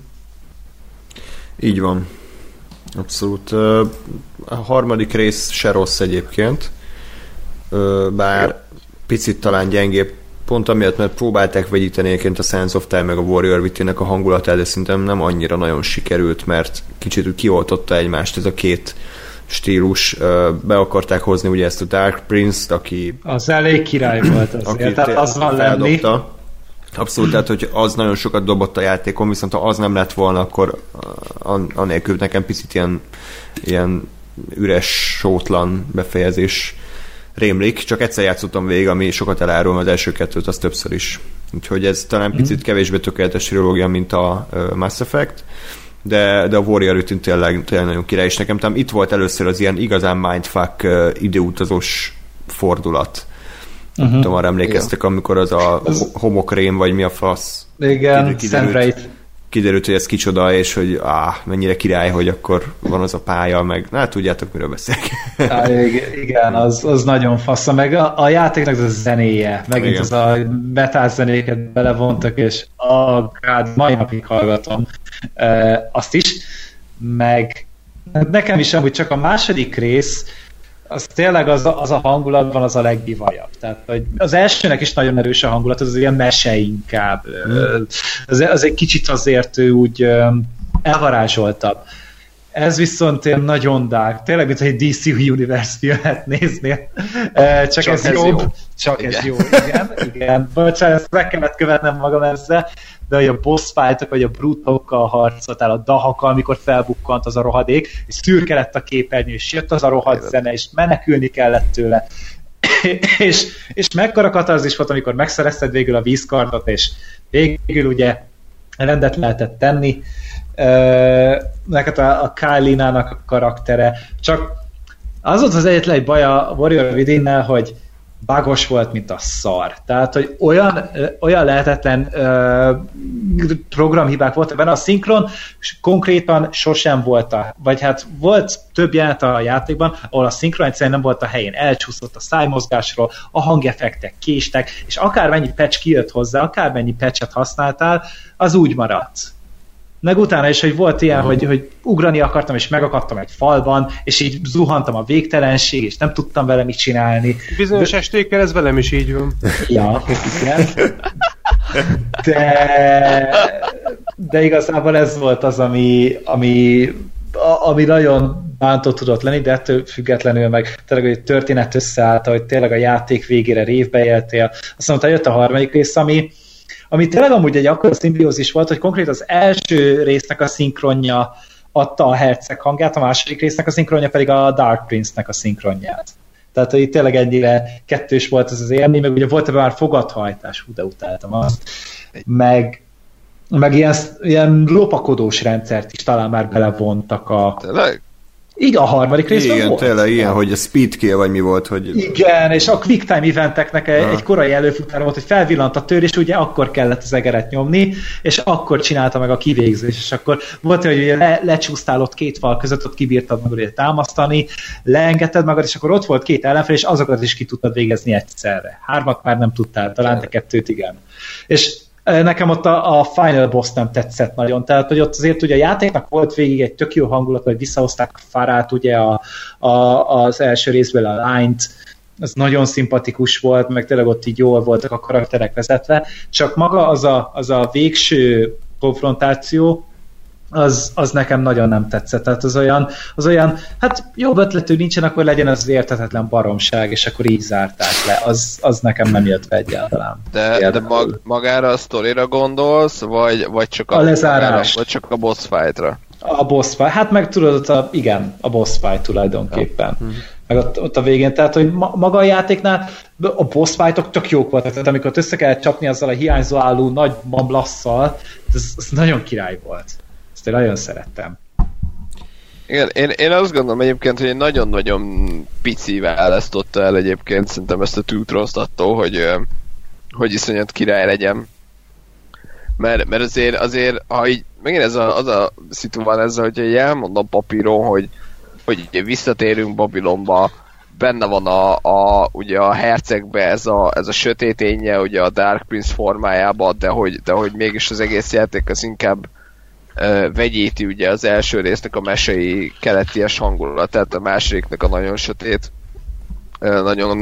Így van. Abszolút. A harmadik rész se rossz egyébként, bár picit talán gyengébb, pont amiatt, mert próbálták vegyíteni egyébként a Sands of Time meg a Warrior Within-nek a hangulatát, de szerintem nem annyira nagyon sikerült, mert kicsit kioltotta egymást ez a két stílus. Be akarták hozni ugye ezt a Dark Prince-t, aki... Az elég király volt azért, tehát az van lenni. Abszolút, tehát hogy az nagyon sokat dobott a játékon, viszont ha az nem lett volna, akkor anélkül nekem picit ilyen, ilyen üres, sótlan befejezés rémlik. Csak egyszer játszottam végig, ami sokat elárul, az első kettőt, az többször is. Úgyhogy ez talán picit kevésbé tökéletes trilógia, mint a Mass Effect, de, de a Warrior Within tényleg, tényleg nagyon király, és nekem talán itt volt először az ilyen igazán mindfuck időutazós fordulat. Uh-huh. Nem tudom, arra emlékeztek, amikor az a homokrém, vagy mi a fasz. Igen, Szemreit. kiderült, hogy ez kicsoda, és hogy áh, mennyire király, hogy akkor van az a pálya, meg na, tudjátok, miről beszélek. Há, igen, az, az nagyon fasz. Meg a, a játéknak az a zenéje, megint igen. Az a metal zenéket belevontak, és a God, mai napig hallgatom e, azt is, meg nekem is amúgy csak a második rész, az tényleg az a, az a hangulatban az a legbivajabb. Tehát, hogy az elsőnek is nagyon erős a hangulat, az ilyen mese inkább. Mm. Az, az egy kicsit azért ő úgy elvarázsoltabb. Ez viszont ilyen nagyon dark. Tényleg, mint hogy egy dé cé Universe filmet néznél. Csak, csak ez, ez jobb. Jó. Csak igen. Ez jó, igen. igen. Bocsánat, ezt meg kellett követnem magam ezzel, de hogy a boss fightok, vagy a brutokkal harcoltál, a dahakkal, amikor felbukkant az a rohadék, és szürke lett a képernyő, és jött az a rohadt zene, és menekülni kellett tőle. és, és mekkora katarzis volt, amikor megszerezted végül a vízkardot, és végül ugye rendet lehetett tenni. Uh, neked a, a Kylie-nának a karaktere. Csak az volt az egyetlen egy baj a Warrior Within-nel, hogy bugos volt, mint a szar. Tehát, hogy olyan, olyan lehetetlen uh, programhibák voltak benne, a szinkron konkrétan sosem volt a, vagy hát volt több jelent a játékban, ahol a szinkron egyszerűen nem volt a helyén, elcsúszott a szájmozgásról, a hangeffektek késtek, és akármennyi patch kijött hozzá, akármennyi patchet használtál, az úgy maradt. Meg utána is, hogy volt ilyen, hogy, hogy ugrani akartam, és megakadtam egy falban, és így zuhantam a végtelenség, és nem tudtam vele mit csinálni. Bizonyos de... estékkel ez velem is így van. Ja, igen. De, de igazából ez volt az, ami, ami, ami nagyon bántó tudott lenni, de ettől függetlenül meg tényleg, hogy a történet összeállt, hogy tényleg a játék végére révbe éltél. Azt mondta, jött a harmadik rész, ami ami tényleg amúgy egy akkora szimbiózis volt, hogy konkrét az első résznek a szinkronja adta a herceg hangját, a második résznek a szinkronja pedig a Dark Prince-nek a szinkronját. Tehát, hogy itt tényleg ennyire kettős volt ez az élmény, meg ugye volt ebben már fogadhajtás, hú, de utáltam azt. Meg, meg ilyen, ilyen lopakodós rendszert is talán már belevontak a... Tényleg? Igen, a harmadik részben igen, volt. Igen, tényleg ilyen, hogy a speed kill, vagy mi volt, hogy... Igen, és a quick time eventeknek egy, egy korai előfutára volt, hogy felvillant a tör, és ugye akkor kellett az egeret nyomni, és akkor csinálta meg a kivégzés, és akkor volt, hogy ugye le, lecsúsztál ott két fal között, ott kibírtad meg ugye támasztani, leengedted magad, és akkor ott volt két ellenfél, és azokat is ki tudtad végezni egyszerre. Hármat már nem tudtál, talán te kettőt igen. És nekem ott a, a final boss nem tetszett nagyon, tehát hogy ott azért ugye a játéknak volt végig egy tök jó hangulat, hogy visszahozták a Farát ugye a, a, az első részből a Line-t, ez nagyon szimpatikus volt, meg tényleg ott így jól voltak a karakterek vezetve, csak maga az a, az a végső konfrontáció, az, az nekem nagyon nem tetszett. Tehát az olyan, az olyan, hát jobb ötletű nincsen, akkor legyen az érthetetlen baromság, és akkor így zárták le. Az, az nekem nem jött be egyáltalán. De, de mag, magára a sztorira gondolsz, vagy, vagy csak a, a lezárás. Magára, vagy csak a boss fightra? A boss fight. Hát meg tudod, a, igen, a boss fight tulajdonképpen. Ja. Meg ott, ott a végén. Tehát, hogy ma, maga a játéknál a boss fightok tök jók voltak. Tehát amikor össze kellett csapni azzal a hiányzó álló nagy mamlasszal, ez, ez nagyon király volt. Ezt én nagyon szerettem. Igen, én, én azt gondolom egyébként, hogy egy nagyon-nagyon pici választotta el egyébként szerintem ezt a tűtrost attól, hogy, hogy iszonyat király legyen. Mert, mert azért, azért, ha így, megint ez a, az a szitu van ezzel, hogy elmondom papíron, hogy, hogy visszatérünk Babilonba, benne van a, a, ugye a hercegbe ez a, ez a sötéténye, ugye a Dark Prince formájában, de hogy, de hogy mégis az egész játék az inkább Uh, vegyíti ugye az első résznek a mesei keleties hangulat, tehát a másodiknek a nagyon sötét, uh, nagyon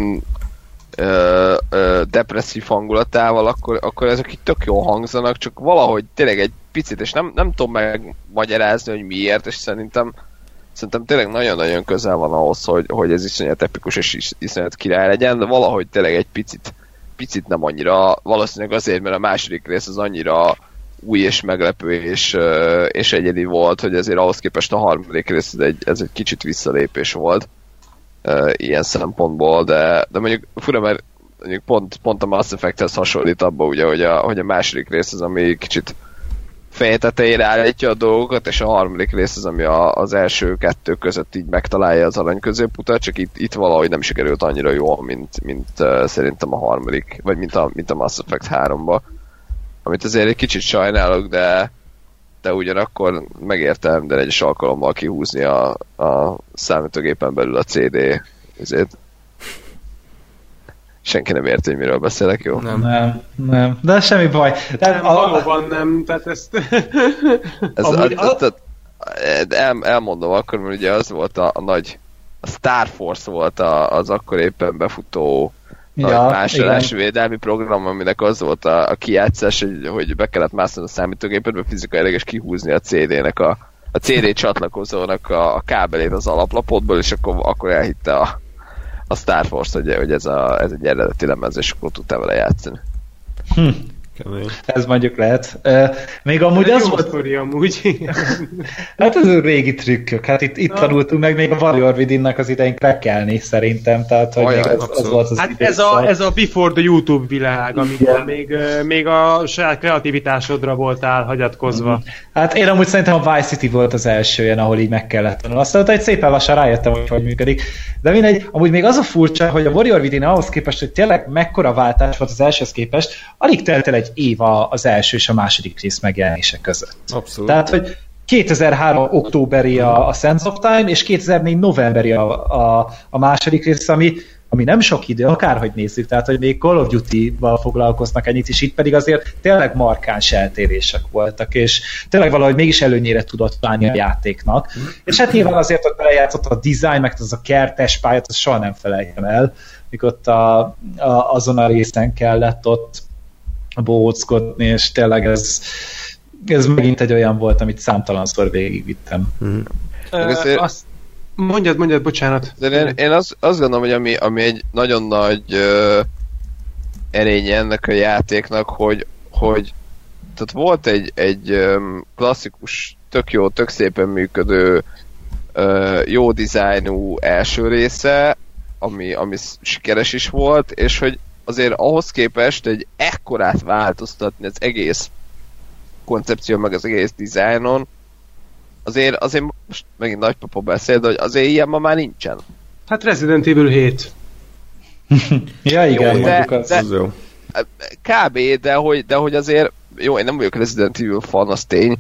uh, uh, depresszív hangulatával, akkor, akkor ezek itt tök jól hangzanak, csak valahogy tényleg egy picit, és nem, nem tudom megmagyarázni, hogy miért, és szerintem szerintem tényleg nagyon-nagyon közel van ahhoz, hogy, hogy ez iszonyat epikus és is, iszonyat király legyen, de valahogy tényleg egy picit, picit nem annyira, valószínűleg azért, mert a második rész az annyira új és meglepő és, és egyedi volt, hogy azért ahhoz képest a harmadik rész ez egy, ez egy kicsit visszalépés volt ilyen szempontból, de, de mondjuk fura, mert mondjuk pont, pont a Mass Effect-hez hasonlít abba, ugye, hogy a, hogy a második rész az, ami kicsit feje tetejére állítja a dolgokat, és a harmadik rész az, ami a, az első kettő között így megtalálja az arany középutat, csak itt, itt valahogy nem sikerült annyira jól, mint, mint uh, szerintem a harmadik, vagy mint a, mint a Mass Effect háromba. Amit azért egy kicsit sajnálok, de, de ugyanakkor megérte minden egyes alkalommal kihúzni a, a számítógépen belül a cé dé ezért. Senki nem érti, hogy miről beszélek, jó? Nem, nem, nem. De semmi baj. De nem, a... valóban nem, tehát ezt... Ez Amúgy a, a, a, el, elmondom akkor, mert ugye az volt a, a nagy... A Star Force volt a, az akkor éppen befutó ja, másolási védelmi program, aminek az volt a, a kijátszás, hogy, hogy be kellett mászni a számítógépedbe fizikailag, és kihúzni a cé dé-nek a, a cé dé csatlakozónak a, a kábelét az alaplapodból, és akkor, akkor elhitte a, a Star Force, hogy, hogy ez, a, ez egy eredeti lemez, és akkor tudtál vele játszani. Hm. Ez mondjuk lehet. Uh, még amúgy ez az volt... Sztori, amúgy. Hát ez a régi trükkök. Hát itt, itt tanultunk meg még a Warrior Within-nek az idején crack-elni szerintem. Tehát, hogy Ajaj, még az, az volt az hát ez a, ez a before the YouTube világ, amikor még, még a saját kreativitásodra voltál hagyatkozva. Mm. Hát én amúgy szerintem a Vice City volt az első ilyen, ahol így meg kellett tanulni. Aztán hogy szépen lassan rájöttem, hogy hogy működik. De mindegy, amúgy még az a furcsa, hogy a Warrior Within ahhoz képest, hogy tényleg mekkora váltás volt az elsőhez képest, alig telt el egy év az első és a második rész megjelenése között. Abszolút. Tehát, hogy kétezer-három októberi a, a Sands of Time, és kétezer-négy novemberi a, a, a második rész, ami, ami nem sok idő, akárhogy nézzük, tehát, hogy még Call of Duty-val foglalkoznak ennyit, és itt pedig azért tényleg markáns eltérések voltak, és tényleg valahogy mégis előnyére tudott válni a játéknak. És hát nyilván azért, hogy belejátszott a design, meg az a kertes pályát, azt soha nem felejtem el, mikor ott a, a, azon a részen kellett ott bóckodni, és tényleg ez, ez megint egy olyan volt, amit számtalanszor végigvittem. Mm. Uh, azt mondjad, mondjad, bocsánat. De én, én azt, azt gondolom, hogy ami, ami egy nagyon nagy uh, erénye ennek a játéknak, hogy, hogy tehát volt egy, egy um, klasszikus, tök jó, tök szépen működő, uh, jó dizájnú első része, ami, ami sikeres is volt, és hogy azért ahhoz képest egy ekkorát változtatni az egész koncepció, meg az egész dizájnon, azért, azért most megint nagypapa beszél, de hogy azért ilyen ma már nincsen. Hát Resident Evil hét. Ja, igen, jó, de, de, de, jó. kb. De hogy, de hogy azért, jó, én nem vagyok Resident Evil fan, az tény,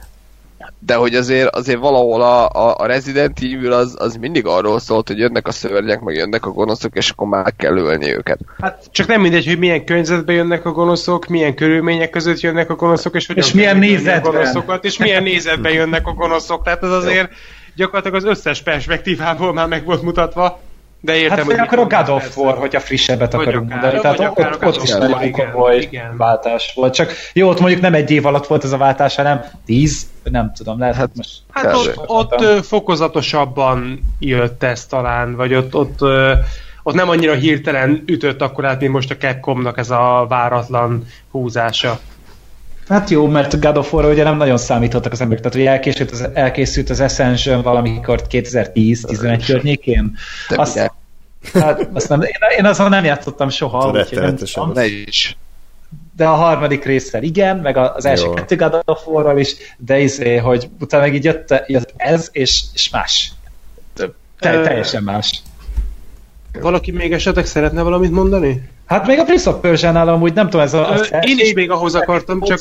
de hogy azért, azért valahol a, a, a Resident Evil az, az mindig arról szólt, hogy jönnek a szörnyek, meg jönnek a gonoszok, és akkor már kell ölni őket. Hát csak nem mindegy, hogy milyen környezetben jönnek a gonoszok, milyen körülmények között jönnek a gonoszok, és, és milyen nézetben. A gonoszokat, és milyen nézetben jönnek a gonoszok. Tehát ez azért gyakorlatilag az összes perspektívából már meg volt mutatva. De értem, hát vagy akkor a God of War, hogyha frissebbet akarunk mondani. Tehát ott, ott, ott is nagyon komoly váltás volt. Csak jó, ott mondjuk nem egy év alatt volt ez a váltás, hanem tíz, nem tudom, lehet, hát most... Hát ott, ott fokozatosabban jött ez talán, vagy ott, ott, ott nem annyira hirtelen ütött akkorát, mint most a Capcomnak ez a váratlan húzása. Hát jó, mert God of War-ra ugye nem nagyon számítottak az emberek, tehát ugye elkészült az, elkészült az Ascension valamikor kétezer-tíz-tizenegy környékén. Azt, hát, azt nem, én, én azon nem játszottam soha, úgyhogy nem tudom. Ne is. De a harmadik részvel igen, meg az első jó. kettő God of War-ral is, de izé, hogy utána meg így jött, jött ez, és, és más. Te, teljesen más. Valaki még esetleg szeretne valamit mondani? Hát még a Prince of Persia-nál amúgy nem tudom, ez a... Ö, én is még ahhoz akartam, csak...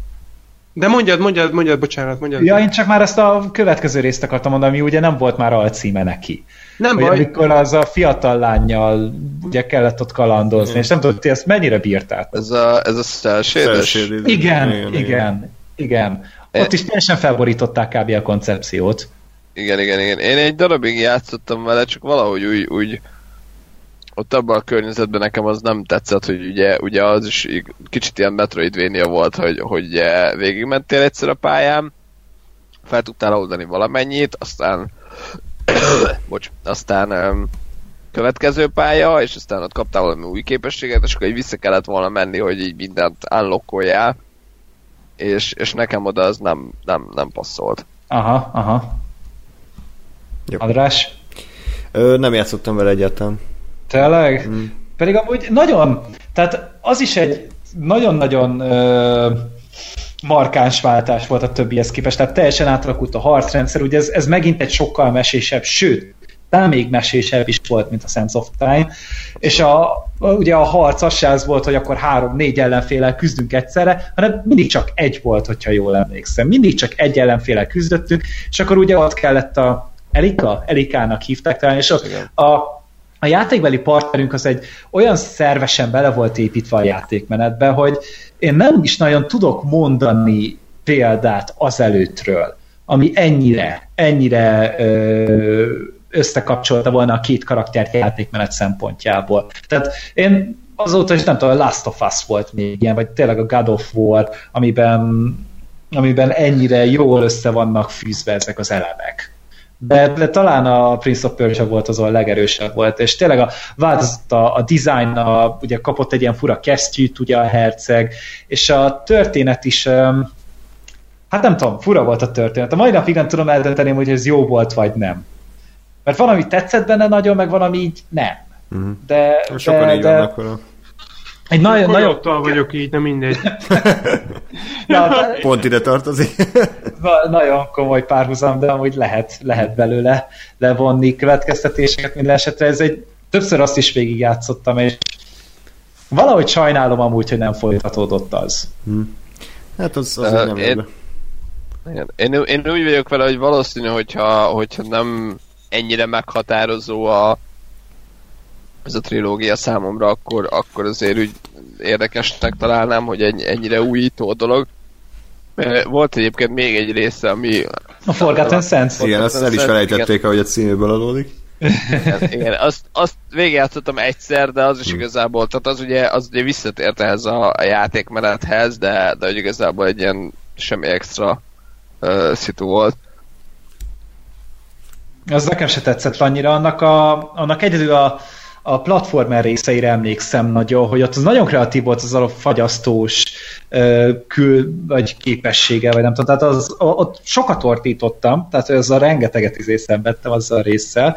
De mondjad, mondjad, mondjad, bocsánat, mondjad. Ja, én csak már ezt a következő részt akartam mondani, ami ugye nem volt már alcíme neki. Nem hogy baj. Amikor az a fiatal lánnyal ugye kellett ott kalandozni, mm. és nem tudod, ti ezt mennyire bírtál? Ez a, ez a Cell-shades? Igen, igen, igen, igen. Ott is teljesen felborították kb. A koncepciót. Igen, igen, igen. Én egy darabig játszottam vele, csak valahogy úgy, úgy ott abban a környezetben nekem az nem tetszett, hogy ugye, ugye az is kicsit ilyen Metroidvania volt, hogy, hogy végigmentél egyszer a pályán, fel tudtál oldani valamennyit, aztán bocs, aztán um, következő pálya, és aztán ott kaptál valami új képességet, és akkor így vissza kellett volna menni, hogy így mindent unlockoljál, és, és nekem oda az nem, nem, nem passzolt. Aha, aha. Jó. András? Ö, nem játszottam vele egyáltalán. Tényleg? Mm. Pedig amúgy nagyon, tehát az is egy nagyon-nagyon ö, markáns váltás volt a többihez képest, tehát teljesen átalakult a harcrendszer, ugye ez, ez megint egy sokkal mesésebb, sőt, talán még mesésebb is volt, mint a Sands of Time, és a, ugye a harc az se az volt, hogy akkor három-négy ellenféllel küzdünk egyszerre, hanem mindig csak egy volt, hogyha jól emlékszem. Mindig csak egy ellenféllel küzdöttünk, és akkor ugye ott kellett a Elika, Elikának hívták talán, és ott a, a játékbeli partnerünk az egy olyan szervesen bele volt építve a játékmenetbe, hogy én nem is nagyon tudok mondani példát azelőttről, ami ennyire, ennyire ö, összekapcsolta volna a két karaktert játékmenet szempontjából. Tehát én azóta is nem tudom, a Last of Us volt még ilyen, vagy tényleg a God of War, amiben, amiben ennyire jól össze vannak fűzve ezek az elemek. De, de talán a Prince of Persia volt az, a legerősebb volt, és tényleg a, változott a, a design, a, ugye kapott egy ilyen fura kesztyűt ugye a herceg, és a történet is, hát nem tudom, fura volt a történet. A mai napig nem tudom eldönteni, hogy ez jó volt, vagy nem. Mert van, ami tetszett benne nagyon, meg van, ami így nem. Uh-huh. De, sokan de, így de vannak vele. Egy nagyon, nagyon... vagyok így, nem mindegy. Na, de... Pont ide tartozik. Nagyon komoly párhuzam, de amúgy lehet, lehet belőle levonni következtetéseket minden esetre. Ez egy, többször azt is végigjátszottam, és valahogy sajnálom amúgy, hogy nem folytatódott az. Hmm. Hát az, az uh, nem én, én, én úgy vagyok vele, hogy valószínű, hogyha, hogyha nem ennyire meghatározó a ez a trilógia számomra, akkor, akkor azért úgy érdekesnek találnám, hogy ennyire újító dolog. Volt egyébként még egy része, ami... A Forgotten Sands. Igen, azt el is felejtették, ahogy a címéből adódik. Igen, igen, azt, azt végigjátszottam egyszer, de az is igazából, tehát az ugye, az ugye visszatért ehhez a, a játékmenethez, de, de hogy igazából egy ilyen semmi extra uh, szitu volt. Az nekem se tetszett annyira, annak, a, annak egyedül a a platformer részeire emlékszem nagyon, hogy ott az nagyon kreatív volt az a fagyasztós uh, kül, vagy képessége, vagy nem tudom, tehát az, ott sokat ortítottam, tehát az a rengeteget izé szenvedtem azzal a résszel,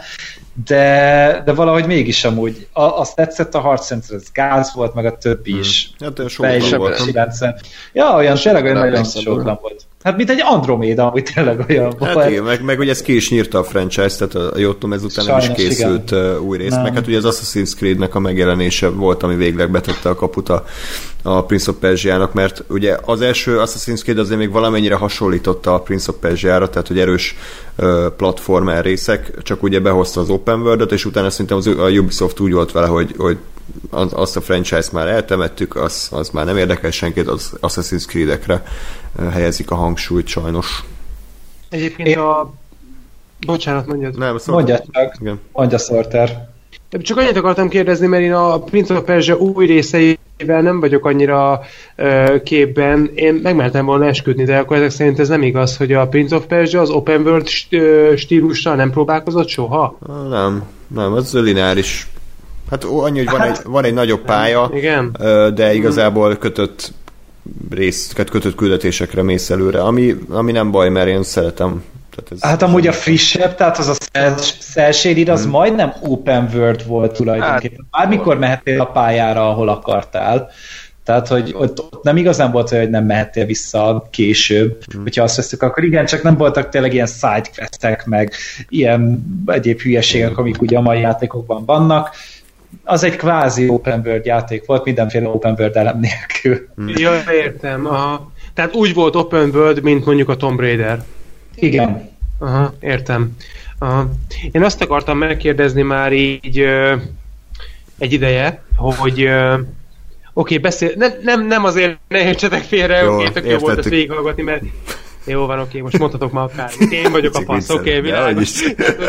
de, de valahogy mégis amúgy a, azt tetszett a harcrendszer, ez gáz volt, meg a többi is. Hmm. Hát olyan soklan volt. Ja, olyan tényleg olyan nagyon soklan volt. Hát mint egy Androméda, ami tényleg olyan hát volt. Igen, meg, meg ugye ez ki is nyírta a franchise, tehát a Jótom ezután nem is készült igen. új rész, nem. Meg hát ugye az Assassin's Creed-nek a megjelenése volt, ami végleg betette a kaput a, a Prince of Persia-nak, mert ugye az első Assassin's Creed azért még valamennyire hasonlította a Prince of Persia-ra, tehát hogy erős uh, platformer részek, csak ugye behozta az Open World-ot, és utána szerintem az, a Ubisoft úgy volt vele, hogy, hogy az, azt a franchise-t már eltemettük, az, az már nem érdekel senkit, az Assassin's Creed-ekre helyezik a hangsúlyt sajnos. Egyébként Én... a... Bocsánat, mondjad. Nem, mondjad csak. Igen. Mondja Sorter. Csak annyit akartam kérdezni, mert én a Prince of Persia új részeivel nem vagyok annyira uh, képben. Én megmertem volna esküdni, de akkor ezek szerint ez nem igaz, hogy a Prince of Persia az open world stílussal nem próbálkozott soha? Nem, nem, az lineáris. Hát annyi, hogy van, hát, egy, van egy nagyobb pálya, igen. de igazából kötött rész, kötött küldetésekre mész előre, ami, ami nem baj, mert én szeretem. Tehát ez hát amúgy a frissebb, tehát az a Cell Shaded, az hmm. majdnem open world volt tulajdonképpen. Bármikor mehettél a pályára, ahol akartál. Tehát, hogy ott, ott nem igazán volt, hogy nem mehettél vissza később, hmm. hogyha azt veszük, akkor igen, csak nem voltak tényleg ilyen sidequestek, meg ilyen egyéb hülyeségek, hmm. amik ugye a mai játékokban vannak. Az egy kvázi open world játék volt, mindenféle open world elem nélkül. Hmm. Ja, értem. Aha. Tehát úgy volt open world, mint mondjuk a Tomb Raider. Igen. Aha, értem. Aha. Én azt akartam megkérdezni már így ö, egy ideje, hogy ö, oké, okay, beszél, nem, nem, nem azért ne értsetek félre, oké, okay, tök jó volt ezt végighallgatni, mert jó van, oké, okay, most mondhatok már akármit, én vagyok a passz, oké, okay, világos.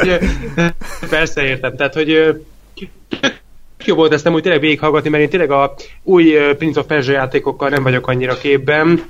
Persze értem, tehát, hogy jó volt ezt nem úgy tényleg végighallgatni, mert én tényleg a új Prince of Persia játékokkal nem vagyok annyira képben.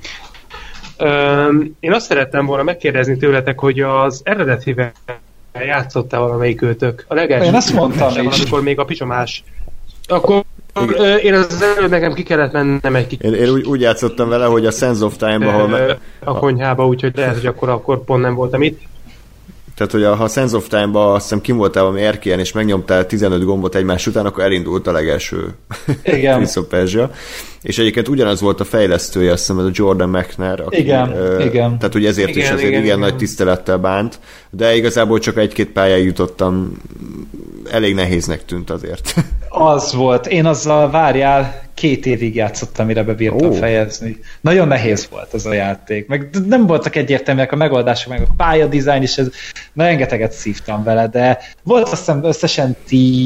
Um, én azt szerettem volna megkérdezni tőletek, hogy az eredetivel játszottál valamelyik őtök. A legelső. Én azt mondtam is. Amikor még a picsomás. Akkor uh, én az előtt nekem ki kellett mennem egy kicsit. Én, én úgy, úgy játszottam vele, hogy a Sands of Time-ba, ahol... Uh, a konyhába, úgyhogy lehet, hogy akkor, akkor pont nem voltam itt. Tehát, hogy a, ha Sense of Time-ba azt hiszem kim voltál valami erkélyen, és megnyomtál tizenöt gombot egymás után, akkor elindult a legelső Prince of Persia. És egyébként ugyanaz volt a fejlesztője, azt hiszem, ez a Jordan Mechner, aki, igen, uh, igen. Tehát, hogy ezért igen, is azért igen, igen, igen. nagy tisztelettel bánt, de igazából csak egy-két pályán jutottam, elég nehéznek tűnt azért. Az volt. Én azzal, várjál, két évig játszottam, mire bebírtam oh. fejezni. Nagyon nehéz volt ez a játék. Meg nem voltak egyértelműek a megoldások, meg a pályadizájn is, ez, na, rengeteget szívtam vele, de volt azt hiszem összesen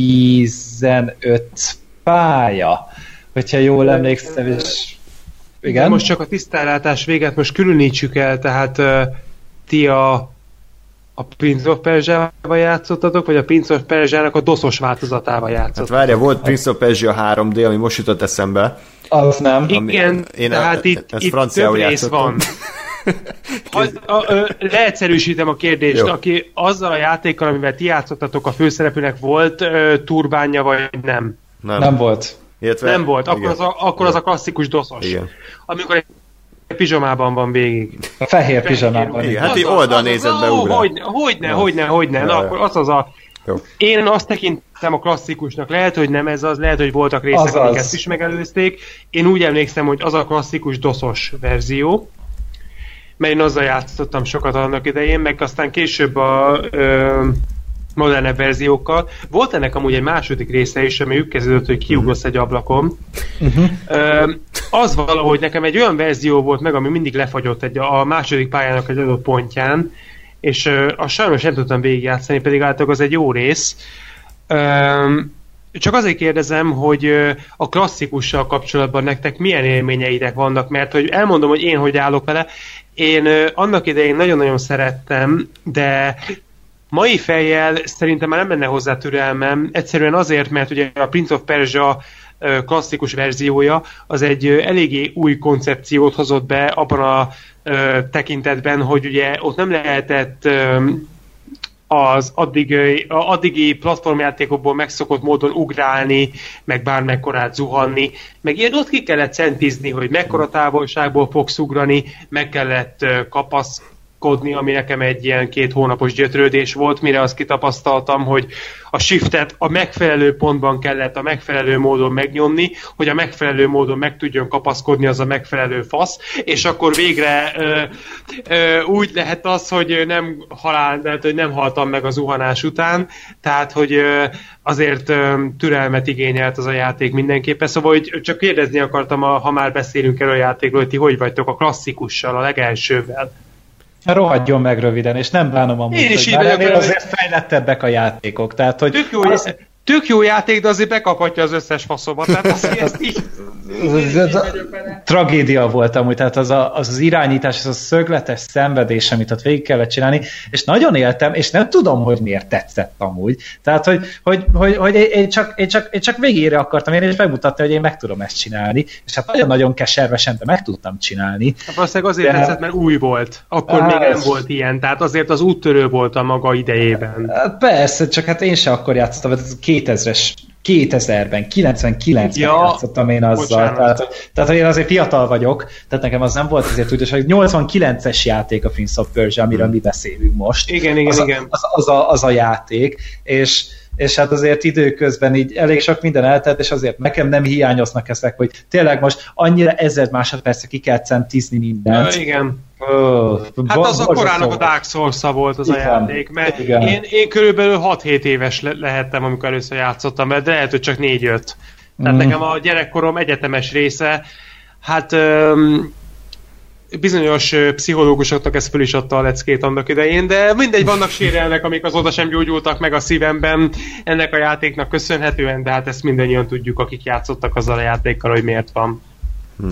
tizenöt pálya, hogyha jól emlékszem, és igen? De most csak a tisztánlátás véget most különítsük el, tehát uh, ti a, a Prince of Persia-val játszottatok, vagy a Prince of Persia-nak a doszos változatával játszottatok? Hát várja, volt Prince of Persia három dé, ami most jutott eszembe. Az nem. Igen, én tehát a, itt, itt több rész van. Ha, a, a, leegyszerűsítem a kérdést, jó. Aki azzal a játékkal, amivel ti játszottatok, a főszereplőnek volt uh, turbánja, vagy nem? Nem, nem volt. Illetve, nem volt, akkor, az a, akkor az a klasszikus doszos. Igen. Amikor egy pizsamában van végig. A fehér pizsamában. Igen, hát így oldal nézett be ugrál. Hogyne, hogyne, hogyne, hogyne. Na, akkor az az a... Jó. Én azt tekintem a klasszikusnak. Lehet, hogy nem ez az, lehet, hogy voltak részek, amik ezt is megelőzték. Én úgy emlékszem, hogy az a klasszikus doszos verzió, mert én azzal játszottam sokat annak idején, meg aztán később a... Ö, modernebb verziókkal. Volt ennek amúgy egy második része is, ami úgy kezdődött, hogy kiugrasz egy ablakon. Uh-huh. Ö, az valahogy nekem egy olyan verzió volt meg, ami mindig lefagyott egy, a második pályának egy adott pontján, és ö, azt sajnos nem tudtam végigjátszani, pedig általában az egy jó rész. Ö, csak azért kérdezem, hogy ö, a klasszikussal kapcsolatban nektek milyen élményeitek vannak, mert hogy elmondom, hogy én hogy állok vele. Én ö, annak idején nagyon-nagyon szerettem, de mai fejjel szerintem már nem lenne hozzá türelmem, egyszerűen azért, mert ugye a Prince of Persia klasszikus verziója az egy eléggé új koncepciót hozott be abban a tekintetben, hogy ugye ott nem lehetett az addig, addigi platformjátékokból megszokott módon ugrálni, meg bármekkorát zuhanni, meg ilyen ott ki kellett centizni, hogy mekkora távolságból fogsz ugrani, meg kellett kapaszkodni, ami nekem egy ilyen két hónapos gyötrődés volt, mire azt kitapasztaltam, hogy a shiftet a megfelelő pontban kellett a megfelelő módon megnyomni, hogy a megfelelő módon meg tudjon kapaszkodni az a megfelelő fasz, és akkor végre ö, ö, úgy lehet az, hogy nem halál, tehát, hogy nem haltam meg a zuhanás után, tehát hogy ö, azért ö, türelmet igényelt az a játék mindenképpen, szóval hogy csak kérdezni akartam, a, ha már beszélünk erről a játékról, hogy ti hogy vagytok a klasszikussal, a legelsővel. Rohadjon meg röviden, és nem bánom amúgy, én is hogy ennél azért fejlettebbek a játékok. Tehát, hogy tök, jó, az... tök jó játék, de azért bekaphatja az összes faszomat. Tehát azért ezt így... Tragédia volt amúgy, tehát az, a, az az irányítás, az a szögletes szenvedés, amit ott végig kellett csinálni, és nagyon éltem, és nem tudom, hogy miért tetszett amúgy. Tehát, hogy, hogy, hogy, hogy én, csak, én, csak, én csak végére akartam érni, és megmutatni, hogy én meg tudom ezt csinálni, és hát nagyon-nagyon keservesen, de meg tudtam csinálni. Hát valószínűleg azért de... tetszett, mert új volt. Akkor hát, még nem volt ilyen, tehát azért az úttörő volt a maga idejében. Persze, csak hát én se akkor játszottam, ez kétezres kétezerben, kilencvenkilencben ja, játszottam én azzal. Tehát, tehát én azért fiatal vagyok, tehát nekem az nem volt azért úgy, hogy nyolcvankilences játék a Prince of Persia, amiről hmm. mi beszélünk most. Igen, igen, az igen. A, az, az, a, az a játék, és és hát azért időközben így elég sok minden eltelt, és azért nekem nem hiányoznak ezek, hogy tényleg most annyira ezer másodpercre ki kell centizni mindent. Ja, igen. Oh, hát az a korának a Dark Souls-a volt az igen, a játék, mert én, én körülbelül hat-hét éves le- lehettem, amikor először játszottam, de lehet, hogy csak négy-öt. Tehát mm. nekem a gyerekkorom egyetemes része, hát um, bizonyos pszichológusoknak ez föl is adta a leckét annak idején, de mindegy, vannak sérelmek, amik azóta sem gyógyultak meg a szívemben ennek a játéknak köszönhetően, de hát ezt mindannyian tudjuk, akik játszottak azzal a játékkal, hogy miért van. Hm.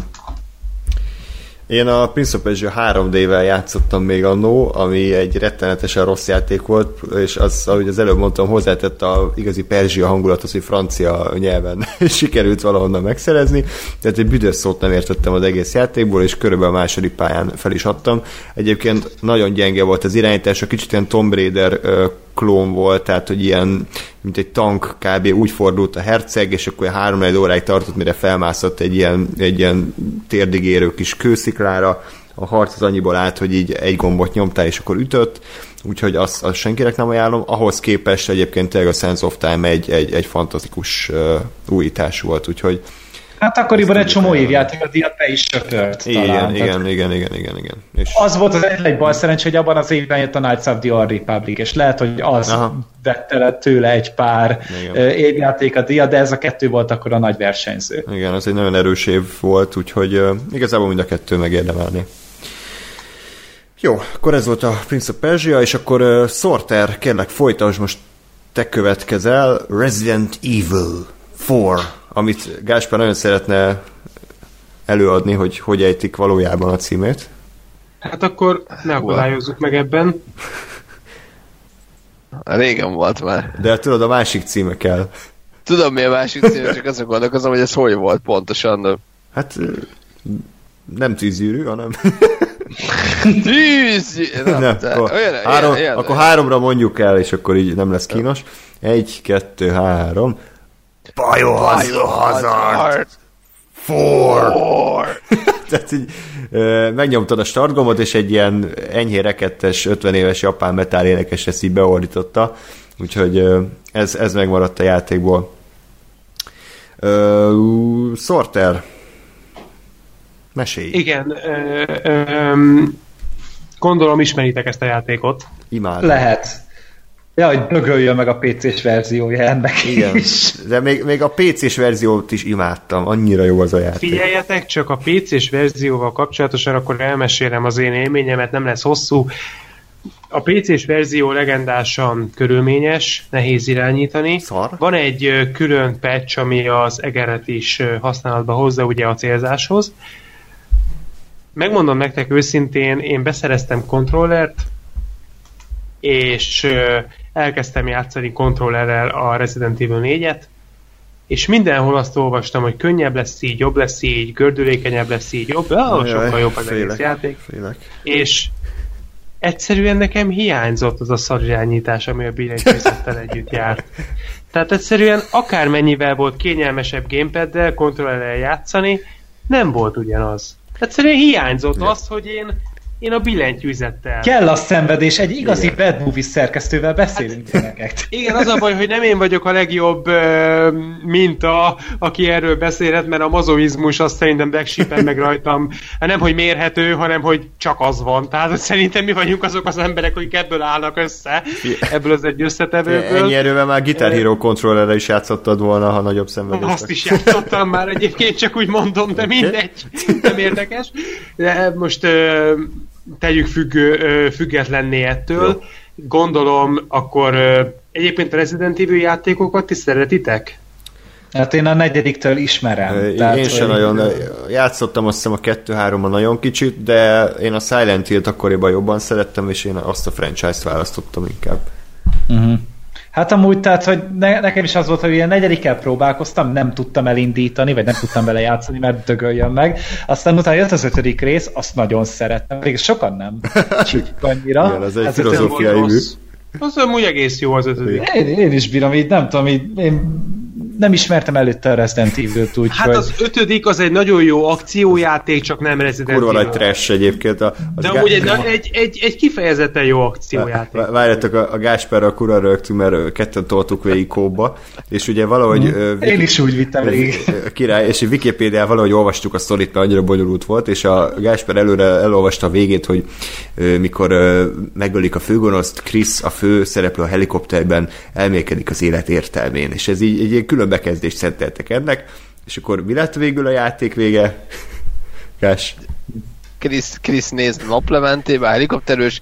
Én a Prince of Persia három dé-vel játszottam még annó, ami egy rettenetesen rossz játék volt, és az, ahogy az előbb mondtam, hozzátett a igazi perzsia hangulathoz, hogy francia nyelven sikerült valahonnan megszerezni, tehát egy büdös szót nem értettem az egész játékból, és körülbelül a második pályán fel is adtam. Egyébként nagyon gyenge volt az irányítás, a kicsit ilyen Tomb Raider klón volt, tehát hogy ilyen, mint egy tank kb. Úgy fordult a herceg, és akkor három-négy óráig tartott, mire felmászott egy ilyen, egy ilyen térdigérő kis kősziklára, a harc az annyiból állt, hogy így egy gombot nyomtál, és akkor ütött, úgyhogy azt, azt senkinek nem ajánlom. Ahhoz képest egyébként tényleg a Sands of Time egy, egy, egy fantasztikus uh, újítás volt, úgyhogy hát akkoriban egy csomó évjáték a díjat be is söpört. Igen, talán. igen, Tehát igen, igen, igen, igen. És az volt az egyetlen bal szerencs, hogy abban az évben jött a Knights of the Old Republic, és lehet, hogy az Aha. vette le tőle egy pár Igen. évjáték a díjat, de ez a kettő volt akkor a nagy versenyző. Igen, az egy nagyon erős év volt, úgyhogy uh, igazából mind a kettő megérdemelni. Jó, akkor ez volt a Prince of Persia, és akkor uh, Sorter, kérlek folytasd, most te következel, Resident Evil négy, amit Gáspár nagyon szeretne előadni, hogy hogy ejtik valójában a címét. Hát akkor ne akadályozzuk meg ebben. Régen volt már. De tudod, a másik címe kell. Tudom, mi a másik címe, csak azon gondolkozom, hogy ez hogy volt pontosan. De... Hát nem tűzgyűrű, hanem... Tűzgyűrű! Nem, nem, akkor, olyan, három, olyan, olyan, akkor háromra mondjuk el, és akkor így nem lesz kínos. Egy, kettő, három... Biohazard! Four! Four. Tehát így e, megnyomtad a startgombot, és egy ilyen enyhén rekettes, ötven éves japán metal énekes ezt így beordította. Úgyhogy e, ez, ez megmaradt a játékból. E, Sorter. Mesélj. Igen. Ö, ö, gondolom ismeritek ezt a játékot. Imádom. Lehet. Ja, hogy dögöljön meg a pé cés verziója ennek Igen. is. De még, még a pé cés verziót is imádtam. Annyira jó az a játék. Figyeljetek, csak a pé cés verzióval kapcsolatosan akkor elmesélem az én élményemet, nem lesz hosszú. A pé cés verzió legendásan körülményes, nehéz irányítani. Szar. Van egy külön patch, ami az egeret is használatba hozza, ugye a célzáshoz. Megmondom nektek őszintén, én beszereztem kontrollert, és elkezdtem játszani kontrollerrel a Resident Evil négyet, és mindenhol azt olvastam, hogy könnyebb lesz így, jobb lesz így, gördülékenyebb lesz így, jobb, oh, sokkal jobb az egész játék. Félek. És egyszerűen nekem hiányzott az a szarirányítás, ami a billentyűzettel együtt járt. Tehát egyszerűen akármennyivel volt kényelmesebb gamepaddel, kontrollerrel játszani, nem volt ugyanaz. Egyszerűen hiányzott ja. az, hogy én Én a billentyűzettel. Kell a szenvedés, egy igazi igen. Bad Movie szerkesztővel beszélünk hát, igen, az a baj, hogy nem én vagyok a legjobb uh, minta, aki erről beszélhet, mert a mazoizmus azt szerintem backshipen meg rajtam, nem hogy mérhető, hanem hogy csak az van. Tehát szerintem mi vagyunk azok az emberek, akik ebből állnak össze, ebből az egy összetevőből. Ennyi erővel már Guitar Hero controllerre is játszottad volna, ha nagyobb szenvedés. Azt is játszottam már egyébként, csak úgy mondom, de mindegy, nem érdekes. De most uh, tegyük függő, függetlenné ettől. Jó. Gondolom, akkor egyébként a Resident Evil játékokat ti szeretitek? Hát én a negyediktől ismerem. Én tehát, sem nagyon. Játszottam azt hiszem a kettő-háromban nagyon kicsit, de én a Silent Hill-t akkoriban jobban szerettem, és én azt a franchise-t választottam inkább. Uh-huh. Hát amúgy, tehát, hogy ne, nekem is az volt, hogy ilyen negyedikkel próbálkoztam, nem tudtam elindítani, vagy nem tudtam vele játszani, mert dögöljön meg. Aztán utána jött az ötödik rész, azt nagyon szerettem. Még sokan nem. Csak annyira. Igen, ez egy filozófiai mű. Az amúgy egész jó az ötödik. Én, én is bírom, így nem tudom, így, én nem ismertem előtte a Resident Evil-t, úgyhogy... Hát az ötödik az egy nagyon jó akciójáték, csak nem Resident Evil. Kurva nagy trash egyébként. A, de amúgy egy, egy, egy, egy kifejezetten jó akciójáték. Várjátok, a, a Gáspárral kurva rögtünk, mert ketten toltuk végig kóba, és ugye valahogy... Hmm. Én is úgy vittem végig. Király, és Wikipédián valahogy olvastuk a sztorit, mert annyira bonyolult volt, és a Gáspár előre elolvasta a végét, hogy mikor megölik a főgonoszt, Chris, a fő szereplő a helikopterben elmélkedik az élet értelmén, és ez így egy ilyen külön bekezdést szenteltek ennek, és akkor mi lett végül a játék vége? Gás? Chris, Chris néz naplementébe, helikopterős,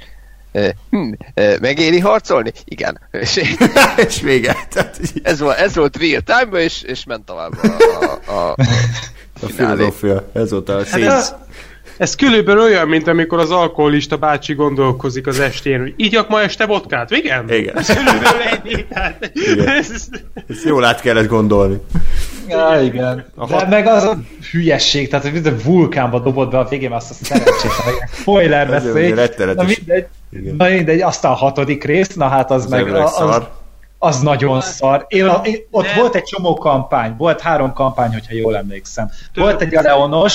hm, megéri harcolni? Igen. És, és vége. Tehát, ez, volt, ez volt real time-ban, és, és ment tovább a, a, a, a, a filozófia. Ez volt a szénz. Hát ez körülbelül olyan, mint amikor az alkoholista bácsi gondolkozik az estén, hogy igyak ma este vodkát, igen? Igen. Ez körülbelül ennyi. Igen. Ezt jól át kellett gondolni. Ja, igen. De hat... meg az a hülyesség, tehát hogy a vulkánba dobott be a végén azt a szerencsétlen spoiler beszél. Na mindegy, na mindegy, aztán a hatodik rész, na hát az, az meg az, az, az nagyon szar. Én, én, ott de... volt egy csomó kampány, volt három kampány, hogyha jól emlékszem. Volt egy a Leonos,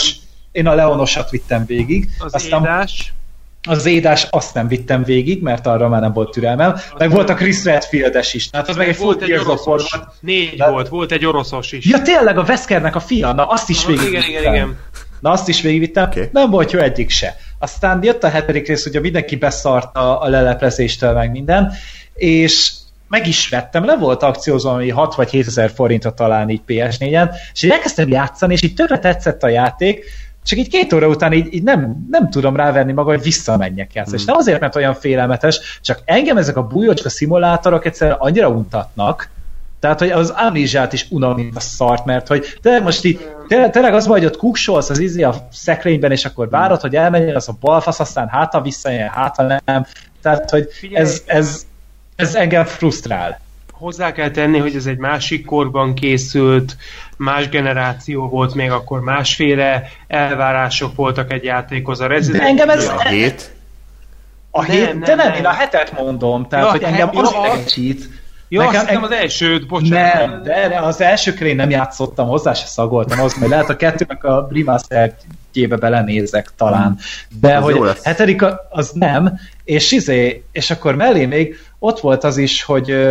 Én a Leonosat vittem végig. Az aztán édás. Az édás azt nem vittem végig, mert arra már nem volt türelmem. Meg volt a Chris Redfield-es is. Tehát az meg egy volt egy oroszos. volt. Négy De... volt, volt egy oroszos is. Ja tényleg, a Weskernek a fia, na azt is végigvittem. Igen, igen, igen. Na azt is végigvittem, okay. Nem volt jó egyik se. Aztán jött a hetedik rész, ugye mindenki beszart a, a leleplezéstől meg minden, és meg is vettem, le volt akciózom, ami hat vagy hétezer forintra talán így pé es négyen, és így elkezdtem játszani, és így tökre tetszett a játék, csak így két óra után így, így nem, nem tudom ráverni maga, hogy visszamenjek játszani. Hmm. És nem azért, mert olyan félelmetes, csak engem ezek a bújócska szimulátorok egyszerűen annyira untatnak, tehát, hogy az Amnésiát is unom, mint a szart, mert hogy tényleg most így, tényleg, tényleg az majd, hogy ott kuksolsz az izé a szekrényben, és akkor várod, hogy elmenjen az a balfasz, aztán hátra visszajön, hátra nem. Tehát, hogy ez, ez, ez engem frusztrál. Hozzá kell tenni, hogy ez egy másik korban készült, más generáció volt, még akkor másféle elvárások voltak egy játékhoz. A Resident engem ez... A hét? A nem, hét? nem, de nem, nem, én a hetet mondom, tehát, ja, hogy engem jó, az az... egy cheat. Ja, Nekem, azt hiszem az elsőt, bocsánat. Nem, de, de az elsőkre én nem játszottam, hozzá se szagoltam, az, mert lehet a kettőnek a remasterjébe belenézek talán. De az hogy hetedik az nem, és izé, és akkor mellé még ott volt az is, hogy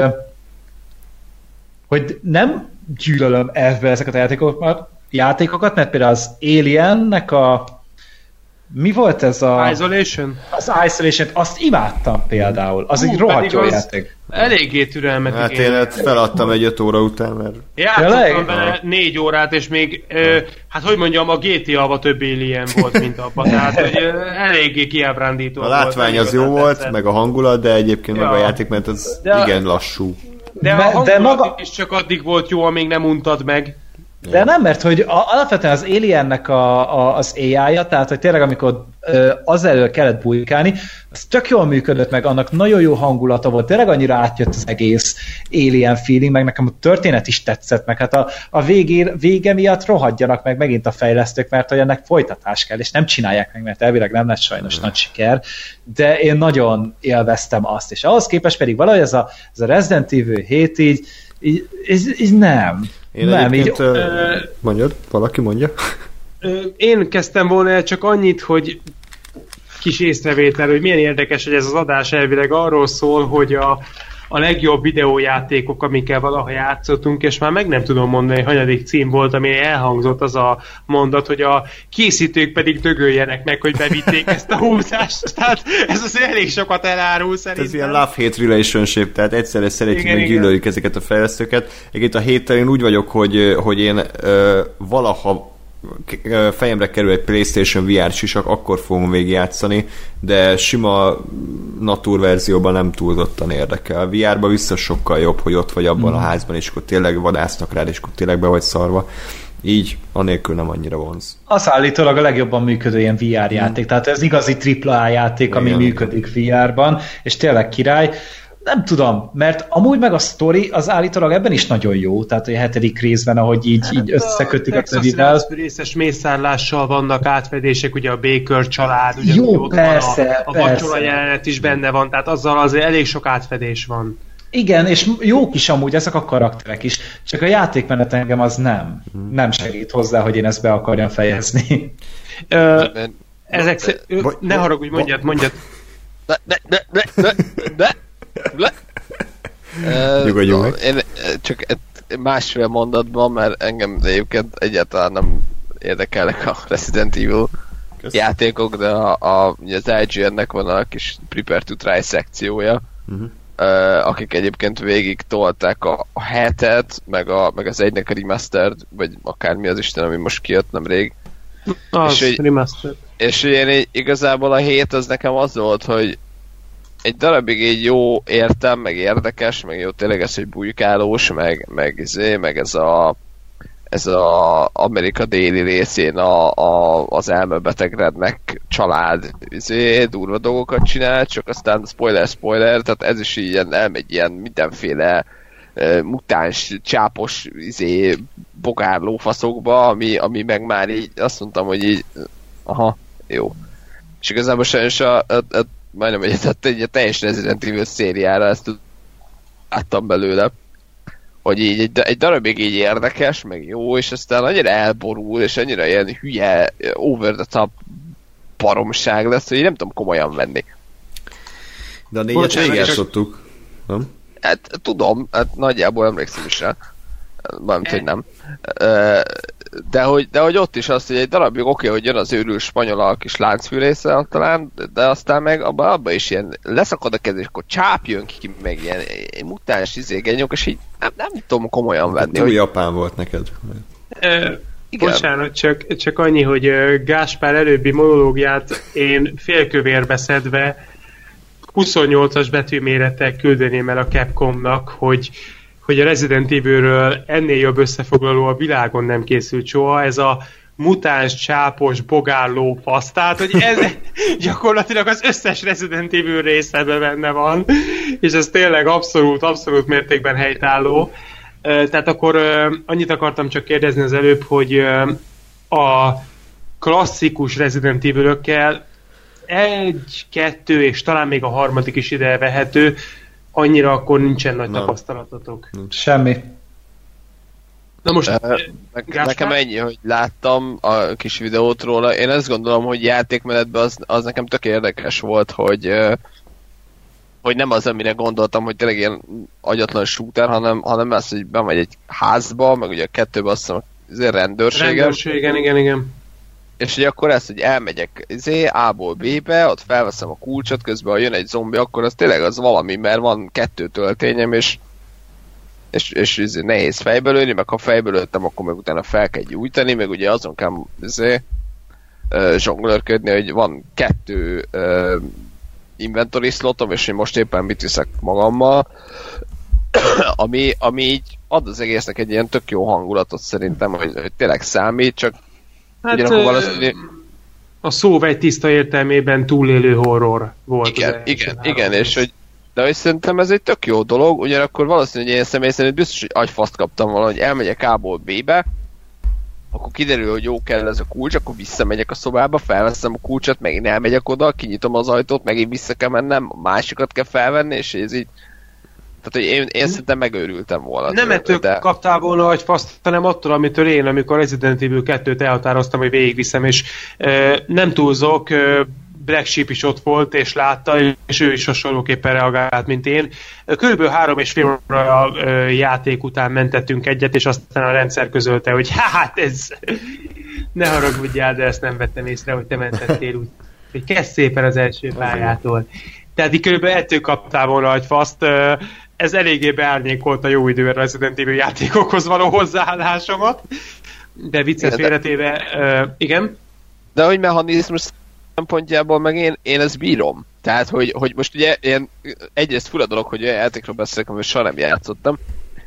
hogy nem gyűlölöm elvbe ezeket a játékokat, játékokat, mert például az Aliennek a mi volt ez a... Isolation? Az Isolation, azt imádtam például. Az Hú, egy rohadt jó az játék. Eléggé türelmet Hát én ezt feladtam egy öt óra után, mert... Játszottam bele négy órát, és még, ö, hát hogy mondjam, a gé té á-ban több Alien volt, mint abban. Tehát, hogy ö, eléggé kiábrándító volt. A látvány volt, az jó volt, tetszett. Meg a hangulat, de egyébként ja. Meg a játék, mert az de igen lassú. De a hangulat de maga... is csak addig volt jó, amíg nem untad meg. De nem, mert hogy alapvetően az Aliennek a, a, az á í-ja, tehát hogy tényleg amikor ö, az elől kellett bujkálni, az tök jól működött meg, annak nagyon jó hangulata volt, tényleg annyira átjött az egész Alien feeling, meg nekem a történet is tetszett, meg hát a, a végé, vége miatt rohadjanak meg megint a fejlesztők, mert hogy ennek folytatás kell, és nem csinálják meg, mert elvileg nem lesz sajnos mm. nagy siker, de én nagyon élveztem azt, és ahhoz képest pedig valahogy ez a, ez a Resident Evil hét így, így, így, így nem. Én nem, így... Ö, mondjad, valaki mondja. Én kezdtem volna csak annyit, hogy kis észrevétel, hogy milyen érdekes, hogy ez az adás elvileg arról szól, hogy a, a legjobb videójátékok, amikkel valaha játszottunk, és már meg nem tudom mondani, hogy hanyadik cím volt, ami elhangzott az a mondat, hogy a készítők pedig dögöljenek meg, hogy bevitték ezt a húzást. Tehát ez az elég sokat elárul szerintem. Ez ilyen love-hate relationship, tehát egyszerre szeretjük, igen, meg gyűlöljük ezeket a fejlesztőket. Egyébként a héttel én úgy vagyok, hogy, hogy én ö, valaha fejemre kerül egy PlayStation vé er sisak, akkor fogom végigjátszani, de sima natur verzióban nem túlzottan érdekel. vé er-ben biztos sokkal jobb, hogy ott vagy abban mm. a házban, és akkor tényleg vadásznak rád, és akkor tényleg be vagy szarva. Így, anélkül nem annyira vonz. Az állítólag a legjobban működő ilyen vé er játék, mm. tehát ez igazi tripla á játék, ami igen, működik vé er-ban, és tényleg király. Nem tudom, mert amúgy meg a sztori az állítólag ebben is nagyon jó, tehát hogy a hetedik részben, ahogy így, így összekötik a többivel. A részes mészárlással vannak átfedések, ugye a Baker család, ugye jó, ott persze, van a, a vacsora jelenet is benne van, tehát azzal azért elég sok átfedés van. Igen, és jók is amúgy ezek a karakterek is, csak a játékmenet engem az nem. Nem segít hozzá, hogy én ezt be akarjam fejezni. Ö, ezek sze... Ne haragudj, mondjad, mondjad. Ne, ne, ne, ne, ne, ne. Le. Nyugodjunk meg. Én csak másfél mondatban, mert engem egyébként egyáltalán nem érdekelnek a Resident Evil Kösz. játékok, de a, a, az i gé en-nek van a kis Prepare to Try szekciója, uh-huh. uh, akik egyébként végig tolták a, a hetet, meg, a, meg az egynek a remastered, vagy akármi az Isten, ami most kijött nemrég. Az, és, remastered. És én igazából a hét az nekem az volt, hogy egy darabig így jó értem, meg érdekes, meg jó tényleg ez, hogy bujkálós, meg, meg, izé, meg ez a ez a Amerika déli részén a, a, az elmebeteg redneck család izé, durva dolgokat csinál, csak aztán spoiler, spoiler, tehát ez is ilyen elmegy ilyen mindenféle uh, mutáns, csápos izé, bogárló faszokba, ami, ami meg már így azt mondtam, hogy így aha, jó. És igazából sajnos a, a, a majdnem egy, egy teljes Resident Evil szériára ezt láttam belőle. hogy így egy, egy darabig így érdekes, meg jó, és aztán annyira elborul, és annyira ilyen hülye, over the top baromság lesz, hogy én nem tudom komolyan venni. De a négyet végigjátszottuk, nem? Hát tudom, hát nagyjából emlékszem is rá. Mármint, hogy nem. De hogy, de hogy ott is az, hogy egy darabig oké, okay, hogy jön az őrül spanyol a kis láncfűrésze talán, de aztán meg abban abba is ilyen leszakad a kezés, akkor csáp jön ki, meg ilyen mutáns izégenyok, és így nem, nem tudom komolyan venni. Túl hogy... japán volt neked. Uh, bocsánat, csak, csak annyi, hogy Gáspár előbbi monológiát én félkövérbe szedve huszonnyolcas betűmérettel küldeném el a Capcomnak, hogy hogy a Resident Evilről ennél jobb összefoglaló a világon nem készült soha, ez a mutáns, csápos, bogárló fasz, tehát hogy ez gyakorlatilag az összes Resident Evil részebe benne van, és ez tényleg abszolút, abszolút mértékben helytálló. Tehát akkor annyit akartam csak kérdezni az előbb, hogy a klasszikus Resident Evil-ökkel egy, kettő, és talán még a harmadik is ide vehető, annyira akkor nincsen nagy nem. tapasztalatotok. Semmi. Na most, uh, ne, nekem ennyi, hogy láttam a kis videót róla. Én azt gondolom, hogy játékmenetben az, az nekem tök érdekes volt, hogy uh, hogy nem az, amire gondoltam, hogy tényleg ilyen agyatlan shooter, hanem, hanem az, hogy bemegy egy házba, meg ugye a kettőben azt hiszem, azért rendőrségen. Rendőrségen, igen, igen. És hogy akkor ezt, hogy elmegyek zé, A-ból B-be, ott felveszem a kulcsot, közben ha jön egy zombi, akkor az tényleg az valami, mert van kettő töltényem, és és, és, és nehéz fejbe lőni, meg ha fejbe lőttem, akkor meg utána fel kell gyújtani, meg ugye azon kell zé, uh, zsonglőrködni, hogy van kettő uh, inventory slotom, és én most éppen mit viszek magammal, ami, ami így ad az egésznek egy ilyen tök jó hangulatot szerintem, hogy, hogy tényleg számít, csak hát valószínű... a szó egy tiszta értelmében túlélő horror volt. Igen, igen, igen, és hogy de hogy szerintem ez egy tök jó dolog, ugyanakkor valószínű, hogy én személy szerint biztos, hogy agyfaszt kaptam volna, hogy elmegyek A-ból B-be, akkor kiderül, hogy jó kell ez a kulcs, akkor visszamegyek a szobába, felveszem a kulcsot, megint elmegyek oda, kinyitom az ajtót, megint vissza kell mennem, a másikat kell felvenni, és ez így... Tehát, hogy én, én szerintem megőrültem volna. Nem ettől de... kaptál volna agyfaszt, hanem attól, amitől én, amikor Resident Evil kettőt elhatároztam, hogy végigviszem, és e, nem túlzok, e, Black Sheep is ott volt, és látta, és ő is hasonlóképpen reagált, mint én. Körülbelül három és fél óra játék után mentettünk egyet, és aztán a rendszer közölte, hogy hát ez... Ne haragudjál, de ezt nem vettem észre, hogy te mentettél úgy. Hogy kezd szépen az első pályától. Tehát így körülbelül ettől kaptál volna agyfaszt. Ez eléggé beárnyékolt a jó időre Resident Evil játékokhoz való hozzáállásomat. De viccet félretéve, uh, igen. De hogy mechanizmus szempontjából meg én, én ezt bírom. Tehát, hogy, hogy most ugye ilyen, egyrészt fura dolog, hogy olyan játékról beszélek, amit soha nem játszottam.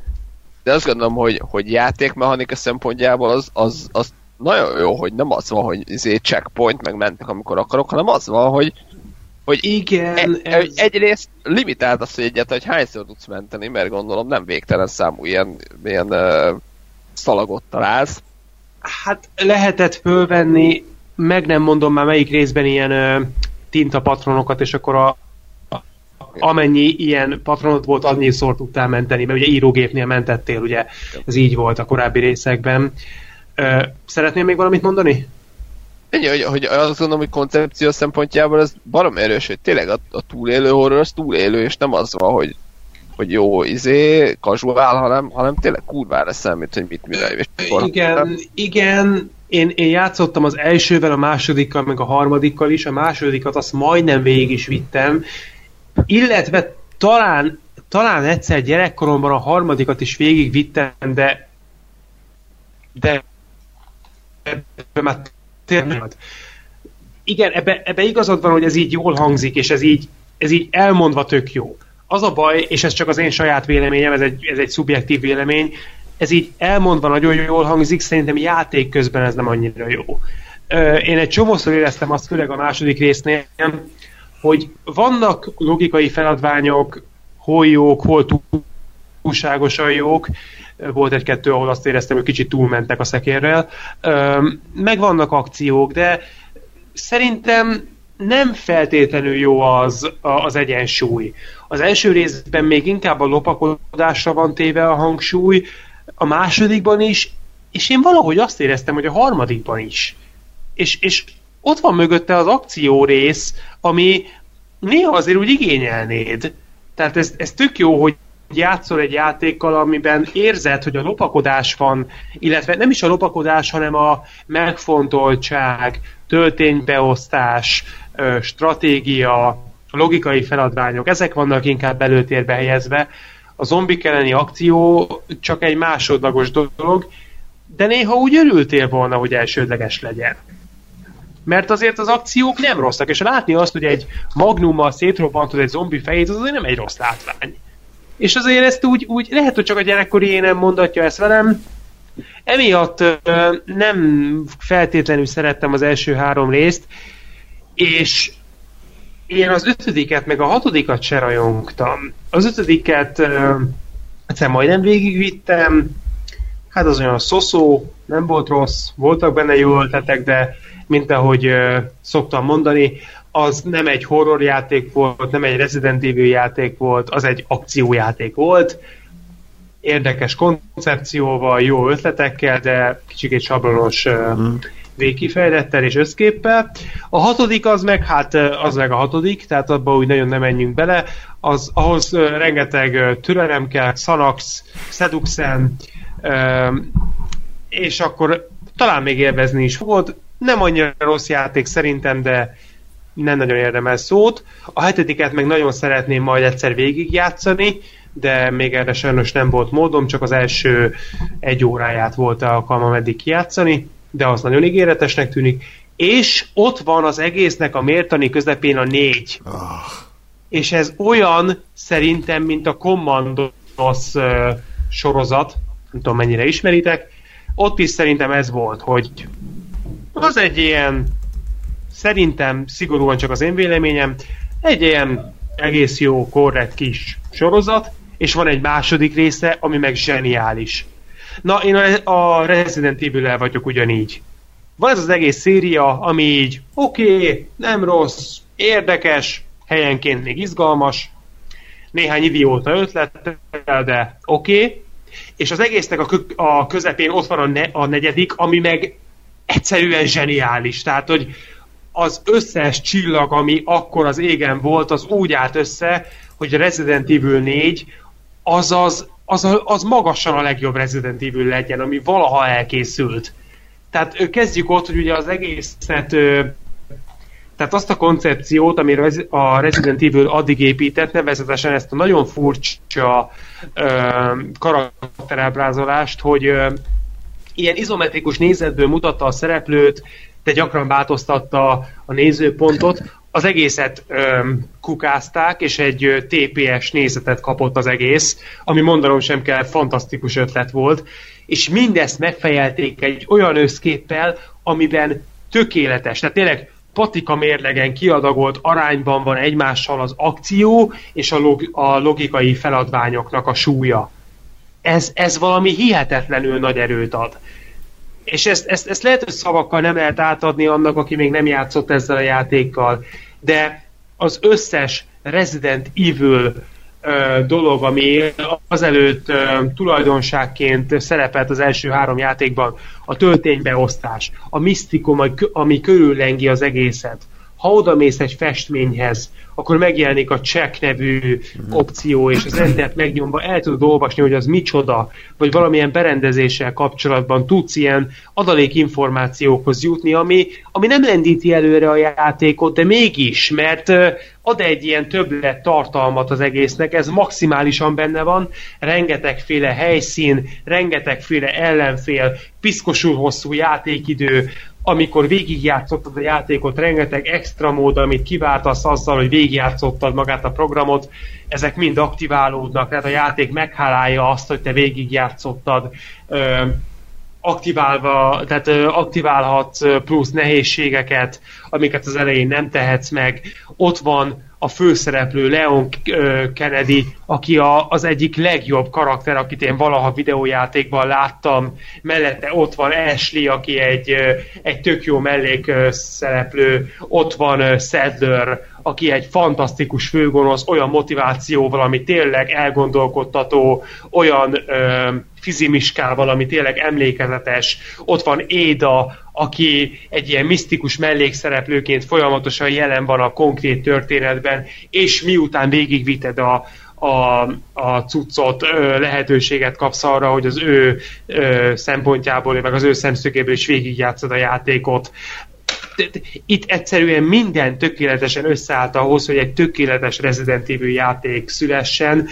De azt gondolom, hogy, hogy játékmechanika szempontjából az, az, az nagyon jó, hogy nem az van, hogy izé checkpoint, meg mentek amikor akarok, hanem az van, hogy hogy igen, e, ez... egyrészt limitált az, hogy egyáltalán, hogy hányszor tudsz menteni, mert gondolom nem végtelen számú ilyen, ilyen uh, szalagot találsz. Hát lehetett fölvenni, meg nem mondom már melyik részben ilyen uh, tintapatronokat, és akkor a, amennyi ilyen patronot volt, annyiszor tudtál menteni, mert ugye írógépnél mentettél, ugye ez így volt a korábbi részekben. Uh, szeretnél még valamit mondani? Ennyi, hogy, hogy azt gondolom, hogy koncepció szempontjából ez barom erős, hogy tényleg a, a túlélő horror az túlélő, és nem az van, hogy, hogy jó, izé, casual, hanem, hanem tényleg kurvára számít, hogy mit mire. Igen, igen, én, én játszottam az elsővel, a másodikkal, meg a harmadikkal is, a másodikat azt majdnem végig is vittem, illetve talán, talán egyszer gyerekkoromban a harmadikat is végig vittem, de de, de már igen, ebbe, ebbe igazad van, hogy ez így jól hangzik, és ez így, ez így elmondva tök jó. Az a baj, és ez csak az én saját véleményem, ez egy, ez egy szubjektív vélemény, ez így elmondva nagyon jól hangzik, szerintem játék közben ez nem annyira jó. Én egy csomószor éreztem azt, főleg a második résznél, hogy vannak logikai feladványok, hol jók, hol túlságosan jók, volt egy-kettő, ahol azt éreztem, hogy kicsit túlmentek a szekérrel. Meg vannak akciók, de szerintem nem feltétlenül jó az, az egyensúly. Az első részben még inkább a lopakodásra van téve a hangsúly, a másodikban is, és én valahogy azt éreztem, hogy a harmadikban is. És, és ott van mögötte az akció rész, ami néha azért úgy igényelnéd. Tehát ez, ez tök jó, hogy játszol egy játékkal, amiben érzed, hogy a lopakodás van, illetve nem is a lopakodás, hanem a megfontoltság, tölténybeosztás, stratégia, logikai feladványok, ezek vannak inkább előtérbe helyezve. A zombik elleni akció csak egy másodlagos dolog, de néha úgy örültél volna, hogy elsődleges legyen. Mert azért az akciók nem rosszak, és látni azt, hogy egy magnummal szétrobbantod egy zombi fejét, az azért nem egy rossz látvány. És azért ezt úgy, úgy lehet, hogy csak a gyerekkori énem mondatja ezt velem, emiatt ö, nem feltétlenül szerettem az első három részt, és én az ötödiket, meg a hatodikat se rajongtam. Az ötödiket ö, egyszer majdnem végigvittem, hát az olyan szoszó, nem volt rossz, voltak benne jó ötletek, de mint ahogy ö, szoktam mondani, az nem egy horrorjáték volt, nem egy Resident Evil játék volt, az egy akciójáték volt. Érdekes koncepcióval, jó ötletekkel, de kicsit sablonos mm. végkifejlettel és összképpel. A hatodik az meg, hát az meg a hatodik, tehát abban úgy nagyon nem menjünk bele. Az, ahhoz rengeteg türelem kell, Xanax, Seduxen, és akkor talán még élvezni is fogod. Nem annyira rossz játék szerintem, de nem nagyon érdemel szót. A hetediket meg nagyon szeretném majd egyszer végigjátszani, de még erre sajnos nem volt módom, csak az első egy óráját volt alkalmam eddig kijátszani, de az nagyon ígéretesnek tűnik. És ott van az egésznek a mértani közepén a négy. Oh. És ez olyan szerintem, mint a Commandos uh, sorozat, nem tudom mennyire ismeritek, ott is szerintem ez volt, hogy az egy ilyen, szerintem szigorúan csak az én véleményem, egy ilyen egész jó, korrekt kis sorozat, és van egy második része, ami meg zseniális. Na, én a Resident Evil-el vagyok ugyanígy. Van ez az egész széria, ami így oké, okay, nem rossz, érdekes, helyenként még izgalmas, néhány idióta ötlettel, de oké. Okay. És az egésznek a, kö- a közepén ott van a, ne- a negyedik, ami meg egyszerűen zseniális. Tehát, hogy az összes csillag, ami akkor az égen volt, az úgy állt össze, hogy a Resident Evil négy az, az, az, az magasan a legjobb Resident Evil legyen, ami valaha elkészült. Tehát kezdjük ott, hogy ugye az egészet, tehát azt a koncepciót, amire a Resident Evil addig épített, nevezetesen ezt a nagyon furcsa karakterábrázolást, hogy ilyen izometrikus nézetből mutatta a szereplőt, de gyakran változtatta a nézőpontot, az egészet öm, kukázták, és egy té pé es nézetet kapott az egész, ami mondanom sem kell, fantasztikus ötlet volt, és mindezt megfejelték egy olyan összképpel, amiben tökéletes, tehát tényleg patika mérlegen kiadagolt arányban van egymással az akció és a, log- a logikai feladványoknak a súlya. Ez, ez valami hihetetlenül nagy erőt ad. És ezt, ezt, ezt lehet, hogy szavakkal nem lehet átadni annak, aki még nem játszott ezzel a játékkal, de az összes Resident Evil ö, dolog, ami azelőtt ö, tulajdonságként szerepelt az első három játékban, a tölténybeosztás, a misztikum, ami körüllengi az egészet. Ha odamész egy festményhez, akkor megjelenik a check nevű opció, és az entert megnyomva el tudod olvasni, hogy az micsoda, vagy valamilyen berendezéssel kapcsolatban tudsz ilyen adalékinformációkhoz jutni, ami, ami nem lendíti előre a játékot, de mégis, mert ad egy ilyen többlet tartalmat az egésznek, ez maximálisan benne van, rengetegféle helyszín, rengetegféle ellenfél, piszkosul hosszú játékidő, amikor végigjátszottad a játékot, rengeteg extra mód, amit kiváltasz azzal, hogy végigjátszottad magát a programot, ezek mind aktiválódnak, tehát a játék meghálálja azt, hogy te végigjátszottad, aktiválva, tehát aktiválhatsz plusz nehézségeket, amiket az elején nem tehetsz meg. Ott van a főszereplő Leon Kennedy, aki a, az egyik legjobb karakter, akit én valaha videójátékban láttam. Mellette ott van Ashley, aki egy, egy tök jó mellékszereplő. Ott van Sadler, aki egy fantasztikus főgonosz, olyan motivációval, ami tényleg elgondolkodtató, olyan ö, fizimiskával, ami tényleg emlékezetes. Ott van Ada, aki egy ilyen misztikus mellékszereplőként folyamatosan jelen van a konkrét történetben, és miután végigvited a, a, a cuccot, ö, lehetőséget kapsz arra, hogy az ő ö, szempontjából, meg az ő szemszögéből is végigjátszod a játékot. Itt egyszerűen minden tökéletesen összeállt ahhoz, hogy egy tökéletes Resident Evil játék szülessen.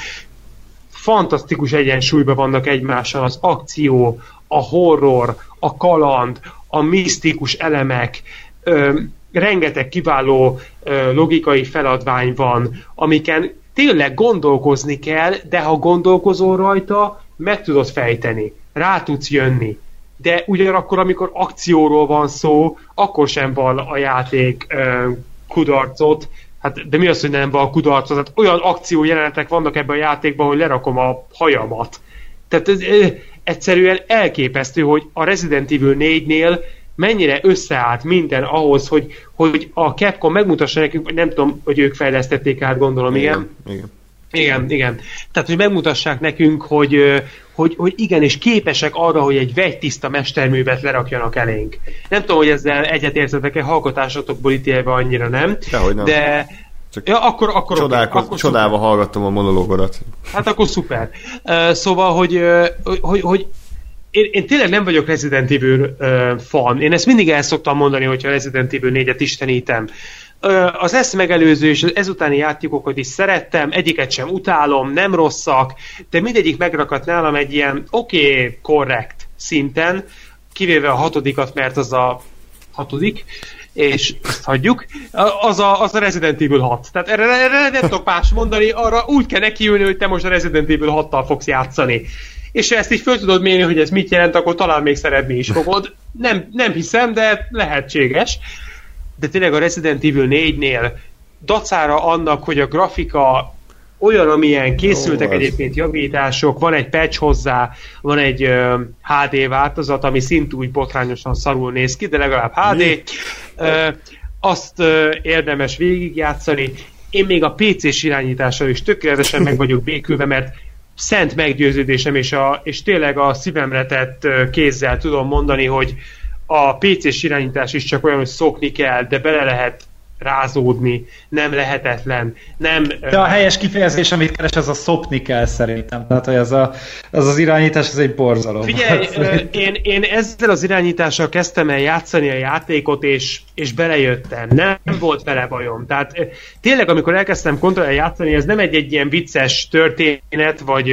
Fantasztikus egyensúlyban vannak egymással az akció, a horror, a kaland, a misztikus elemek, ö, rengeteg kiváló ö, logikai feladvány van, amiken tényleg gondolkozni kell, de ha gondolkozol rajta, meg tudod fejteni, rá tudsz jönni. De ugyanakkor, amikor akcióról van szó, akkor sem van a játék ö, kudarcot. Hát, de mi az, hogy nem van a kudarcot? Hát olyan akciójelenetek vannak ebben a játékban, hogy lerakom a hajamat. Tehát ez, ö, egyszerűen elképesztő, hogy a Resident Evil négynél mennyire összeállt minden ahhoz, hogy, hogy a Capcom megmutassa nekünk, nem tudom, hogy ők fejlesztették át, gondolom, igen. Igen, igen. Igen, igen. Tehát, hogy megmutassák nekünk, hogy, hogy, hogy igenis képesek arra, hogy egy vegytiszta mesterművet lerakjanak elénk. Nem tudom, hogy ezzel egyetértetek-e, hallgatásotokból ítélve annyira nem. Dehogy nem. De Csak ja, akkor, akkor, csodálkoz, akkor csodálva szuper. Hallgattam a monológodat. Hát akkor szuper. Uh, szóval, hogy, uh, hogy, hogy én, én tényleg nem vagyok Resident Evil uh, fan. Én ezt mindig el szoktam mondani, hogyha Resident Evil négyet istenítem. Uh, az ezt megelőző és az ezutáni játékokat is szerettem, egyiket sem utálom, nem rosszak, de mindegyik megrakadt nálam egy ilyen oké, okay, korrekt szinten, kivéve a hatodikat, mert az a hatodik, és ezt hagyjuk, az a, az a Resident Evil hat. Tehát erre, erre nem tudok más mondani, arra úgy kell nekiülni, hogy te most a Resident Evil hattal fogsz játszani. És ha ezt így föl tudod mérni, hogy ez mit jelent, akkor talán még szeretni is fogod. Nem, nem hiszem, de lehetséges. De tényleg a Resident Evil négynél dacára annak, hogy a grafika olyan, amilyen készültek oh, egyébként javítások, van egy patch hozzá, van egy uh, há dé változat, ami szintúgy botrányosan szarul néz ki, de legalább há dé. Uh, azt uh, érdemes végigjátszani. Én még a pé cés irányítással is tökéletesen meg vagyok békülve, mert szent meggyőződésem, és, a, és tényleg a szívemre tett uh, kézzel tudom mondani, hogy a pé cés irányítás is csak olyan, hogy szokni kell, de bele lehet rázódni, nem lehetetlen. Nem, de a helyes kifejezés, amit keres, az a szopni kell szerintem. Tehát, hogy az, a, az az irányítás, az egy borzalom. Figyelj, én, én ezzel az irányítással kezdtem el játszani a játékot, és, és belejöttem. Nem volt vele bajom. Tehát tényleg, amikor elkezdtem kontrollál játszani, ez nem egy, egy ilyen vicces történet, vagy,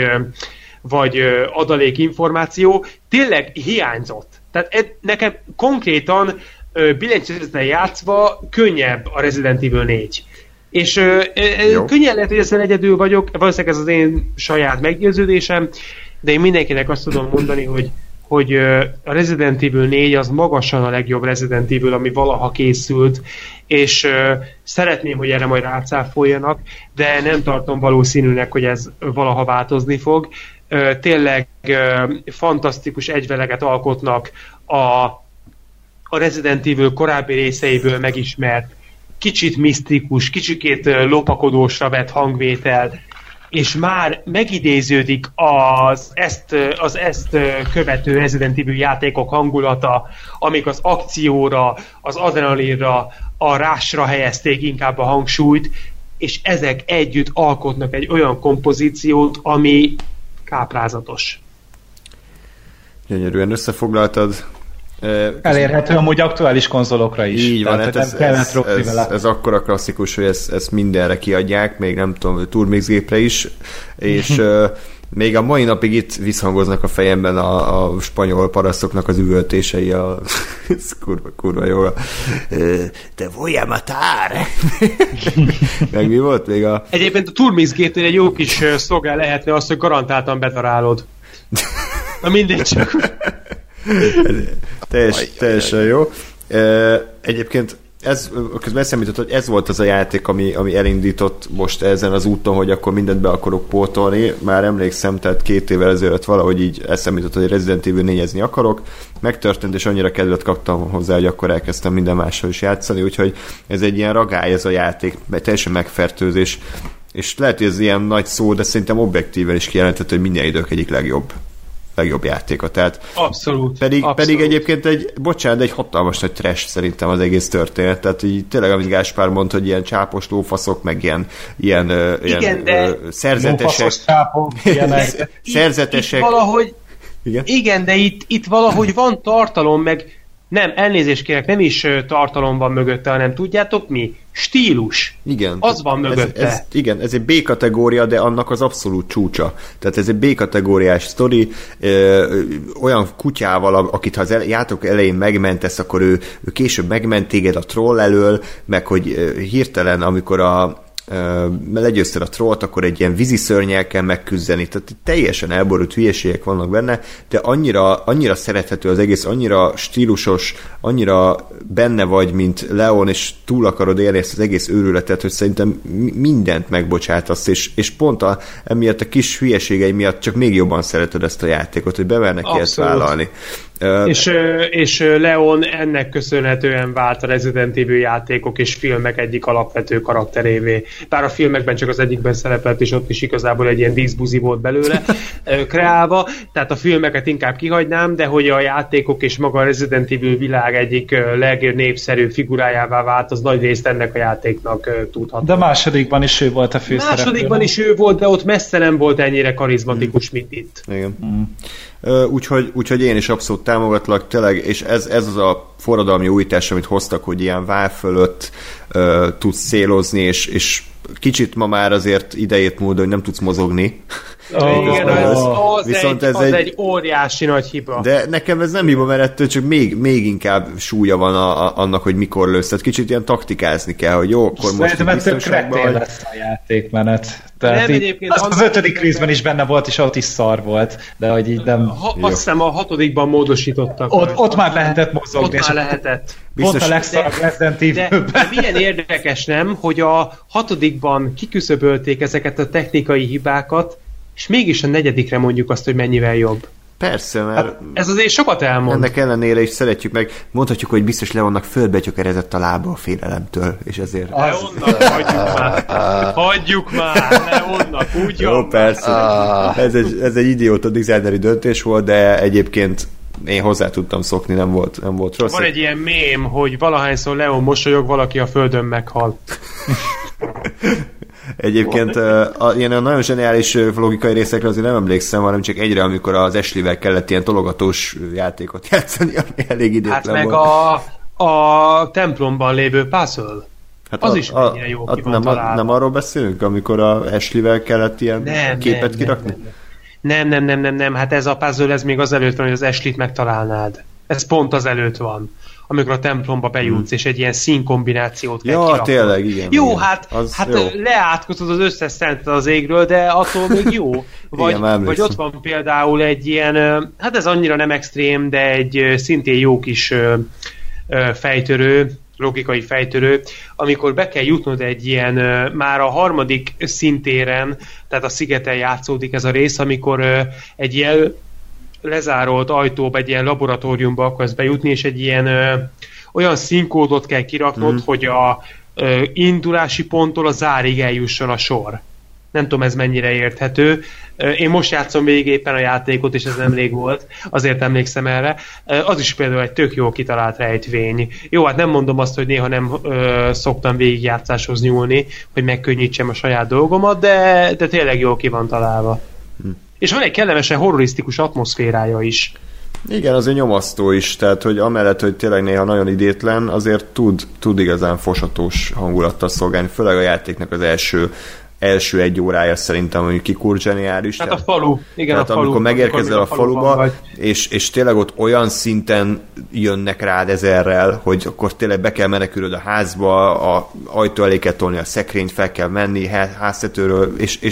vagy adalékinformáció. Tényleg hiányzott. Tehát nekem konkrétan billentyűzettel játszva könnyebb a Resident Evil négy. És ö, ö, könnyen lehet, hogy ezzel egyedül vagyok, valószínűleg ez az én saját meggyőződésem, de én mindenkinek azt tudom mondani, hogy, hogy ö, a Resident Evil négy az magasan a legjobb Resident Evil, ami valaha készült, és ö, szeretném, hogy erre majd rácáfoljanak, de nem tartom valószínűnek, hogy ez valaha változni fog. Ö, tényleg ö, fantasztikus egyveleget alkotnak a a Resident Evil korábbi részeiből megismert, kicsit misztikus, kicsikét lopakodósra vett hangvétel, és már megidéződik az ezt, az ezt követő Resident Evil játékok hangulata, amik az akcióra, az adrenalinra, a rásra helyezték inkább a hangsúlyt, és ezek együtt alkotnak egy olyan kompozíciót, ami káprázatos. Gyönyörűen összefoglaltad. Elérhető amúgy aktuális konzolokra is. Így van, hát ez, ez, ez, ez akkora klasszikus, hogy ezt, ezt mindenre kiadják, még nem tudom, Turmix gépre is, és uh, még a mai napig itt visszhangoznak a fejemben a, a spanyol parasztoknak az üvöltései, a, ez kurva, kurva jó. Te voy a matar! Meg mi volt még a... Egyébként a Turmix gépnél egy jó kis szolgál lehetne az, hogy garantáltan bedarálod. Na mindegy csak... Teljes, teljesen jó. Egyébként ez, közben eszembe jutott, hogy ez volt az a játék, ami, ami elindított most ezen az úton, hogy akkor mindent be akarok pótolni. Már emlékszem, tehát két évvel ezelőtt valahogy így eszembe jutott, hogy Resident Evil négyezni akarok. Megtörtént, és annyira kedvet kaptam hozzá, hogy akkor elkezdtem minden mással is játszani, úgyhogy ez egy ilyen ragály ez a játék, mert teljesen megfertőzés. És lehet, hogy ez ilyen nagy szó, de szerintem objektíven is kijelentett, hogy minden idők egyik legjobb legjobb játéka. Tehát abszolút. Pedig, abszolút. pedig egyébként egy, bocsánat, egy hatalmas nagy trash szerintem az egész történet. Tehát így tényleg, amit Gáspár mondta, hogy ilyen csápos lófaszok, meg ilyen, ilyen, igen, ilyen de... ö, szerzetesek. Csápok, szerzetesek. Itt, itt valahogy, igen? igen, de itt, itt valahogy van tartalom, meg nem, elnézést kérek, nem is tartalom van mögötte, hanem tudjátok mi? Stílus. Igen. Az van mögötte. Ez, ez, igen, ez egy B-kategória, de annak az abszolút csúcsa. Tehát ez egy B-kategóriás sztori, ö, olyan kutyával, akit ha az el, játék elején megmentesz, akkor ő, ő később megment téged a troll elől, meg hogy ö, hirtelen, amikor a legyőzted a trollt, akkor egy ilyen víziszörnyel kell megküzdeni, tehát teljesen elborult hülyeségek vannak benne, de annyira, annyira szerethető az egész, annyira stílusos, annyira benne vagy, mint Leon, és túl akarod élni ezt az egész őrületet, hogy szerintem mindent megbocsátasz, és, és pont a, emiatt a kis hülyeségei miatt csak még jobban szereted ezt a játékot, hogy bemernek ki ezt vállalni. Uh, és, és Leon ennek köszönhetően vált a Resident Evil játékok és filmek egyik alapvető karakterévé. Bár a filmekben csak az egyikben szerepelt, és ott is igazából egy ilyen díszbuzi volt belőle kreálva, tehát a filmeket inkább kihagynám, de hogy a játékok és maga a Resident Evil világ egyik legnépszerűbb figurájává vált, az nagy részt ennek a játéknak tudható. De másodikban is ő volt a főszereplő. Másodikban is ő volt, de ott messze nem volt ennyire karizmatikus, mint itt. Igen. Mm. Úgyhogy, úgyhogy én is abszolút támogatlak, tényleg, és ez, ez az a forradalmi újítás, amit hoztak, hogy ilyen vár fölött uh, tudsz szélozni, és, és kicsit ma már azért idejét múlva, hogy nem tudsz mozogni. Oh, igen, az, az, Viszont egy, ez az egy, egy óriási nagy hiba. De nekem ez nem hiba, mert ettől csak még, még inkább súlya van a, a, annak, hogy mikor lősz. Tehát kicsit ilyen taktikázni kell, hogy jó, akkor most biztonságban vagy. Lesz a játékmenet. Tehát nem, így, az, az ötödik részben is benne volt, és ott is szar volt, de hogy így nem... Ha, azt hiszem a hatodikban módosítottak. Ott, ott már lehetett mozogni. Ott már lehetett. Biztos, pont a legszarabb Resident Evilben. De, de milyen érdekes, nem, hogy a hatodikban kiküszöbölték ezeket a technikai hibákat, és mégis a negyedikre mondjuk azt, hogy mennyivel jobb. Persze, mert... Hát ez azért sokat elmond. Ennek ellenére is szeretjük meg. Mondhatjuk, hogy biztos Leonnak földbetyökerezett a lába a félelemtől, és ezért... Leonnak, hagyjuk már! Hagyjuk már! Leonnak, úgy jó, jön. persze. Ah. Ez egy, ez egy idióta designeri döntés volt, de egyébként én hozzá tudtam szokni, nem volt, nem volt rossz. Van egy ilyen mém, hogy valahányszor Leon mosolyog, valaki a földön meghal. Egyébként a, ilyen a nagyon zseniális logikai részekre azért nem emlékszem, hanem csak egyre, amikor az Ashley-vel kellett ilyen tologatós játékot játszani, ami elég idétlen hát meg volt. a, a templomban lévő puzzle. Hát az a, is mennyire jó a, ki van nem, találva. Nem arról beszélünk, amikor a Ashley-vel kellett ilyen nem, képet nem, kirakni? Nem nem. nem, nem, nem, nem, nem, hát ez a puzzle, ez még az előtt van, hogy az Ashley-t megtalálnád. Ez pont az előtt van. Amikor a templomba bejutsz, hmm. és egy ilyen színkombinációt kell ja, kirakni. Tényleg, igen. Jó, igen. hát, az hát jó. leátkozod az összes szentet az égről, de attól még jó. Vagy, igen, vagy ott van például egy ilyen, hát ez annyira nem extrém, de egy szintén jó kis fejtörő, logikai fejtörő, amikor be kell jutnod egy ilyen, már a harmadik szintéren, tehát a szigeten játszódik ez a rész, amikor egy ilyen lezárolt ajtóba, egy ilyen laboratóriumba akarsz bejutni, és egy ilyen ö, olyan színkódot kell kiraknod, mm. hogy a ö, indulási ponttól a zárig eljusson a sor. Nem tudom, ez mennyire érthető. Én most játszom végig éppen a játékot, és ez nemrég volt, azért emlékszem erre. Az is például egy tök jó kitalált rejtvény. Jó, hát nem mondom azt, hogy néha nem ö, szoktam végigjátszáshoz nyúlni, hogy megkönnyítsem a saját dolgomat, de, de tényleg jól ki van találva. Hm. És van egy kellemesen horrorisztikus atmoszférája is. Igen, azért nyomasztó is, tehát hogy amellett, hogy tényleg néha nagyon idétlen, azért tud, tud igazán fosatós hangulattal szolgálni, főleg a játéknak az első első egy órája szerintem, hogy kikur zseniális. Hát a falu, igen, tehát a falu. amikor megérkezel a faluba, és, és tényleg ott olyan szinten jönnek rád ezerrel, hogy akkor tényleg be kell menekülöd a házba, a ajtó elé kell tolni a szekrényt, fel kell menni háztetőről, és, és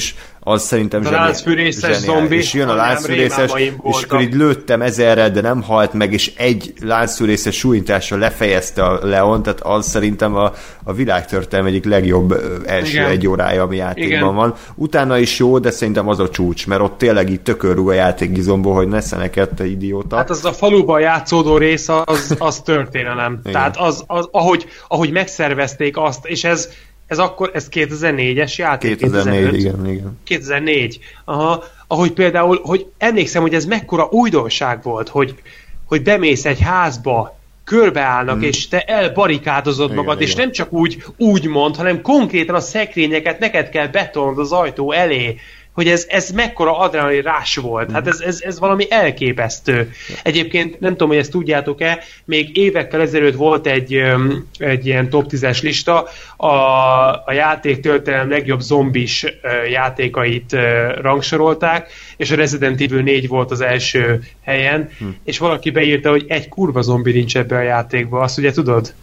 az szerintem a láncfűrészes zombi, és jön a láncfűrészes, és akkor így lőttem ezerrel, de nem halt meg, és egy láncfűrészes súlyintással lefejezte a Leon, tehát az szerintem a, a világtörténelem egyik legjobb első Igen. egy órája, ami játékban Igen. van. Utána is jó, de szerintem az a csúcs, mert ott tényleg így tökörrúg a játékgizomból, hogy nesze neked, te idióta. Hát az a faluban játszódó rész, az, az történelem. Igen. Tehát az, az ahogy, ahogy megszervezték azt, és ez Ez akkor, ez kétezer-négyes játék? kétezer-négy, igen, igen. kétezer-négy. Aha, ahogy például, hogy emlékszem, hogy ez mekkora újdonság volt, hogy, hogy bemész egy házba, körbeállnak, hmm. és te elbarikádozod igen, magad, igen. és nem csak úgy, úgy mond, hanem konkrétan a szekrényeket neked kell betonod az ajtó elé, hogy ez, ez mekkora adrenalin rás volt. Hát ez, ez, ez valami elképesztő. Egyébként nem tudom, hogy ezt tudjátok-e, még évekkel ezelőtt volt egy, egy ilyen top tízes lista, a, a játék történelem legjobb zombis játékait rangsorolták, és a Resident Evil négy volt az első helyen, hm. és valaki beírta, hogy egy kurva zombi nincs ebbe a játékba. Azt ugye tudod?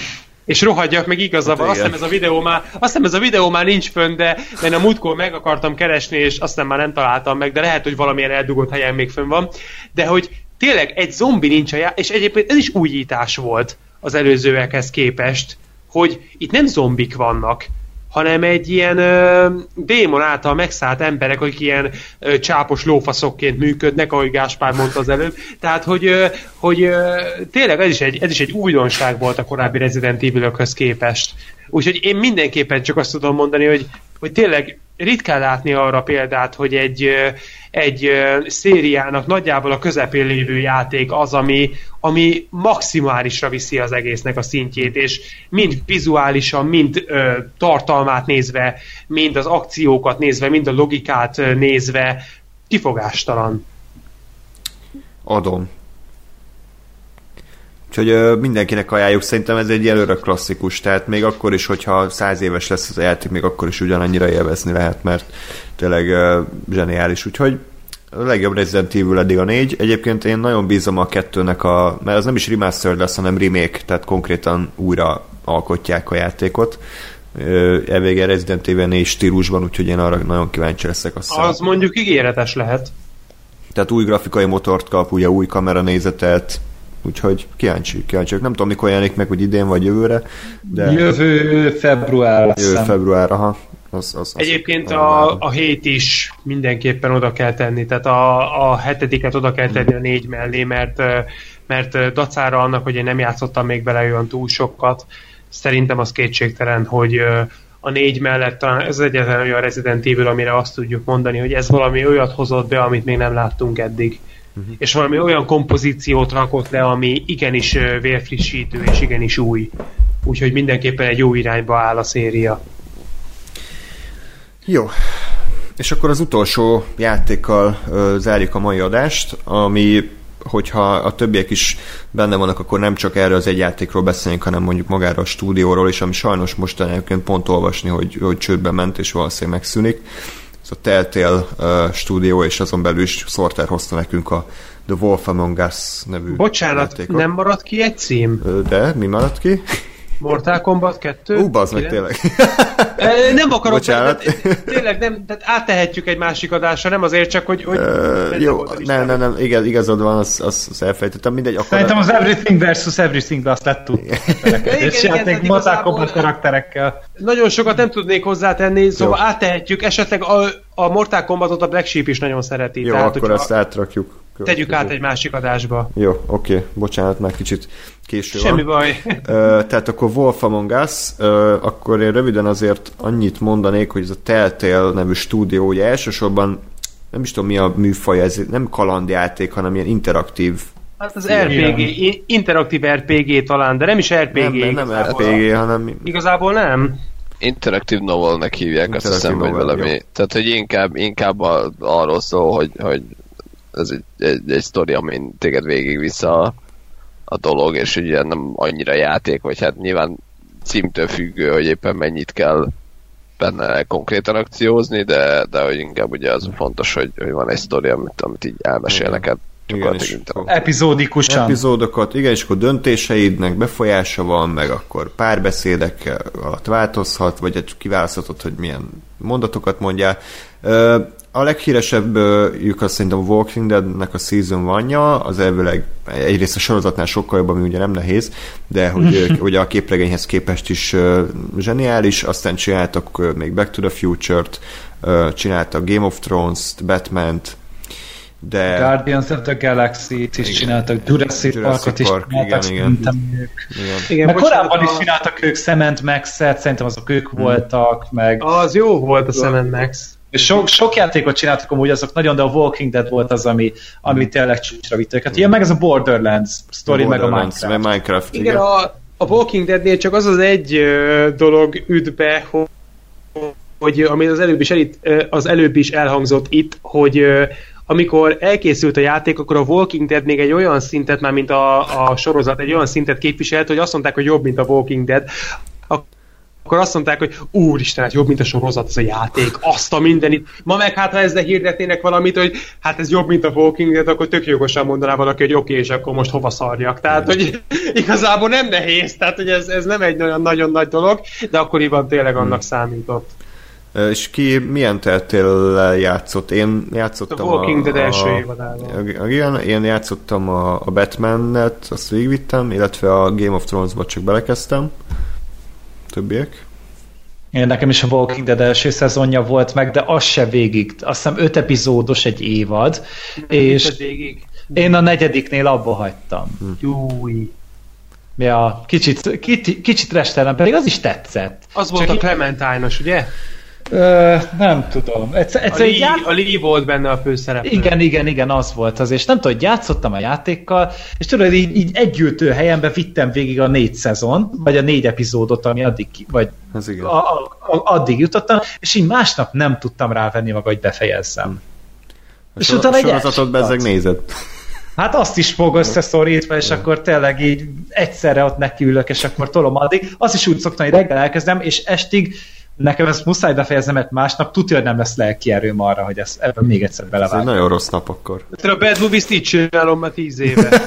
És rohadjak, meg igaza van, hát azt hiszem ez a videó már, azt hiszem ez a videó már nincs fönn, de, de én a múltkor meg akartam keresni, és azt hiszem már nem találtam meg, de lehet, hogy valamilyen eldugott helyen még fönn van. De hogy tényleg egy zombi nincs a já- és egyébként ez is újítás volt az előzőekhez képest, hogy itt nem zombik vannak, hanem egy ilyen ö, démon által megszállt emberek, akik ilyen ö, csápos lófaszokként működnek, ahogy Gáspár mondta az előbb. Tehát, hogy, ö, hogy ö, tényleg ez is, egy, ez is egy újdonság volt a korábbi Resident Evil-ökhöz képest. Úgyhogy én mindenképpen csak azt tudom mondani, hogy, hogy tényleg ritkán látni arra példát, hogy egy, egy szériának nagyjából a közepén lévő játék az, ami, ami maximálisra viszi az egésznek a szintjét, és mind vizuálisan, mind ö, tartalmát nézve, mind az akciókat nézve, mind a logikát nézve kifogástalan. Adom. Úgyhogy ö, mindenkinek ajánljuk, szerintem ez egy előre klasszikus, tehát még akkor is, hogyha száz éves lesz az a játék, még akkor is ugyanannyira élvezni lehet, mert tényleg ö, zseniális. Úgyhogy a legjobb Resident Evil eddig a négy. Egyébként én nagyon bízom a kettőnek a, mert az nem is remastered lesz, hanem remake, tehát konkrétan újra alkotják a játékot. Elvége Resident Evil négy stílusban, úgyhogy én arra nagyon kíváncsi leszek. Azt az szem. Mondjuk ígéretes lehet. Tehát új grafikai motort kap, ugye új kameranézetet, úgyhogy kíváncsi, kíváncsi. Nem tudom, mikor jelenik meg, hogy idén vagy jövőre, de... Jövő február lesz. Jövő február, aha. Az, az, az, Egyébként a, a hét is mindenképpen oda kell tenni, tehát a, a hetediket oda kell tenni a négy mellé, mert, mert dacára annak, hogy én nem játszottam még bele olyan túl sokat, szerintem az kétségtelen, hogy a négy mellett talán ez egyetlen olyan Resident Evil, amire azt tudjuk mondani, hogy ez valami olyat hozott be, amit még nem láttunk eddig. Uh-huh. És valami olyan kompozíciót rakott le, ami igenis vérfrissítő, és igenis új. Úgyhogy mindenképpen egy jó irányba áll a széria. Jó. És akkor az utolsó játékkal ö, zárjuk a mai adást, ami, hogyha a többiek is benne vannak, akkor nem csak erről az egy játékról beszélünk, hanem mondjuk magáról a stúdióról is, ami sajnos mostanában pont olvasni, hogy, hogy csődbe ment, és valószínűleg megszűnik. Ez a Telltale uh, stúdió, és azon belül is Sorter hozta nekünk a The Wolf Among Us nevű Bocsánat, játékot. Nem maradt ki egy cím? De, mi maradt ki? Mortal Kombat kettő? Ú, bazd meg, tényleg. Nem akarok, Bocsánat. De, tényleg nem, tehát áttehetjük egy másik adásra, nem azért csak, hogy... hogy uh, jó, nem, nem, nem, igaz, igazad van, azt az, az elfejtettem, mindegy. Akkor szerintem az Everything versus Everything-be azt lett tud. És játék Mortal Kombat karakterekkel. Nagyon sokat nem tudnék hozzátenni, szóval jó. Áttehetjük, esetleg a, a Mortal Kombatot a Black Sheep is nagyon szereti. Jó, tehát, akkor azt átrakjuk. Tegyük át egy másik adásba. Jó, oké, okay. Bocsánat, már kicsit késő Semmi van. baj. Uh, tehát akkor Wolf Among Us, uh, akkor én röviden azért annyit mondanék, hogy ez a Telltale nevű stúdió, ugye elsősorban nem is tudom mi a műfaj, ez nem kalandjáték, hanem ilyen interaktív. Hát az er pé gé, interaktív er pé gé talán, de nem is er pé gé. Nem, nem er pé gé, hanem... Igazából nem. Interactive novelnek hívják, azt hiszem, hogy valami. Tehát, hogy inkább, inkább a, arról szól, hogy, hogy ez egy, egy, egy sztori, amin téged végigvisz a, a dolog, és ugye nem annyira játék, vagy hát nyilván címtől függő, hogy éppen mennyit kell benne konkrétan akciózni, de, de hogy inkább ugye az fontos, hogy, hogy van egy sztori, amit, amit így elmesél neked. Igen, és epizódikusan. Epizódokat, igen, és akkor döntéseidnek befolyása van, meg akkor párbeszédek alatt változhat, vagy kiválaszthatod, hogy milyen mondatokat mondjál. A leghíresebbjük az szerintem a Walking Dead-nek a Season one-ja, az elvileg egyrészt a sorozatnál sokkal jobb, ami ugye nem nehéz, de hogy ugye a képregényhez képest is zseniális, aztán csináltak még Back to the Future-t, csináltak Game of Thrones-t, Batman-t, de... Guardians of the Galaxy-t is csináltak, Jurassic, Jurassic Parkot is Park, csináltak, igen, igen. ők. Igen. Igen, meg korábban a... is csináltak ők Sam and Max-et, szerintem azok ők hmm. voltak, meg... Az jó volt a Sam and Max. Sok, sok játékot csináltak amúgy, azok nagyon, de a Walking Dead volt az, ami, ami tényleg csúcsra vitt őket. Ilyen meg ez a Borderlands sztori, meg a Minecraft. Meg Minecraft, igen. igen a, a Walking Deadnél csak az az egy uh, dolog üt be, hogy, hogy ami az előbb is, elit, uh, az előbb is elhangzott itt, hogy uh, amikor elkészült a játék, akkor a Walking Dead még egy olyan szintet, már mint a, a sorozat, egy olyan szintet képviselt, hogy azt mondták, hogy jobb, mint a Walking Dead. Akkor azt mondták, hogy úristen, hát jobb, mint a sorozat, ez a játék, azt a mindenit. Ma meg hát, ha ezzel hirdetnének valamit, hogy hát ez jobb, mint a Walking Dead, akkor tök jogosan mondaná valaki, hogy oké, okay, és akkor most hova szarjak. Tehát, hogy igazából nem nehéz, tehát, hogy ez, ez nem egy nagyon, nagyon nagy dolog, de akkoriban tényleg annak hmm. számított. És ki milyen teltéllel játszott? Én játszottam a Walking Dead első évadában. Igen, én játszottam a, a Batman-net, azt végigvittem, illetve a Game of Thrones-ba csak belekezdtem. Többiek? Én nekem is a Walking Dead első szezonja volt meg, de az se végig. Azt hiszem öt epizódos egy évad, de és végig. Én a negyediknél abba hagytam. Hm. Júj. Ja, kicsit, kicsit, kicsit restelen, pedig az is tetszett. Az volt csak a Clementine-os, ugye? Ö, nem tudom. Egyszer, egyszer a, Lee, játsz... a Lee volt benne a főszereplő. Igen, igen, igen, az volt az, és nem tudom, hogy játszottam a játékkal, és tudod, így, így együltő helyenbe vittem végig a négy szezon, vagy a négy epizódot, ami addig, vagy a, a, a, addig jutottam, és így másnap nem tudtam rávenni maga, hogy befejezzem. A és so, utána egy sorozatot bezzeg nézed. Hát azt is fog összeszorítva, és akkor tényleg így egyszerre ott nekiülök, és akkor tolom addig. Azt is úgy szoktam, hogy reggel elkezdem, és estig nekem ezt muszáj befejeznem, mert másnap tudja, hogy nem lesz lelki erőm arra, hogy ezt, ebben még egyszer belevágom. Ez egy nagyon rossz nap akkor. A Bad Movies-t így csinálom már tíz éve.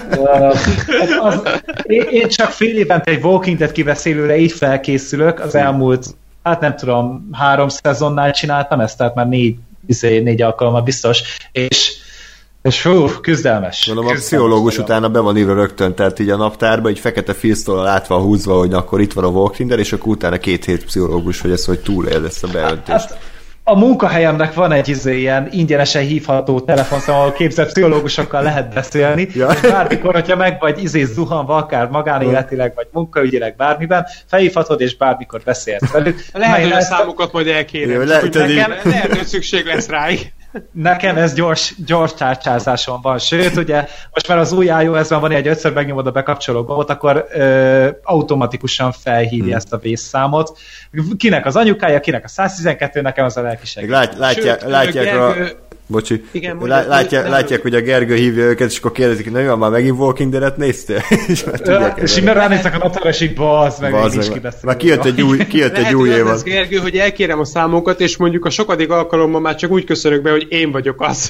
az, én, én csak fél évente egy Walking Dead kiveszélőre így felkészülök, az elmúlt, hát nem tudom, három szezonnál csináltam ezt, tehát már négy, négy alkalommal biztos, és és hú, küzdelmes. Mondom, a pszichológus utána be van írva rögtön, tehát így a naptárba, így fekete filztól látva húzva, hogy akkor itt van a Walking Dead, és akkor utána két hét pszichológus, hogy ez, hogy túléld ezt a beöntést. Hát, a munkahelyemnek van egy izé, ilyen ingyenesen hívható telefonszám, ahol képzett pszichológusokkal lehet beszélni, ja. És bármikor, hogyha meg vagy izé zuhanva, akár magánéletileg, vagy munkaügyileg bármiben, felhívhatod, és bármikor beszélsz velük. Lehet, hogy a számokat majd elkérem, le, nekem lehet, hogy szükség lesz ráig. Nekem ez gyors, gyors tárcsázáson van, sőt, ugye most már az új iOS-ben van, hogy ötször megnyomod a bekapcsoló gombot, akkor ö, automatikusan felhívja hmm. ezt a vészszámot. Kinek az anyukája, kinek a száztizenkettő, nekem az a lelkiség. Lát, látják, sőt, látják Gergő... a... Bocsi. Igen, Lá, látják, nem... látják, hogy a Gergő hívja őket, és akkor kérdezik, hogy na jó, már megint Walking Dead-et néztél? és már tudják, és így ránéznek a naptára, és így bazd meg, bazd is kibeszél. Már kijött egy új, kijött egy új évad. Gergő, hogy elkérem a számokat, és mondjuk a sokadik alkalommal már csak úgy köszönök be, hogy én vagyok az.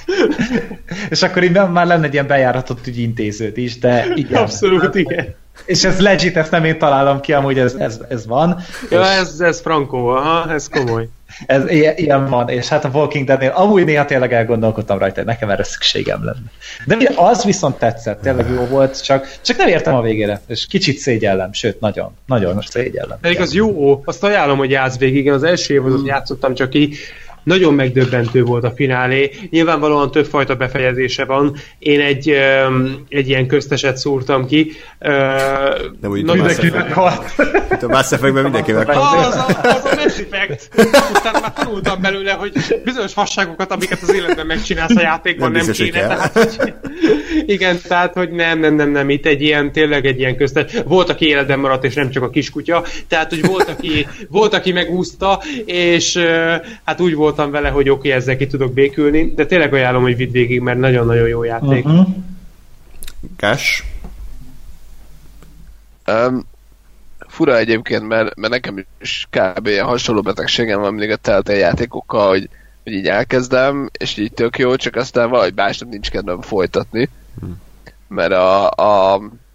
és akkor így már lenne egy ilyen bejáratott ügyintézőt is, de igen. Abszolút, igen. És ez legit, ezt nem én találom ki, amúgy ez, ez, ez van. Ja, és... ez, ez frankó, aha, ez komoly. Ez ilyen, ilyen van, és hát a Walking Deadnél amúgy néha tényleg elgondolkodtam rajta, hogy nekem erre szükségem lenne. De az viszont tetszett, tényleg jó volt, csak, csak nem értem a végére, és kicsit szégyellem, sőt, nagyon, nagyon most szégyellem. Pedig az jó, azt ajánlom, hogy játsz végig, az első évadot mm. játszottam csak így, nagyon megdöbbentő volt a finálé. Nyilvánvalóan többfajta befejezése van. Én egy, um, egy ilyen közteset szúrtam ki. Uh, Nem úgy, mindenki meghalt. Itt a Mass Effect-ben mindenki meghalt. Az a, az a Mass Effect. Utána már tanultam belőle, hogy bizonyos fasságokat, amiket az életben megcsinálsz a játékban, nem, nem kéne. Tehát, hogy, igen, tehát, hogy nem, nem, nem, nem. Itt egy ilyen, tényleg egy ilyen köztes. Volt, aki életben maradt, és nem csak a kiskutya. Tehát, hogy volt, aki, volt, aki megúszta, és uh, hát úgy volt vele, hogy oké, okay, ezzel ki tudok békülni, de tényleg ajánlom, hogy vidd végig, mert nagyon-nagyon jó játék. Uh-huh. Gás? Um, fura egyébként, mert, mert nekem is kb. Ilyen hasonló betegségem van mindig a Telltale játékokkal, hogy hogy így elkezdem, és így tök jó, csak aztán valahogy másnap nincs kedvem folytatni. Hmm. Mert a, a,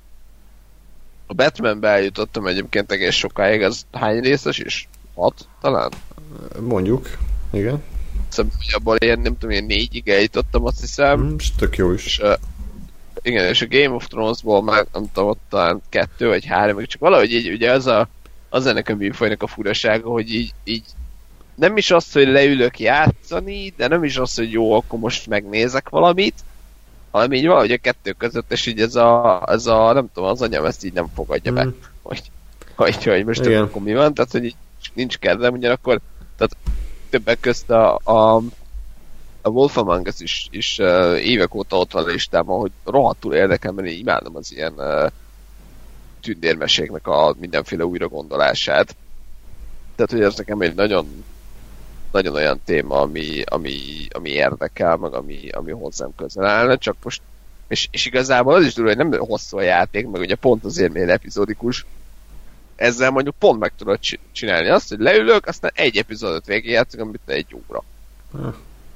a Batmanbe eljutottam egyébként egész sokáig, az hány részes is? Hat talán? Mondjuk, igen. Szóval, hogy abból ilyen, nem tudom, ilyen négyig eljutottam, azt hiszem. Hmm, és tök jó is. És, uh, igen, és a Game of Thrones-ból már nem tudom, ott talán kettő vagy három, csak valahogy így, ugye az a, az ennek a műfajnak a furasága, hogy így, így nem is az, hogy leülök játszani, de nem is az, hogy jó, akkor most megnézek valamit, hanem így valahogy a kettő között, és így ez a, ez a nem tudom, az anyám ezt így nem fogadja be, mm. hogy, hogy, hogy most akkor mi van, tehát hogy így nincs kedvem, ugyanakkor tehát többek közt a, a, a Wolf Among Us is, is uh, évek óta ott van a listámon, hogy rohadtul érdekel, mert én imádom az ilyen uh, tündérmeséknek a mindenféle újragondolását. Tehát, hogy ez nekem egy nagyon nagyon olyan téma, ami, ami, ami érdekel, meg ami, ami hozzám közel állna, csak most és, és igazából az is durva, hogy nem hosszú a játék, meg ugye pont azért miért epizódikus, ezzel mondjuk pont meg tudod csinálni azt, hogy leülök, aztán egy epizódot végigjátszok, amit egy óra. Huh.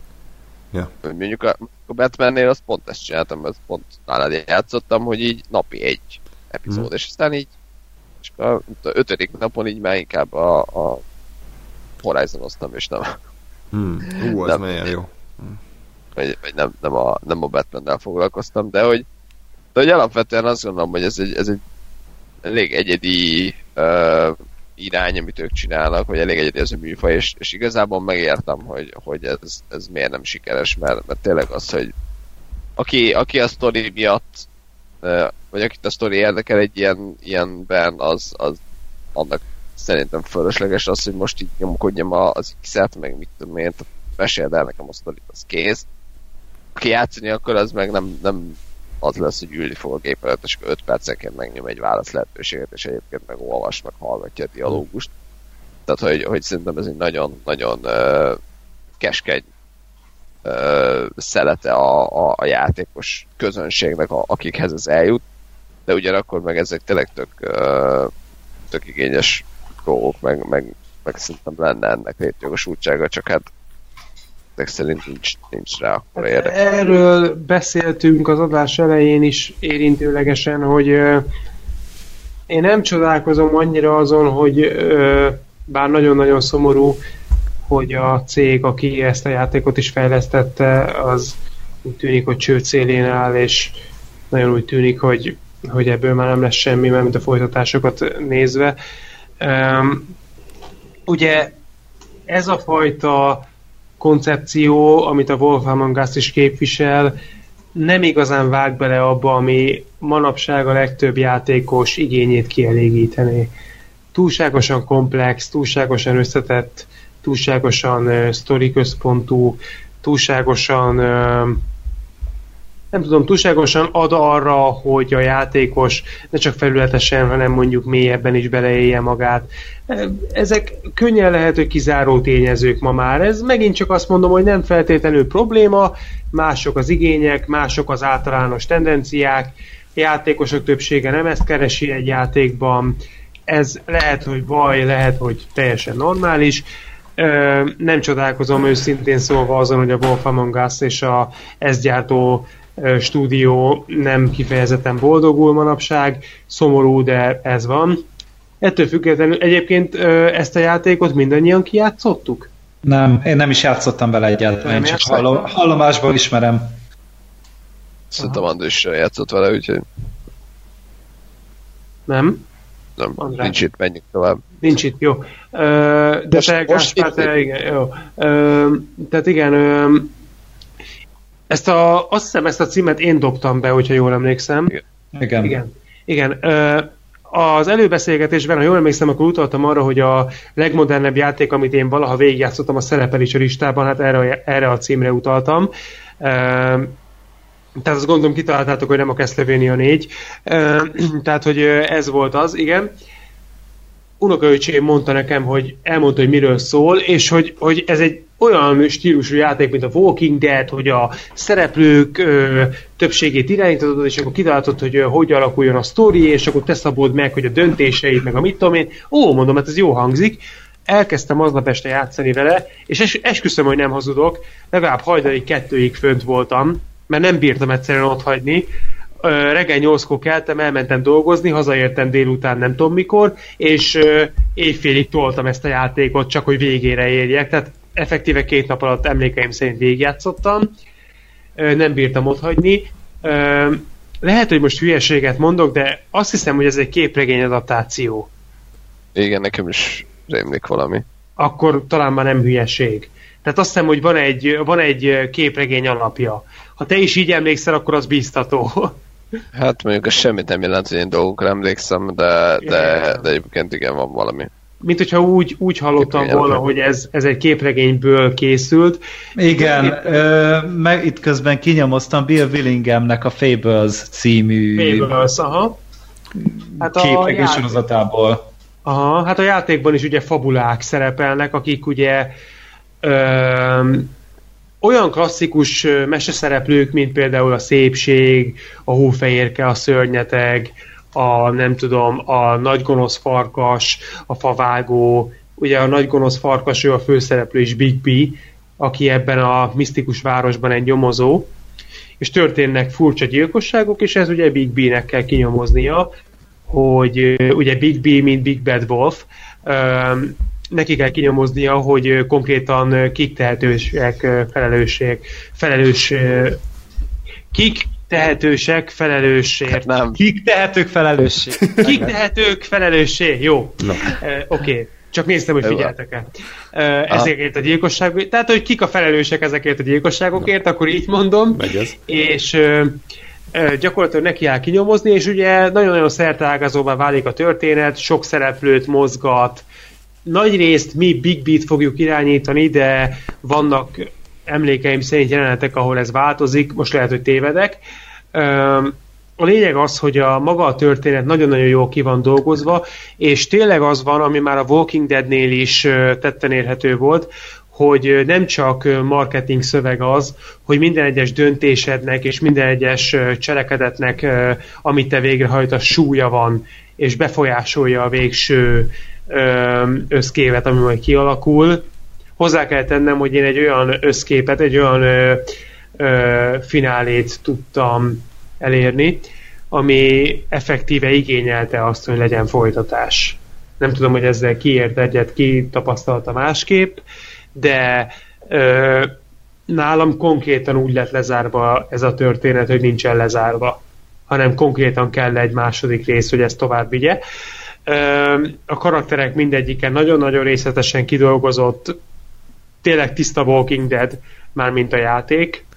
Ja. Mondjuk a, a Batmannél azt pont ezt csináltam, mert pont nálad játszottam, hogy így napi egy epizód, hmm. és aztán így és a ötödik napon így már inkább a, a Horizon-oztam, és nem hmm. Hú, az melyen jó. Vagy, vagy nem, nem, a, nem a Batman-nel foglalkoztam, de hogy, de hogy alapvetően azt gondolom, hogy ez egy, ez egy elég egyedi uh, irány, amit ők csinálnak, vagy elég egyedi ez a műfaj, és, és igazából megértem, hogy, hogy ez, ez miért nem sikeres, mert, mert tényleg az, hogy aki, aki a sztori miatt, uh, vagy akit a sztori érdekel egy ilyen, ilyenben, az, az annak szerintem fölösleges az, hogy most így nyomkodjam az X-et, meg mit tudom én, meséld el nekem a sztorit, az kész. Aki játszani akkor, az meg nem, nem az lesz, hogy ülni fog a gép előtt, és öt percenként megnyom egy válasz lehetőséget, és egyébként meg olvas, meg hallgatja a dialógust. Tehát, hogy, hogy szerintem ez egy nagyon-nagyon uh, keskeny uh, szelete a, a, a játékos közönségnek, a, akikhez ez eljut, de ugyanakkor meg ezek tényleg tök, uh, tök igényes dolgok, meg, meg, meg szerintem lenne ennek létjogosultsága, csak hát szerint nincs, nincs rá akkor érdekes. Erről beszéltünk az adás elején is érintőlegesen, hogy uh, én nem csodálkozom annyira azon, hogy uh, bár nagyon-nagyon szomorú, hogy a cég, aki ezt a játékot is fejlesztette, az úgy tűnik, hogy csőd szélén áll, és nagyon úgy tűnik, hogy, hogy ebből már nem lesz semmi, mert mint a folytatásokat nézve. Um, ugye ez a fajta koncepció, amit a Wolf Among Us is képvisel, nem igazán vág bele abba, ami manapság a legtöbb játékos igényét kielégítené. Túlságosan komplex, túlságosan összetett, túlságosan uh, sztori központú, túlságosan uh, nem tudom, túlságosan ad arra, hogy a játékos ne csak felületesen, hanem mondjuk mélyebben is beleélje magát. Ezek könnyen lehet, hogy kizáró tényezők ma már. Ez megint csak azt mondom, hogy nem feltétlenül probléma, mások az igények, mások az általános tendenciák, a játékosok többsége nem ezt keresi egy játékban, ez lehet, hogy baj, lehet, hogy teljesen normális. Nem csodálkozom őszintén szólva azon, hogy a Wolf Among Us és a ezt gyártó stúdió nem kifejezetten boldogul manapság, szomorú, de ez van. Ettől függetlenül egyébként ezt a játékot mindannyian kijátszottuk? Nem, én nem is játszottam vele egyáltalán, én csak hallom, hallomásból ismerem. Szerintem András játszott vele, úgyhogy... Nem? Nem, András. Nincs itt, menjünk tovább. Nincs itt, jó. Ö, de most, te, Gáspár, te, igen, jó. Ö, tehát igen, ö, ezt a, azt hiszem, ezt a címet én dobtam be, hogyha jól emlékszem. Igen. Igen. Igen. Ö, az előbeszélgetésben, ha jól emlékszem, akkor utaltam arra, hogy a legmodernebb játék, amit én valaha végigjátszottam, a szerepel is a listában, hát erre, erre a címre utaltam. Ö, tehát azt gondolom kitaláltátok, hogy nem a Castlevania négy. Ö, tehát, hogy ez volt az, igen. Unokaöcsém mondta nekem, hogy elmondta, hogy miről szól, és hogy, hogy ez egy olyan stílusú játék, mint a Walking Dead, hogy a szereplők ö, többségét irányítod, és akkor kitaláltod, hogy ö, hogy alakuljon a sztori, és akkor te szabod meg, hogy a döntéseit, meg a mit tudom én. Ó, mondom, hát ez jó hangzik. elkezdtem aznap este játszani vele, és es- esküszöm, hogy nem hazudok, legalább hajnali kettőig fönt voltam, mert nem bírtam egyszerűen otthagyni. Reggel nyolckor keltem, elmentem dolgozni, hazaértem délután nem tudom mikor, és éjfélig toltam ezt a játékot, csak hogy végére érjek, tehát effektíve két nap alatt emlékeim szerint végigjátszottam, nem bírtam otthagyni. Lehet, hogy most hülyeséget mondok, de azt hiszem, hogy ez egy képregény adaptáció. Igen, nekem is rémlik valami. Akkor talán már nem hülyeség. Tehát azt hiszem, hogy van egy, van egy képregény alapja. Ha te is így emlékszel, akkor az biztató. Hát mondjuk ez semmit nem jelent, hogy én dolgokra emlékszem, de, de, de egyébként igen, van valami. Mint hogyha úgy, úgy hallottam képregény volna, alapja. Hogy ez, ez egy képregényből készült. Igen, ö, meg itt közben kinyomoztam Bill Willinghamnek a Fables című Fables, aha. Hát képregény sorozatából. Aha, hát a játékban is ugye fabulák szerepelnek, akik ugye ö, olyan klasszikus meseszereplők, mint például a szépség, a hófehérke, a szörnyeteg, a nem tudom, a nagy gonosz farkas, a favágó, ugye a nagy gonosz farkas, ő a főszereplő is Big B, aki ebben a misztikus városban egy nyomozó, és történnek furcsa gyilkosságok, és ez ugye Big B-nek kell kinyomoznia, hogy ugye Big B, mint Big Bad Wolf, neki kell kinyomoznia, hogy konkrétan kik tehetősek felelősség, felelős, kik tehetősek felelősségért. Nem. Kik tehetők felelősség? Kik tehetők felelősség? Jó. No. Uh, Oké. Okay. Csak néztem, hogy figyeltek-e. Uh, ezekért a gyilkosságokért. Tehát, hogy kik a felelősek ezekért a gyilkosságokért, no. Akkor így mondom. Megyez. És uh, uh, gyakorlatilag neki áll kinyomozni, és ugye nagyon-nagyon szerteágazóvá válik a történet, sok szereplőt mozgat. Nagy részt mi Big Beat fogjuk irányítani, de vannak emlékeim szerint jelenetek, ahol ez változik, most lehet, hogy tévedek. A lényeg az, hogy a maga a történet nagyon-nagyon jól ki van dolgozva, és tényleg az van, ami már a Walking Deadnél is tetten érhető volt, hogy nem csak marketing szöveg az, hogy minden egyes döntésednek és minden egyes cselekedetnek, amit te végrehajtasz, súlya van, és befolyásolja a végső összképet, ami majd kialakul. Hozzá kell tennem, hogy én egy olyan összképet, egy olyan ö, ö, finálét tudtam elérni, ami effektíve igényelte azt, hogy legyen folytatás. Nem tudom, hogy ezzel ki ért egyet, ki tapasztalta másképp, de ö, nálam konkrétan úgy lett lezárva ez a történet, hogy nincsen lezárva, hanem konkrétan kell egy második rész, hogy ezt tovább vigye. Ö, a karakterek mindegyiken nagyon-nagyon részletesen kidolgozott, tényleg tiszta Walking Dead, mármint a játék.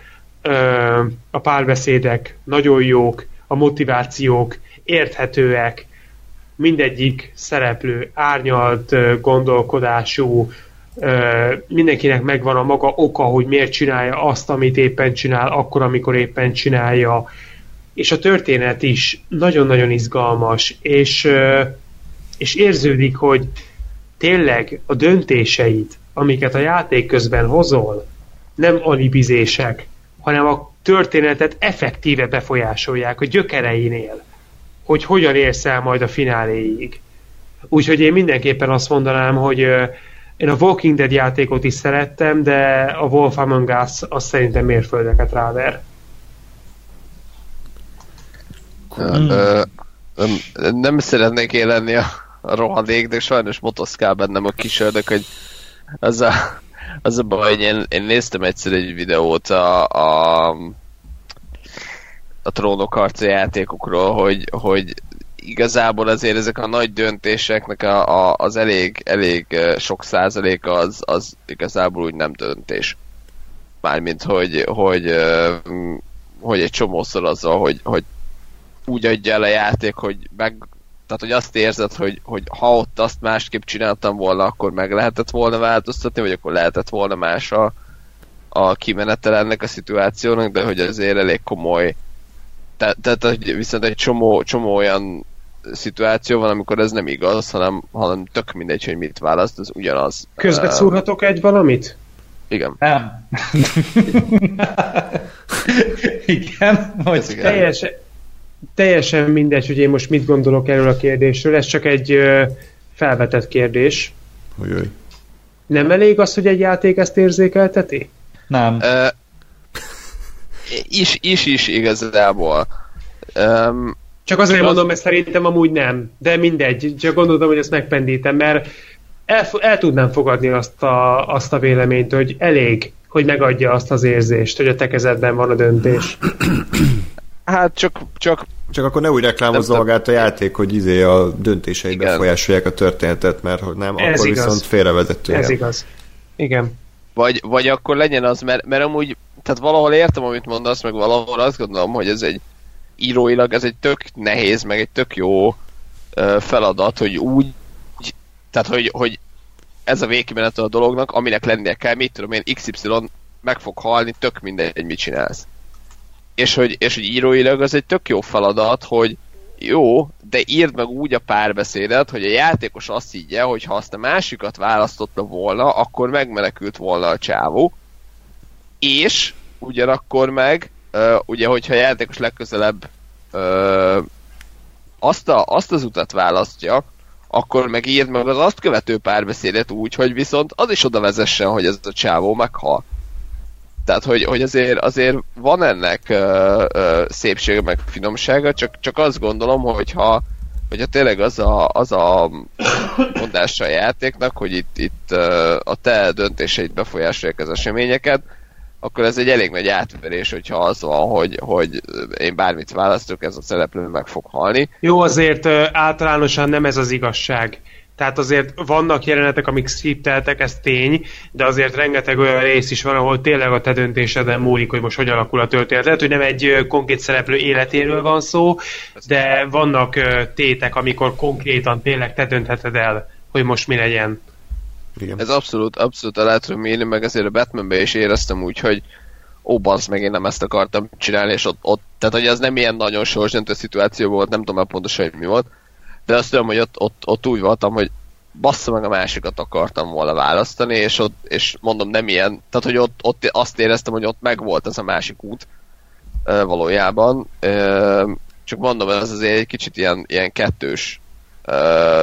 A párbeszédek nagyon jók, a motivációk érthetőek, mindegyik szereplő árnyalt gondolkodású, mindenkinek megvan a maga oka, hogy miért csinálja azt, amit éppen csinál, akkor, amikor éppen csinálja, és a történet is nagyon-nagyon izgalmas, és, és érződik, hogy tényleg a döntéseid, amiket a játék közben hozol, nem alibizések, hanem a történetet effektíve befolyásolják a gyökereinél, hogy hogyan érsz el majd a fináléig. Úgyhogy én mindenképpen azt mondanám, hogy én a Walking Dead játékot is szerettem, de a Wolf Among Us az szerintem mérföldeket ráver. Hmm. Ö, nem, nem szeretnék én lenni a, a rohadék, de sajnos motoszkál bennem a kis ördög, hogy az a, az a baj, hogy én, én néztem egyszer egy videót a, a, a Trónok harca játékokról, hogy, hogy igazából azért ezek a nagy döntéseknek a, a, az elég, elég sok százaléka az, az igazából úgy nem döntés. Mármint, hogy, hogy, hogy egy csomószor azzal, hogy, hogy úgy adja el a játék, hogy meg, tehát hogy azt érzed, hogy, hogy ha ott azt másképp csináltam volna, akkor meg lehetett volna változtatni, vagy akkor lehetett volna más a, a kimenetel ennek a szituációnak, de hogy azért elég komoly. Te, tehát viszont egy csomó, csomó olyan szituáció van, amikor ez nem igaz, hanem, hanem tök mindegy, hogy mit választ, az ugyanaz. Közbe szúrhatok egy valamit? Igen. Nem. Igen, hogy igen. Teljesen, teljesen mindegy, hogy én most mit gondolok erről a kérdésről, ez csak egy ö, felvetett kérdés. Ujjaj. Nem elég az, hogy egy játék ezt érzékelteti? Nem. Uh, is, is, is igazából. Um, Csak azért az... mondom, mert szerintem amúgy nem. De mindegy, csak gondoltam, hogy ezt megpendítem, mert el, el tudnám fogadni azt a, azt a véleményt, hogy elég, hogy megadja azt az érzést, hogy a te kezedben van a döntés. Hát csak... Csak, csak akkor ne úgy reklámozza magát a játék, hogy izé a döntései igen. befolyásolják a történetet, mert hogy nem, Ez akkor igaz. viszont félrevezető. Ez igaz. Igen. Vagy, vagy akkor legyen az, mert, mert amúgy, tehát valahol értem, amit mondasz, meg valahol azt gondolom, hogy ez egy íróilag, ez egy tök nehéz, meg egy tök jó uh, feladat, hogy úgy, tehát hogy, hogy ez a végkimenet a dolognak, aminek lennie kell, mit tudom én, iksz ipszilon meg fog halni, tök mindegy, mit csinálsz. És hogy, és hogy íróilag az egy tök jó feladat, hogy jó, de írd meg úgy a párbeszédet, hogy a játékos azt higgye, hogy ha azt a másikat választotta volna, akkor megmenekült volna a csávó. És ugyanakkor meg, uh, ugye, hogyha a játékos legközelebb uh, azt, a, azt az utat választja, akkor meg írd meg az azt követő párbeszédet úgy, hogy viszont az is oda vezessen, hogy ez a csávó meghal. Tehát, hogy, hogy azért, azért van ennek uh, uh, szépsége, meg finomsága, csak, csak azt gondolom, hogyha, hogyha tényleg az a, az a mondása a játéknak, hogy itt, itt uh, a te döntéseid befolyásolják az eseményeket, akkor ez egy elég nagy átverés, hogyha az van, hogy, hogy én bármit választok, ez a szereplő meg fog halni. Jó, azért uh, általánosan nem ez az igazság. Tehát azért vannak jelenetek, amik skripteltek, ez tény, de azért rengeteg olyan rész is van, ahol tényleg a te döntéseden múlik, hogy most hogy alakul a történet. Lehet, hogy nem egy konkrét szereplő életéről van szó, de vannak tétek, amikor konkrétan tényleg te döntheted el, hogy most mi legyen. Igen. Ez abszolút, abszolút el lehet írni, meg azért a Batmanben is éreztem úgy, hogy ó, bansz meg, én nem ezt akartam csinálni, és ott, ott tehát hogy ez nem ilyen nagyon sorsdöntő szituáció volt, nem tudom már pontosan, hogy mi volt. De azt tudom, hogy ott, ott, ott úgy voltam, hogy bassza meg a másikat akartam volna választani, és, ott, és mondom nem ilyen, tehát hogy ott, ott azt éreztem, hogy ott megvolt ez a másik út e, valójában. E, csak mondom, ez azért egy kicsit ilyen, ilyen kettős e,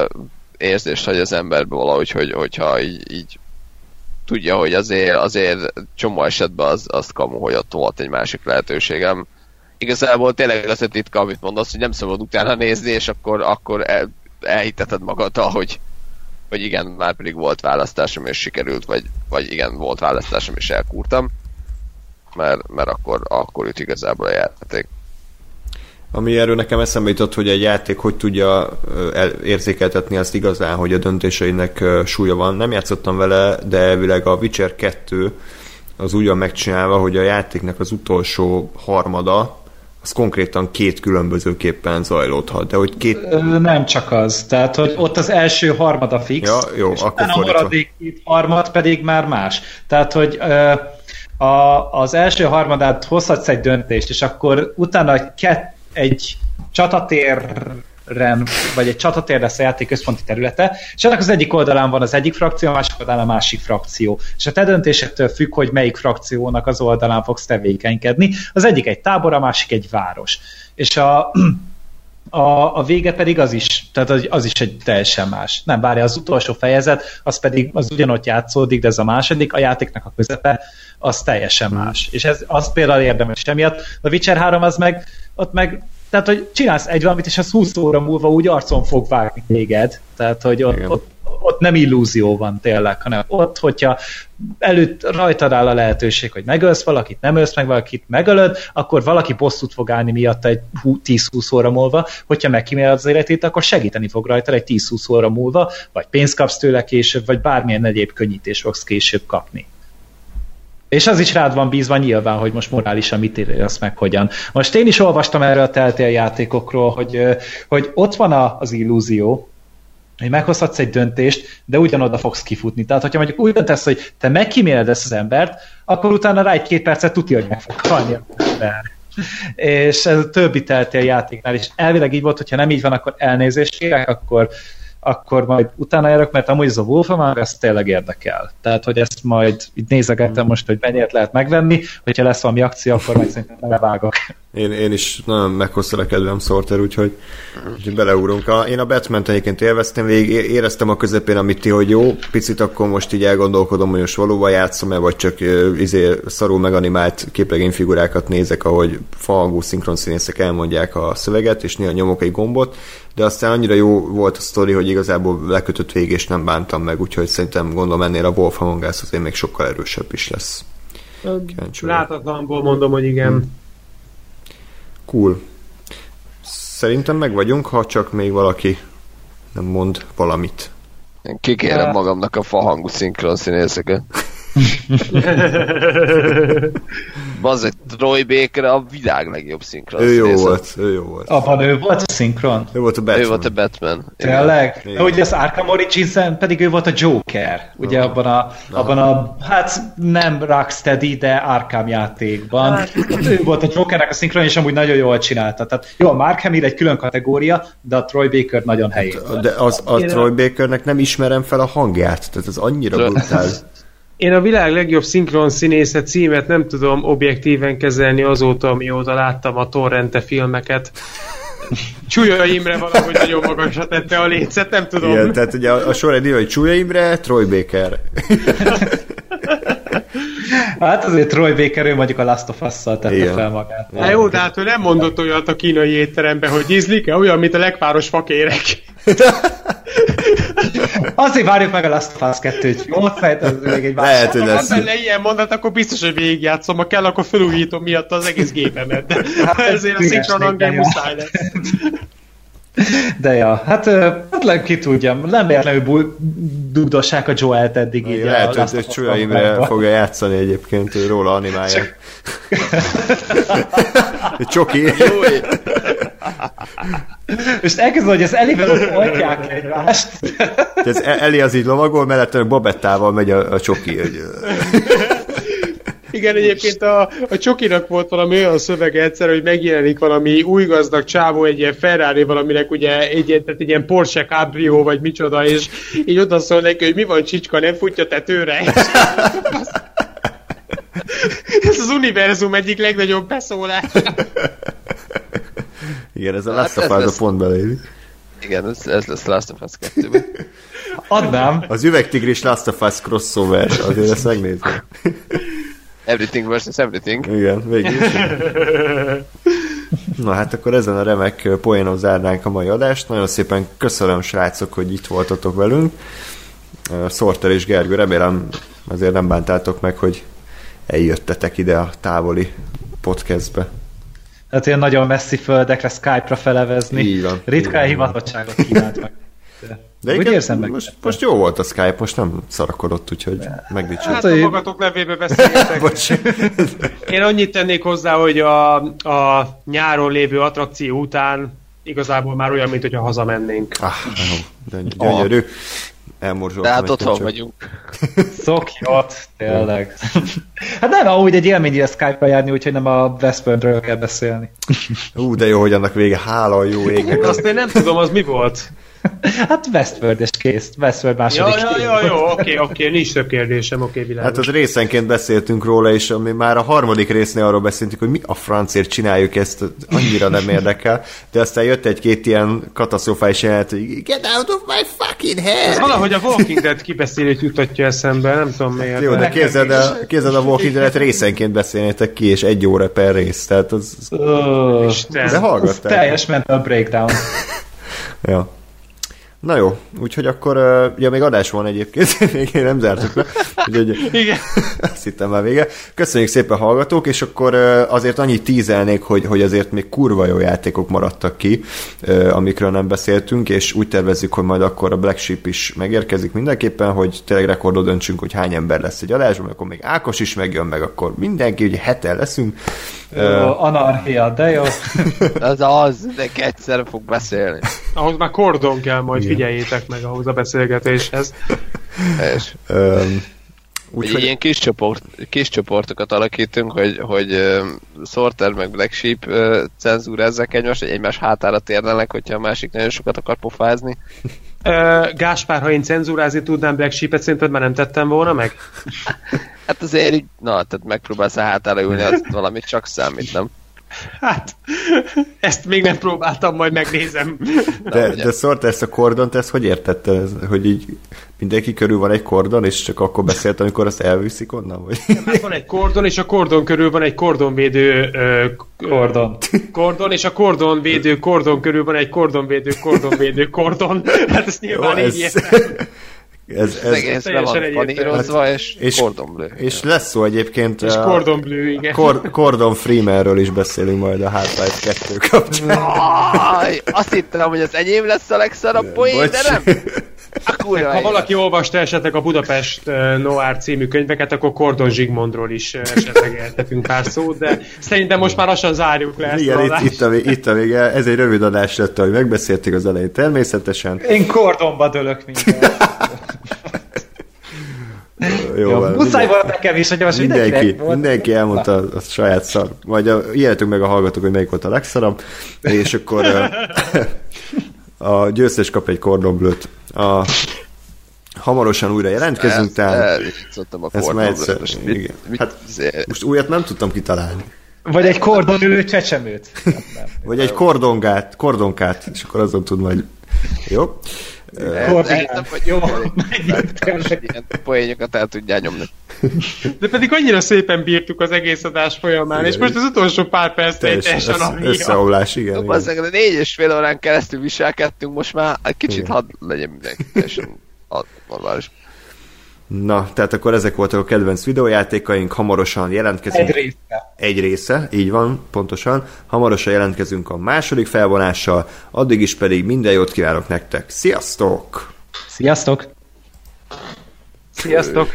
érzést hagy az emberbe valahogy, hogy, hogyha így, így tudja, hogy azért, azért csomó esetben az, az kamu, hogy ott volt egy másik lehetőségem. Igazából tényleg az a titka, amit mondasz, hogy nem szabad utána nézni, és akkor, akkor el, elhiteted magaddal, hogy, hogy igen, már pedig volt választásom, és sikerült, vagy, vagy igen, volt választásom, és elkúrtam, mert, mert akkor, akkor üt igazából a játék. Ami erről nekem eszembe jutott, hogy egy játék hogy tudja érzékeltetni azt igazán, hogy a döntéseinek súlya van. Nem játszottam vele, de elvileg a Witcher kettő az úgy van megcsinálva, hogy a játéknak az utolsó harmada az konkrétan két különbözőképpen zajlódhat. De hogy két... Nem csak az. Tehát, hogy ott az első harmada fix, ja, jó, és akkor a maradék két harmad pedig már más. Tehát, hogy ö, a, az első harmadát hozhatsz egy döntést, és akkor utána kett, egy csatatérren, vagy egy csatatér lesz a játék központi területe, és ennek az egyik oldalán van az egyik frakció, a másik oldalán a másik frakció. És a te döntésettől függ, hogy melyik frakciónak az oldalán fogsz tevékenykedni. Az egyik egy tábor, a másik egy város. És a, a, a vége pedig az is, tehát az is egy teljesen más. Nem, várja, az utolsó fejezet, az pedig az ugyanott játszódik, de ez a második, a játéknak a közepe, az teljesen más. És ez az például érdemes emiatt. A Witcher három az meg, ott meg tehát, hogy csinálsz egy valamit, és az húsz óra múlva úgy arcon fog vágni téged. Tehát, hogy ott, ott, ott nem illúzió van tényleg, hanem ott, hogyha előtt rajtad áll a lehetőség, hogy megölsz valakit, nem ölsz meg valakit, megölöd, akkor valaki bosszút fog állni miatta egy tíz-húsz óra múlva, hogyha megkíméled az életét, akkor segíteni fog rajta egy tíz-húsz óra múlva, vagy pénzt kapsz tőle később, vagy bármilyen egyéb könnyítés fogsz később kapni. És az is rád van bízva nyilván, hogy most morálisan mit érsz meg, hogyan. Most én is olvastam erről a Telltale játékokról, hogy, hogy ott van az illúzió, hogy meghozhatsz egy döntést, de ugyanoda fogsz kifutni. Tehát, hogyha mondjuk úgy döntesz, hogy te megkíméled ezt az embert, akkor utána rá egy két percet tudja, hogy meg fog halni az ember. És ez a többi Telltale játéknál is elvileg így volt, hogyha nem így van, akkor elnézést kérek, akkor akkor majd utána járok, mert amúgy ez a Wolfamong, ez tényleg érdekel. Tehát, hogy ezt majd így nézegettem most, hogy mennyit lehet megvenni, hogyha lesz valami akció, akkor majd szerintem levágok. Én, én is nagyon meghozta a kedvem Sorter, úgyhogy, úgyhogy beleúrunk. A, én a Batman-t egyébként élveztem, végig éreztem a közepén, amit ti, hogy jó, picit akkor most így elgondolkodom, hogy most valóban játszom-e, vagy csak uh, izé, szarul meganimált képregényfigurákat nézek, ahogy falhangú szinkronszínészek elmondják a szöveget, és néha nyomok egy gombot, de aztán annyira jó volt a sztori, hogy igazából lekötött végig, és nem bántam meg, úgyhogy szerintem gondolom ennél a Wolf Among Us azért még sokkal erősebb is lesz. Látatlanból mondom, hogy igen. Hmm. Cool. Szerintem meg vagyunk, ha csak még valaki nem mond valamit. Én kikérem uh. magamnak a fahangú szinkronszínészeket. Bazzeg, Troy Baker a világ legjobb szinkronszínész. Ő jó volt, ő jó volt. Abban ő volt a szinkron? Ő volt a Batman. Ő volt a Batman. Tényleg? Ugye az Arkham Origins-en pedig ő volt a Joker. Ugye no. abban, a, no. abban a, hát nem Rocksteady, de Arkham játékban. Hát. Ő volt a Jokernek a szinkron, és amúgy nagyon jól csinálta. Tehát jó, a Mark Hamill egy külön kategória, de a Troy Baker nagyon helyén volt. De az, a Troy Bakernek nem ismerem fel a hangját, tehát az annyira brutál. Én a világ legjobb szinkron színésze címet nem tudom objektíven kezelni azóta, mióta láttam a Torrente filmeket. Csúlya Imre valahogy nagyon magasra tette a lécet, nem tudom. Igen, tehát ugye a, a sorrendben, hogy Csúlya Imre, Troy Baker. Hát azért Troy Baker, ő mondjuk a Last of Us-szal tette igen. fel magát. Hát jó, de hát ő nem mondott olyat a kínai étteremben, hogy ízlik-e olyan, mint a legpáros fakérek. Azért várjuk meg a Last of Us kettőt. Jó, fejtem, még egy lehet, hogy lesz. Ha benne ilyen mondat, akkor biztos, hogy végigjátszom. Ha kell, akkor felújítom miatt az egész gépemet. De hát ezért a szinkron hangja muszáj lesz. De ja, hát, hát ki tudja, nem véletlenül dugdossák a Joel-t eddig így. Lehet, hogy, hogy Csúlya Imre fogja játszani egyébként, hogy róla animálják. Csoki. És elkezdve, hogy az Elivel ott oltják egymást. Ez Eli az így lovagol, mellett Babettával megy a, a Csoki. Hogy... Igen, egyébként a, a Csokinak volt valami olyan szövege egyszer, hogy megjelenik valami új gazdag csávó, egy ilyen Ferrari valaminek, ugye egy, egy ilyen Porsche Cabrio, vagy micsoda, és így oda szól neki, hogy mi van csicska, nem futja tetőre. Ez az univerzum egyik legnagyobb beszólás. Igen, ez a Last of Us a pont beleillik. Igen, ez, ez lesz Last of Us kettőben. Adnám. Az üvegtigris Last of Us crossover, azért ezt megnézem. Everything versus everything. Igen, végül is. Na hát akkor ezen a remek poénon zárnánk a mai adást. Nagyon szépen köszönöm, srácok, hogy itt voltatok velünk. Sorter és Gergő, remélem azért nem bántátok meg, hogy eljöttetek ide a távoli podcastbe. Hát ilyen nagyon messzi földekre, Skype-ra felevezni. Így van. Ritkán hivatottságot kínált meg. De úgy érzem meg. Most, most jó volt a Skype, most nem szarakodott, úgyhogy megdicsérem. Hát a magatok nevébe beszélgetek. Én annyit tennék hozzá, hogy a, a nyáron lévő attrakció után igazából már olyan, mint hogyha hazamennénk. Ah, de gyönyörű. Oh. Elmorzsoltam. De hát otthon csak. Vagyunk. Szokjat, tényleg. Hát nem, ahogy egy élmény a Skype-ra járni, úgyhogy nem a Westworldről kell beszélni. Ú, de jó, hogy annak vége. Hála a jó égnek. Azt én nem tudom, az mi volt? Hát Westworld és kész. Westworld második. Ja, ja, ja, jó, oké, oké, nincs több kérdésem, oké, világos. Hát az részenként beszéltünk róla, és ami már a harmadik résznél arról beszéltünk, hogy mi a francért csináljuk ezt, annyira nem érdekel, de aztán jött egy-két ilyen katasztrofális jelenet, hogy get out of my fucking head! Ez valahogy a Walking Dead kibeszélét jutatja eszembe, nem tudom miért. Jó, de képzeld el, képzeld a Walking Dead részenként beszélnétek ki, és egy óra per rész, tehát az... Oh, de hallgatták. Teljes mental breakdown. Ja. Na jó, úgyhogy akkor, uh, ja, még adás van egyébként, még nem zártuk le. Úgyhogy, igen. Azt hittem már vége. Köszönjük szépen, hallgatók, és akkor uh, azért annyit tízelnék, hogy, hogy azért még kurva jó játékok maradtak ki, uh, amikről nem beszéltünk, és úgy tervezzük, hogy majd akkor a Black Sheep is megérkezik mindenképpen, hogy tényleg rekordot döntsünk, hogy hány ember lesz egy adásban, akkor még Ákos is megjön, meg akkor mindenki, ugye heten leszünk. Jó, uh, anarchia, de jó. Az az, de egyszer fog beszélni. Ahhoz már kordon kell, majd igen. Figyeljétek meg ahhoz a beszélgetéshez. És, um, úgy, ilyen kis, csoport, kis csoportokat alakítunk, hogy, hogy uh, Sorter meg Black Sheep uh, cenzúrázzák egymást, hogy egymás hátára térnenek, hogyha a másik nagyon sokat akar pofázni. Uh, Gáspár, ha én cenzúrázni tudnám Black Sheep-et, szerinted már nem tettem volna meg? Hát azért így, na, tehát megpróbálsz a hátára ülni, az valamit csak számít, nem? Hát, ezt még nem próbáltam, majd megnézem. De, de szólt ezt a kordont, ezt hogy értette? Hogy így mindenki körül van egy kordon, és csak akkor beszélt, amikor azt elviszik onnan? Vagy? Hát van egy kordon, és a kordon körül van egy kordonvédő uh, Kordon. Kordon, és a kordonvédő kordon körül van egy kordonvédő kordonvédő kordon. Hát ezt nyilván Jó, így ez, értem. ez, ez, egész le van panírozva, és, és kordonblő. És lesz szó egyébként... És Cordon Bleu, igen. Cor, Cordon Freemanről is beszélünk majd a Half-Life kettő kapcsán. Aj, azt hittem, hogy az enyém lesz a legszarabb poén, de nem. Ha valaki olvasta esetleg a Budapest Noir című könyveket, akkor Cordon Zsigmondról is esetleg eltetünk pár szót, de szerintem most már lassan zárjuk le ezt. Igen, itt, itt, a, itt a vége. Ez egy rövid adás lett, ahogy megbeszéltük az elején természetesen. Én kordonba dőlök mindent. Jó, Jó, van, muszáj volt nekem is, hogy most mindenki, mindenki elmondta a, a saját szar. Majd a, ilyenetünk meg a hallgatók, hogy melyik volt a legszarabb, és akkor a, a győztes kap egy Cordon Bleu-t. A, hamarosan újra jelentkezünk, tehát ezt már egyszer, igen. Hát, most újat nem tudtam kitalálni. Vagy egy kordonülő csecsemőt. Vagy egy kordongát, kordonkát, és akkor azon tud majd. Jó? Koordinát. Jó, ilyen poényokat el tudjál nyomni. De pedig annyira szépen bírtuk az egész adás folyamán, igen, és most az utolsó pár perc egy teljesen a összeomlás, igen. No, igen. De négy és fél órán keresztül viselkedtünk, most már egy kicsit hadd legyen mindenki teljesen normális. Na, tehát akkor ezek voltak a kedvenc videójátékaink, hamarosan jelentkezünk. Egy része. Egy része, így van, pontosan. Hamarosan jelentkezünk a második felvonással, addig is pedig minden jót kívánok nektek. Sziasztok! Sziasztok! Sziasztok!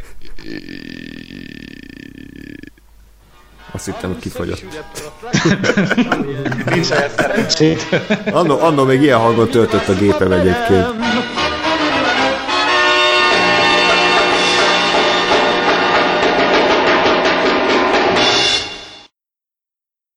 Azt hittem, hogy kifogyott. Nincs olyan szerencsét. Anno, anno még ilyen hangot töltött a gépem egyébként.